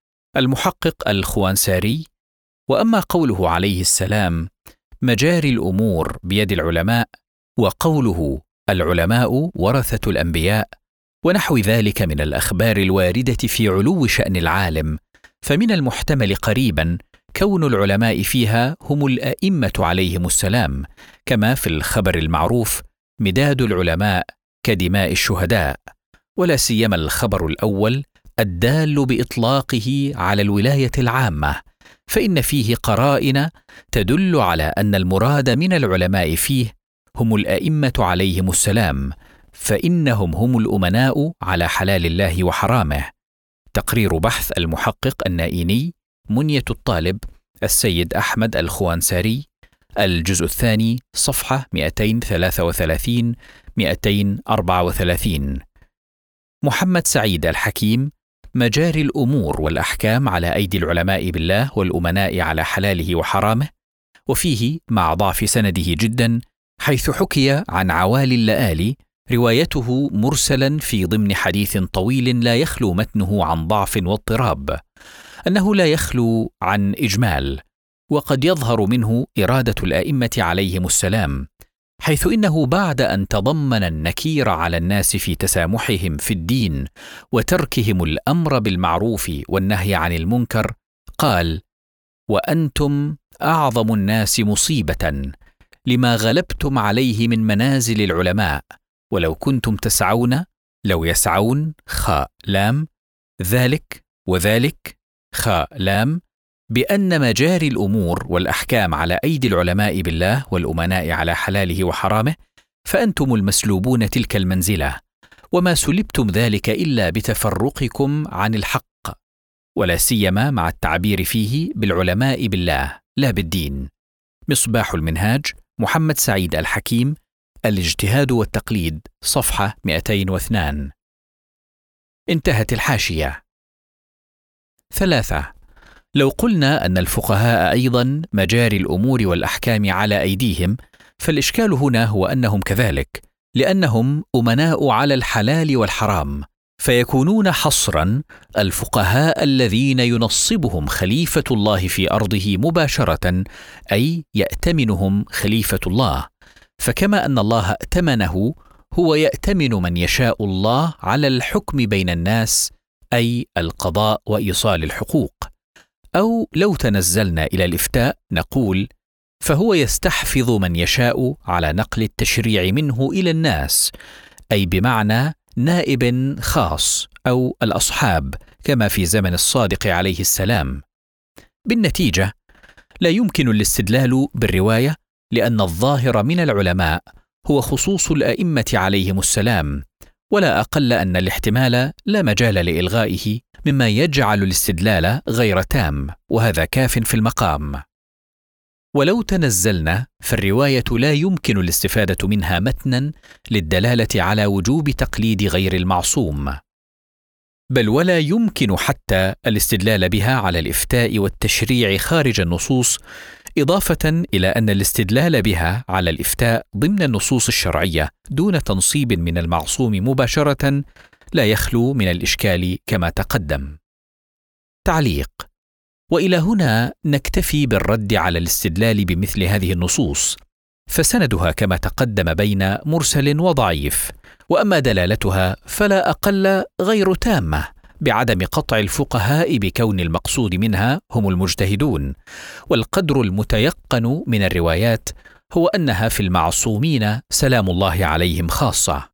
المحقق الخوانساري: وأما قوله عليه السلام: مجاري الأمور بيد العلماء، وقوله: العلماء ورثة الأنبياء، ونحو ذلك من الأخبار الواردة في علو شأن العالم، فمن المحتمل قريبا كون العلماء فيها هم الأئمة عليهم السلام، كما في الخبر المعروف: مداد العلماء كدماء الشهداء. ولا سيما الخبر الأول الدال بإطلاقه على الولاية العامة، فإن فيه قرائن تدل على أن المراد من العلماء فيه هم الأئمة عليهم السلام، فإنهم هم الأمناء على حلال الله وحرامه. تقرير بحث المحقق النائيني، منية الطالب، السيد أحمد الخوانساري، الجزء الثاني، صفحة مئتين وثلاثة وثلاثين مئتين وأربعة وثلاثين. محمد سعيد الحكيم: مجاري الأمور والأحكام على أيدي العلماء بالله والأمناء على حلاله وحرامه، وفيه مع ضعف سنده جدا، حيث حكي عن عوالي اللآلي روايته مرسلا في ضمن حديث طويل لا يخلو متنه عن ضعف واضطراب، أنه لا يخلو عن إجمال، وقد يظهر منه إرادة الآئمة عليهم السلام، حيث إنه بعد أن تضمن النكير على الناس في تسامحهم في الدين وتركهم الأمر بالمعروف والنهي عن المنكر، قال: وأنتم أعظم الناس مصيبة لما غلبتم عليه من منازل العلماء، ولو كنتم تسعون لو يسعون خاء لام ذلك وذلك خاء لام بأن مجاري الأمور والأحكام على أيدي العلماء بالله والأمناء على حلاله وحرامه، فأنتم المسلوبون تلك المنزلة، وما سلبتم ذلك إلا بتفرقكم عن الحق، ولا سيما مع التعبير فيه بالعلماء بالله لا بالدين. مصباح المنهاج، محمد سعيد الحكيم، الاجتهاد والتقليد، صفحة مئتين واثنين. انتهت الحاشية. ثلاثة: لو قلنا أن الفقهاء أيضا مجاري الأمور والأحكام على أيديهم، فالإشكال هنا هو أنهم كذلك، لأنهم أمناء على الحلال والحرام، فيكونون حصرا الفقهاء الذين ينصبهم خليفة الله في أرضه مباشرة، أي يأتمنهم خليفة الله، فكما أن الله ائتمنه هو يأتمن من يشاء الله على الحكم بين الناس، أي القضاء وإيصال الحقوق. أو لو تنزلنا إلى الإفتاء نقول: فهو يستحفظ من يشاء على نقل التشريع منه إلى الناس، أي بمعنى نائب خاص أو الأصحاب كما في زمن الصادق عليه السلام. بالنتيجة لا يمكن الاستدلال بالرواية، لأن الظاهر من العلماء هو خصوص الأئمة عليهم السلام، ولا أقل أن الاحتمال لا مجال لإلغائه، مما يجعل الاستدلال غير تام، وهذا كاف في المقام. ولو تنزلنا فالرواية لا يمكن الاستفادة منها متنا للدلالة على وجوب تقليد غير المعصوم، بل ولا يمكن حتى الاستدلال بها على الإفتاء والتشريع خارج النصوص، إضافة إلى أن الاستدلال بها على الإفتاء ضمن النصوص الشرعية دون تنصيب من المعصوم مباشرة لا يخلو من الإشكال كما تقدم. تعليق: وإلى هنا نكتفي بالرد على الاستدلال بمثل هذه النصوص، فسندها كما تقدم بين مرسل وضعيف، وأما دلالتها فلا أقل غير تامة، بعدم قطع الفقهاء بكون المقصود منها هم المجتهدون، والقدر المتيقن من الروايات هو أنها في المعصومين سلام الله عليهم خاصة.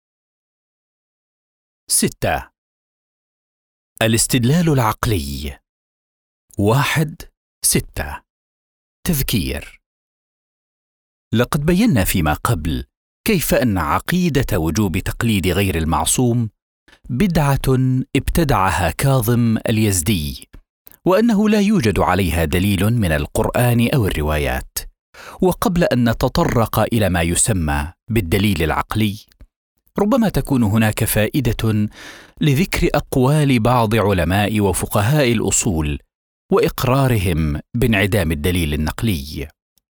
ستة. الاستدلال العقلي. واحد ستة. تذكير: لقد بينا فيما قبل كيف أن عقيدة وجوب تقليد غير المعصوم بدعة ابتدعها كاظم اليزدي، وأنه لا يوجد عليها دليل من القرآن أو الروايات. وقبل أن نتطرق إلى ما يسمى بالدليل العقلي، ربما تكون هناك فائدة لذكر أقوال بعض علماء وفقهاء الأصول وإقرارهم بانعدام الدليل النقلي.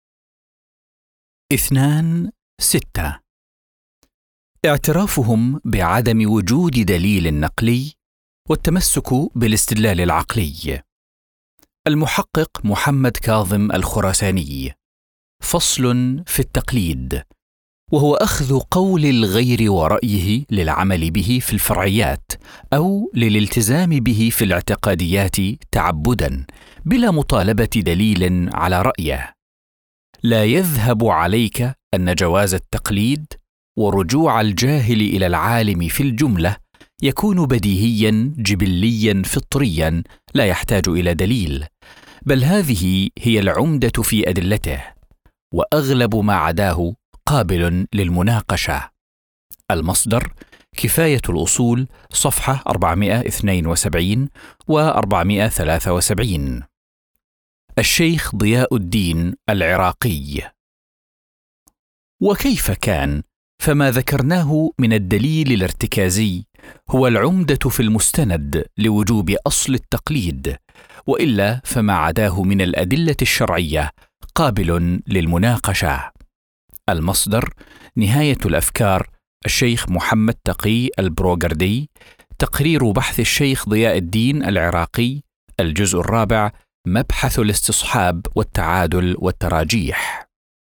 اثنان ستة. اعترافهم بعدم وجود دليل نقلي والتمسك بالاستدلال العقلي. المحقق محمد كاظم الخراساني: فصل في التقليد، وهو أخذ قول الغير ورأيه للعمل به في الفرعيات أو للالتزام به في الاعتقاديات تعبداً بلا مطالبة دليل على رأيه. لا يذهب عليك أن جواز التقليد ورجوع الجاهل إلى العالم في الجملة يكون بديهياً جبلياً فطرياً لا يحتاج إلى دليل، بل هذه هي العمدة في أدلته، وأغلب ما عداه قابل للمناقشة. المصدر: كفاية الأصول، صفحة أربعمائة واثنين وسبعين و أربعمائة وثلاثة وسبعين. الشيخ ضياء الدين العراقي. وكيف كان، فما ذكرناه من الدليل الارتكازي هو العمدة في المستند لوجوب أصل التقليد، وإلا فما عداه من الأدلة الشرعية قابل للمناقشة. المصدر: نهاية الأفكار، الشيخ محمد تقي البروغردي، تقرير بحث الشيخ ضياء الدين العراقي، الجزء الرابع، مبحث الاستصحاب والتعادل والتراجيح.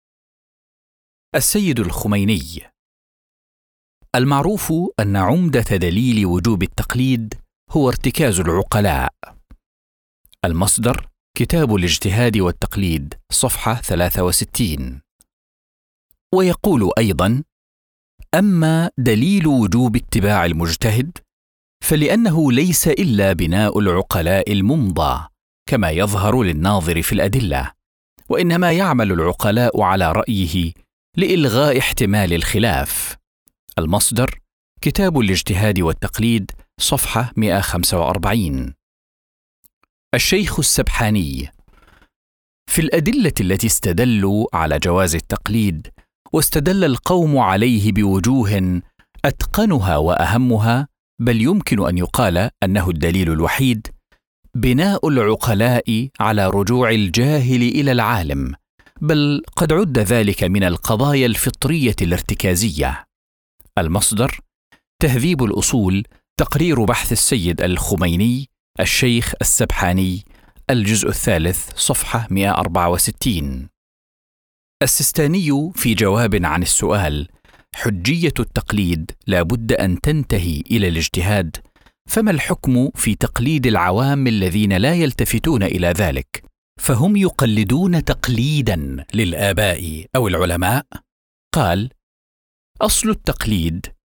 السيد الخميني. المعروف أن عمدة دليل وجوب التقليد هو ارتكاز العقلاء. المصدر: كتاب الاجتهاد والتقليد، صفحة ثلاثة وستين. ويقول أيضاً: أما دليل وجوب اتباع المجتهد فلأنه ليس إلا بناء العقلاء الممضى كما يظهر للناظر في الأدلة، وإنما يعمل العقلاء على رأيه لإلغاء احتمال الخلاف. المصدر: كتاب الاجتهاد والتقليد، صفحة مئة وخمسة وأربعين. الشيخ السبحاني. في الأدلة التي استدلوا على جواز التقليد واستدل القوم عليه بوجوه أتقنها وأهمها، بل يمكن أن يقال أنه الدليل الوحيد، بناء العقلاء على رجوع الجاهل إلى العالم، بل قد عد ذلك من القضايا الفطرية الارتكازية. المصدر: تهذيب الأصول، تقرير بحث السيد الخميني، الشيخ السبحاني، الجزء الثالث، صفحة مئة وأربعة وستين. السستاني في جواب عن السؤال: حجية التقليد لا بد أن تنتهي إلى الاجتهاد، فما الحكم في تقليد العوام الذين لا يلتفتون إلى ذلك، فهم يقلدون تقليداً للآباء أو العلماء؟ قال: أصل التقليد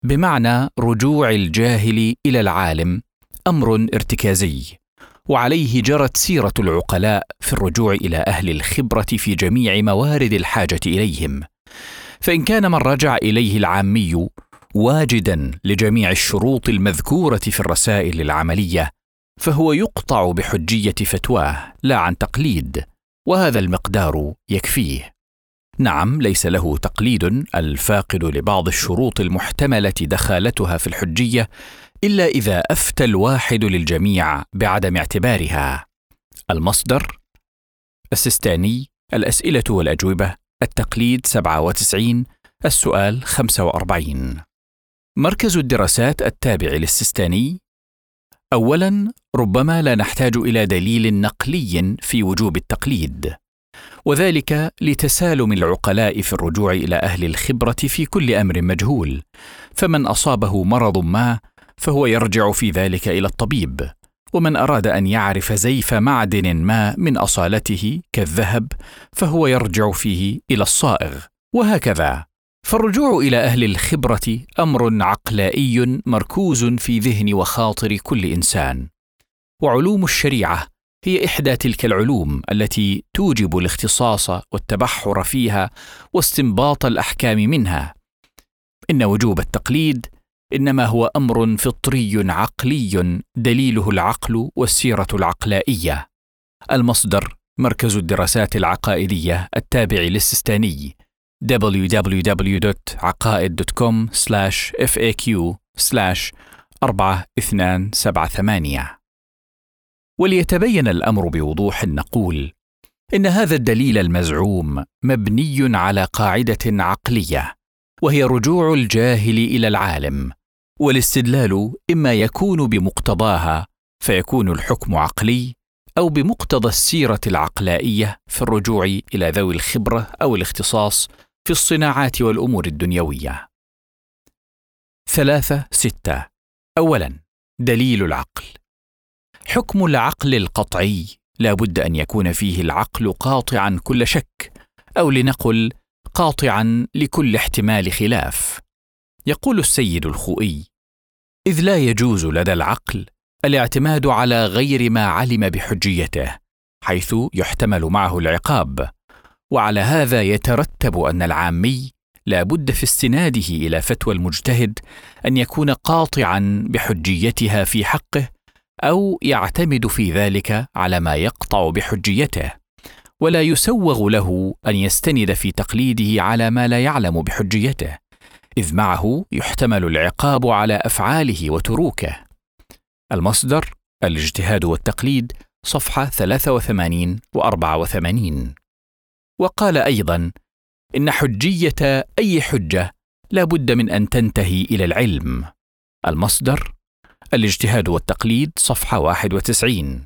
بمعنى رجوع الجاهل إلى العالم أمر ارتكازي، وعليه جرت سيرة العقلاء في الرجوع إلى أهل الخبرة في جميع موارد الحاجة إليهم. فإن كان من رجع إليه العامي واجداً لجميع الشروط المذكورة في الرسائل العملية، فهو يقطع بحجية فتواه لا عن تقليد، وهذا المقدار يكفيه. نعم، ليس له تقليد الفاقد لبعض الشروط المحتملة دخالتها في الحجية إلا إذا أفتى الواحد للجميع بعدم اعتبارها. المصدر: السيستاني، الأسئلة والأجوبة، التقليد سبعة وتسعين، السؤال خمسة وأربعين. مركز الدراسات التابع للسيستاني: أولاً، ربما لا نحتاج إلى دليل نقلي في وجوب التقليد، وذلك لتسالم العقلاء في الرجوع إلى أهل الخبرة في كل أمر مجهول، فمن أصابه مرض ما فهو يرجع في ذلك إلى الطبيب، ومن أراد أن يعرف زيف معدن ما من أصالته كالذهب فهو يرجع فيه إلى الصائغ، وهكذا. فالرجوع إلى أهل الخبرة أمر عقلائي مركوز في ذهن وخاطر كل إنسان، وعلوم الشريعة هي إحدى تلك العلوم التي توجب الاختصاص والتبحر فيها واستنباط الأحكام منها. إن وجوب التقليد إنما هو أمر فطري عقلي دليله العقل والسيرة العقلائية. المصدر: مركز الدراسات العقائدية التابع للسيستاني، دبليو دبليو دبليو دوت عقائد دوت كوم سلاش إف إيه كيو سلاش أربعة اثنان سبعة ثمانية. وليتبين الأمر بوضوح نقول إن هذا الدليل المزعوم مبني على قاعدة عقلية، وهي رجوع الجاهل إلى العالم، والاستدلال إما يكون بمقتضاها فيكون الحكم عقلي، أو بمقتضى السيرة العقلائية في الرجوع إلى ذوي الخبرة أو الاختصاص في الصناعات والأمور الدنيوية. ثلاثة ستة. أولاً، دليل العقل. حكم العقل القطعي لا بد أن يكون فيه العقل قاطعاً كل شك، أو لنقل قاطعاً لكل احتمال خلاف. يقول السيد الخوئي: إذ لا يجوز لدى العقل الاعتماد على غير ما علم بحجيته، حيث يحتمل معه العقاب، وعلى هذا يترتب أن العامي لا بد في استناده إلى فتوى المجتهد أن يكون قاطعاً بحجيتها في حقه، أو يعتمد في ذلك على ما يقطع بحجيته، ولا يسوغ له أن يستند في تقليده على ما لا يعلم بحجيته، إذ معه يحتمل العقاب على أفعاله وتروكه. المصدر: الاجتهاد والتقليد، صفحة ثلاثة وثمانين وأربعة وثمانين. وقال أيضاً: إن حجية أي حجة لا بد من أن تنتهي إلى العلم. المصدر: الاجتهاد والتقليد، صفحة واحد وتسعين.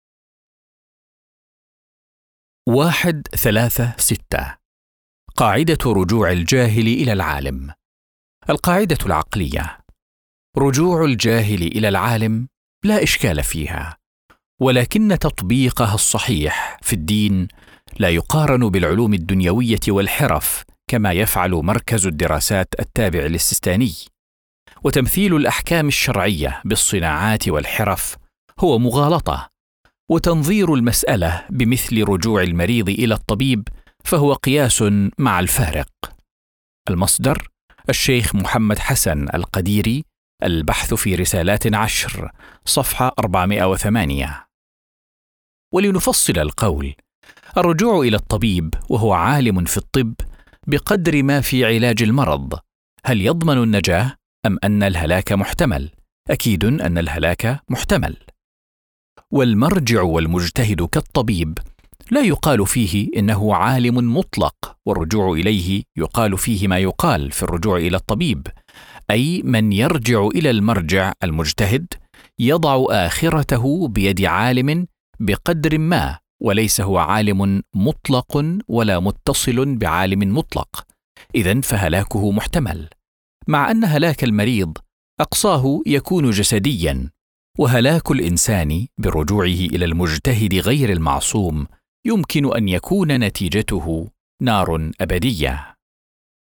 واحد ثلاثة ستة. قاعدة رجوع الجاهل إلى العالم. القاعدة العقلية: رجوع الجاهل إلى العالم لا إشكال فيها، ولكن تطبيقها الصحيح في الدين لا يقارن بالعلوم الدنيوية والحرف كما يفعل مركز الدراسات التابع للسيستاني. وتمثيل الأحكام الشرعية بالصناعات والحرف هو مغالطة، وتنظير المسألة بمثل رجوع المريض إلى الطبيب فهو قياس مع الفارق. المصدر: الشيخ محمد حسن القديري، البحث في رسالات عشر، صفحة أربعمائة وثمانية. ولنفصل القول: الرجوع إلى الطبيب وهو عالم في الطب بقدر ما في علاج المرض، هل يضمن النجاة أم أن الهلاك محتمل؟ أكيد أن الهلاك محتمل. والمرجع والمجتهد كالطبيب لا يقال فيه إنه عالم مطلق، والرجوع إليه يقال فيه ما يقال في الرجوع إلى الطبيب، أي من يرجع إلى المرجع المجتهد يضع آخرته بيد عالم بقدر ما، وليس هو عالم مطلق ولا متصل بعالم مطلق، إذن فهلاكه محتمل، مع أن هلاك المريض أقصاه يكون جسدياً، وهلاك الإنسان برجوعه إلى المجتهد غير المعصوم يمكن أن يكون نتيجته نار أبدية.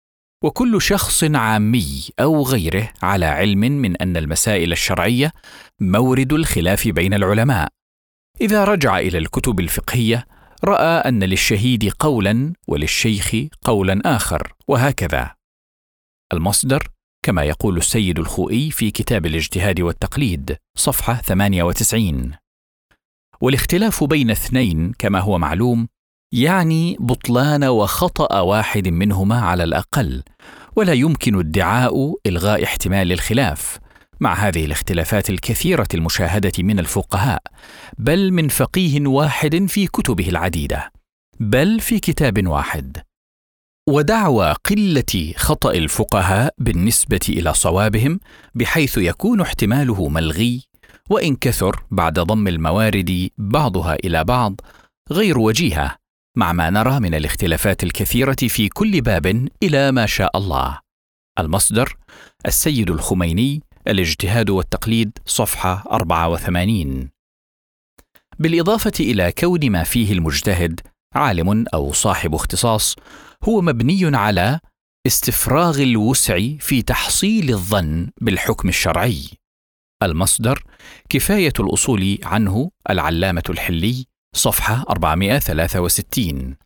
وكل شخص عامي أو غيره على علم من أن المسائل الشرعية مورد الخلاف بين العلماء. إذا رجع إلى الكتب الفقهية رأى أن للشهيد قولاً وللشيخ قولاً آخر، وهكذا. المصدر كما يقول السيد الخوئي في كتاب الاجتهاد والتقليد صفحة ثمانية وتسعين. والاختلاف بين اثنين كما هو معلوم يعني بطلان وخطأ واحد منهما على الأقل، ولا يمكن ادعاء إلغاء احتمال الخلاف مع هذه الاختلافات الكثيرة المشاهدة من الفقهاء، بل من فقيه واحد في كتبه العديدة، بل في كتاب واحد. ودعوى قلة خطأ الفقهاء بالنسبة إلى صوابهم بحيث يكون احتماله ملغي وإن كثر بعد ضم الموارد بعضها إلى بعض غير وجيهة، مع ما نرى من الاختلافات الكثيرة في كل باب إلى ما شاء الله. المصدر السيد الخميني، الاجتهاد والتقليد صفحة أربعة وثمانين. بالإضافة إلى كون ما فيه المجتهد عالم أو صاحب اختصاص هو مبني على استفراغ الوسع في تحصيل الظن بالحكم الشرعي. المصدر كفاية الأصول عنه العلامة الحلي صفحة أربعمائة وثلاثة وستين.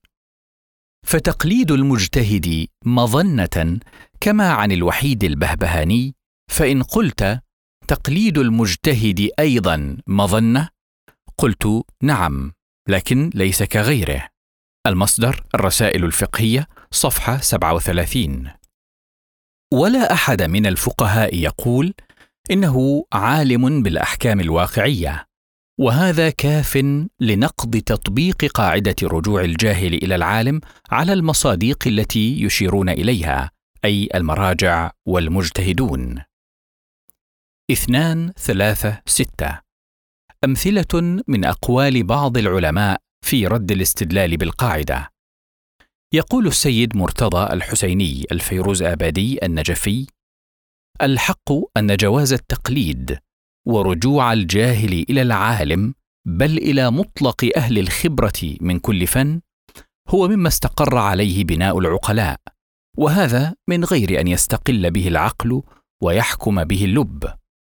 فتقليد المجتهد مظنة كما عن الوحيد البهبهاني، فإن قلت تقليد المجتهد أيضا مظنة قلت نعم، لكن ليس كغيره. المصدر الرسائل الفقهية صفحة سبعة وثلاثين. ولا أحد من الفقهاء يقول إنه عالم بالأحكام الواقعية، وهذا كاف لنقض تطبيق قاعدة رجوع الجاهل إلى العالم على المصادق التي يشيرون إليها، أي المراجع والمجتهدون. اثنان ثلاثة ستة. أمثلة من أقوال بعض العلماء في رد الاستدلال بالقاعدة. يقول السيد مرتضى الحسيني الفيروز آبادي النجفي: الحق أن جواز التقليد ورجوع الجاهل إلى العالم بل إلى مطلق أهل الخبرة من كل فن هو مما استقر عليه بناء العقلاء، وهذا من غير أن يستقل به العقل ويحكم به اللب،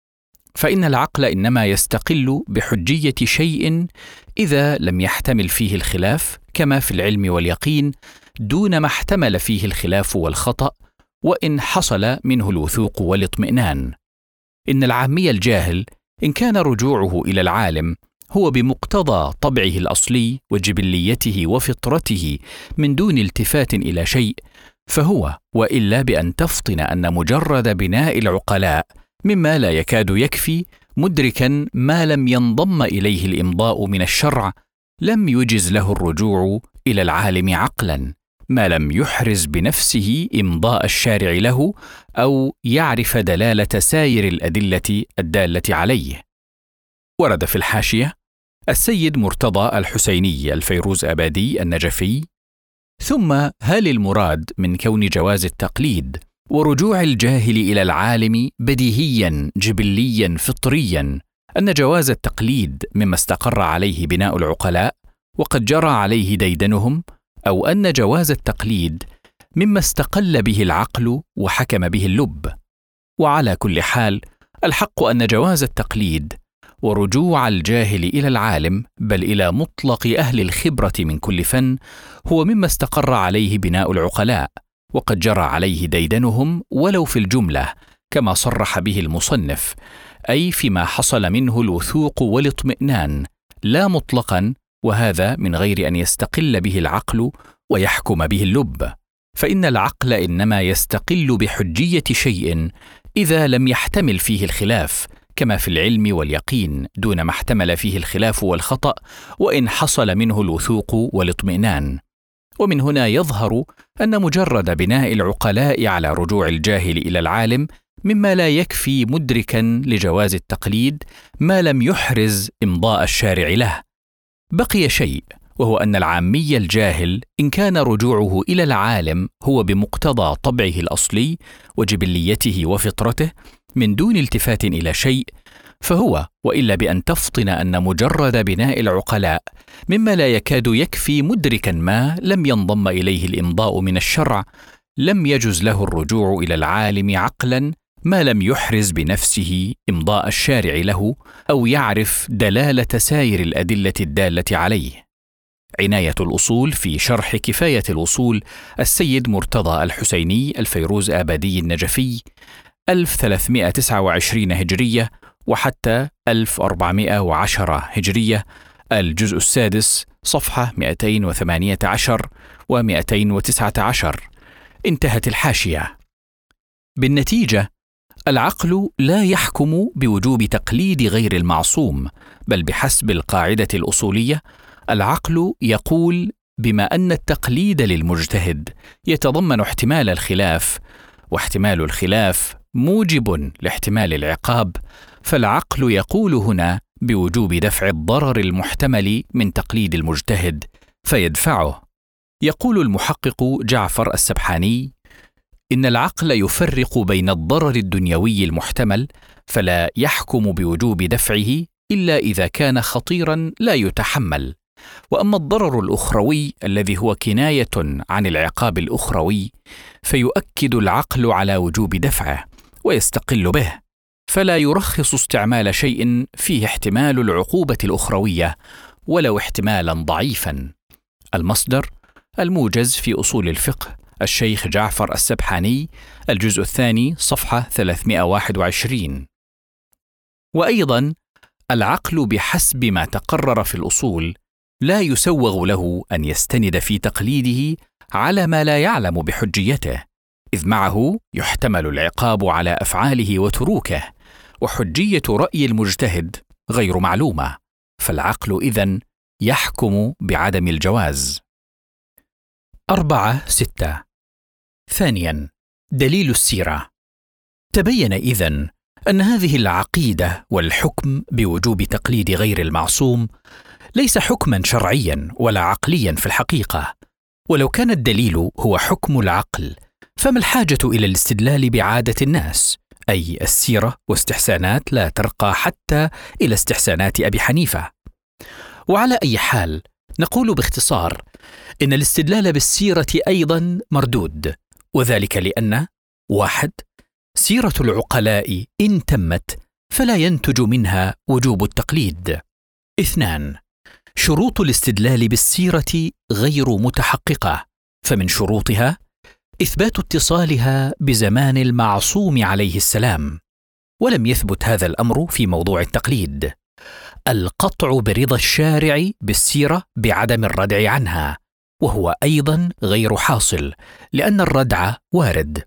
فإن العقل إنما يستقل بحجية شيء إذا لم يحتمل فيه الخلاف كما في العلم واليقين، دون ما احتمل فيه الخلاف والخطأ وإن حصل منه الوثوق والاطمئنان. إن العامي الجاهل إن كان رجوعه إلى العالم هو بمقتضى طبعه الأصلي وجبليته وفطرته من دون التفات إلى شيء، فهو وإلا بأن تفطن أن مجرد بناء العقلاء مما لا يكاد يكفي مدركا ما لم ينضم إليه الإمضاء من الشرع لم يجز له الرجوع إلى العالم عقلا ما لم يحرز بنفسه إمضاء الشارع له أو يعرف دلالة سائر الأدلة الدالة عليه. ورد في الحاشية السيد مرتضى الحسيني الفيروز آبادي النجفي: ثم هل المراد من كون جواز التقليد ورجوع الجاهل إلى العالم بديهيا جبليا فطريا أن جواز التقليد مما استقر عليه بناء العقلاء وقد جرى عليه ديدنهم، أو أن جواز التقليد مما استقل به العقل وحكم به اللب؟ وعلى كل حال الحق أن جواز التقليد ورجوع الجاهل إلى العالم بل إلى مطلق أهل الخبرة من كل فن هو مما استقر عليه بناء العقلاء وقد جرى عليه ديدنهم ولو في الجملة كما صرح به المصنف، أي فيما حصل منه الوثوق والاطمئنان لا مطلقا، وهذا من غير أن يستقل به العقل ويحكم به اللب، فإن العقل إنما يستقل بحجية شيء إذا لم يحتمل فيه الخلاف كما في العلم واليقين دون ما احتمل فيه الخلاف والخطأ وإن حصل منه الوثوق والاطمئنان. ومن هنا يظهر أن مجرد بناء العقلاء على رجوع الجاهل إلى العالم مما لا يكفي مدركا لجواز التقليد ما لم يحرز إمضاء الشارع له. بقي شيء، وهو أن العامي الجاهل إن كان رجوعه إلى العالم هو بمقتضى طبعه الأصلي وجبليته وفطرته من دون التفات إلى شيء، فهو وإلا بأن تفطن أن مجرد بناء العقلاء مما لا يكاد يكفي مدركا ما لم ينضم إليه الإمضاء من الشرع لم يجز له الرجوع إلى العالم عقلا ما لم يحرز بنفسه إمضاء الشارع له أو يعرف دلالة سائر الأدلة الدالة عليه. عناية الأصول في شرح كفاية الوصول السيد مرتضى الحسيني الفيروز آبادي النجفي ألف وثلاثمائة وتسعة وعشرين هجرية وحتى ألف وأربعمائة وعشرة هجرية، الجزء السادس صفحة مئتين وثمانية عشر ومئتين وتسعة عشر. انتهت الحاشية. بالنتيجة العقل لا يحكم بوجوب تقليد غير المعصوم، بل بحسب القاعدة الأصولية العقل يقول بما أن التقليد للمجتهد يتضمن احتمال الخلاف، واحتمال الخلاف موجب لاحتمال العقاب، فالعقل يقول هنا بوجوب دفع الضرر المحتمل من تقليد المجتهد فيدفعه. يقول المحقق جعفر السبحاني إن العقل يفرق بين الضرر الدنيوي المحتمل فلا يحكم بوجوب دفعه إلا إذا كان خطيرا لا يتحمل، وأما الضرر الأخروي الذي هو كناية عن العقاب الأخروي فيؤكد العقل على وجوب دفعه ويستقل به، فلا يرخص استعمال شيء فيه احتمال العقوبة الأخروية ولو احتمالا ضعيفا. المصدر الموجز في أصول الفقه الشيخ جعفر السبحاني الجزء الثاني صفحة ثلاثمائة وواحد وعشرين. وأيضا العقل بحسب ما تقرر في الأصول لا يسوغ له أن يستند في تقليده على ما لا يعلم بحجيته، إذ معه يحتمل العقاب على أفعاله وتروكه، وحجية رأي المجتهد غير معلومة، فالعقل إذن يحكم بعدم الجواز. أربعة ستة. ثانياً دليل السيرة. تبين إذن أن هذه العقيدة والحكم بوجوب تقليد غير المعصوم ليس حكماً شرعياً ولا عقلياً في الحقيقة، ولو كان الدليل هو حكم العقل فما الحاجة إلى الاستدلال بعادة الناس، أي السيرة واستحسانات لا ترقى حتى إلى استحسانات أبي حنيفة. وعلى أي حال نقول باختصار إن الاستدلال بالسيرة أيضا مردود، وذلك لأن: واحد، سيرة العقلاء إن تمت فلا ينتج منها وجوب التقليد. اثنان، شروط الاستدلال بالسيرة غير متحققة، فمن شروطها إثبات اتصالها بزمان المعصوم عليه السلام، ولم يثبت هذا الأمر في موضوع التقليد. القطع برضا الشارع بالسيرة بعدم الردع عنها، وهو أيضا غير حاصل لأن الردع وارد.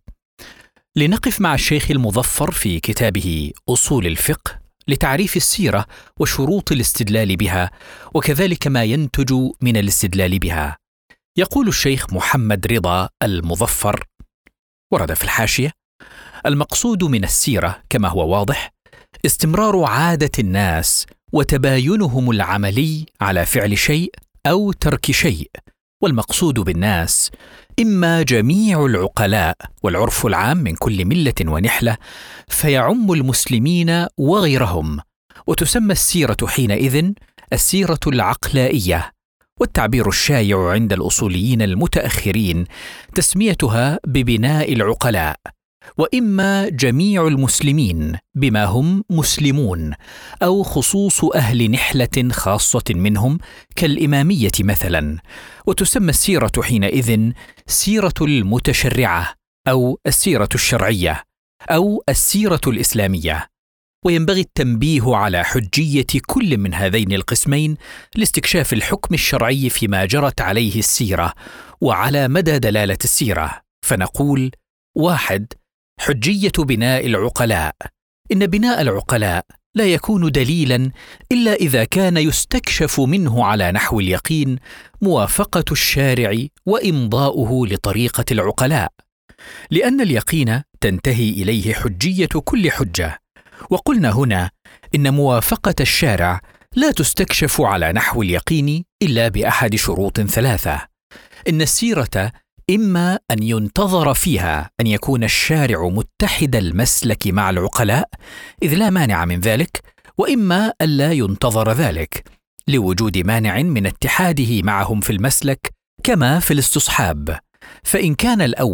لنقف مع الشيخ المظفر في كتابه أصول الفقه لتعريف السيرة وشروط الاستدلال بها، وكذلك ما ينتج من الاستدلال بها. يقول الشيخ محمد رضا المظفر، ورد في الحاشية: المقصود من السيرة كما هو واضح استمرار عادة الناس وتباينهم العملي على فعل شيء أو ترك شيء، والمقصود بالناس إما جميع العقلاء والعرف العام من كل ملة ونحلة، فيعم المسلمين وغيرهم، وتسمى السيرة حينئذ السيرة العقلائية، والتعبير الشائع عند الأصوليين المتأخرين تسميتها ببناء العقلاء، وإما جميع المسلمين بما هم مسلمون، أو خصوص أهل نحلة خاصة منهم كالإمامية مثلا، وتسمى السيرة حينئذ سيرة المتشرعة أو السيرة الشرعية أو السيرة الإسلامية. وينبغي التنبيه على حجية كل من هذين القسمين لاستكشاف الحكم الشرعي فيما جرت عليه السيرة وعلى مدى دلالة السيرة. فنقول: واحد، حجية بناء العقلاء. إن بناء العقلاء لا يكون دليلاً إلا إذا كان يستكشف منه على نحو اليقين موافقة الشارع وإمضاؤه لطريقة العقلاء، لأن اليقين تنتهي إليه حجية كل حجة. وقلنا هنا إن موافقة الشارع لا تستكشف على نحو اليقين إلا بأحد شروط ثلاثة: إن السيرة إما أن ينتظر فيها أن يكون الشارع متحد المسلك مع العقلاء، إذ لا مانع من ذلك، وإما ألا ينتظر ذلك لوجود مانع من اتحاده معهم في المسلك كما في الاستصحاب. فإن كان الأول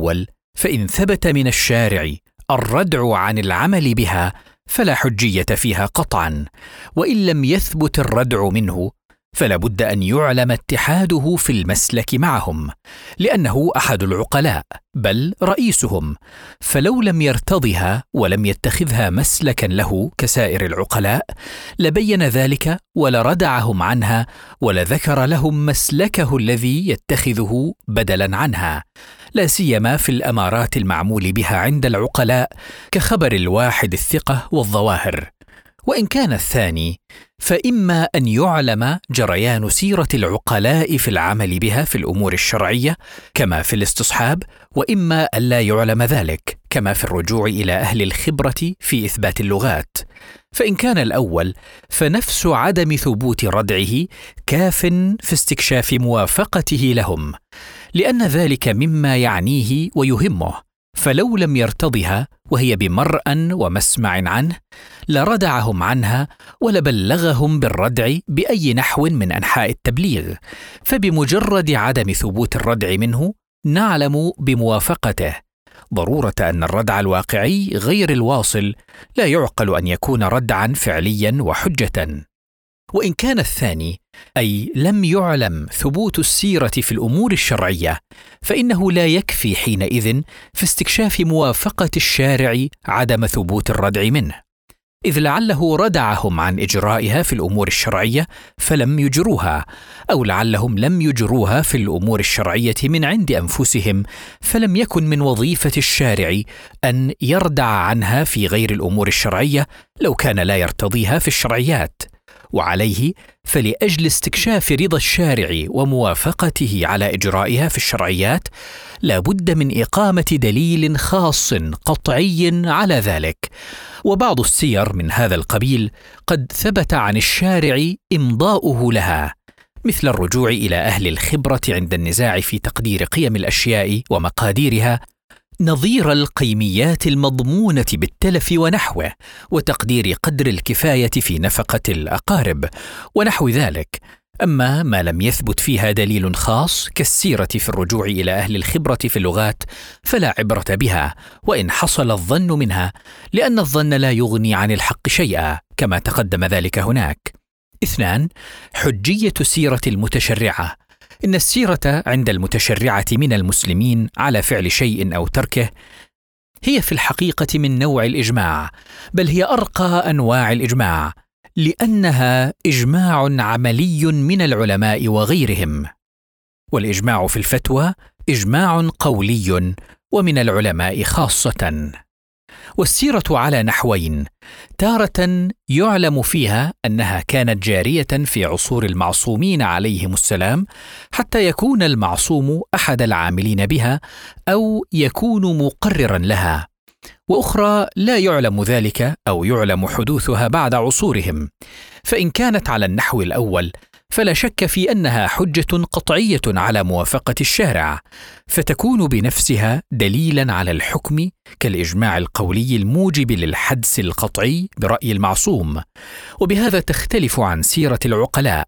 فإن ثبت من الشارع الردع عن العمل بها فلا حجية فيها قطعا، وإن لم يثبت الردع منه فلا بد أن يعلم اتحاده في المسلك معهم، لأنه أحد العقلاء بل رئيسهم، فلو لم يرتضها ولم يتخذها مسلكا له كسائر العقلاء لبين ذلك ولردعهم عنها ولذكر لهم مسلكه الذي يتخذه بدلا عنها، لا سيما في الأمارات المعمول بها عند العقلاء كخبر الواحد الثقة والظواهر. وإن كان الثاني فإما أن يعلم جريان سيرة العقلاء في العمل بها في الأمور الشرعية كما في الاستصحاب، وإما ألا يعلم ذلك كما في الرجوع إلى أهل الخبرة في إثبات اللغات. فإن كان الأول فنفس عدم ثبوت ردعه كاف في استكشاف موافقته لهم، لأن ذلك مما يعنيه ويهمه، فلو لم يرتضها وهي بمرأى ومسمع عنه لردعهم عنها ولبلغهم بالردع بأي نحو من أنحاء التبليغ، فبمجرد عدم ثبوت الردع منه نعلم بموافقته. ضرورة أن الردع الواقعي غير الواصل لا يعقل أن يكون ردعا فعليا وحجة. وإن كان الثاني أي لم يعلم ثبوت السيرة في الأمور الشرعية فإنه لا يكفي حينئذ في استكشاف موافقة الشارع عدم ثبوت الردع منه، إذ لعله ردعهم عن إجرائها في الأمور الشرعية فلم يجروها، أو لعلهم لم يجروها في الأمور الشرعية من عند أنفسهم فلم يكن من وظيفة الشارع أن يردع عنها في غير الأمور الشرعية لو كان لا يرتضيها في الشرعيات. وعليه فلأجل استكشاف رضا الشارع وموافقته على إجرائها في الشرعيات لا بد من إقامة دليل خاص قطعي على ذلك. وبعض السير من هذا القبيل قد ثبت عن الشارع إمضاؤه لها، مثل الرجوع إلى أهل الخبرة عند النزاع في تقدير قيم الأشياء ومقاديرها، نظير القيميات المضمونة بالتلف ونحوه، وتقدير قدر الكفاية في نفقة الأقارب ونحو ذلك. أما ما لم يثبت فيها دليل خاص كالسيرة في الرجوع إلى أهل الخبرة في اللغات فلا عبرة بها وإن حصل الظن منها، لأن الظن لا يغني عن الحق شيئا كما تقدم ذلك هناك. اثنان، حجية سيرة المتشرعة. إن السيرة عند المتشرعة من المسلمين على فعل شيء أو تركه هي في الحقيقة من نوع الإجماع، بل هي أرقى أنواع الإجماع، لأنها إجماع عملي من العلماء وغيرهم. والإجماع في الفتوى إجماع قولي ومن العلماء خاصة. والسيرة على نحوين: تارة يعلم فيها أنها كانت جارية في عصور المعصومين عليهم السلام حتى يكون المعصوم أحد العاملين بها أو يكون مقررا لها، وأخرى لا يعلم ذلك أو يعلم حدوثها بعد عصورهم. فإن كانت على النحو الأول فلا شك في أنها حجة قطعية على موافقة الشارع، فتكون بنفسها دليلا على الحكم كالإجماع القولي الموجب للحدس القطعي برأي المعصوم. وبهذا تختلف عن سيرة العقلاء،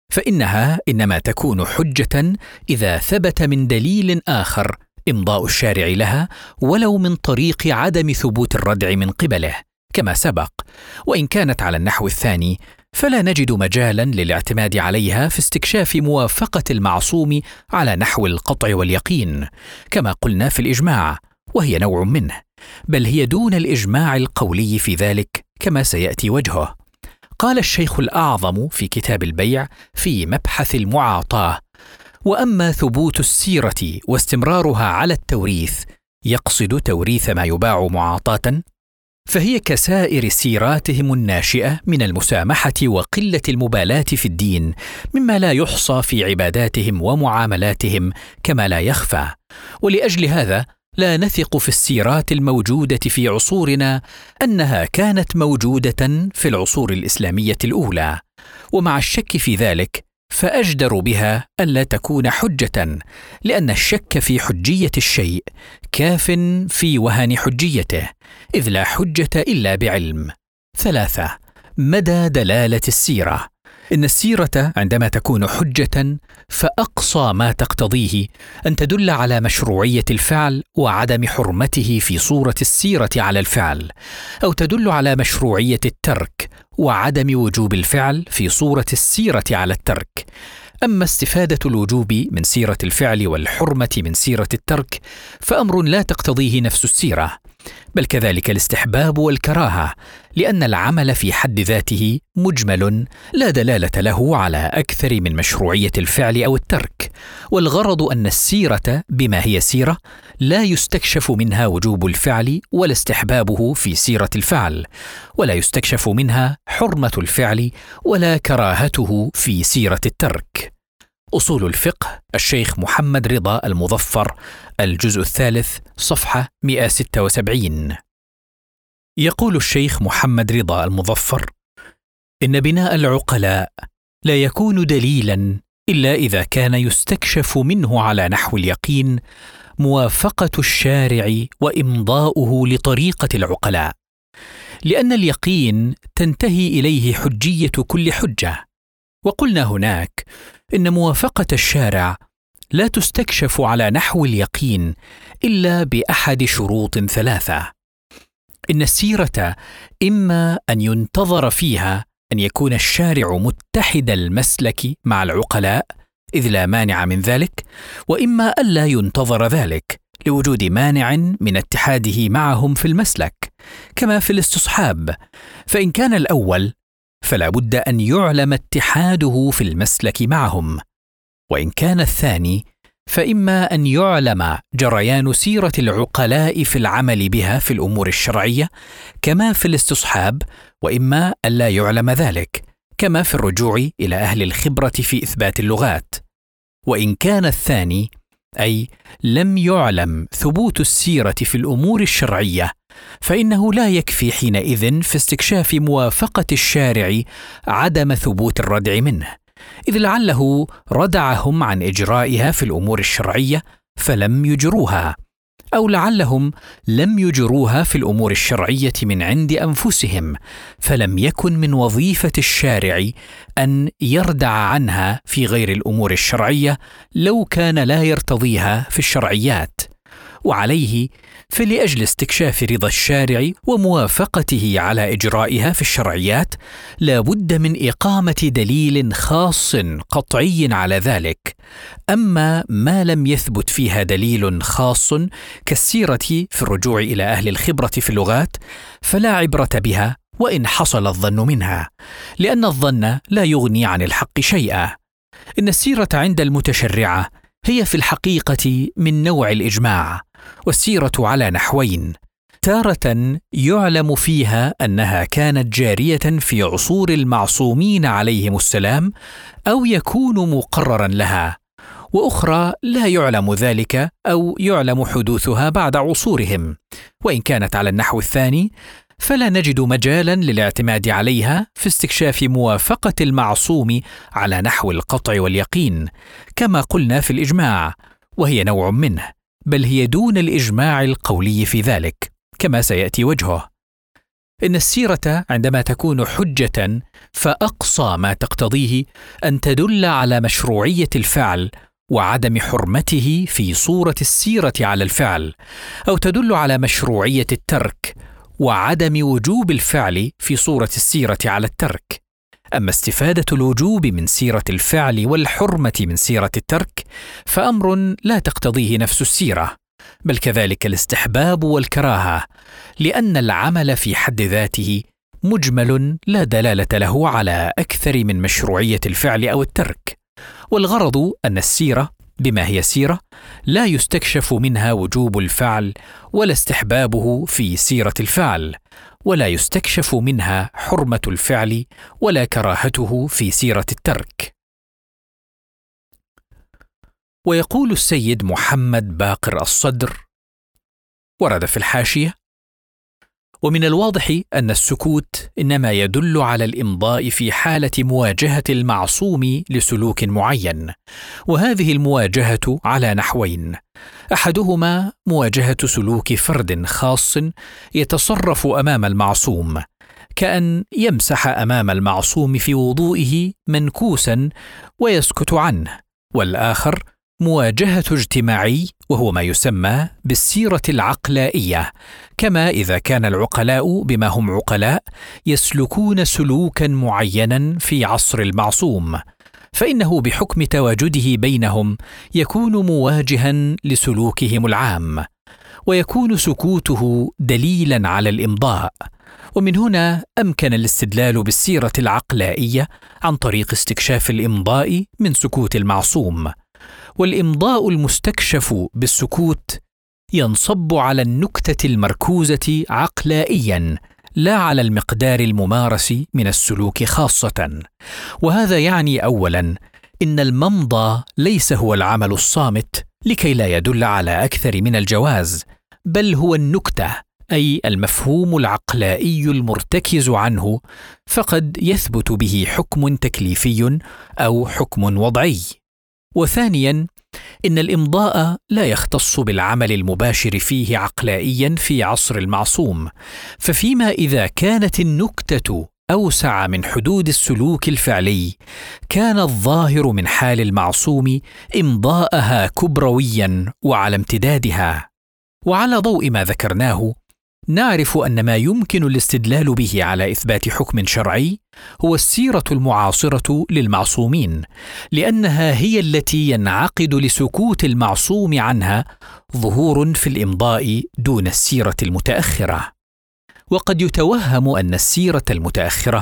فإنها إنما تكون حجة إذا ثبت من دليل آخر إمضاء الشارع لها ولو من طريق عدم ثبوت الردع من قبله كما سبق. وإن كانت على النحو الثاني فلا نجد مجالا للاعتماد عليها في استكشاف موافقة المعصوم على نحو القطع واليقين كما قلنا في الإجماع، وهي نوع منه، بل هي دون الإجماع القولي في ذلك كما سيأتي وجهه. قال الشيخ الأعظم في كتاب البيع في مبحث المعاطاة: وأما ثبوت السيرة واستمرارها على التوريث، يقصد توريث ما يباع معاطاة، فهي كسائر سيراتهم الناشئة من المسامحة وقلة المبالاة في الدين، مما لا يحصى في عباداتهم ومعاملاتهم كما لا يخفى. ولأجل هذا لا نثق في السيرات الموجودة في عصورنا أنها كانت موجودة في العصور الإسلامية الأولى، ومع الشك في ذلك فأجدر بها ألا تكون حجة، لأن الشك في حجية الشيء كاف في وهن حجيته، إذ لا حجة إلا بعلم. ثلاثة، مدى دلالة السيرة. إن السيرة عندما تكون حجة فأقصى ما تقتضيه أن تدل على مشروعية الفعل وعدم حرمته في صورة السيرة على الفعل، أو تدل على مشروعية الترك وعدم وجوب الفعل في صورة السيرة على الترك. أما استفادة الوجوب من سيرة الفعل والحرمة من سيرة الترك فأمر لا تقتضيه نفس السيرة، بل كذلك الاستحباب والكراهة، لأن العمل في حد ذاته مجمل لا دلالة له على أكثر من مشروعية الفعل أو الترك، والغرض أن السيرة بما هي سيرة لا يستكشف منها وجوب الفعل ولا استحبابه في سيرة الفعل، ولا يستكشف منها حرمة الفعل ولا كراهته في سيرة الترك. أصول الفقه، الشيخ محمد رضا المظفر، الجزء الثالث، صفحة مئة وستة وسبعين. يقول الشيخ محمد رضا المظفر: إن بناء العقلاء لا يكون دليلاً إلا إذا كان يستكشف منه على نحو اليقين موافقة الشارع وإمضاؤه لطريقة العقلاء، لأن اليقين تنتهي إليه حجية كل حجة. وقلنا هناك إن موافقة الشارع لا تستكشف على نحو اليقين إلا بأحد شروط ثلاثة: إن السيرة إما أن ينتظر فيها أن يكون الشارع متحد المسلك مع العقلاء إذ لا مانع من ذلك، وإما ألا ينتظر ذلك لوجود مانع من اتحاده معهم في المسلك، كما في الاستصحاب. فإن كان الأول فلا بد أن يعلم اتحاده في المسلك معهم، وإن كان الثاني فإما أن يعلم جريان سيرة العقلاء في العمل بها في الأمور الشرعية كما في الاستصحاب، وإما ألا يعلم ذلك كما في الرجوع إلى أهل الخبرة في إثبات اللغات. وإن كان الثاني، أي لم يعلم ثبوت السيرة في الأمور الشرعية، فإنه لا يكفي حينئذ في استكشاف موافقة الشارع عدم ثبوت الردع منه، إذ لعله ردعهم عن إجرائها في الأمور الشرعية فلم يجروها، أو لعلهم لم يجروها في الأمور الشرعية من عند أنفسهم، فلم يكن من وظيفة الشارع أن يردع عنها في غير الأمور الشرعية لو كان لا يرتضيها في الشرعيات. وعليه فلأجل استكشاف رضا الشارع وموافقته على إجرائها في الشرعيات لا بد من إقامة دليل خاص قطعي على ذلك. أما ما لم يثبت فيها دليل خاص كالسيرة في الرجوع إلى أهل الخبرة في اللغات فلا عبرة بها وإن حصل الظن منها، لأن الظن لا يغني عن الحق شيئا. إن السيرة عند المتشرعة هي في الحقيقة من نوع الإجماع، والسيرة على نحوين: تارة يعلم فيها أنها كانت جارية في عصور المعصومين عليهم السلام أو يكون مقررا لها، وأخرى لا يعلم ذلك أو يعلم حدوثها بعد عصورهم. وإن كانت على النحو الثاني فلا نجد مجالا للاعتماد عليها في استكشاف موافقة المعصوم على نحو القطع واليقين كما قلنا في الإجماع، وهي نوع منه، بل هي دون الإجماع القولي في ذلك كما سيأتي وجهه. إن السيرة عندما تكون حجة فأقصى ما تقتضيه أن تدل على مشروعية الفعل وعدم حرمته في صورة السيرة على الفعل، أو تدل على مشروعية الترك وعدم وجوب الفعل في صورة السيرة على الترك. أما استفادة الوجوب من سيرة الفعل والحرمة من سيرة الترك فأمر لا تقتضيه نفس السيرة، بل كذلك الاستحباب والكراهة، لأن العمل في حد ذاته مجمل لا دلالة له على أكثر من مشروعية الفعل أو الترك، والغرض أن السيرة بما هي سيرة لا يستكشف منها وجوب الفعل ولا استحبابه في سيرة الفعل، ولا يستكشف منها حرمة الفعل ولا كراهته في سيرة الترك. ويقول السيد محمد باقر الصدر ورد في الحاشية: ومن الواضح أن السكوت إنما يدل على الإمضاء في حالة مواجهة المعصوم لسلوك معين، وهذه المواجهة على نحوين: أحدهما مواجهة سلوك فرد خاص يتصرف أمام المعصوم كأن يمسح أمام المعصوم في وضوئه منكوسا ويسكت عنه، والآخر مواجهة اجتماعي وهو ما يسمى بالسيرة العقلائية، كما إذا كان العقلاء بما هم عقلاء يسلكون سلوكا معينا في عصر المعصوم، فإنه بحكم تواجده بينهم يكون مواجها لسلوكهم العام، ويكون سكوته دليلا على الإمضاء. ومن هنا أمكن الاستدلال بالسيرة العقلائية عن طريق استكشاف الإمضاء من سكوت المعصوم. والإمضاء المستكشف بالسكوت ينصب على النكتة المركوزة عقلائيا، لا على المقدار الممارس من السلوك خاصة. وهذا يعني أولا إن الممضى ليس هو العمل الصامت لكي لا يدل على أكثر من الجواز، بل هو النكتة، أي المفهوم العقلائي المرتكز عنه، فقد يثبت به حكم تكليفي أو حكم وضعي. وثانياً إن الإمضاء لا يختص بالعمل المباشر فيه عقلائياً في عصر المعصوم، ففيما إذا كانت النكتة أوسع من حدود السلوك الفعلي كان الظاهر من حال المعصوم إمضاءها كبروياً وعلى امتدادها. وعلى ضوء ما ذكرناه نعرف أن ما يمكن الاستدلال به على إثبات حكم شرعي هو السيرة المعاصرة للمعصومين، لأنها هي التي ينعقد لسكوت المعصوم عنها ظهور في الإمضاء دون السيرة المتأخرة. وقد يتوهم أن السيرة المتأخرة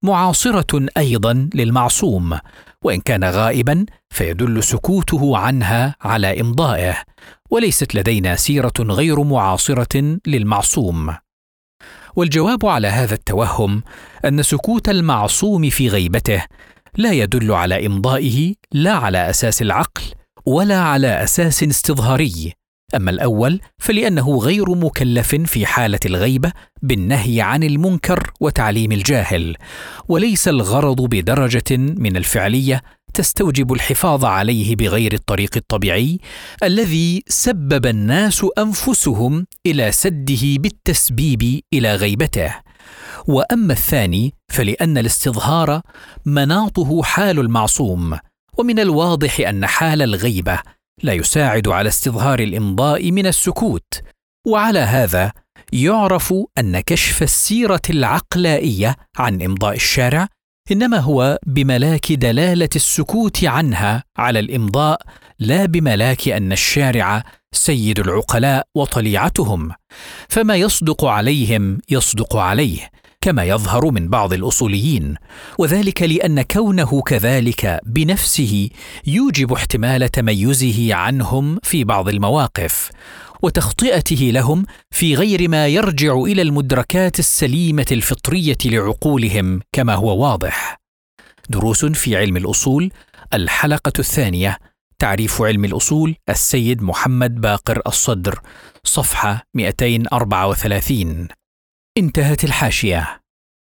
معاصرة أيضا للمعصوم، وإن كان غائبا فيدل سكوته عنها على إمضائه، وليست لدينا سيرة غير معاصرة للمعصوم. والجواب على هذا التوهم أن سكوت المعصوم في غيبته لا يدل على إمضائه لا على أساس العقل ولا على أساس استظهاري. أما الأول فلأنه غير مكلف في حالة الغيبة بالنهي عن المنكر وتعليم الجاهل، وليس الغرض بدرجة من الفعلية تستوجب الحفاظ عليه بغير الطريق الطبيعي الذي سبب الناس أنفسهم إلى سده بالتسبيب إلى غيبته. وأما الثاني فلأن الاستظهار مناطه حال المعصوم، ومن الواضح أن حال الغيبة لا يساعد على استظهار الإمضاء من السكوت. وعلى هذا يعرف أن كشف السيرة العقلائية عن إمضاء الشارع إنما هو بملاك دلالة السكوت عنها على الإمضاء، لا بملاك أن الشارع سيد العقلاء وطليعتهم، فما يصدق عليهم يصدق عليه كما يظهر من بعض الأصوليين، وذلك لأن كونه كذلك بنفسه يوجب احتمال تميزه عنهم في بعض المواقف وتخطئته لهم في غير ما يرجع إلى المدركات السليمة الفطرية لعقولهم كما هو واضح. دروس في علم الأصول، الحلقة الثانية، تعريف علم الأصول، السيد محمد باقر الصدر، صفحة مئتين وأربعة وثلاثين. انتهت الحاشية.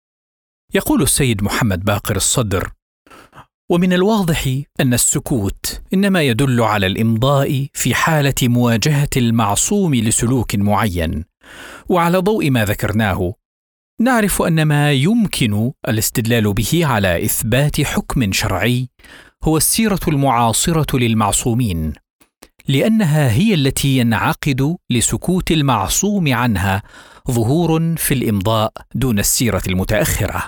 يقول السيد محمد باقر الصدر: ومن الواضح أن السكوت إنما يدل على الإمضاء في حالة مواجهة المعصوم لسلوك معين. وعلى ضوء ما ذكرناه نعرف أن ما يمكن الاستدلال به على إثبات حكم شرعي هو السيرة المعاصرة للمعصومين، لأنها هي التي ينعقد لسكوت المعصوم عنها ظهور في الإمضاء دون السيرة المتأخرة.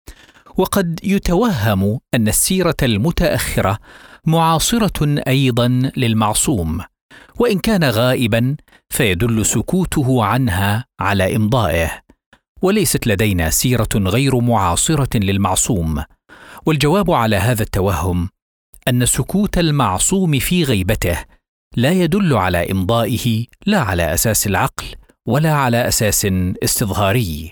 وقد يتوهم أن السيرة المتأخرة معاصرة أيضا للمعصوم، وإن كان غائبا فيدل سكوته عنها على إمضائه، وليست لدينا سيرة غير معاصرة للمعصوم. والجواب على هذا التوهم أن سكوت المعصوم في غيبته لا يدل على إمضائه لا على أساس العقل ولا على أساس استظهاري.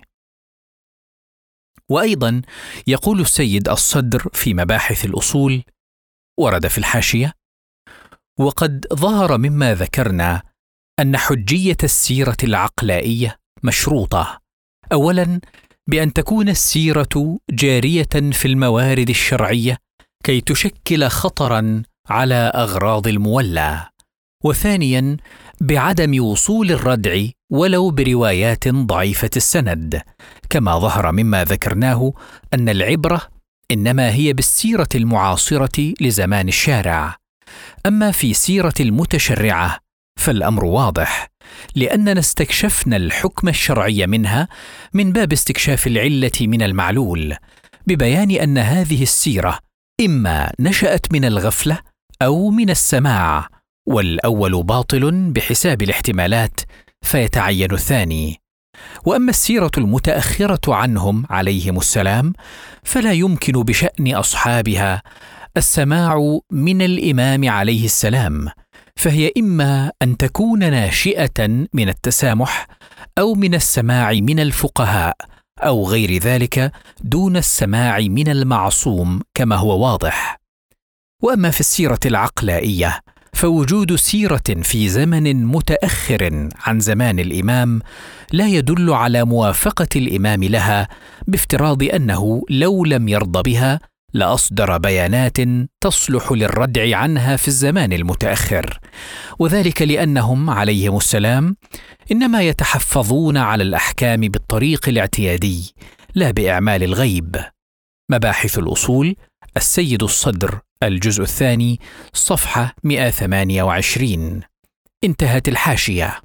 وأيضا يقول السيد الصدر في مباحث الأصول، ورد في الحاشية: وقد ظهر مما ذكرنا أن حجية السيرة العقلائية مشروطة، أولا بأن تكون السيرة جارية في الموارد الشرعية كي تشكل خطرا على أغراض المولى، وثانياً بعدم وصول الردع ولو بروايات ضعيفة السند، كما ظهر مما ذكرناه أن العبرة إنما هي بالسيرة المعاصرة لزمان الشارع. أما في سيرة المتشرعة فالأمر واضح، لأننا استكشفنا الحكم الشرعي منها من باب استكشاف العلة من المعلول، ببيان أن هذه السيرة إما نشأت من الغفلة أو من السماع، والأول باطل بحساب الاحتمالات فيتعين الثاني. وأما السيرة المتأخرة عنهم عليهم السلام فلا يمكن بشأن أصحابها السماع من الإمام عليه السلام، فهي إما أن تكون ناشئة من التسامح أو من السماع من الفقهاء أو غير ذلك دون السماع من المعصوم كما هو واضح. وأما في السيرة العقلائية فوجود سيرة في زمن متأخر عن زمان الإمام لا يدل على موافقة الإمام لها، بافتراض أنه لو لم يرضى بها لأصدر بيانات تصلح للردع عنها في الزمان المتأخر، وذلك لأنهم عليهم السلام إنما يتحفظون على الأحكام بالطريق الاعتيادي لا بإعمال الغيب. مباحث الأصول، السيد الصدر، الجزء الثاني، صفحة مئة وثمانية وعشرين. انتهت الحاشية.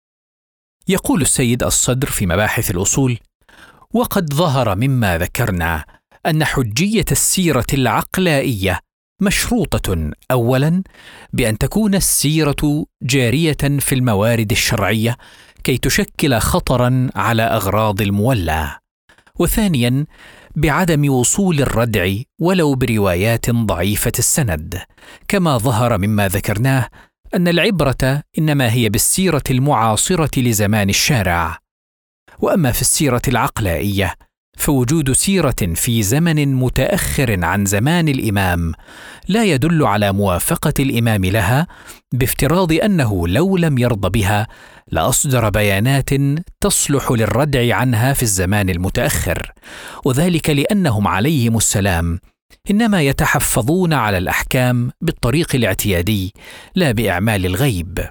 يقول السيد الصدر في مباحث الأصول: وقد ظهر مما ذكرنا أن حجية السيرة العقلائية مشروطة أولاً بأن تكون السيرة جارية في الموارد الشرعية كي تشكل خطراً على أغراض المولى، وثانياً بعدم وصول الردع ولو بروايات ضعيفة السند، كما ظهر مما ذكرناه أن العبرة إنما هي بالسيرة المعاصرة لزمان الشارع. وأما في السيرة العقلائية فوجود سيرة في زمن متأخر عن زمان الإمام لا يدل على موافقة الإمام لها، بافتراض أنه لو لم يرضى بها لأصدر بيانات تصلح للردع عنها في الزمان المتأخر، وذلك لأنهم عليهم السلام إنما يتحفظون على الأحكام بالطريق الاعتيادي لا بإعمال الغيب.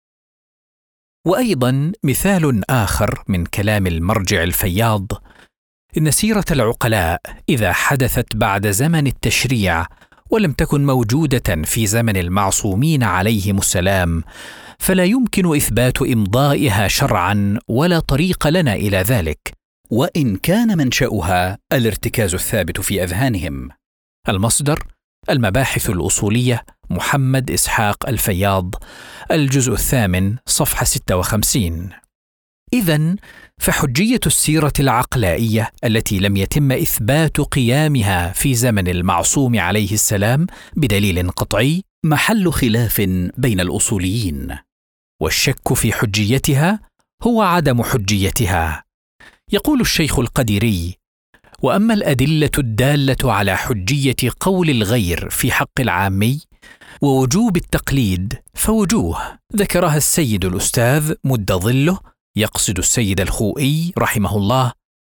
وأيضا مثال آخر من كلام المرجع الفياض: إن سيرة العقلاء إذا حدثت بعد زمن التشريع ولم تكن موجودة في زمن المعصومين عليهم السلام فلا يمكن إثبات إمضائها شرعا ولا طريق لنا إلى ذلك، وإن كان منشأها الارتكاز الثابت في أذهانهم. المصدر: المباحث الأصولية، محمد إسحاق الفياض، الجزء الثامن، صفحة ستة وخمسين. إذن فحجية السيرة العقلائية التي لم يتم إثبات قيامها في زمن المعصوم عليه السلام بدليل قطعي محل خلاف بين الأصوليين، والشك في حجيتها هو عدم حجيتها. يقول الشيخ القديري: وأما الأدلة الدالة على حجية قول الغير في حق العامي ووجوب التقليد فوجوه ذكرها السيد الأستاذ مد ظله، يقصد السيد الخوئي رحمه الله.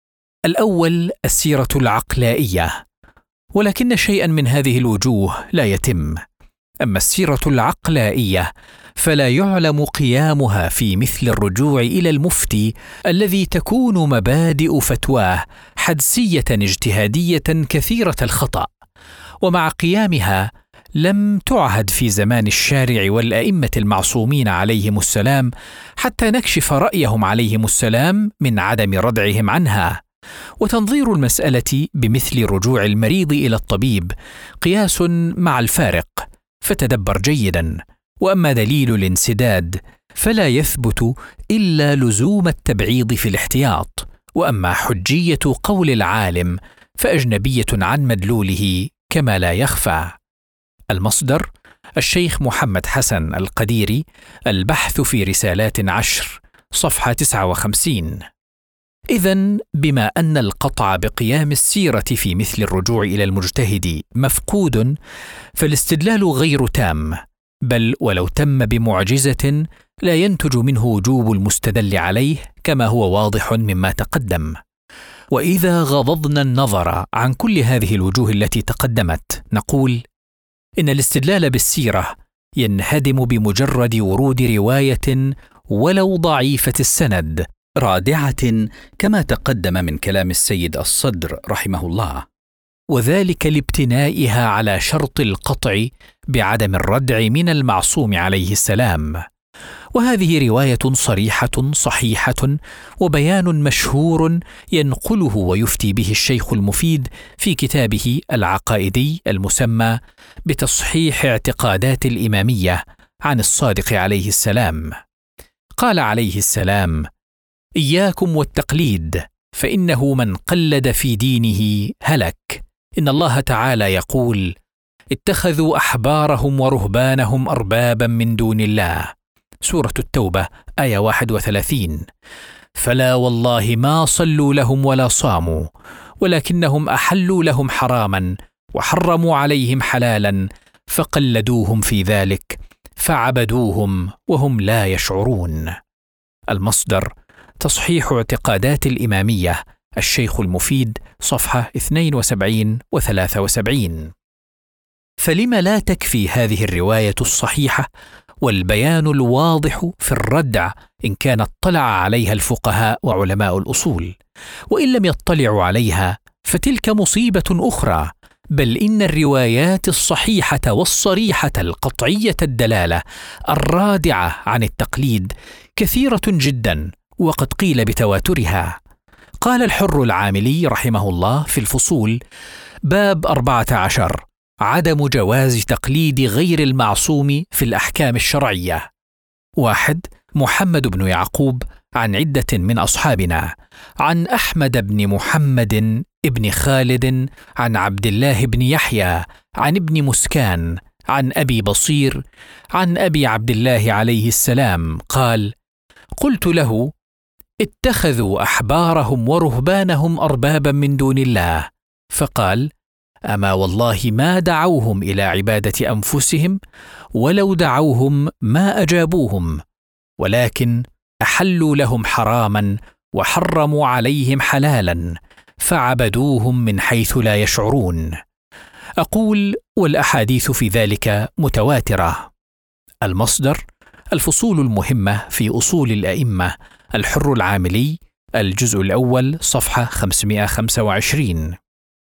الأول السيرة العقلائية، ولكن شيئا من هذه الوجوه لا يتم. أما السيرة العقلائية فلا يعلم قيامها في مثل الرجوع إلى المفتي الذي تكون مبادئ فتواه حدسية اجتهادية كثيرة الخطأ، ومع قيامها لم تعهد في زمان الشارع والأئمة المعصومين عليهم السلام حتى نكشف رأيهم عليهم السلام من عدم ردعهم عنها. وتنظير المسألة بمثل رجوع المريض إلى الطبيب قياس مع الفارق، فتدبر جيدا. وأما دليل الانسداد فلا يثبت إلا لزوم التبعيض في الاحتياط. وأما حجية قول العالم فأجنبية عن مدلوله كما لا يخفى. المصدر: الشيخ محمد حسن القديري، البحث في رسالات عشر، صفحة تسعة وخمسين. إذن بما أن القطع بقيام السيرة في مثل الرجوع إلى المجتهد مفقود، فالاستدلال غير تام، بل ولو تم بمعجزة لا ينتج منه وجوب المستدل عليه كما هو واضح مما تقدم. وإذا غضضنا النظر عن كل هذه الوجوه التي تقدمت نقول إن الاستدلال بالسيرة ينهدم بمجرد ورود رواية ولو ضعيفة السند رادعة، كما تقدم من كلام السيد الصدر رحمه الله، وذلك لابتنائها على شرط القطع بعدم الردع من المعصوم عليه السلام. وهذه رواية صريحة صحيحة وبيان مشهور ينقله ويفتي به الشيخ المفيد في كتابه العقائدي المسمى بتصحيح اعتقادات الإمامية عن الصادق عليه السلام. قال عليه السلام: إياكم والتقليد، فإنه من قلد في دينه هلك. إن الله تعالى يقول: اتخذوا أحبارهم ورهبانهم أربابا من دون الله، سورة التوبة آية واحد وثلاثين. فلا والله ما صلوا لهم ولا صاموا، ولكنهم أحلوا لهم حراما وحرموا عليهم حلالا، فقلدوهم في ذلك فعبدوهم وهم لا يشعرون. المصدر: تصحيح اعتقادات الإمامية، الشيخ المفيد، صفحة اثنين وسبعين وثلاثة وسبعين. فلم لا تكفي هذه الرواية الصحيحة والبيان الواضح في الردع إن كان اطلع عليها الفقهاء وعلماء الأصول؟ وإن لم يطلعوا عليها فتلك مصيبة أخرى، بل إن الروايات الصحيحة والصريحة القطعية الدلالة الرادعة عن التقليد كثيرة جدا، وقد قيل بتواترها. قال الحر العاملي رحمه الله في الفصول، باب أربعة عشر: عدم جواز تقليد غير المعصوم في الأحكام الشرعية. واحد: محمد بن يعقوب عن عدة من أصحابنا، عن أحمد بن محمد ابن خالد، عن عبد الله بن يحيى، عن ابن مسكان، عن أبي بصير، عن أبي عبد الله عليه السلام قال: قلت له: اتخذوا أحبارهم ورهبانهم أربابا من دون الله، فقال: أما والله ما دعوهم إلى عبادة أنفسهم، ولو دعوهم ما أجابوهم، ولكن أحلوا لهم حراما وحرموا عليهم حلالا، فعبدوهم من حيث لا يشعرون. أقول: والأحاديث في ذلك متواترة. المصدر: الفصول المهمة في أصول الأئمة، الحر العاملي، الجزء الأول، صفحة خمسمائة وخمسة وعشرين.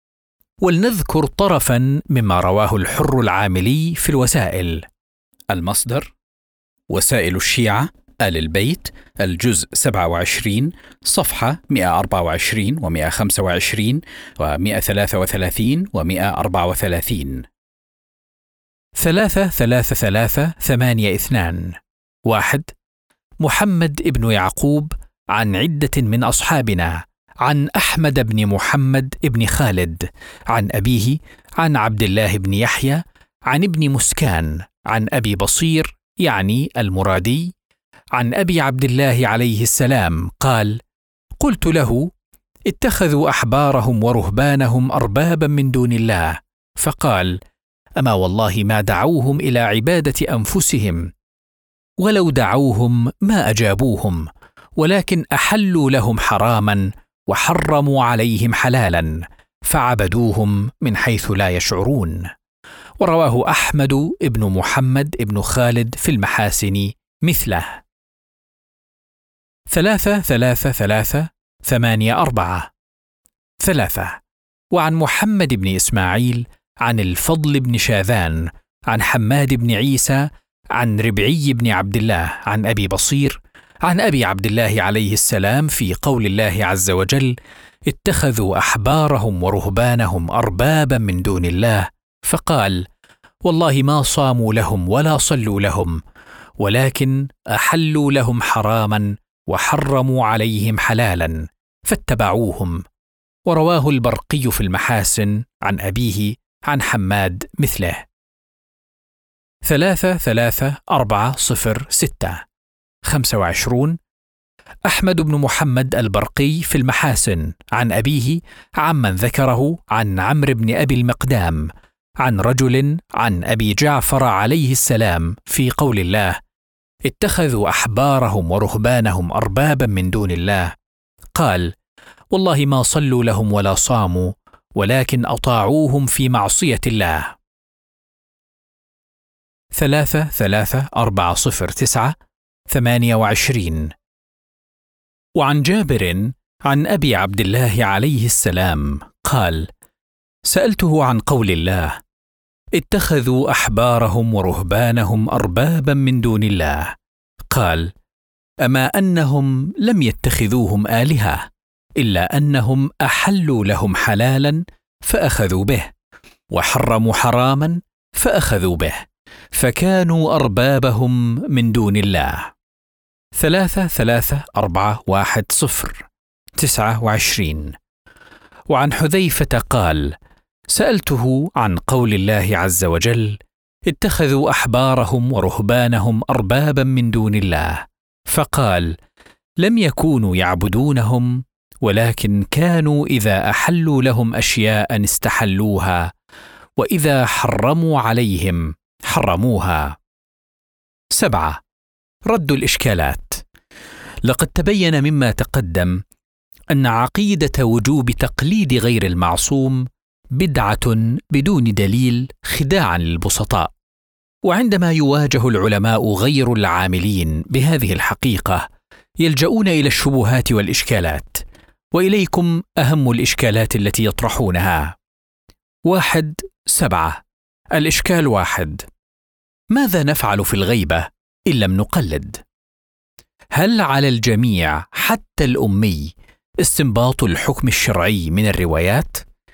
ولنذكر طرفا مما رواه الحر العاملي في الوسائل. المصدر: وسائل الشيعة آل البيت، الجزء سبعة وعشرين، صفحة مئة وأربعة وعشرين ومئة وخمسة وعشرين ومئة وثلاثة وثلاثين ومئة وأربعة وثلاثين. ثلاثة ثلاثة ثلاثة ثمانية اثنان. واحد: محمد ابن يعقوب عن عدة من أصحابنا، عن أحمد بن محمد ابن خالد، عن أبيه، عن عبد الله بن يحيى، عن ابن مسكان، عن أبي بصير يعني المرادي، عن أبي عبد الله عليه السلام قال: قلت له: اتخذوا أحبارهم ورهبانهم أربابا من دون الله، فقال: أما والله ما دعوهم إلى عبادة أنفسهم، ولو دعوهم ما أجابوهم، ولكن أحلوا لهم حراما وحرموا عليهم حلالا، فعبدوهم من حيث لا يشعرون. ورواه أحمد ابن محمد ابن خالد في المحاسن مثله. ثلاثة ثلاثة ثلاثة ثمانية أربعة. ثلاثة: وعن محمد بن إسماعيل عن الفضل بن شاذان، عن حماد بن عيسى، عن ربعي بن عبد الله، عن أبي بصير، عن أبي عبد الله عليه السلام في قول الله عز وجل: اتخذوا أحبارهم ورهبانهم أربابا من دون الله، فقال: والله ما صاموا لهم ولا صلوا لهم، ولكن أحلوا لهم حراما وحرموا عليهم حلالا، فاتبعوهم. ورواه البرقي في المحاسن عن أبيه عن حماد مثله. ثلاثة ثلاثة أربعة صفر ستة. خمسة وعشرون: أحمد بن محمد البرقي في المحاسن عن أبيه عمن ذكره عن عمرو بن أبي المقدام عن رجل عن أبي جعفر عليه السلام في قول الله: اتخذوا أحبارهم ورهبانهم أربابا من دون الله، قال: والله ما صلوا لهم ولا صاموا، ولكن أطاعوهم في معصية الله. ثلاثة ثلاثة أربعة صفر تسعة ثمانية وعشرين. وعن جابر عن أبي عبد الله عليه السلام قال: سألته عن قول الله: اتخذوا أحبارهم ورهبانهم أربابا من دون الله، قال: أما أنهم لم يتخذوهم آلهة، إلا أنهم أحلوا لهم حلالا فأخذوا به، وحرموا حراما فأخذوا به، فكانوا أربابهم من دون الله. ثلاثة ثلاثة أربعة واحد صفر تسعة وعشرين. وعن حذيفة قال: سألته عن قول الله عز وجل: اتخذوا أحبارهم ورهبانهم أربابا من دون الله، فقال: لم يكونوا يعبدونهم، ولكن كانوا إذا أحلوا لهم أشياء استحلوها، وإذا حرموا عليهم حرموها. سبعة. رد الإشكالات. لقد تبين مما تقدم أن عقيدة وجوب تقليد غير المعصوم بدعة بدون دليل خداعا للبسطاء. وعندما يواجه العلماء غير العاملين بهذه الحقيقة يلجؤون إلى الشبهات والإشكالات، وإليكم أهم الإشكالات التي يطرحونها. واحد. سبعة. الإشكال واحد: ماذا نفعل في الغيبة إن لم نقلد؟ هل على الجميع حتى الأمي استنباط الحكم الشرعي من الروايات؟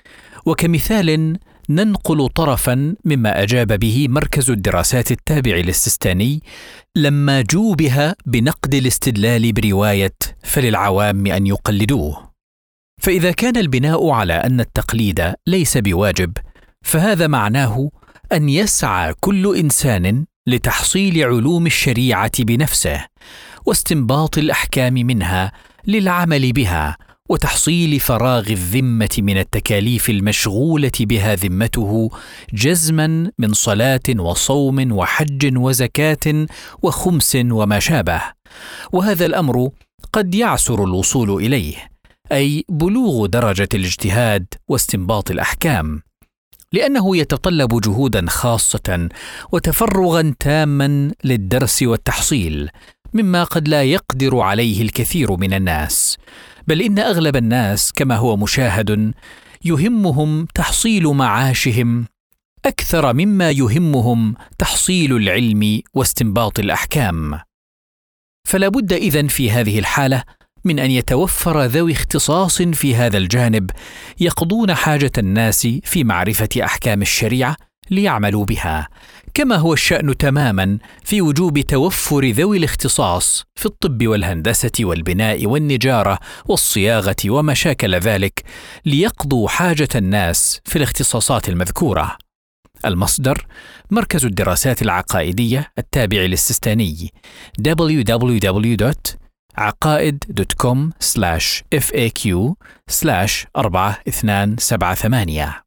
وكمثال ننقل طرفا مما أجاب به مركز الدراسات التابع للسيستاني لما جوبها بنقد الاستدلال برواية فللعوام أن يقلدوه. فإذا كان البناء على أن التقليد ليس بواجب، فهذا معناه أن يسعى كل إنسان لتحصيل علوم الشريعة بنفسه واستنباط الأحكام منها للعمل بها، وتحصيل فراغ الذمة من التكاليف المشغولة بها ذمته جزما من صلاة وصوم وحج وزكاة وخمس وما شابه. وهذا الأمر قد يعسر الوصول إليه، أي بلوغ درجة الاجتهاد واستنباط الأحكام، لأنه يتطلب جهودا خاصة وتفرغا تاما للدرس والتحصيل، مما قد لا يقدر عليه الكثير من الناس. بل إن أغلب الناس كما هو مشاهد يهمهم تحصيل معاشهم أكثر مما يهمهم تحصيل العلم واستنباط الأحكام. فلا بد إذن في هذه الحالة من أن يتوفر ذوي اختصاص في هذا الجانب يقضون حاجة الناس في معرفة أحكام الشريعة ليعملوا بها، كما هو الشأن تماما في وجوب توفر ذوي الاختصاص في الطب والهندسة والبناء والنجارة والصياغة وما شاكل ذلك ليقضوا حاجة الناس في الاختصاصات المذكورة. المصدر: مركز الدراسات العقائدية التابع للسيستاني، دبليو دبليو دبليو دوت عقائد دوت كوم سلاش إف إيه كيو سلاش أربعة اثنان سبعة ثمانية.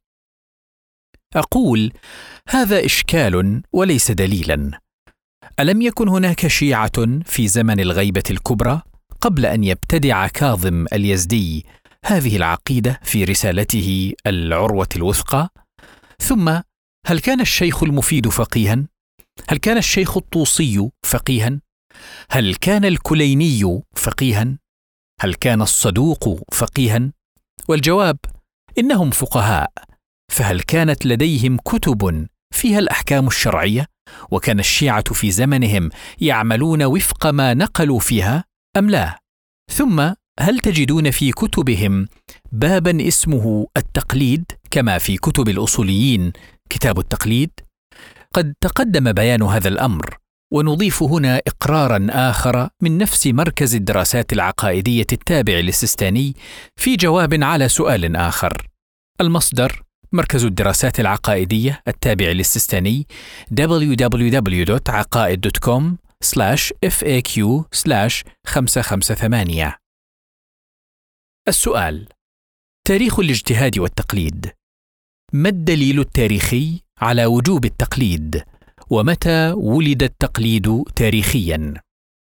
أقول: هذا إشكال وليس دليلا. ألم يكن هناك شيعة في زمن الغيبة الكبرى قبل أن يبتدع كاظم اليزدي هذه العقيدة في رسالته العروة الوثقى؟ ثم هل كان الشيخ المفيد فقيها؟ هل كان الشيخ الطوسي فقيها؟ هل كان الكليني فقيها؟ هل كان الصدوق فقيها؟ والجواب: إنهم فقهاء. فهل كانت لديهم كتب فيها الأحكام الشرعية؟ وكان الشيعة في زمنهم يعملون وفق ما نقلوا فيها أم لا؟ ثم هل تجدون في كتبهم بابا اسمه التقليد كما في كتب الأصوليين كتاب التقليد؟ قد تقدم بيان هذا الأمر، ونضيف هنا إقرارا آخر من نفس مركز الدراسات العقائدية التابع للسيستاني في جواب على سؤال آخر. المصدر: مركز الدراسات العقائدية التابع للسيستاني، دبليو دبليو دبليو دوت عقائد دوت كوم سلاش إف إيه كيو سلاش خمسة خمسة ثمانية. السؤال: تاريخ الاجتهاد والتقليد. ما الدليل التاريخي على وجوب التقليد؟ ومتى ولد التقليد تاريخياً؟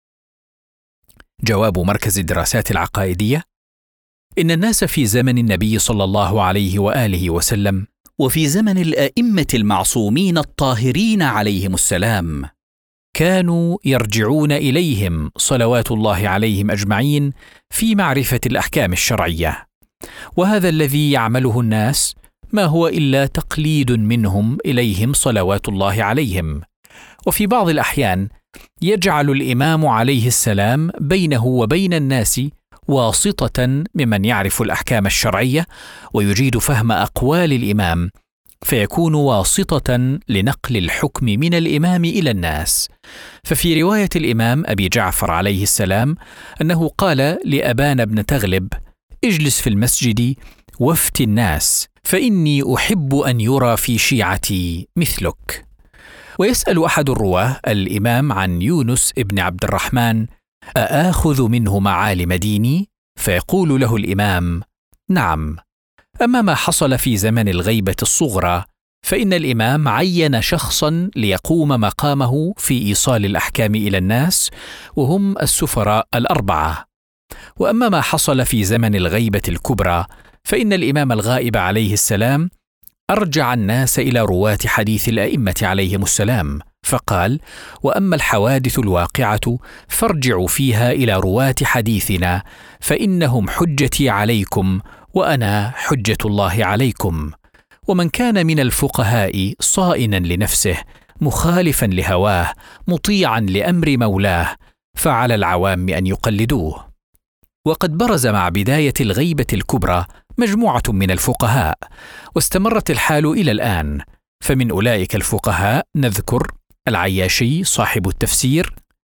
جواب مركز الدراسات العقائدية: إن الناس في زمن النبي صلى الله عليه وآله وسلم وفي زمن الأئمة المعصومين الطاهرين عليهم السلام كانوا يرجعون إليهم صلوات الله عليهم أجمعين في معرفة الأحكام الشرعية، وهذا الذي يعمله الناس ما هو إلا تقليد منهم إليهم صلوات الله عليهم. وفي بعض الأحيان يجعل الإمام عليه السلام بينه وبين الناس واسطة ممن يعرف الأحكام الشرعية ويجيد فهم أقوال الإمام، فيكون واسطة لنقل الحكم من الإمام إلى الناس. ففي رواية الإمام أبي جعفر عليه السلام أنه قال لأبان بن تغلب: اجلس في المسجد وافتي الناس، فإني أحب أن يرى في شيعتي مثلك. ويسأل أحد الرواه الإمام عن يونس ابن عبد الرحمن: أآخذ منه معالم ديني؟ فيقول له الإمام: نعم. أما ما حصل في زمن الغيبة الصغرى فإن الإمام عين شخصا ليقوم مقامه في إيصال الأحكام إلى الناس، وهم السفراء الأربعة. وأما ما حصل في زمن الغيبة الكبرى فإن الإمام الغائب عليه السلام أرجع الناس إلى رواة حديث الأئمة عليهم السلام، فقال: وأما الحوادث الواقعة فارجعوا فيها إلى رواة حديثنا، فإنهم حجتي عليكم وأنا حجة الله عليكم. ومن كان من الفقهاء صائنا لنفسه مخالفا لهواه مطيعا لأمر مولاه فعلى العوام أن يقلدوه. وقد برز مع بداية الغيبة الكبرى مجموعة من الفقهاء، واستمرت الحال إلى الآن. فمن أولئك الفقهاء نذكر العياشي صاحب التفسير،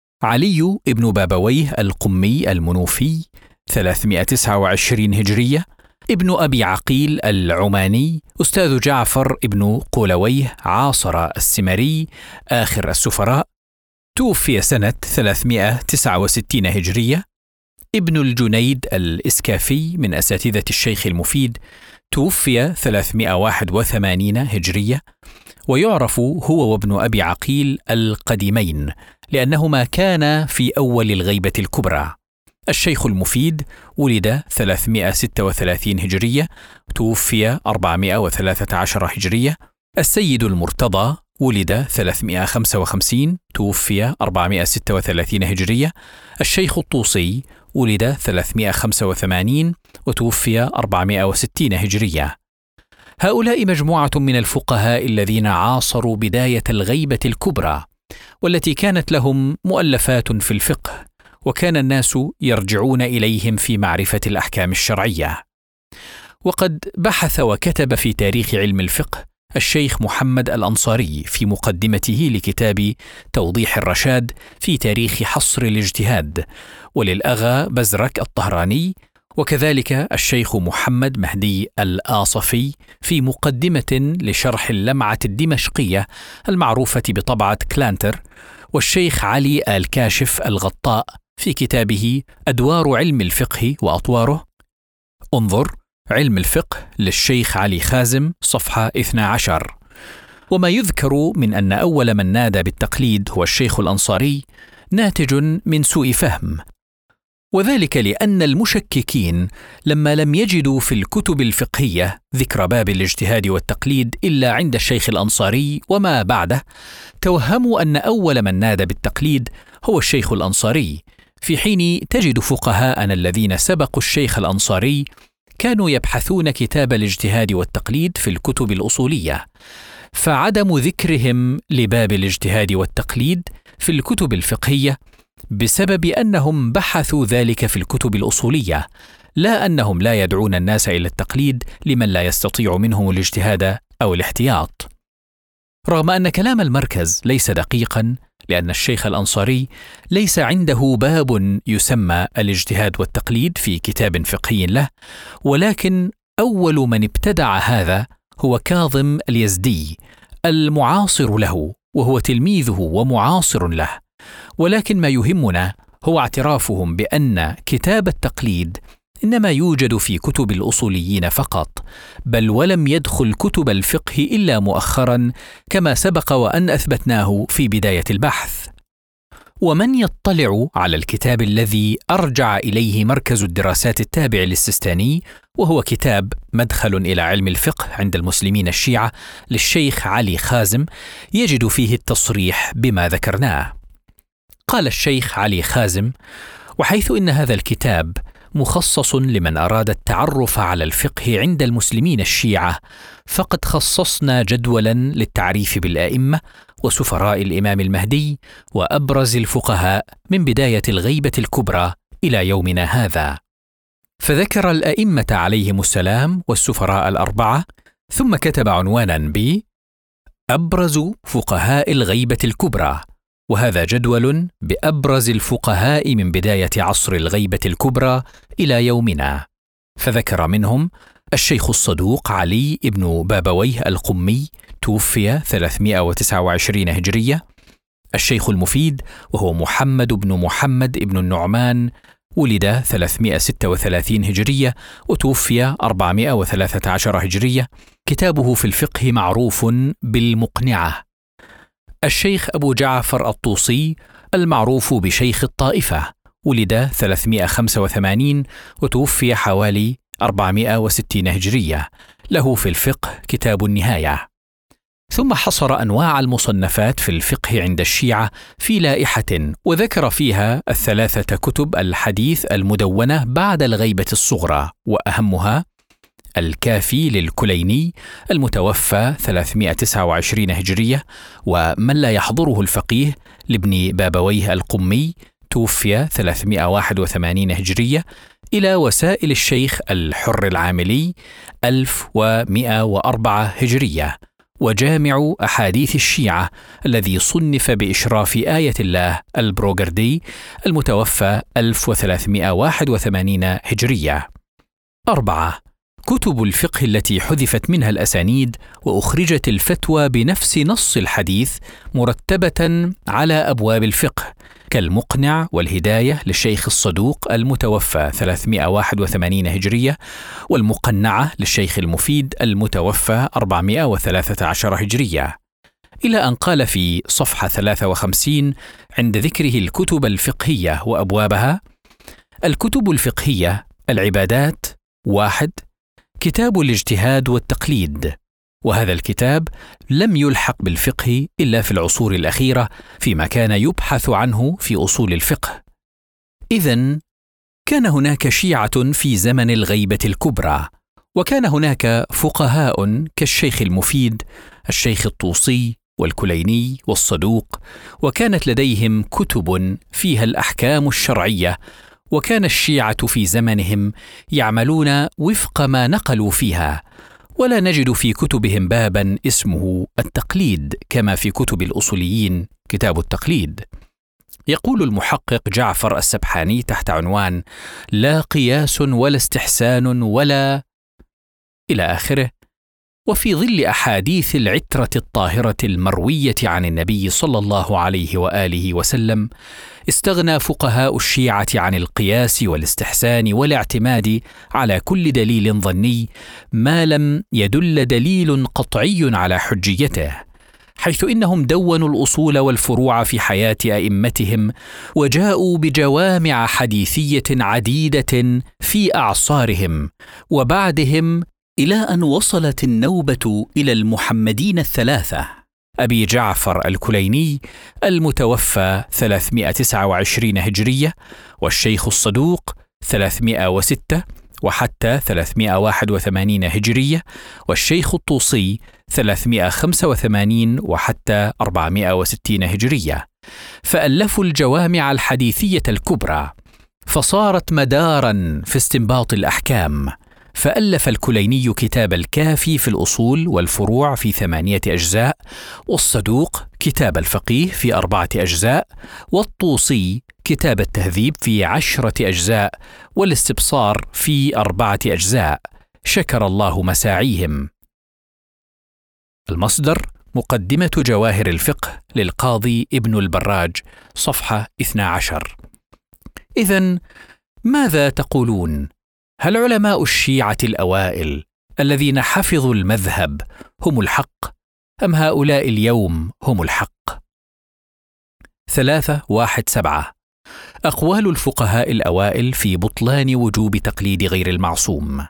علي ابن بابويه القمي المنوفي ثلاثمائة وتسعة وعشرين هجرية، ابن أبي عقيل العماني، أستاذ جعفر ابن قولويه عاصر السمري آخر السفراء، توفي سنة ثلاثمائة وتسعة وستين هجرية، ابن الجنيد الإسكافي من أساتذة الشيخ المفيد، توفي ثلاثمائة وواحد وثمانين هجرية، ويعرف هو وابن أبي عقيل القديمين لأنهما كانا في أول الغيبة الكبرى. الشيخ المفيد ولد ثلاثمائة وستة وثلاثين هجرية، توفي أربعمائة وثلاثة عشر هجرية. السيد المرتضى ولد ثلاثمائة وخمسة وخمسين، توفي أربعمائة وستة وثلاثين هجرية. الشيخ الطوسي ولد ثلاثمائة وخمسة وثمانين وتوفي أربعمائة وستين هجرية. هؤلاء مجموعة من الفقهاء الذين عاصروا بداية الغيبة الكبرى، والتي كانت لهم مؤلفات في الفقه، وكان الناس يرجعون إليهم في معرفة الأحكام الشرعية. وقد بحث وكتب في تاريخ علم الفقه الشيخ محمد الأنصاري في مقدمته لكتاب توضيح الرشاد في تاريخ حصر الاجتهاد، وللأغا بزرك الطهراني، وكذلك الشيخ محمد مهدي الآصفي في مقدمة لشرح اللمعة الدمشقية المعروفة بطبعة كلانتر، والشيخ علي الكاشف الغطاء في كتابه أدوار علم الفقه وأطواره. انظر علم الفقه للشيخ علي خازم صفحة اثنتا عشر. وما يذكر من أن أول من نادى بالتقليد هو الشيخ الأنصاري ناتج من سوء فهم، وذلك لأن المشككين لما لم يجدوا في الكتب الفقهية ذكر باب الاجتهاد والتقليد إلا عند الشيخ الأنصاري وما بعده، توهموا أن أول من نادى بالتقليد هو الشيخ الأنصاري، في حين تجد فقهاءنا الذين سبقوا الشيخ الأنصاري كانوا يبحثون كتاب الاجتهاد والتقليد في الكتب الأصولية، فعدم ذكرهم لباب الاجتهاد والتقليد في الكتب الفقهية بسبب أنهم بحثوا ذلك في الكتب الأصولية، لا أنهم لا يدعون الناس إلى التقليد لمن لا يستطيع منهم الاجتهاد أو الاحتياط. رغم أن كلام المركز ليس دقيقا، لأن الشيخ الأنصاري ليس عنده باب يسمى الاجتهاد والتقليد في كتاب فقهي له، ولكن أول من ابتدع هذا هو كاظم اليزدي المعاصر له، وهو تلميذه ومعاصر له. ولكن ما يهمنا هو اعترافهم بأن كتاب التقليد إنما يوجد في كتب الأصوليين فقط، بل ولم يدخل كتب الفقه إلا مؤخرا، كما سبق وأن أثبتناه في بداية البحث. ومن يطلع على الكتاب الذي أرجع إليه مركز الدراسات التابع للسيستاني، وهو كتاب مدخل إلى علم الفقه عند المسلمين الشيعة للشيخ علي خازم، يجد فيه التصريح بما ذكرناه. قال الشيخ علي خازم: وحيث إن هذا الكتاب مخصص لمن أراد التعرف على الفقه عند المسلمين الشيعة، فقد خصصنا جدولا للتعريف بالآئمة وسفراء الإمام المهدي وأبرز الفقهاء من بداية الغيبة الكبرى إلى يومنا هذا. فذكر الأئمة عليهم السلام والسفراء الأربعة، ثم كتب عنوانا ب أبرز فقهاء الغيبة الكبرى، وهذا جدول بأبرز الفقهاء من بداية عصر الغيبة الكبرى إلى يومنا. فذكر منهم الشيخ الصدوق علي بن بابويه القمي، توفي ثلاثمائة وتسعة وعشرين هجرية. الشيخ المفيد وهو محمد بن محمد بن النعمان، ولد ثلاثمائة وستة وثلاثين هجرية وتوفي أربعمائة وثلاثة عشر هجرية. كتابه في الفقه معروف بالمقنعة. الشيخ أبو جعفر الطوسي المعروف بشيخ الطائفة، ولد ثلاثمائة وخمسة وثمانين وتوفي حوالي أربعمائة وستين هجرية. له في الفقه كتاب النهاية. ثم حصر أنواع المصنفات في الفقه عند الشيعة في لائحة، وذكر فيها الثلاثة كتب الحديث المدونة بعد الغيبة الصغرى، وأهمها الكافي للكليني المتوفى ثلاثمائة وتسعة وعشرين هجرية، ومن لا يحضره الفقيه لابن بابويه القمي، توفي ثلاثمائة وواحد وثمانين هجرية، إلى وسائل الشيخ الحر العاملي ألف ومائة وأربعة هجرية، وجامع أحاديث الشيعة الذي صنف بإشراف آية الله البروغردي المتوفى ألف وثلاثمائة وواحد وثمانين هجرية. أربعة، كتب الفقه التي حذفت منها الأسانيد وأخرجت الفتوى بنفس نص الحديث مرتبة على أبواب الفقه، كالمقنع والهداية للشيخ الصدوق المتوفى ثلاثمائة وواحد وثمانين هجرية، والمقنعة للشيخ المفيد المتوفى أربعمائة وثلاثة عشر هجرية. إلى أن قال في صفحة ثلاثة وخمسين عند ذكره الكتب الفقهية وأبوابها: الكتب الفقهية العبادات. واحد، كتاب الاجتهاد والتقليد، وهذا الكتاب لم يلحق بالفقه إلا في العصور الأخيرة فيما كان يبحث عنه في أصول الفقه. إذن كان هناك شيعة في زمن الغيبة الكبرى، وكان هناك فقهاء كالشيخ المفيد، الشيخ الطوسي والكليني والصدوق، وكانت لديهم كتب فيها الأحكام الشرعية، وكان الشيعة في زمنهم يعملون وفق ما نقلوا فيها، ولا نجد في كتبهم بابا اسمه التقليد كما في كتب الأصوليين كتاب التقليد. يقول المحقق جعفر السبحاني تحت عنوان: لا قياس ولا استحسان ولا إلى آخره. وفي ظل أحاديث العترة الطاهرة المروية عن النبي صلى الله عليه وآله وسلم، استغنى فقهاء الشيعة عن القياس والاستحسان والاعتماد على كل دليل ظني ما لم يدل دليل قطعي على حجيته، حيث إنهم دونوا الأصول والفروع في حياة أئمتهم، وجاءوا بجوامع حديثية عديدة في أعصارهم وبعدهم، إلى أن وصلت النوبة إلى المحمدين الثلاثة: أبي جعفر الكليني المتوفى ثلاثمائة وتسعة وعشرين هجرية، والشيخ الصدوق ثلاثمائة وستة وحتى ثلاثمائة وواحد وثمانين هجرية، والشيخ الطوسي ثلاثمائة وخمسة وثمانين وحتى أربعمائة وستين هجرية. فألفوا الجوامع الحديثية الكبرى، فصارت مداراً في استنباط الأحكام. فألف الكليني كتاب الكافي في الأصول والفروع في ثمانية أجزاء، والصدوق كتاب الفقيه في أربعة أجزاء، والطوسي كتاب التهذيب في عشرة أجزاء، والاستبصار في أربعة أجزاء، شكر الله مساعيهم. المصدر: مقدمة جواهر الفقه للقاضي ابن البراج، صفحة اثنتا عشر. إذن ماذا تقولون؟ هل علماء الشيعة الأوائل الذين حفظوا المذهب هم الحق، أم هؤلاء اليوم هم الحق؟ ثلاثة واحد سبعة. أقوال الفقهاء الأوائل في بطلان وجوب تقليد غير المعصوم.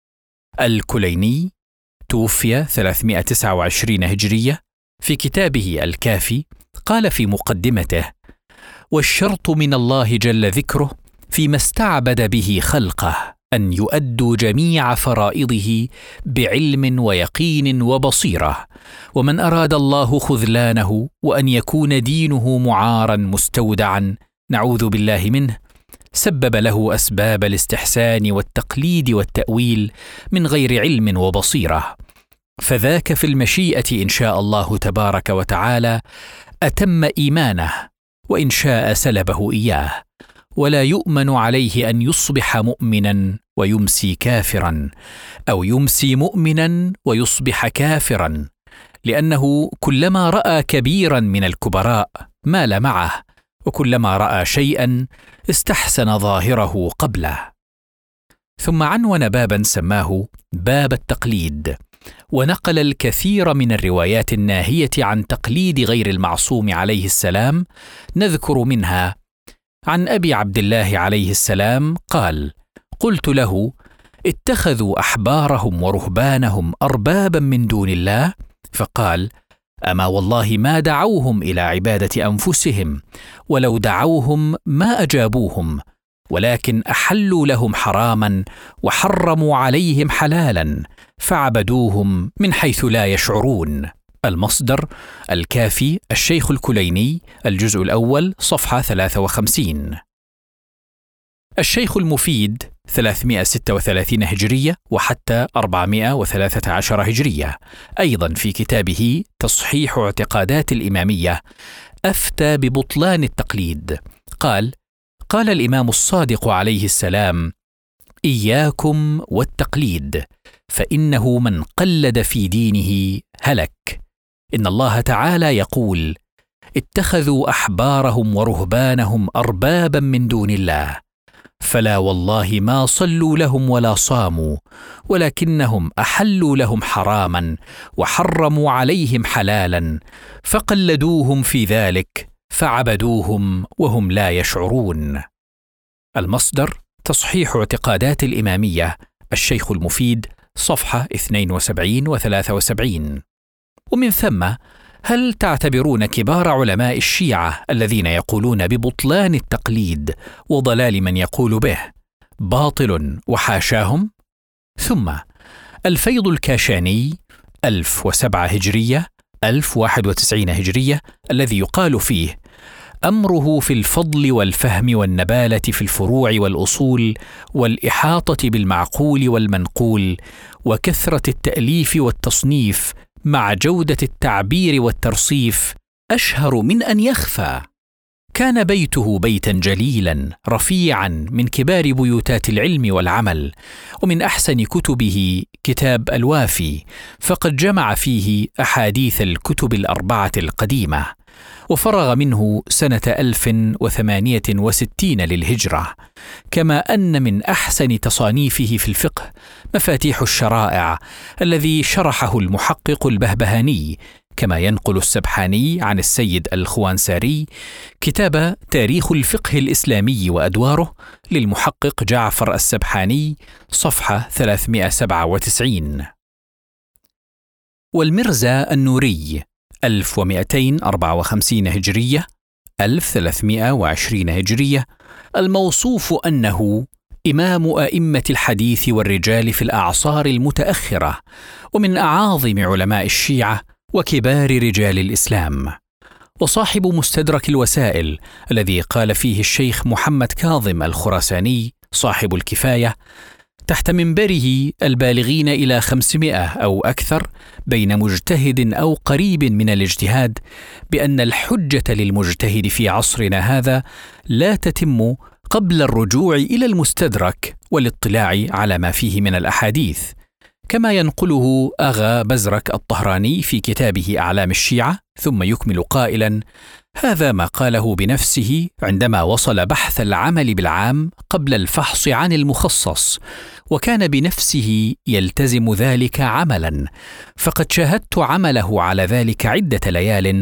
الكليني توفي ثلاثمائة وتسعة وعشرين هجرية، في كتابه الكافي قال في مقدمته: والشرط من الله جل ذكره فيما استعبد به خلقه أن يؤدوا جميع فرائضه بعلم ويقين وبصيرة، ومن أراد الله خذلانه وأن يكون دينه معارا مستودعا نعوذ بالله منه، سبب له أسباب الاستحسان والتقليد والتأويل من غير علم وبصيرة، فذاك في المشيئة إن شاء الله تبارك وتعالى أتم إيمانه، وإن شاء سلبه إياه، ولا يؤمن عليه أن يصبح مؤمنا ويمسي كافرا، أو يمسي مؤمنا ويصبح كافرا، لأنه كلما رأى كبيرا من الكبراء مال معه، وكلما رأى شيئا استحسن ظاهره قبله. ثم عنون بابا سماه باب التقليد، ونقل الكثير من الروايات الناهية عن تقليد غير المعصوم عليه السلام. نذكر منها: عن أبي عبد الله عليه السلام قال: قلت له: اتخذوا أحبارهم ورهبانهم أربابا من دون الله؟ فقال: أما والله ما دعوهم إلى عبادة أنفسهم، ولو دعوهم ما أجابوهم، ولكن أحلوا لهم حراما وحرموا عليهم حلالا، فعبدوهم من حيث لا يشعرون. المصدر الكافي، الشيخ الكليني، الجزء الأول، صفحة ثلاثة وخمسين. الشيخ المفيد ثلاثمائة وستة وثلاثين هجرية وحتى أربعمائة وثلاثة عشر هجرية، أيضا في كتابه تصحيح اعتقادات الإمامية، أفتى ببطلان التقليد. قال: قال الإمام الصادق عليه السلام: إياكم والتقليد، فإنه من قلد في دينه هلك. إن الله تعالى يقول: اتخذوا أحبارهم ورهبانهم أربابا من دون الله، فلا والله ما صلوا لهم ولا صاموا، ولكنهم أحلوا لهم حراما وحرموا عليهم حلالا، فقلدوهم في ذلك، فعبدوهم وهم لا يشعرون. المصدر تصحيح اعتقادات الإمامية، الشيخ المفيد، صفحة اثنين وسبعين وثلاثة وسبعين. ومن ثم، هل تعتبرون كبار علماء الشيعة الذين يقولون ببطلان التقليد وضلال من يقول به باطل وحاشاهم؟ ثم الفيض الكاشاني ألف وسبعة هجرية ألف وواحد وتسعين هجرية، الذي يقال فيه: أمره في الفضل والفهم والنبالة في الفروع والأصول والإحاطة بالمعقول والمنقول وكثرة التأليف والتصنيف مع جودة التعبير والترصيف أشهر من أن يخفى. كان بيته بيتا جليلا رفيعا من كبار بيوتات العلم والعمل، ومن أحسن كتبه كتاب الوافي، فقد جمع فيه أحاديث الكتب الأربعة القديمة، وفرغ منه سنة ألف وثمانية وستين للهجرة. كما أن من أحسن تصانيفه في الفقه مفاتيح الشرائع، الذي شرحه المحقق البهبهاني، كما ينقل السبحاني عن السيد الخوانساري كتاب تاريخ الفقه الإسلامي وأدواره للمحقق جعفر السبحاني، صفحة ثلاثمائة وسبعة وتسعين. والمرزا النوري ألف ومئتين وأربعة وخمسين هجرية ألف وثلاثمائة وعشرين هجرية، الموصوف أنه إمام أئمة الحديث والرجال في الأعصار المتأخرة، ومن أعاظم علماء الشيعة وكبار رجال الإسلام، وصاحب مستدرك الوسائل الذي قال فيه الشيخ محمد كاظم الخراساني صاحب الكفاية تحت منبره البالغين إلى خمسمائة أو أكثر بين مجتهد أو قريب من الاجتهاد، بأن الحجة للمجتهد في عصرنا هذا لا تتم قبل الرجوع إلى المستدرك والاطلاع على ما فيه من الأحاديث، كما ينقله أغا بزرك الطهراني في كتابه أعلام الشيعة، ثم يكمل قائلا: هذا ما قاله بنفسه عندما وصل بحث العمل بالعام قبل الفحص عن المخصص، وكان بنفسه يلتزم ذلك عملا، فقد شاهدت عمله على ذلك عدة ليال،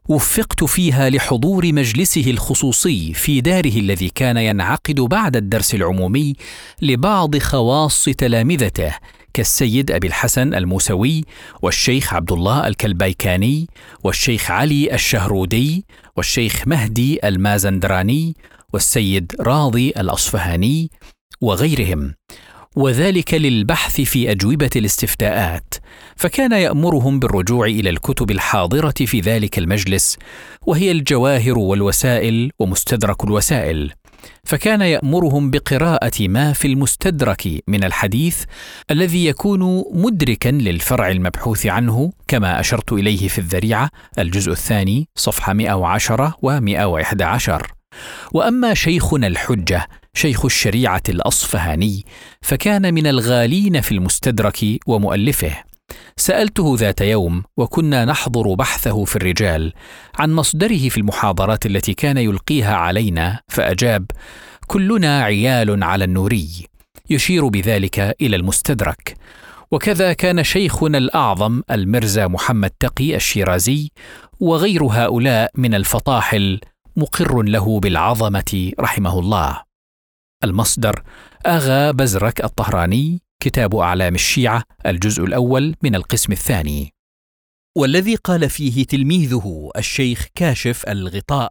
وفقت فيها لحضور مجلسه الخصوصي في داره الذي كان ينعقد بعد الدرس العمومي لبعض خواص تلامذته كالسيد أبي الحسن الموسوي والشيخ عبد الله الكلبيكاني والشيخ علي الشهرودي والشيخ مهدي المازندراني والسيد راضي الأصفهاني وغيرهم، وذلك للبحث في أجوبة الاستفتاءات، فكان يأمرهم بالرجوع إلى الكتب الحاضرة في ذلك المجلس، وهي الجواهر والوسائل ومستدرك الوسائل، فكان يأمرهم بقراءة ما في المستدرك من الحديث الذي يكون مدركا للفرع المبحوث عنه، كما أشرت إليه في الذريعة الجزء الثاني صفحة مئة وعشرة ومئة وإحدى عشر. وأما شيخنا الحجة شيخ الشريعة الأصفهاني فكان من الغالين في المستدرك ومؤلفه. سألته ذات يوم وكنا نحضر بحثه في الرجال عن مصدره في المحاضرات التي كان يلقيها علينا، فأجاب: كلنا عيال على النوري، يشير بذلك إلى المستدرك. وكذا كان شيخنا الأعظم المرزا محمد تقي الشيرازي وغير هؤلاء من الفطاحل مقر له بالعظمة رحمه الله. المصدر: آغا بزرك الطهراني، كتاب أعلام الشيعة، الجزء الأول من القسم الثاني. والذي قال فيه تلميذه الشيخ كاشف الغطاء: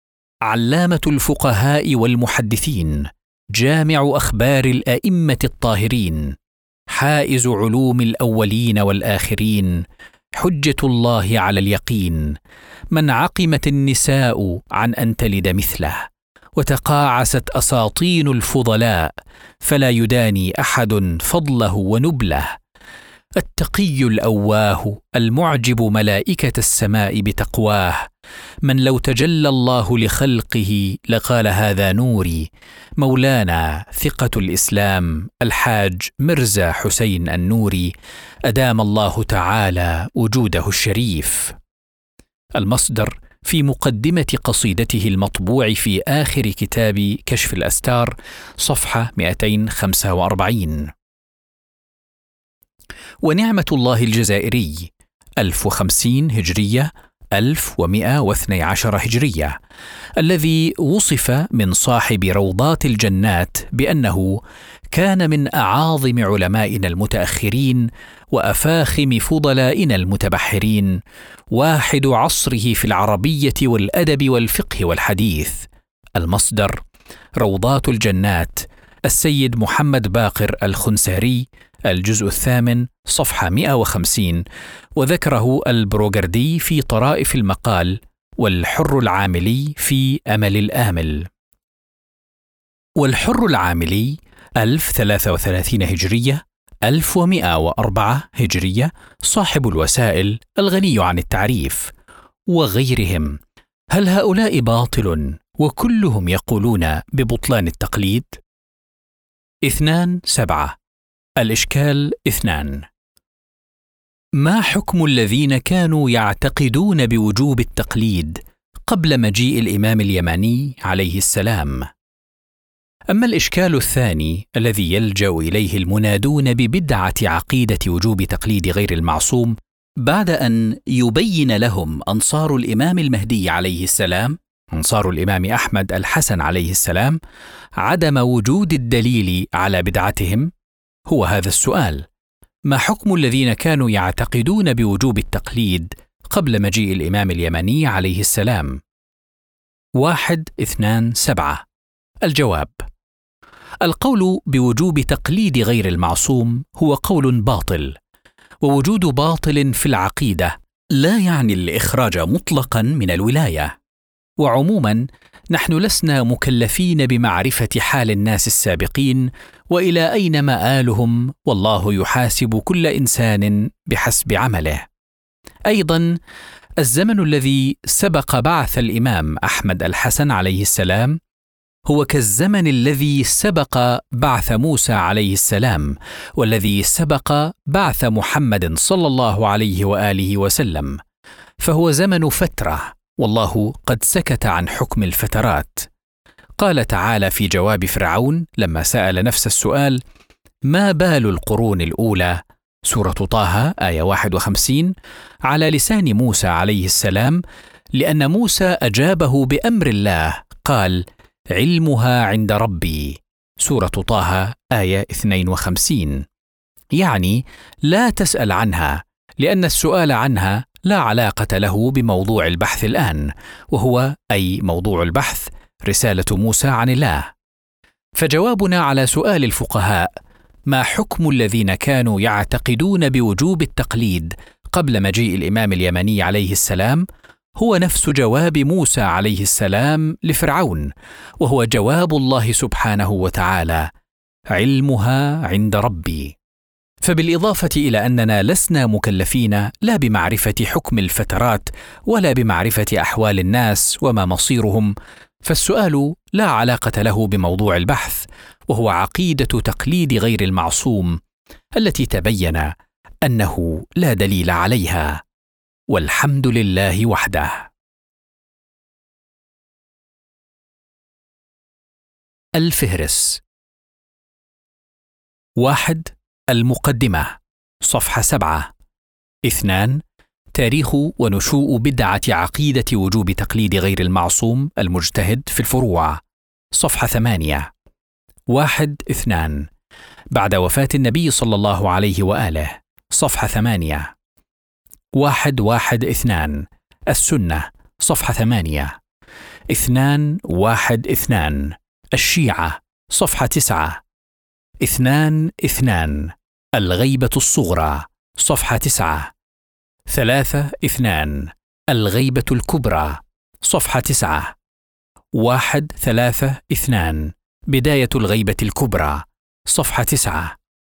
علامة الفقهاء والمحدثين، جامع أخبار الأئمة الطاهرين، حائز علوم الأولين والآخرين، حجة الله على اليقين، من عقمت النساء عن أن تلد مثله، وتقاعست أساطين الفضلاء، فلا يداني أحد فضله ونبله، التقي الأواه المعجب ملائكة السماء بتقواه، من لو تجلى الله لخلقه لقال هذا نوري، مولانا ثقة الإسلام الحاج مرزا حسين النوري، أدام الله تعالى وجوده الشريف. المصدر: في مقدمة قصيدته المطبوع في آخر كتاب كشف الأستار، صفحة مئتين وخمسة وأربعين. ونعمة الله الجزائري ألف وخمسين هجرية ألف ومئة واثني عشر هجرية، الذي وصف من صاحب روضات الجنات بأنه كان من أعاظم علمائنا المتأخرين وأفاخم فضلائنا المتبحرين، واحد عصره في العربية والأدب والفقه والحديث. المصدر: روضات الجنات، السيد محمد باقر الخنساري، الجزء الثامن صفحة مئة وخمسين، وذكره البروغردي في طرائف المقال، والحر العاملي في أمل الآمل. والحر العاملي ألف وثلاثة وثلاثين هجرية ألف ومئة وأربعة هجرية، صاحب الوسائل الغني عن التعريف، وغيرهم. هل هؤلاء باطل وكلهم يقولون ببطلان التقليد؟ اثنان سبعة. الإشكال اثنان: ما حكم الذين كانوا يعتقدون بوجوب التقليد قبل مجيء الإمام اليماني عليه السلام؟ أما الإشكال الثاني الذي يلجأ إليه المنادون ببدعة عقيدة وجوب تقليد غير المعصوم بعد أن يبين لهم أنصار الإمام المهدي عليه السلام، أنصار الإمام أحمد الحسن عليه السلام، عدم وجود الدليل على بدعتهم، هو هذا السؤال: ما حكم الذين كانوا يعتقدون بوجوب التقليد قبل مجيء الإمام اليماني عليه السلام؟ واحد اثنان سبعة. الجواب: القول بوجوب تقليد غير المعصوم هو قول باطل، ووجود باطل في العقيدة لا يعني الإخراج مطلقا من الولاية. وعموما نحن لسنا مكلفين بمعرفة حال الناس السابقين وإلى أين مآلهم، والله يحاسب كل إنسان بحسب عمله. أيضا الزمن الذي سبق بعث الإمام أحمد الحسن عليه السلام هو كالزمن الذي سبق بعث موسى عليه السلام، والذي سبق بعث محمد صلى الله عليه وآله وسلم، فهو زمن فترة، والله قد سكت عن حكم الفترات. قال تعالى في جواب فرعون لما سأل نفس السؤال: ما بال القرون الأولى، سورة طه آية واحد وخمسين، على لسان موسى عليه السلام، لأن موسى أجابه بأمر الله، قال: علمها عند ربي، سورة طه آية اثنين وخمسين. يعني لا تسأل عنها، لأن السؤال عنها لا علاقة له بموضوع البحث الآن، وهو أي موضوع البحث رسالة موسى عن الله. فجوابنا على سؤال الفقهاء: ما حكم الذين كانوا يعتقدون بوجوب التقليد قبل مجيء الإمام اليمني عليه السلام، هو نفس جواب موسى عليه السلام لفرعون، وهو جواب الله سبحانه وتعالى: علمها عند ربي. فبالإضافة إلى أننا لسنا مكلفين لا بمعرفة حكم الفترات ولا بمعرفة أحوال الناس وما مصيرهم، فالسؤال لا علاقة له بموضوع البحث، وهو عقيدة تقليد غير المعصوم التي تبين أنه لا دليل عليها، والحمد لله وحده. الفهرس. واحد. المقدمة، صفحة سبعة. اثنان. تاريخ ونشوء بدعة عقيدة وجوب تقليد غير المعصوم المجتهد في الفروع، صفحة ثمانية. واحد اثنان. بعد وفاة النبي صلى الله عليه وآله، صفحة ثمانية. واحد واحد اثنان. السنة، صفحة ثمانية. اثنان واحد اثنان. الشيعة، صفحة تسعة. اثنان اثنان. الغيبة الصغرى، صفحة تسعة. ثلاثة اثنان. الغيبة الكبرى، صفحة تسعة. واحد ثلاثة اثنان. بداية الغيبة الكبرى، صفحة تسعة.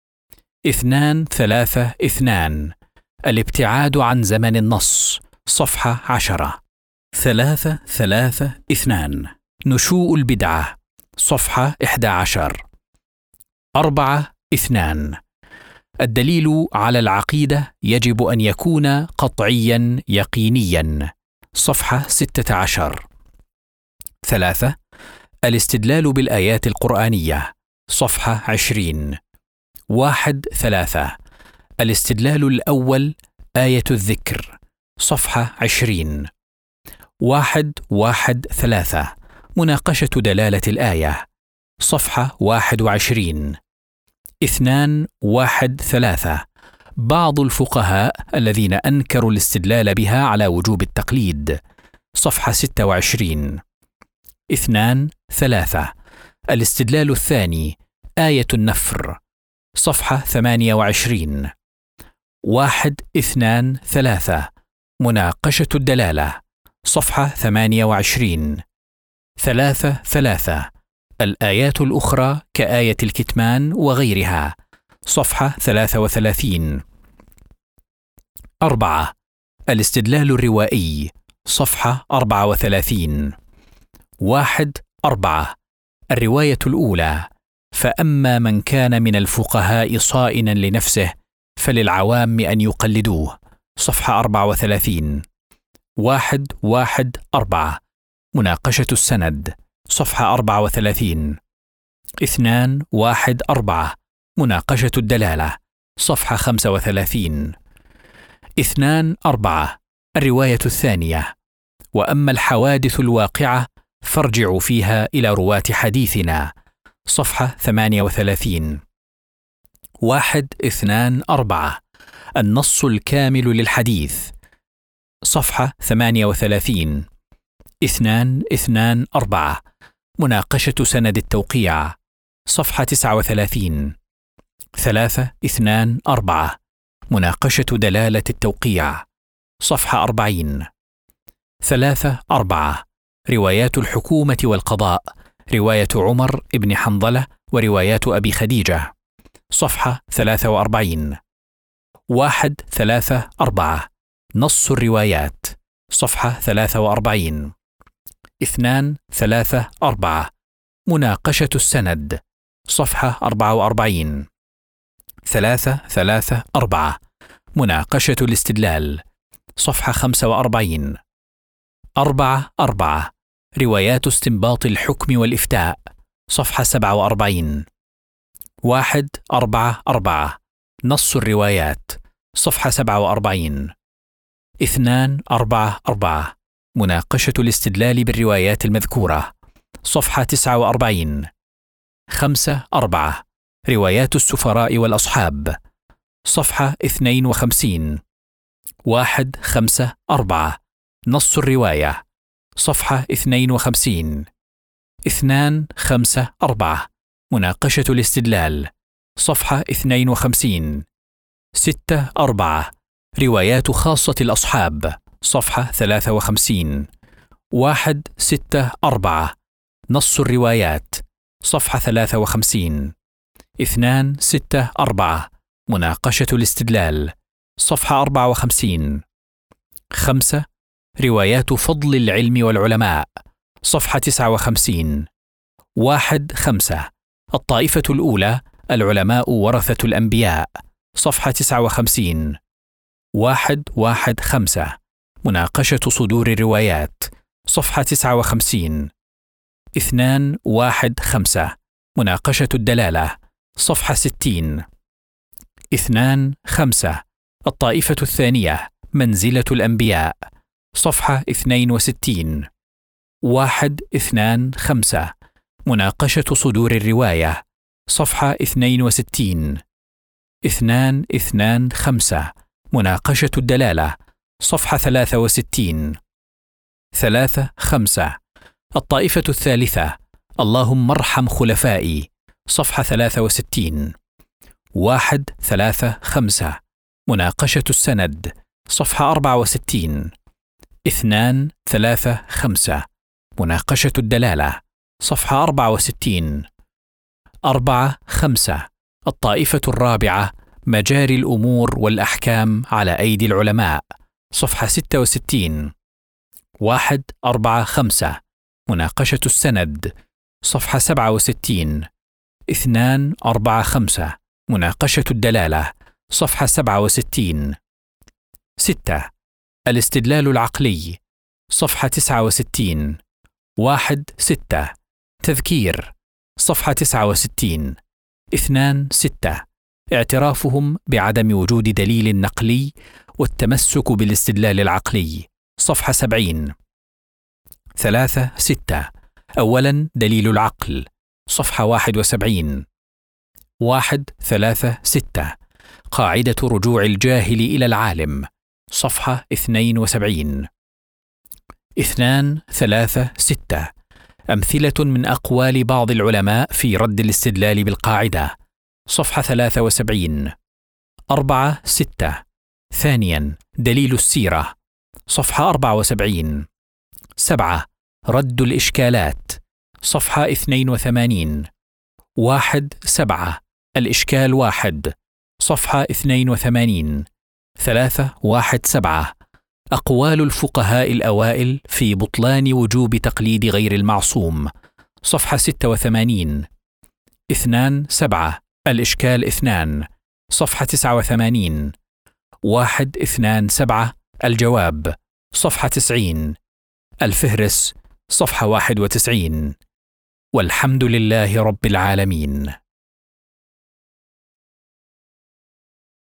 اثنان ثلاثة اثنان. الابتعاد عن زمن النص، صفحة عشرة. ثلاثة ثلاثة اثنان. نشوء البدعة، صفحة إحدى عشر. أربعة اثنان. الدليل على العقيدة يجب أن يكون قطعيا يقينيا، صفحة ستة عشر. ثلاثة. الاستدلال بالآيات القرآنية، صفحة عشرين. واحد ثلاثة. الاستدلال الأول آية الذكر، صفحة عشرين. واحد واحد ثلاثة. مناقشة دلالة الآية، صفحة واحد وعشرين. اثنان واحد ثلاثة. بعض الفقهاء الذين أنكروا الاستدلال بها على وجوب التقليد، صفحة ستة وعشرين. اثنان ثلاثة. الاستدلال الثاني آية النفر، صفحة ثمانية وعشرين. واحد اثنان ثلاثة. مناقشة الدلالة، صفحة ثمانية وعشرين. ثلاثة ثلاثة. الآيات الأخرى كآية الكتمان وغيرها، صفحة ثلاثة وثلاثين. أربعة. الاستدلال الروائي، صفحة أربعة وثلاثين. واحد أربعة. الرواية الأولى: فأما من كان من الفقهاء صائنا لنفسه فللعوام أن يقلدوه، صفحة أربعة وثلاثين. واحد واحد أربعة. مناقشة السند، صفحة أربعة وثلاثين. اثنان واحد أربعة. مناقشة الدلالة، صفحة خمسة وثلاثين. اثنان أربعة. الرواية الثانية: وأما الحوادث الواقعة فارجعوا فيها إلى رواة حديثنا، صفحة ثمانية وثلاثين. واحد اثنان أربعة. النص الكامل للحديث، صفحة ثمانية وثلاثين. اثنان اثنان أربعة. مناقشة سند التوقيع، صفحة تسعة وثلاثين. ثلاثة اثنان أربعة. مناقشة دلالة التوقيع، صفحة أربعين. ثلاثة أربعة. روايات الحكومة والقضاء، رواية عمر بن حنظلة وروايات أبي خديجة، صفحة ثلاثة وأربعين. واحد ثلاثة أربعة. نص الروايات، صفحة ثلاثة وأربعين. اثنان ثلاثة أربعة. مناقشة السند، صفحة أربعة وأربعين. ثلاثة ثلاثة أربعة. مناقشة الاستدلال، صفحة خمسة وأربعين. أربعة أربعة. روايات استنباط الحكم والإفتاء، صفحة سبعة وأربعين. واحد أربعة أربعة. نص الروايات، صفحة سبعة وأربعين. اثنان أربعة أربعة. مناقشة الاستدلال بالروايات المذكورة، صفحة تسعة وأربعين. خمسة أربعة روايات السفراء والأصحاب، صفحة اثنين وخمسين. واحد خمسة أربعة نص الرواية، صفحة اثنين وخمسين. اثنان خمسة أربعة مناقشة الاستدلال، صفحة اثنين وخمسين. ستة أربعة روايات خاصة الأصحاب، صفحة ثلاثة وخمسين. واحد ستة أربعة نص الروايات، صفحة ثلاثة وخمسين. اثنان ستة أربعة مناقشة الاستدلال، صفحة أربعة وخمسين. خمسة روايات فضل العلم والعلماء، صفحة تسعة وخمسين. واحد خمسة الطائفة الأولى العلماء ورثة الأنبياء، صفحة تسعة وخمسين. واحد واحد خمسة مناقشة صدور الروايات، صفحة تسعة وخمسين. اثنان واحد خمسة مناقشة الدلالة، صفحة ستين. اثنان خمسة الطائفة الثانية منزلة الأنبياء، صفحة اثنين وستين. واحد اثنان خمسة مناقشة صدور الرواية، صفحة اثنين وستين. اثنان اثنان خمسة مناقشة الدلالة، صفحة ثلاثة وستين. ثلاثة خمسة الطائفة الثالثة اللهم ارحم خلفائي، صفحة ثلاثة وستين. واحد ثلاثة خمسة مناقشة السند، صفحة أربعة وستين. اثنان ثلاثة خمسة مناقشة الدلالة، صفحة أربعة وستين. أربعة خمسة الطائفة الرابعة مجاري الأمور والأحكام على أيدي العلماء، صفحة ستة وستين. واحد أربعة خمسة مناقشة السند، صفحة سبعة وستين. اثنان أربعة خمسة مناقشة الدلالة، صفحة سبعة وستين. ستة الاستدلال العقلي، صفحة تسعة وستين. واحد ستة تذكير، صفحة تسعة وستين. اثنان ستة اعترافهم بعدم وجود دليل نقلي والتمسك بالاستدلال العقلي، صفحة سبعين. ثلاثة ستة أولاً دليل العقل، صفحة واحد وسبعين. واحد ثلاثة ستة قاعدة رجوع الجاهل إلى العالم، صفحة اثنين وسبعين. اثنان ثلاثة ستة أمثلة من أقوال بعض العلماء في رد الاستدلال بالقاعدة، صفحة ثلاثة وسبعين. أربعة ستة ثانياً دليل السيرة، صفحة أربعة وسبعين. سبعة رد الإشكالات، صفحة اثنين وثمانين. واحد سبعة الإشكال واحد، صفحة اثنين وثمانين. ثلاثة واحد سبعة أقوال الفقهاء الأوائل في بطلان وجوب تقليد غير المعصوم، صفحة ستة وثمانين. اثنان سبعة الإشكال اثنان، صفحة تسعة وثمانين. واحد اثنان سبعة الجواب، صفحة تسعين. الفهرس، صفحة واحد وتسعين. والحمد لله رب العالمين.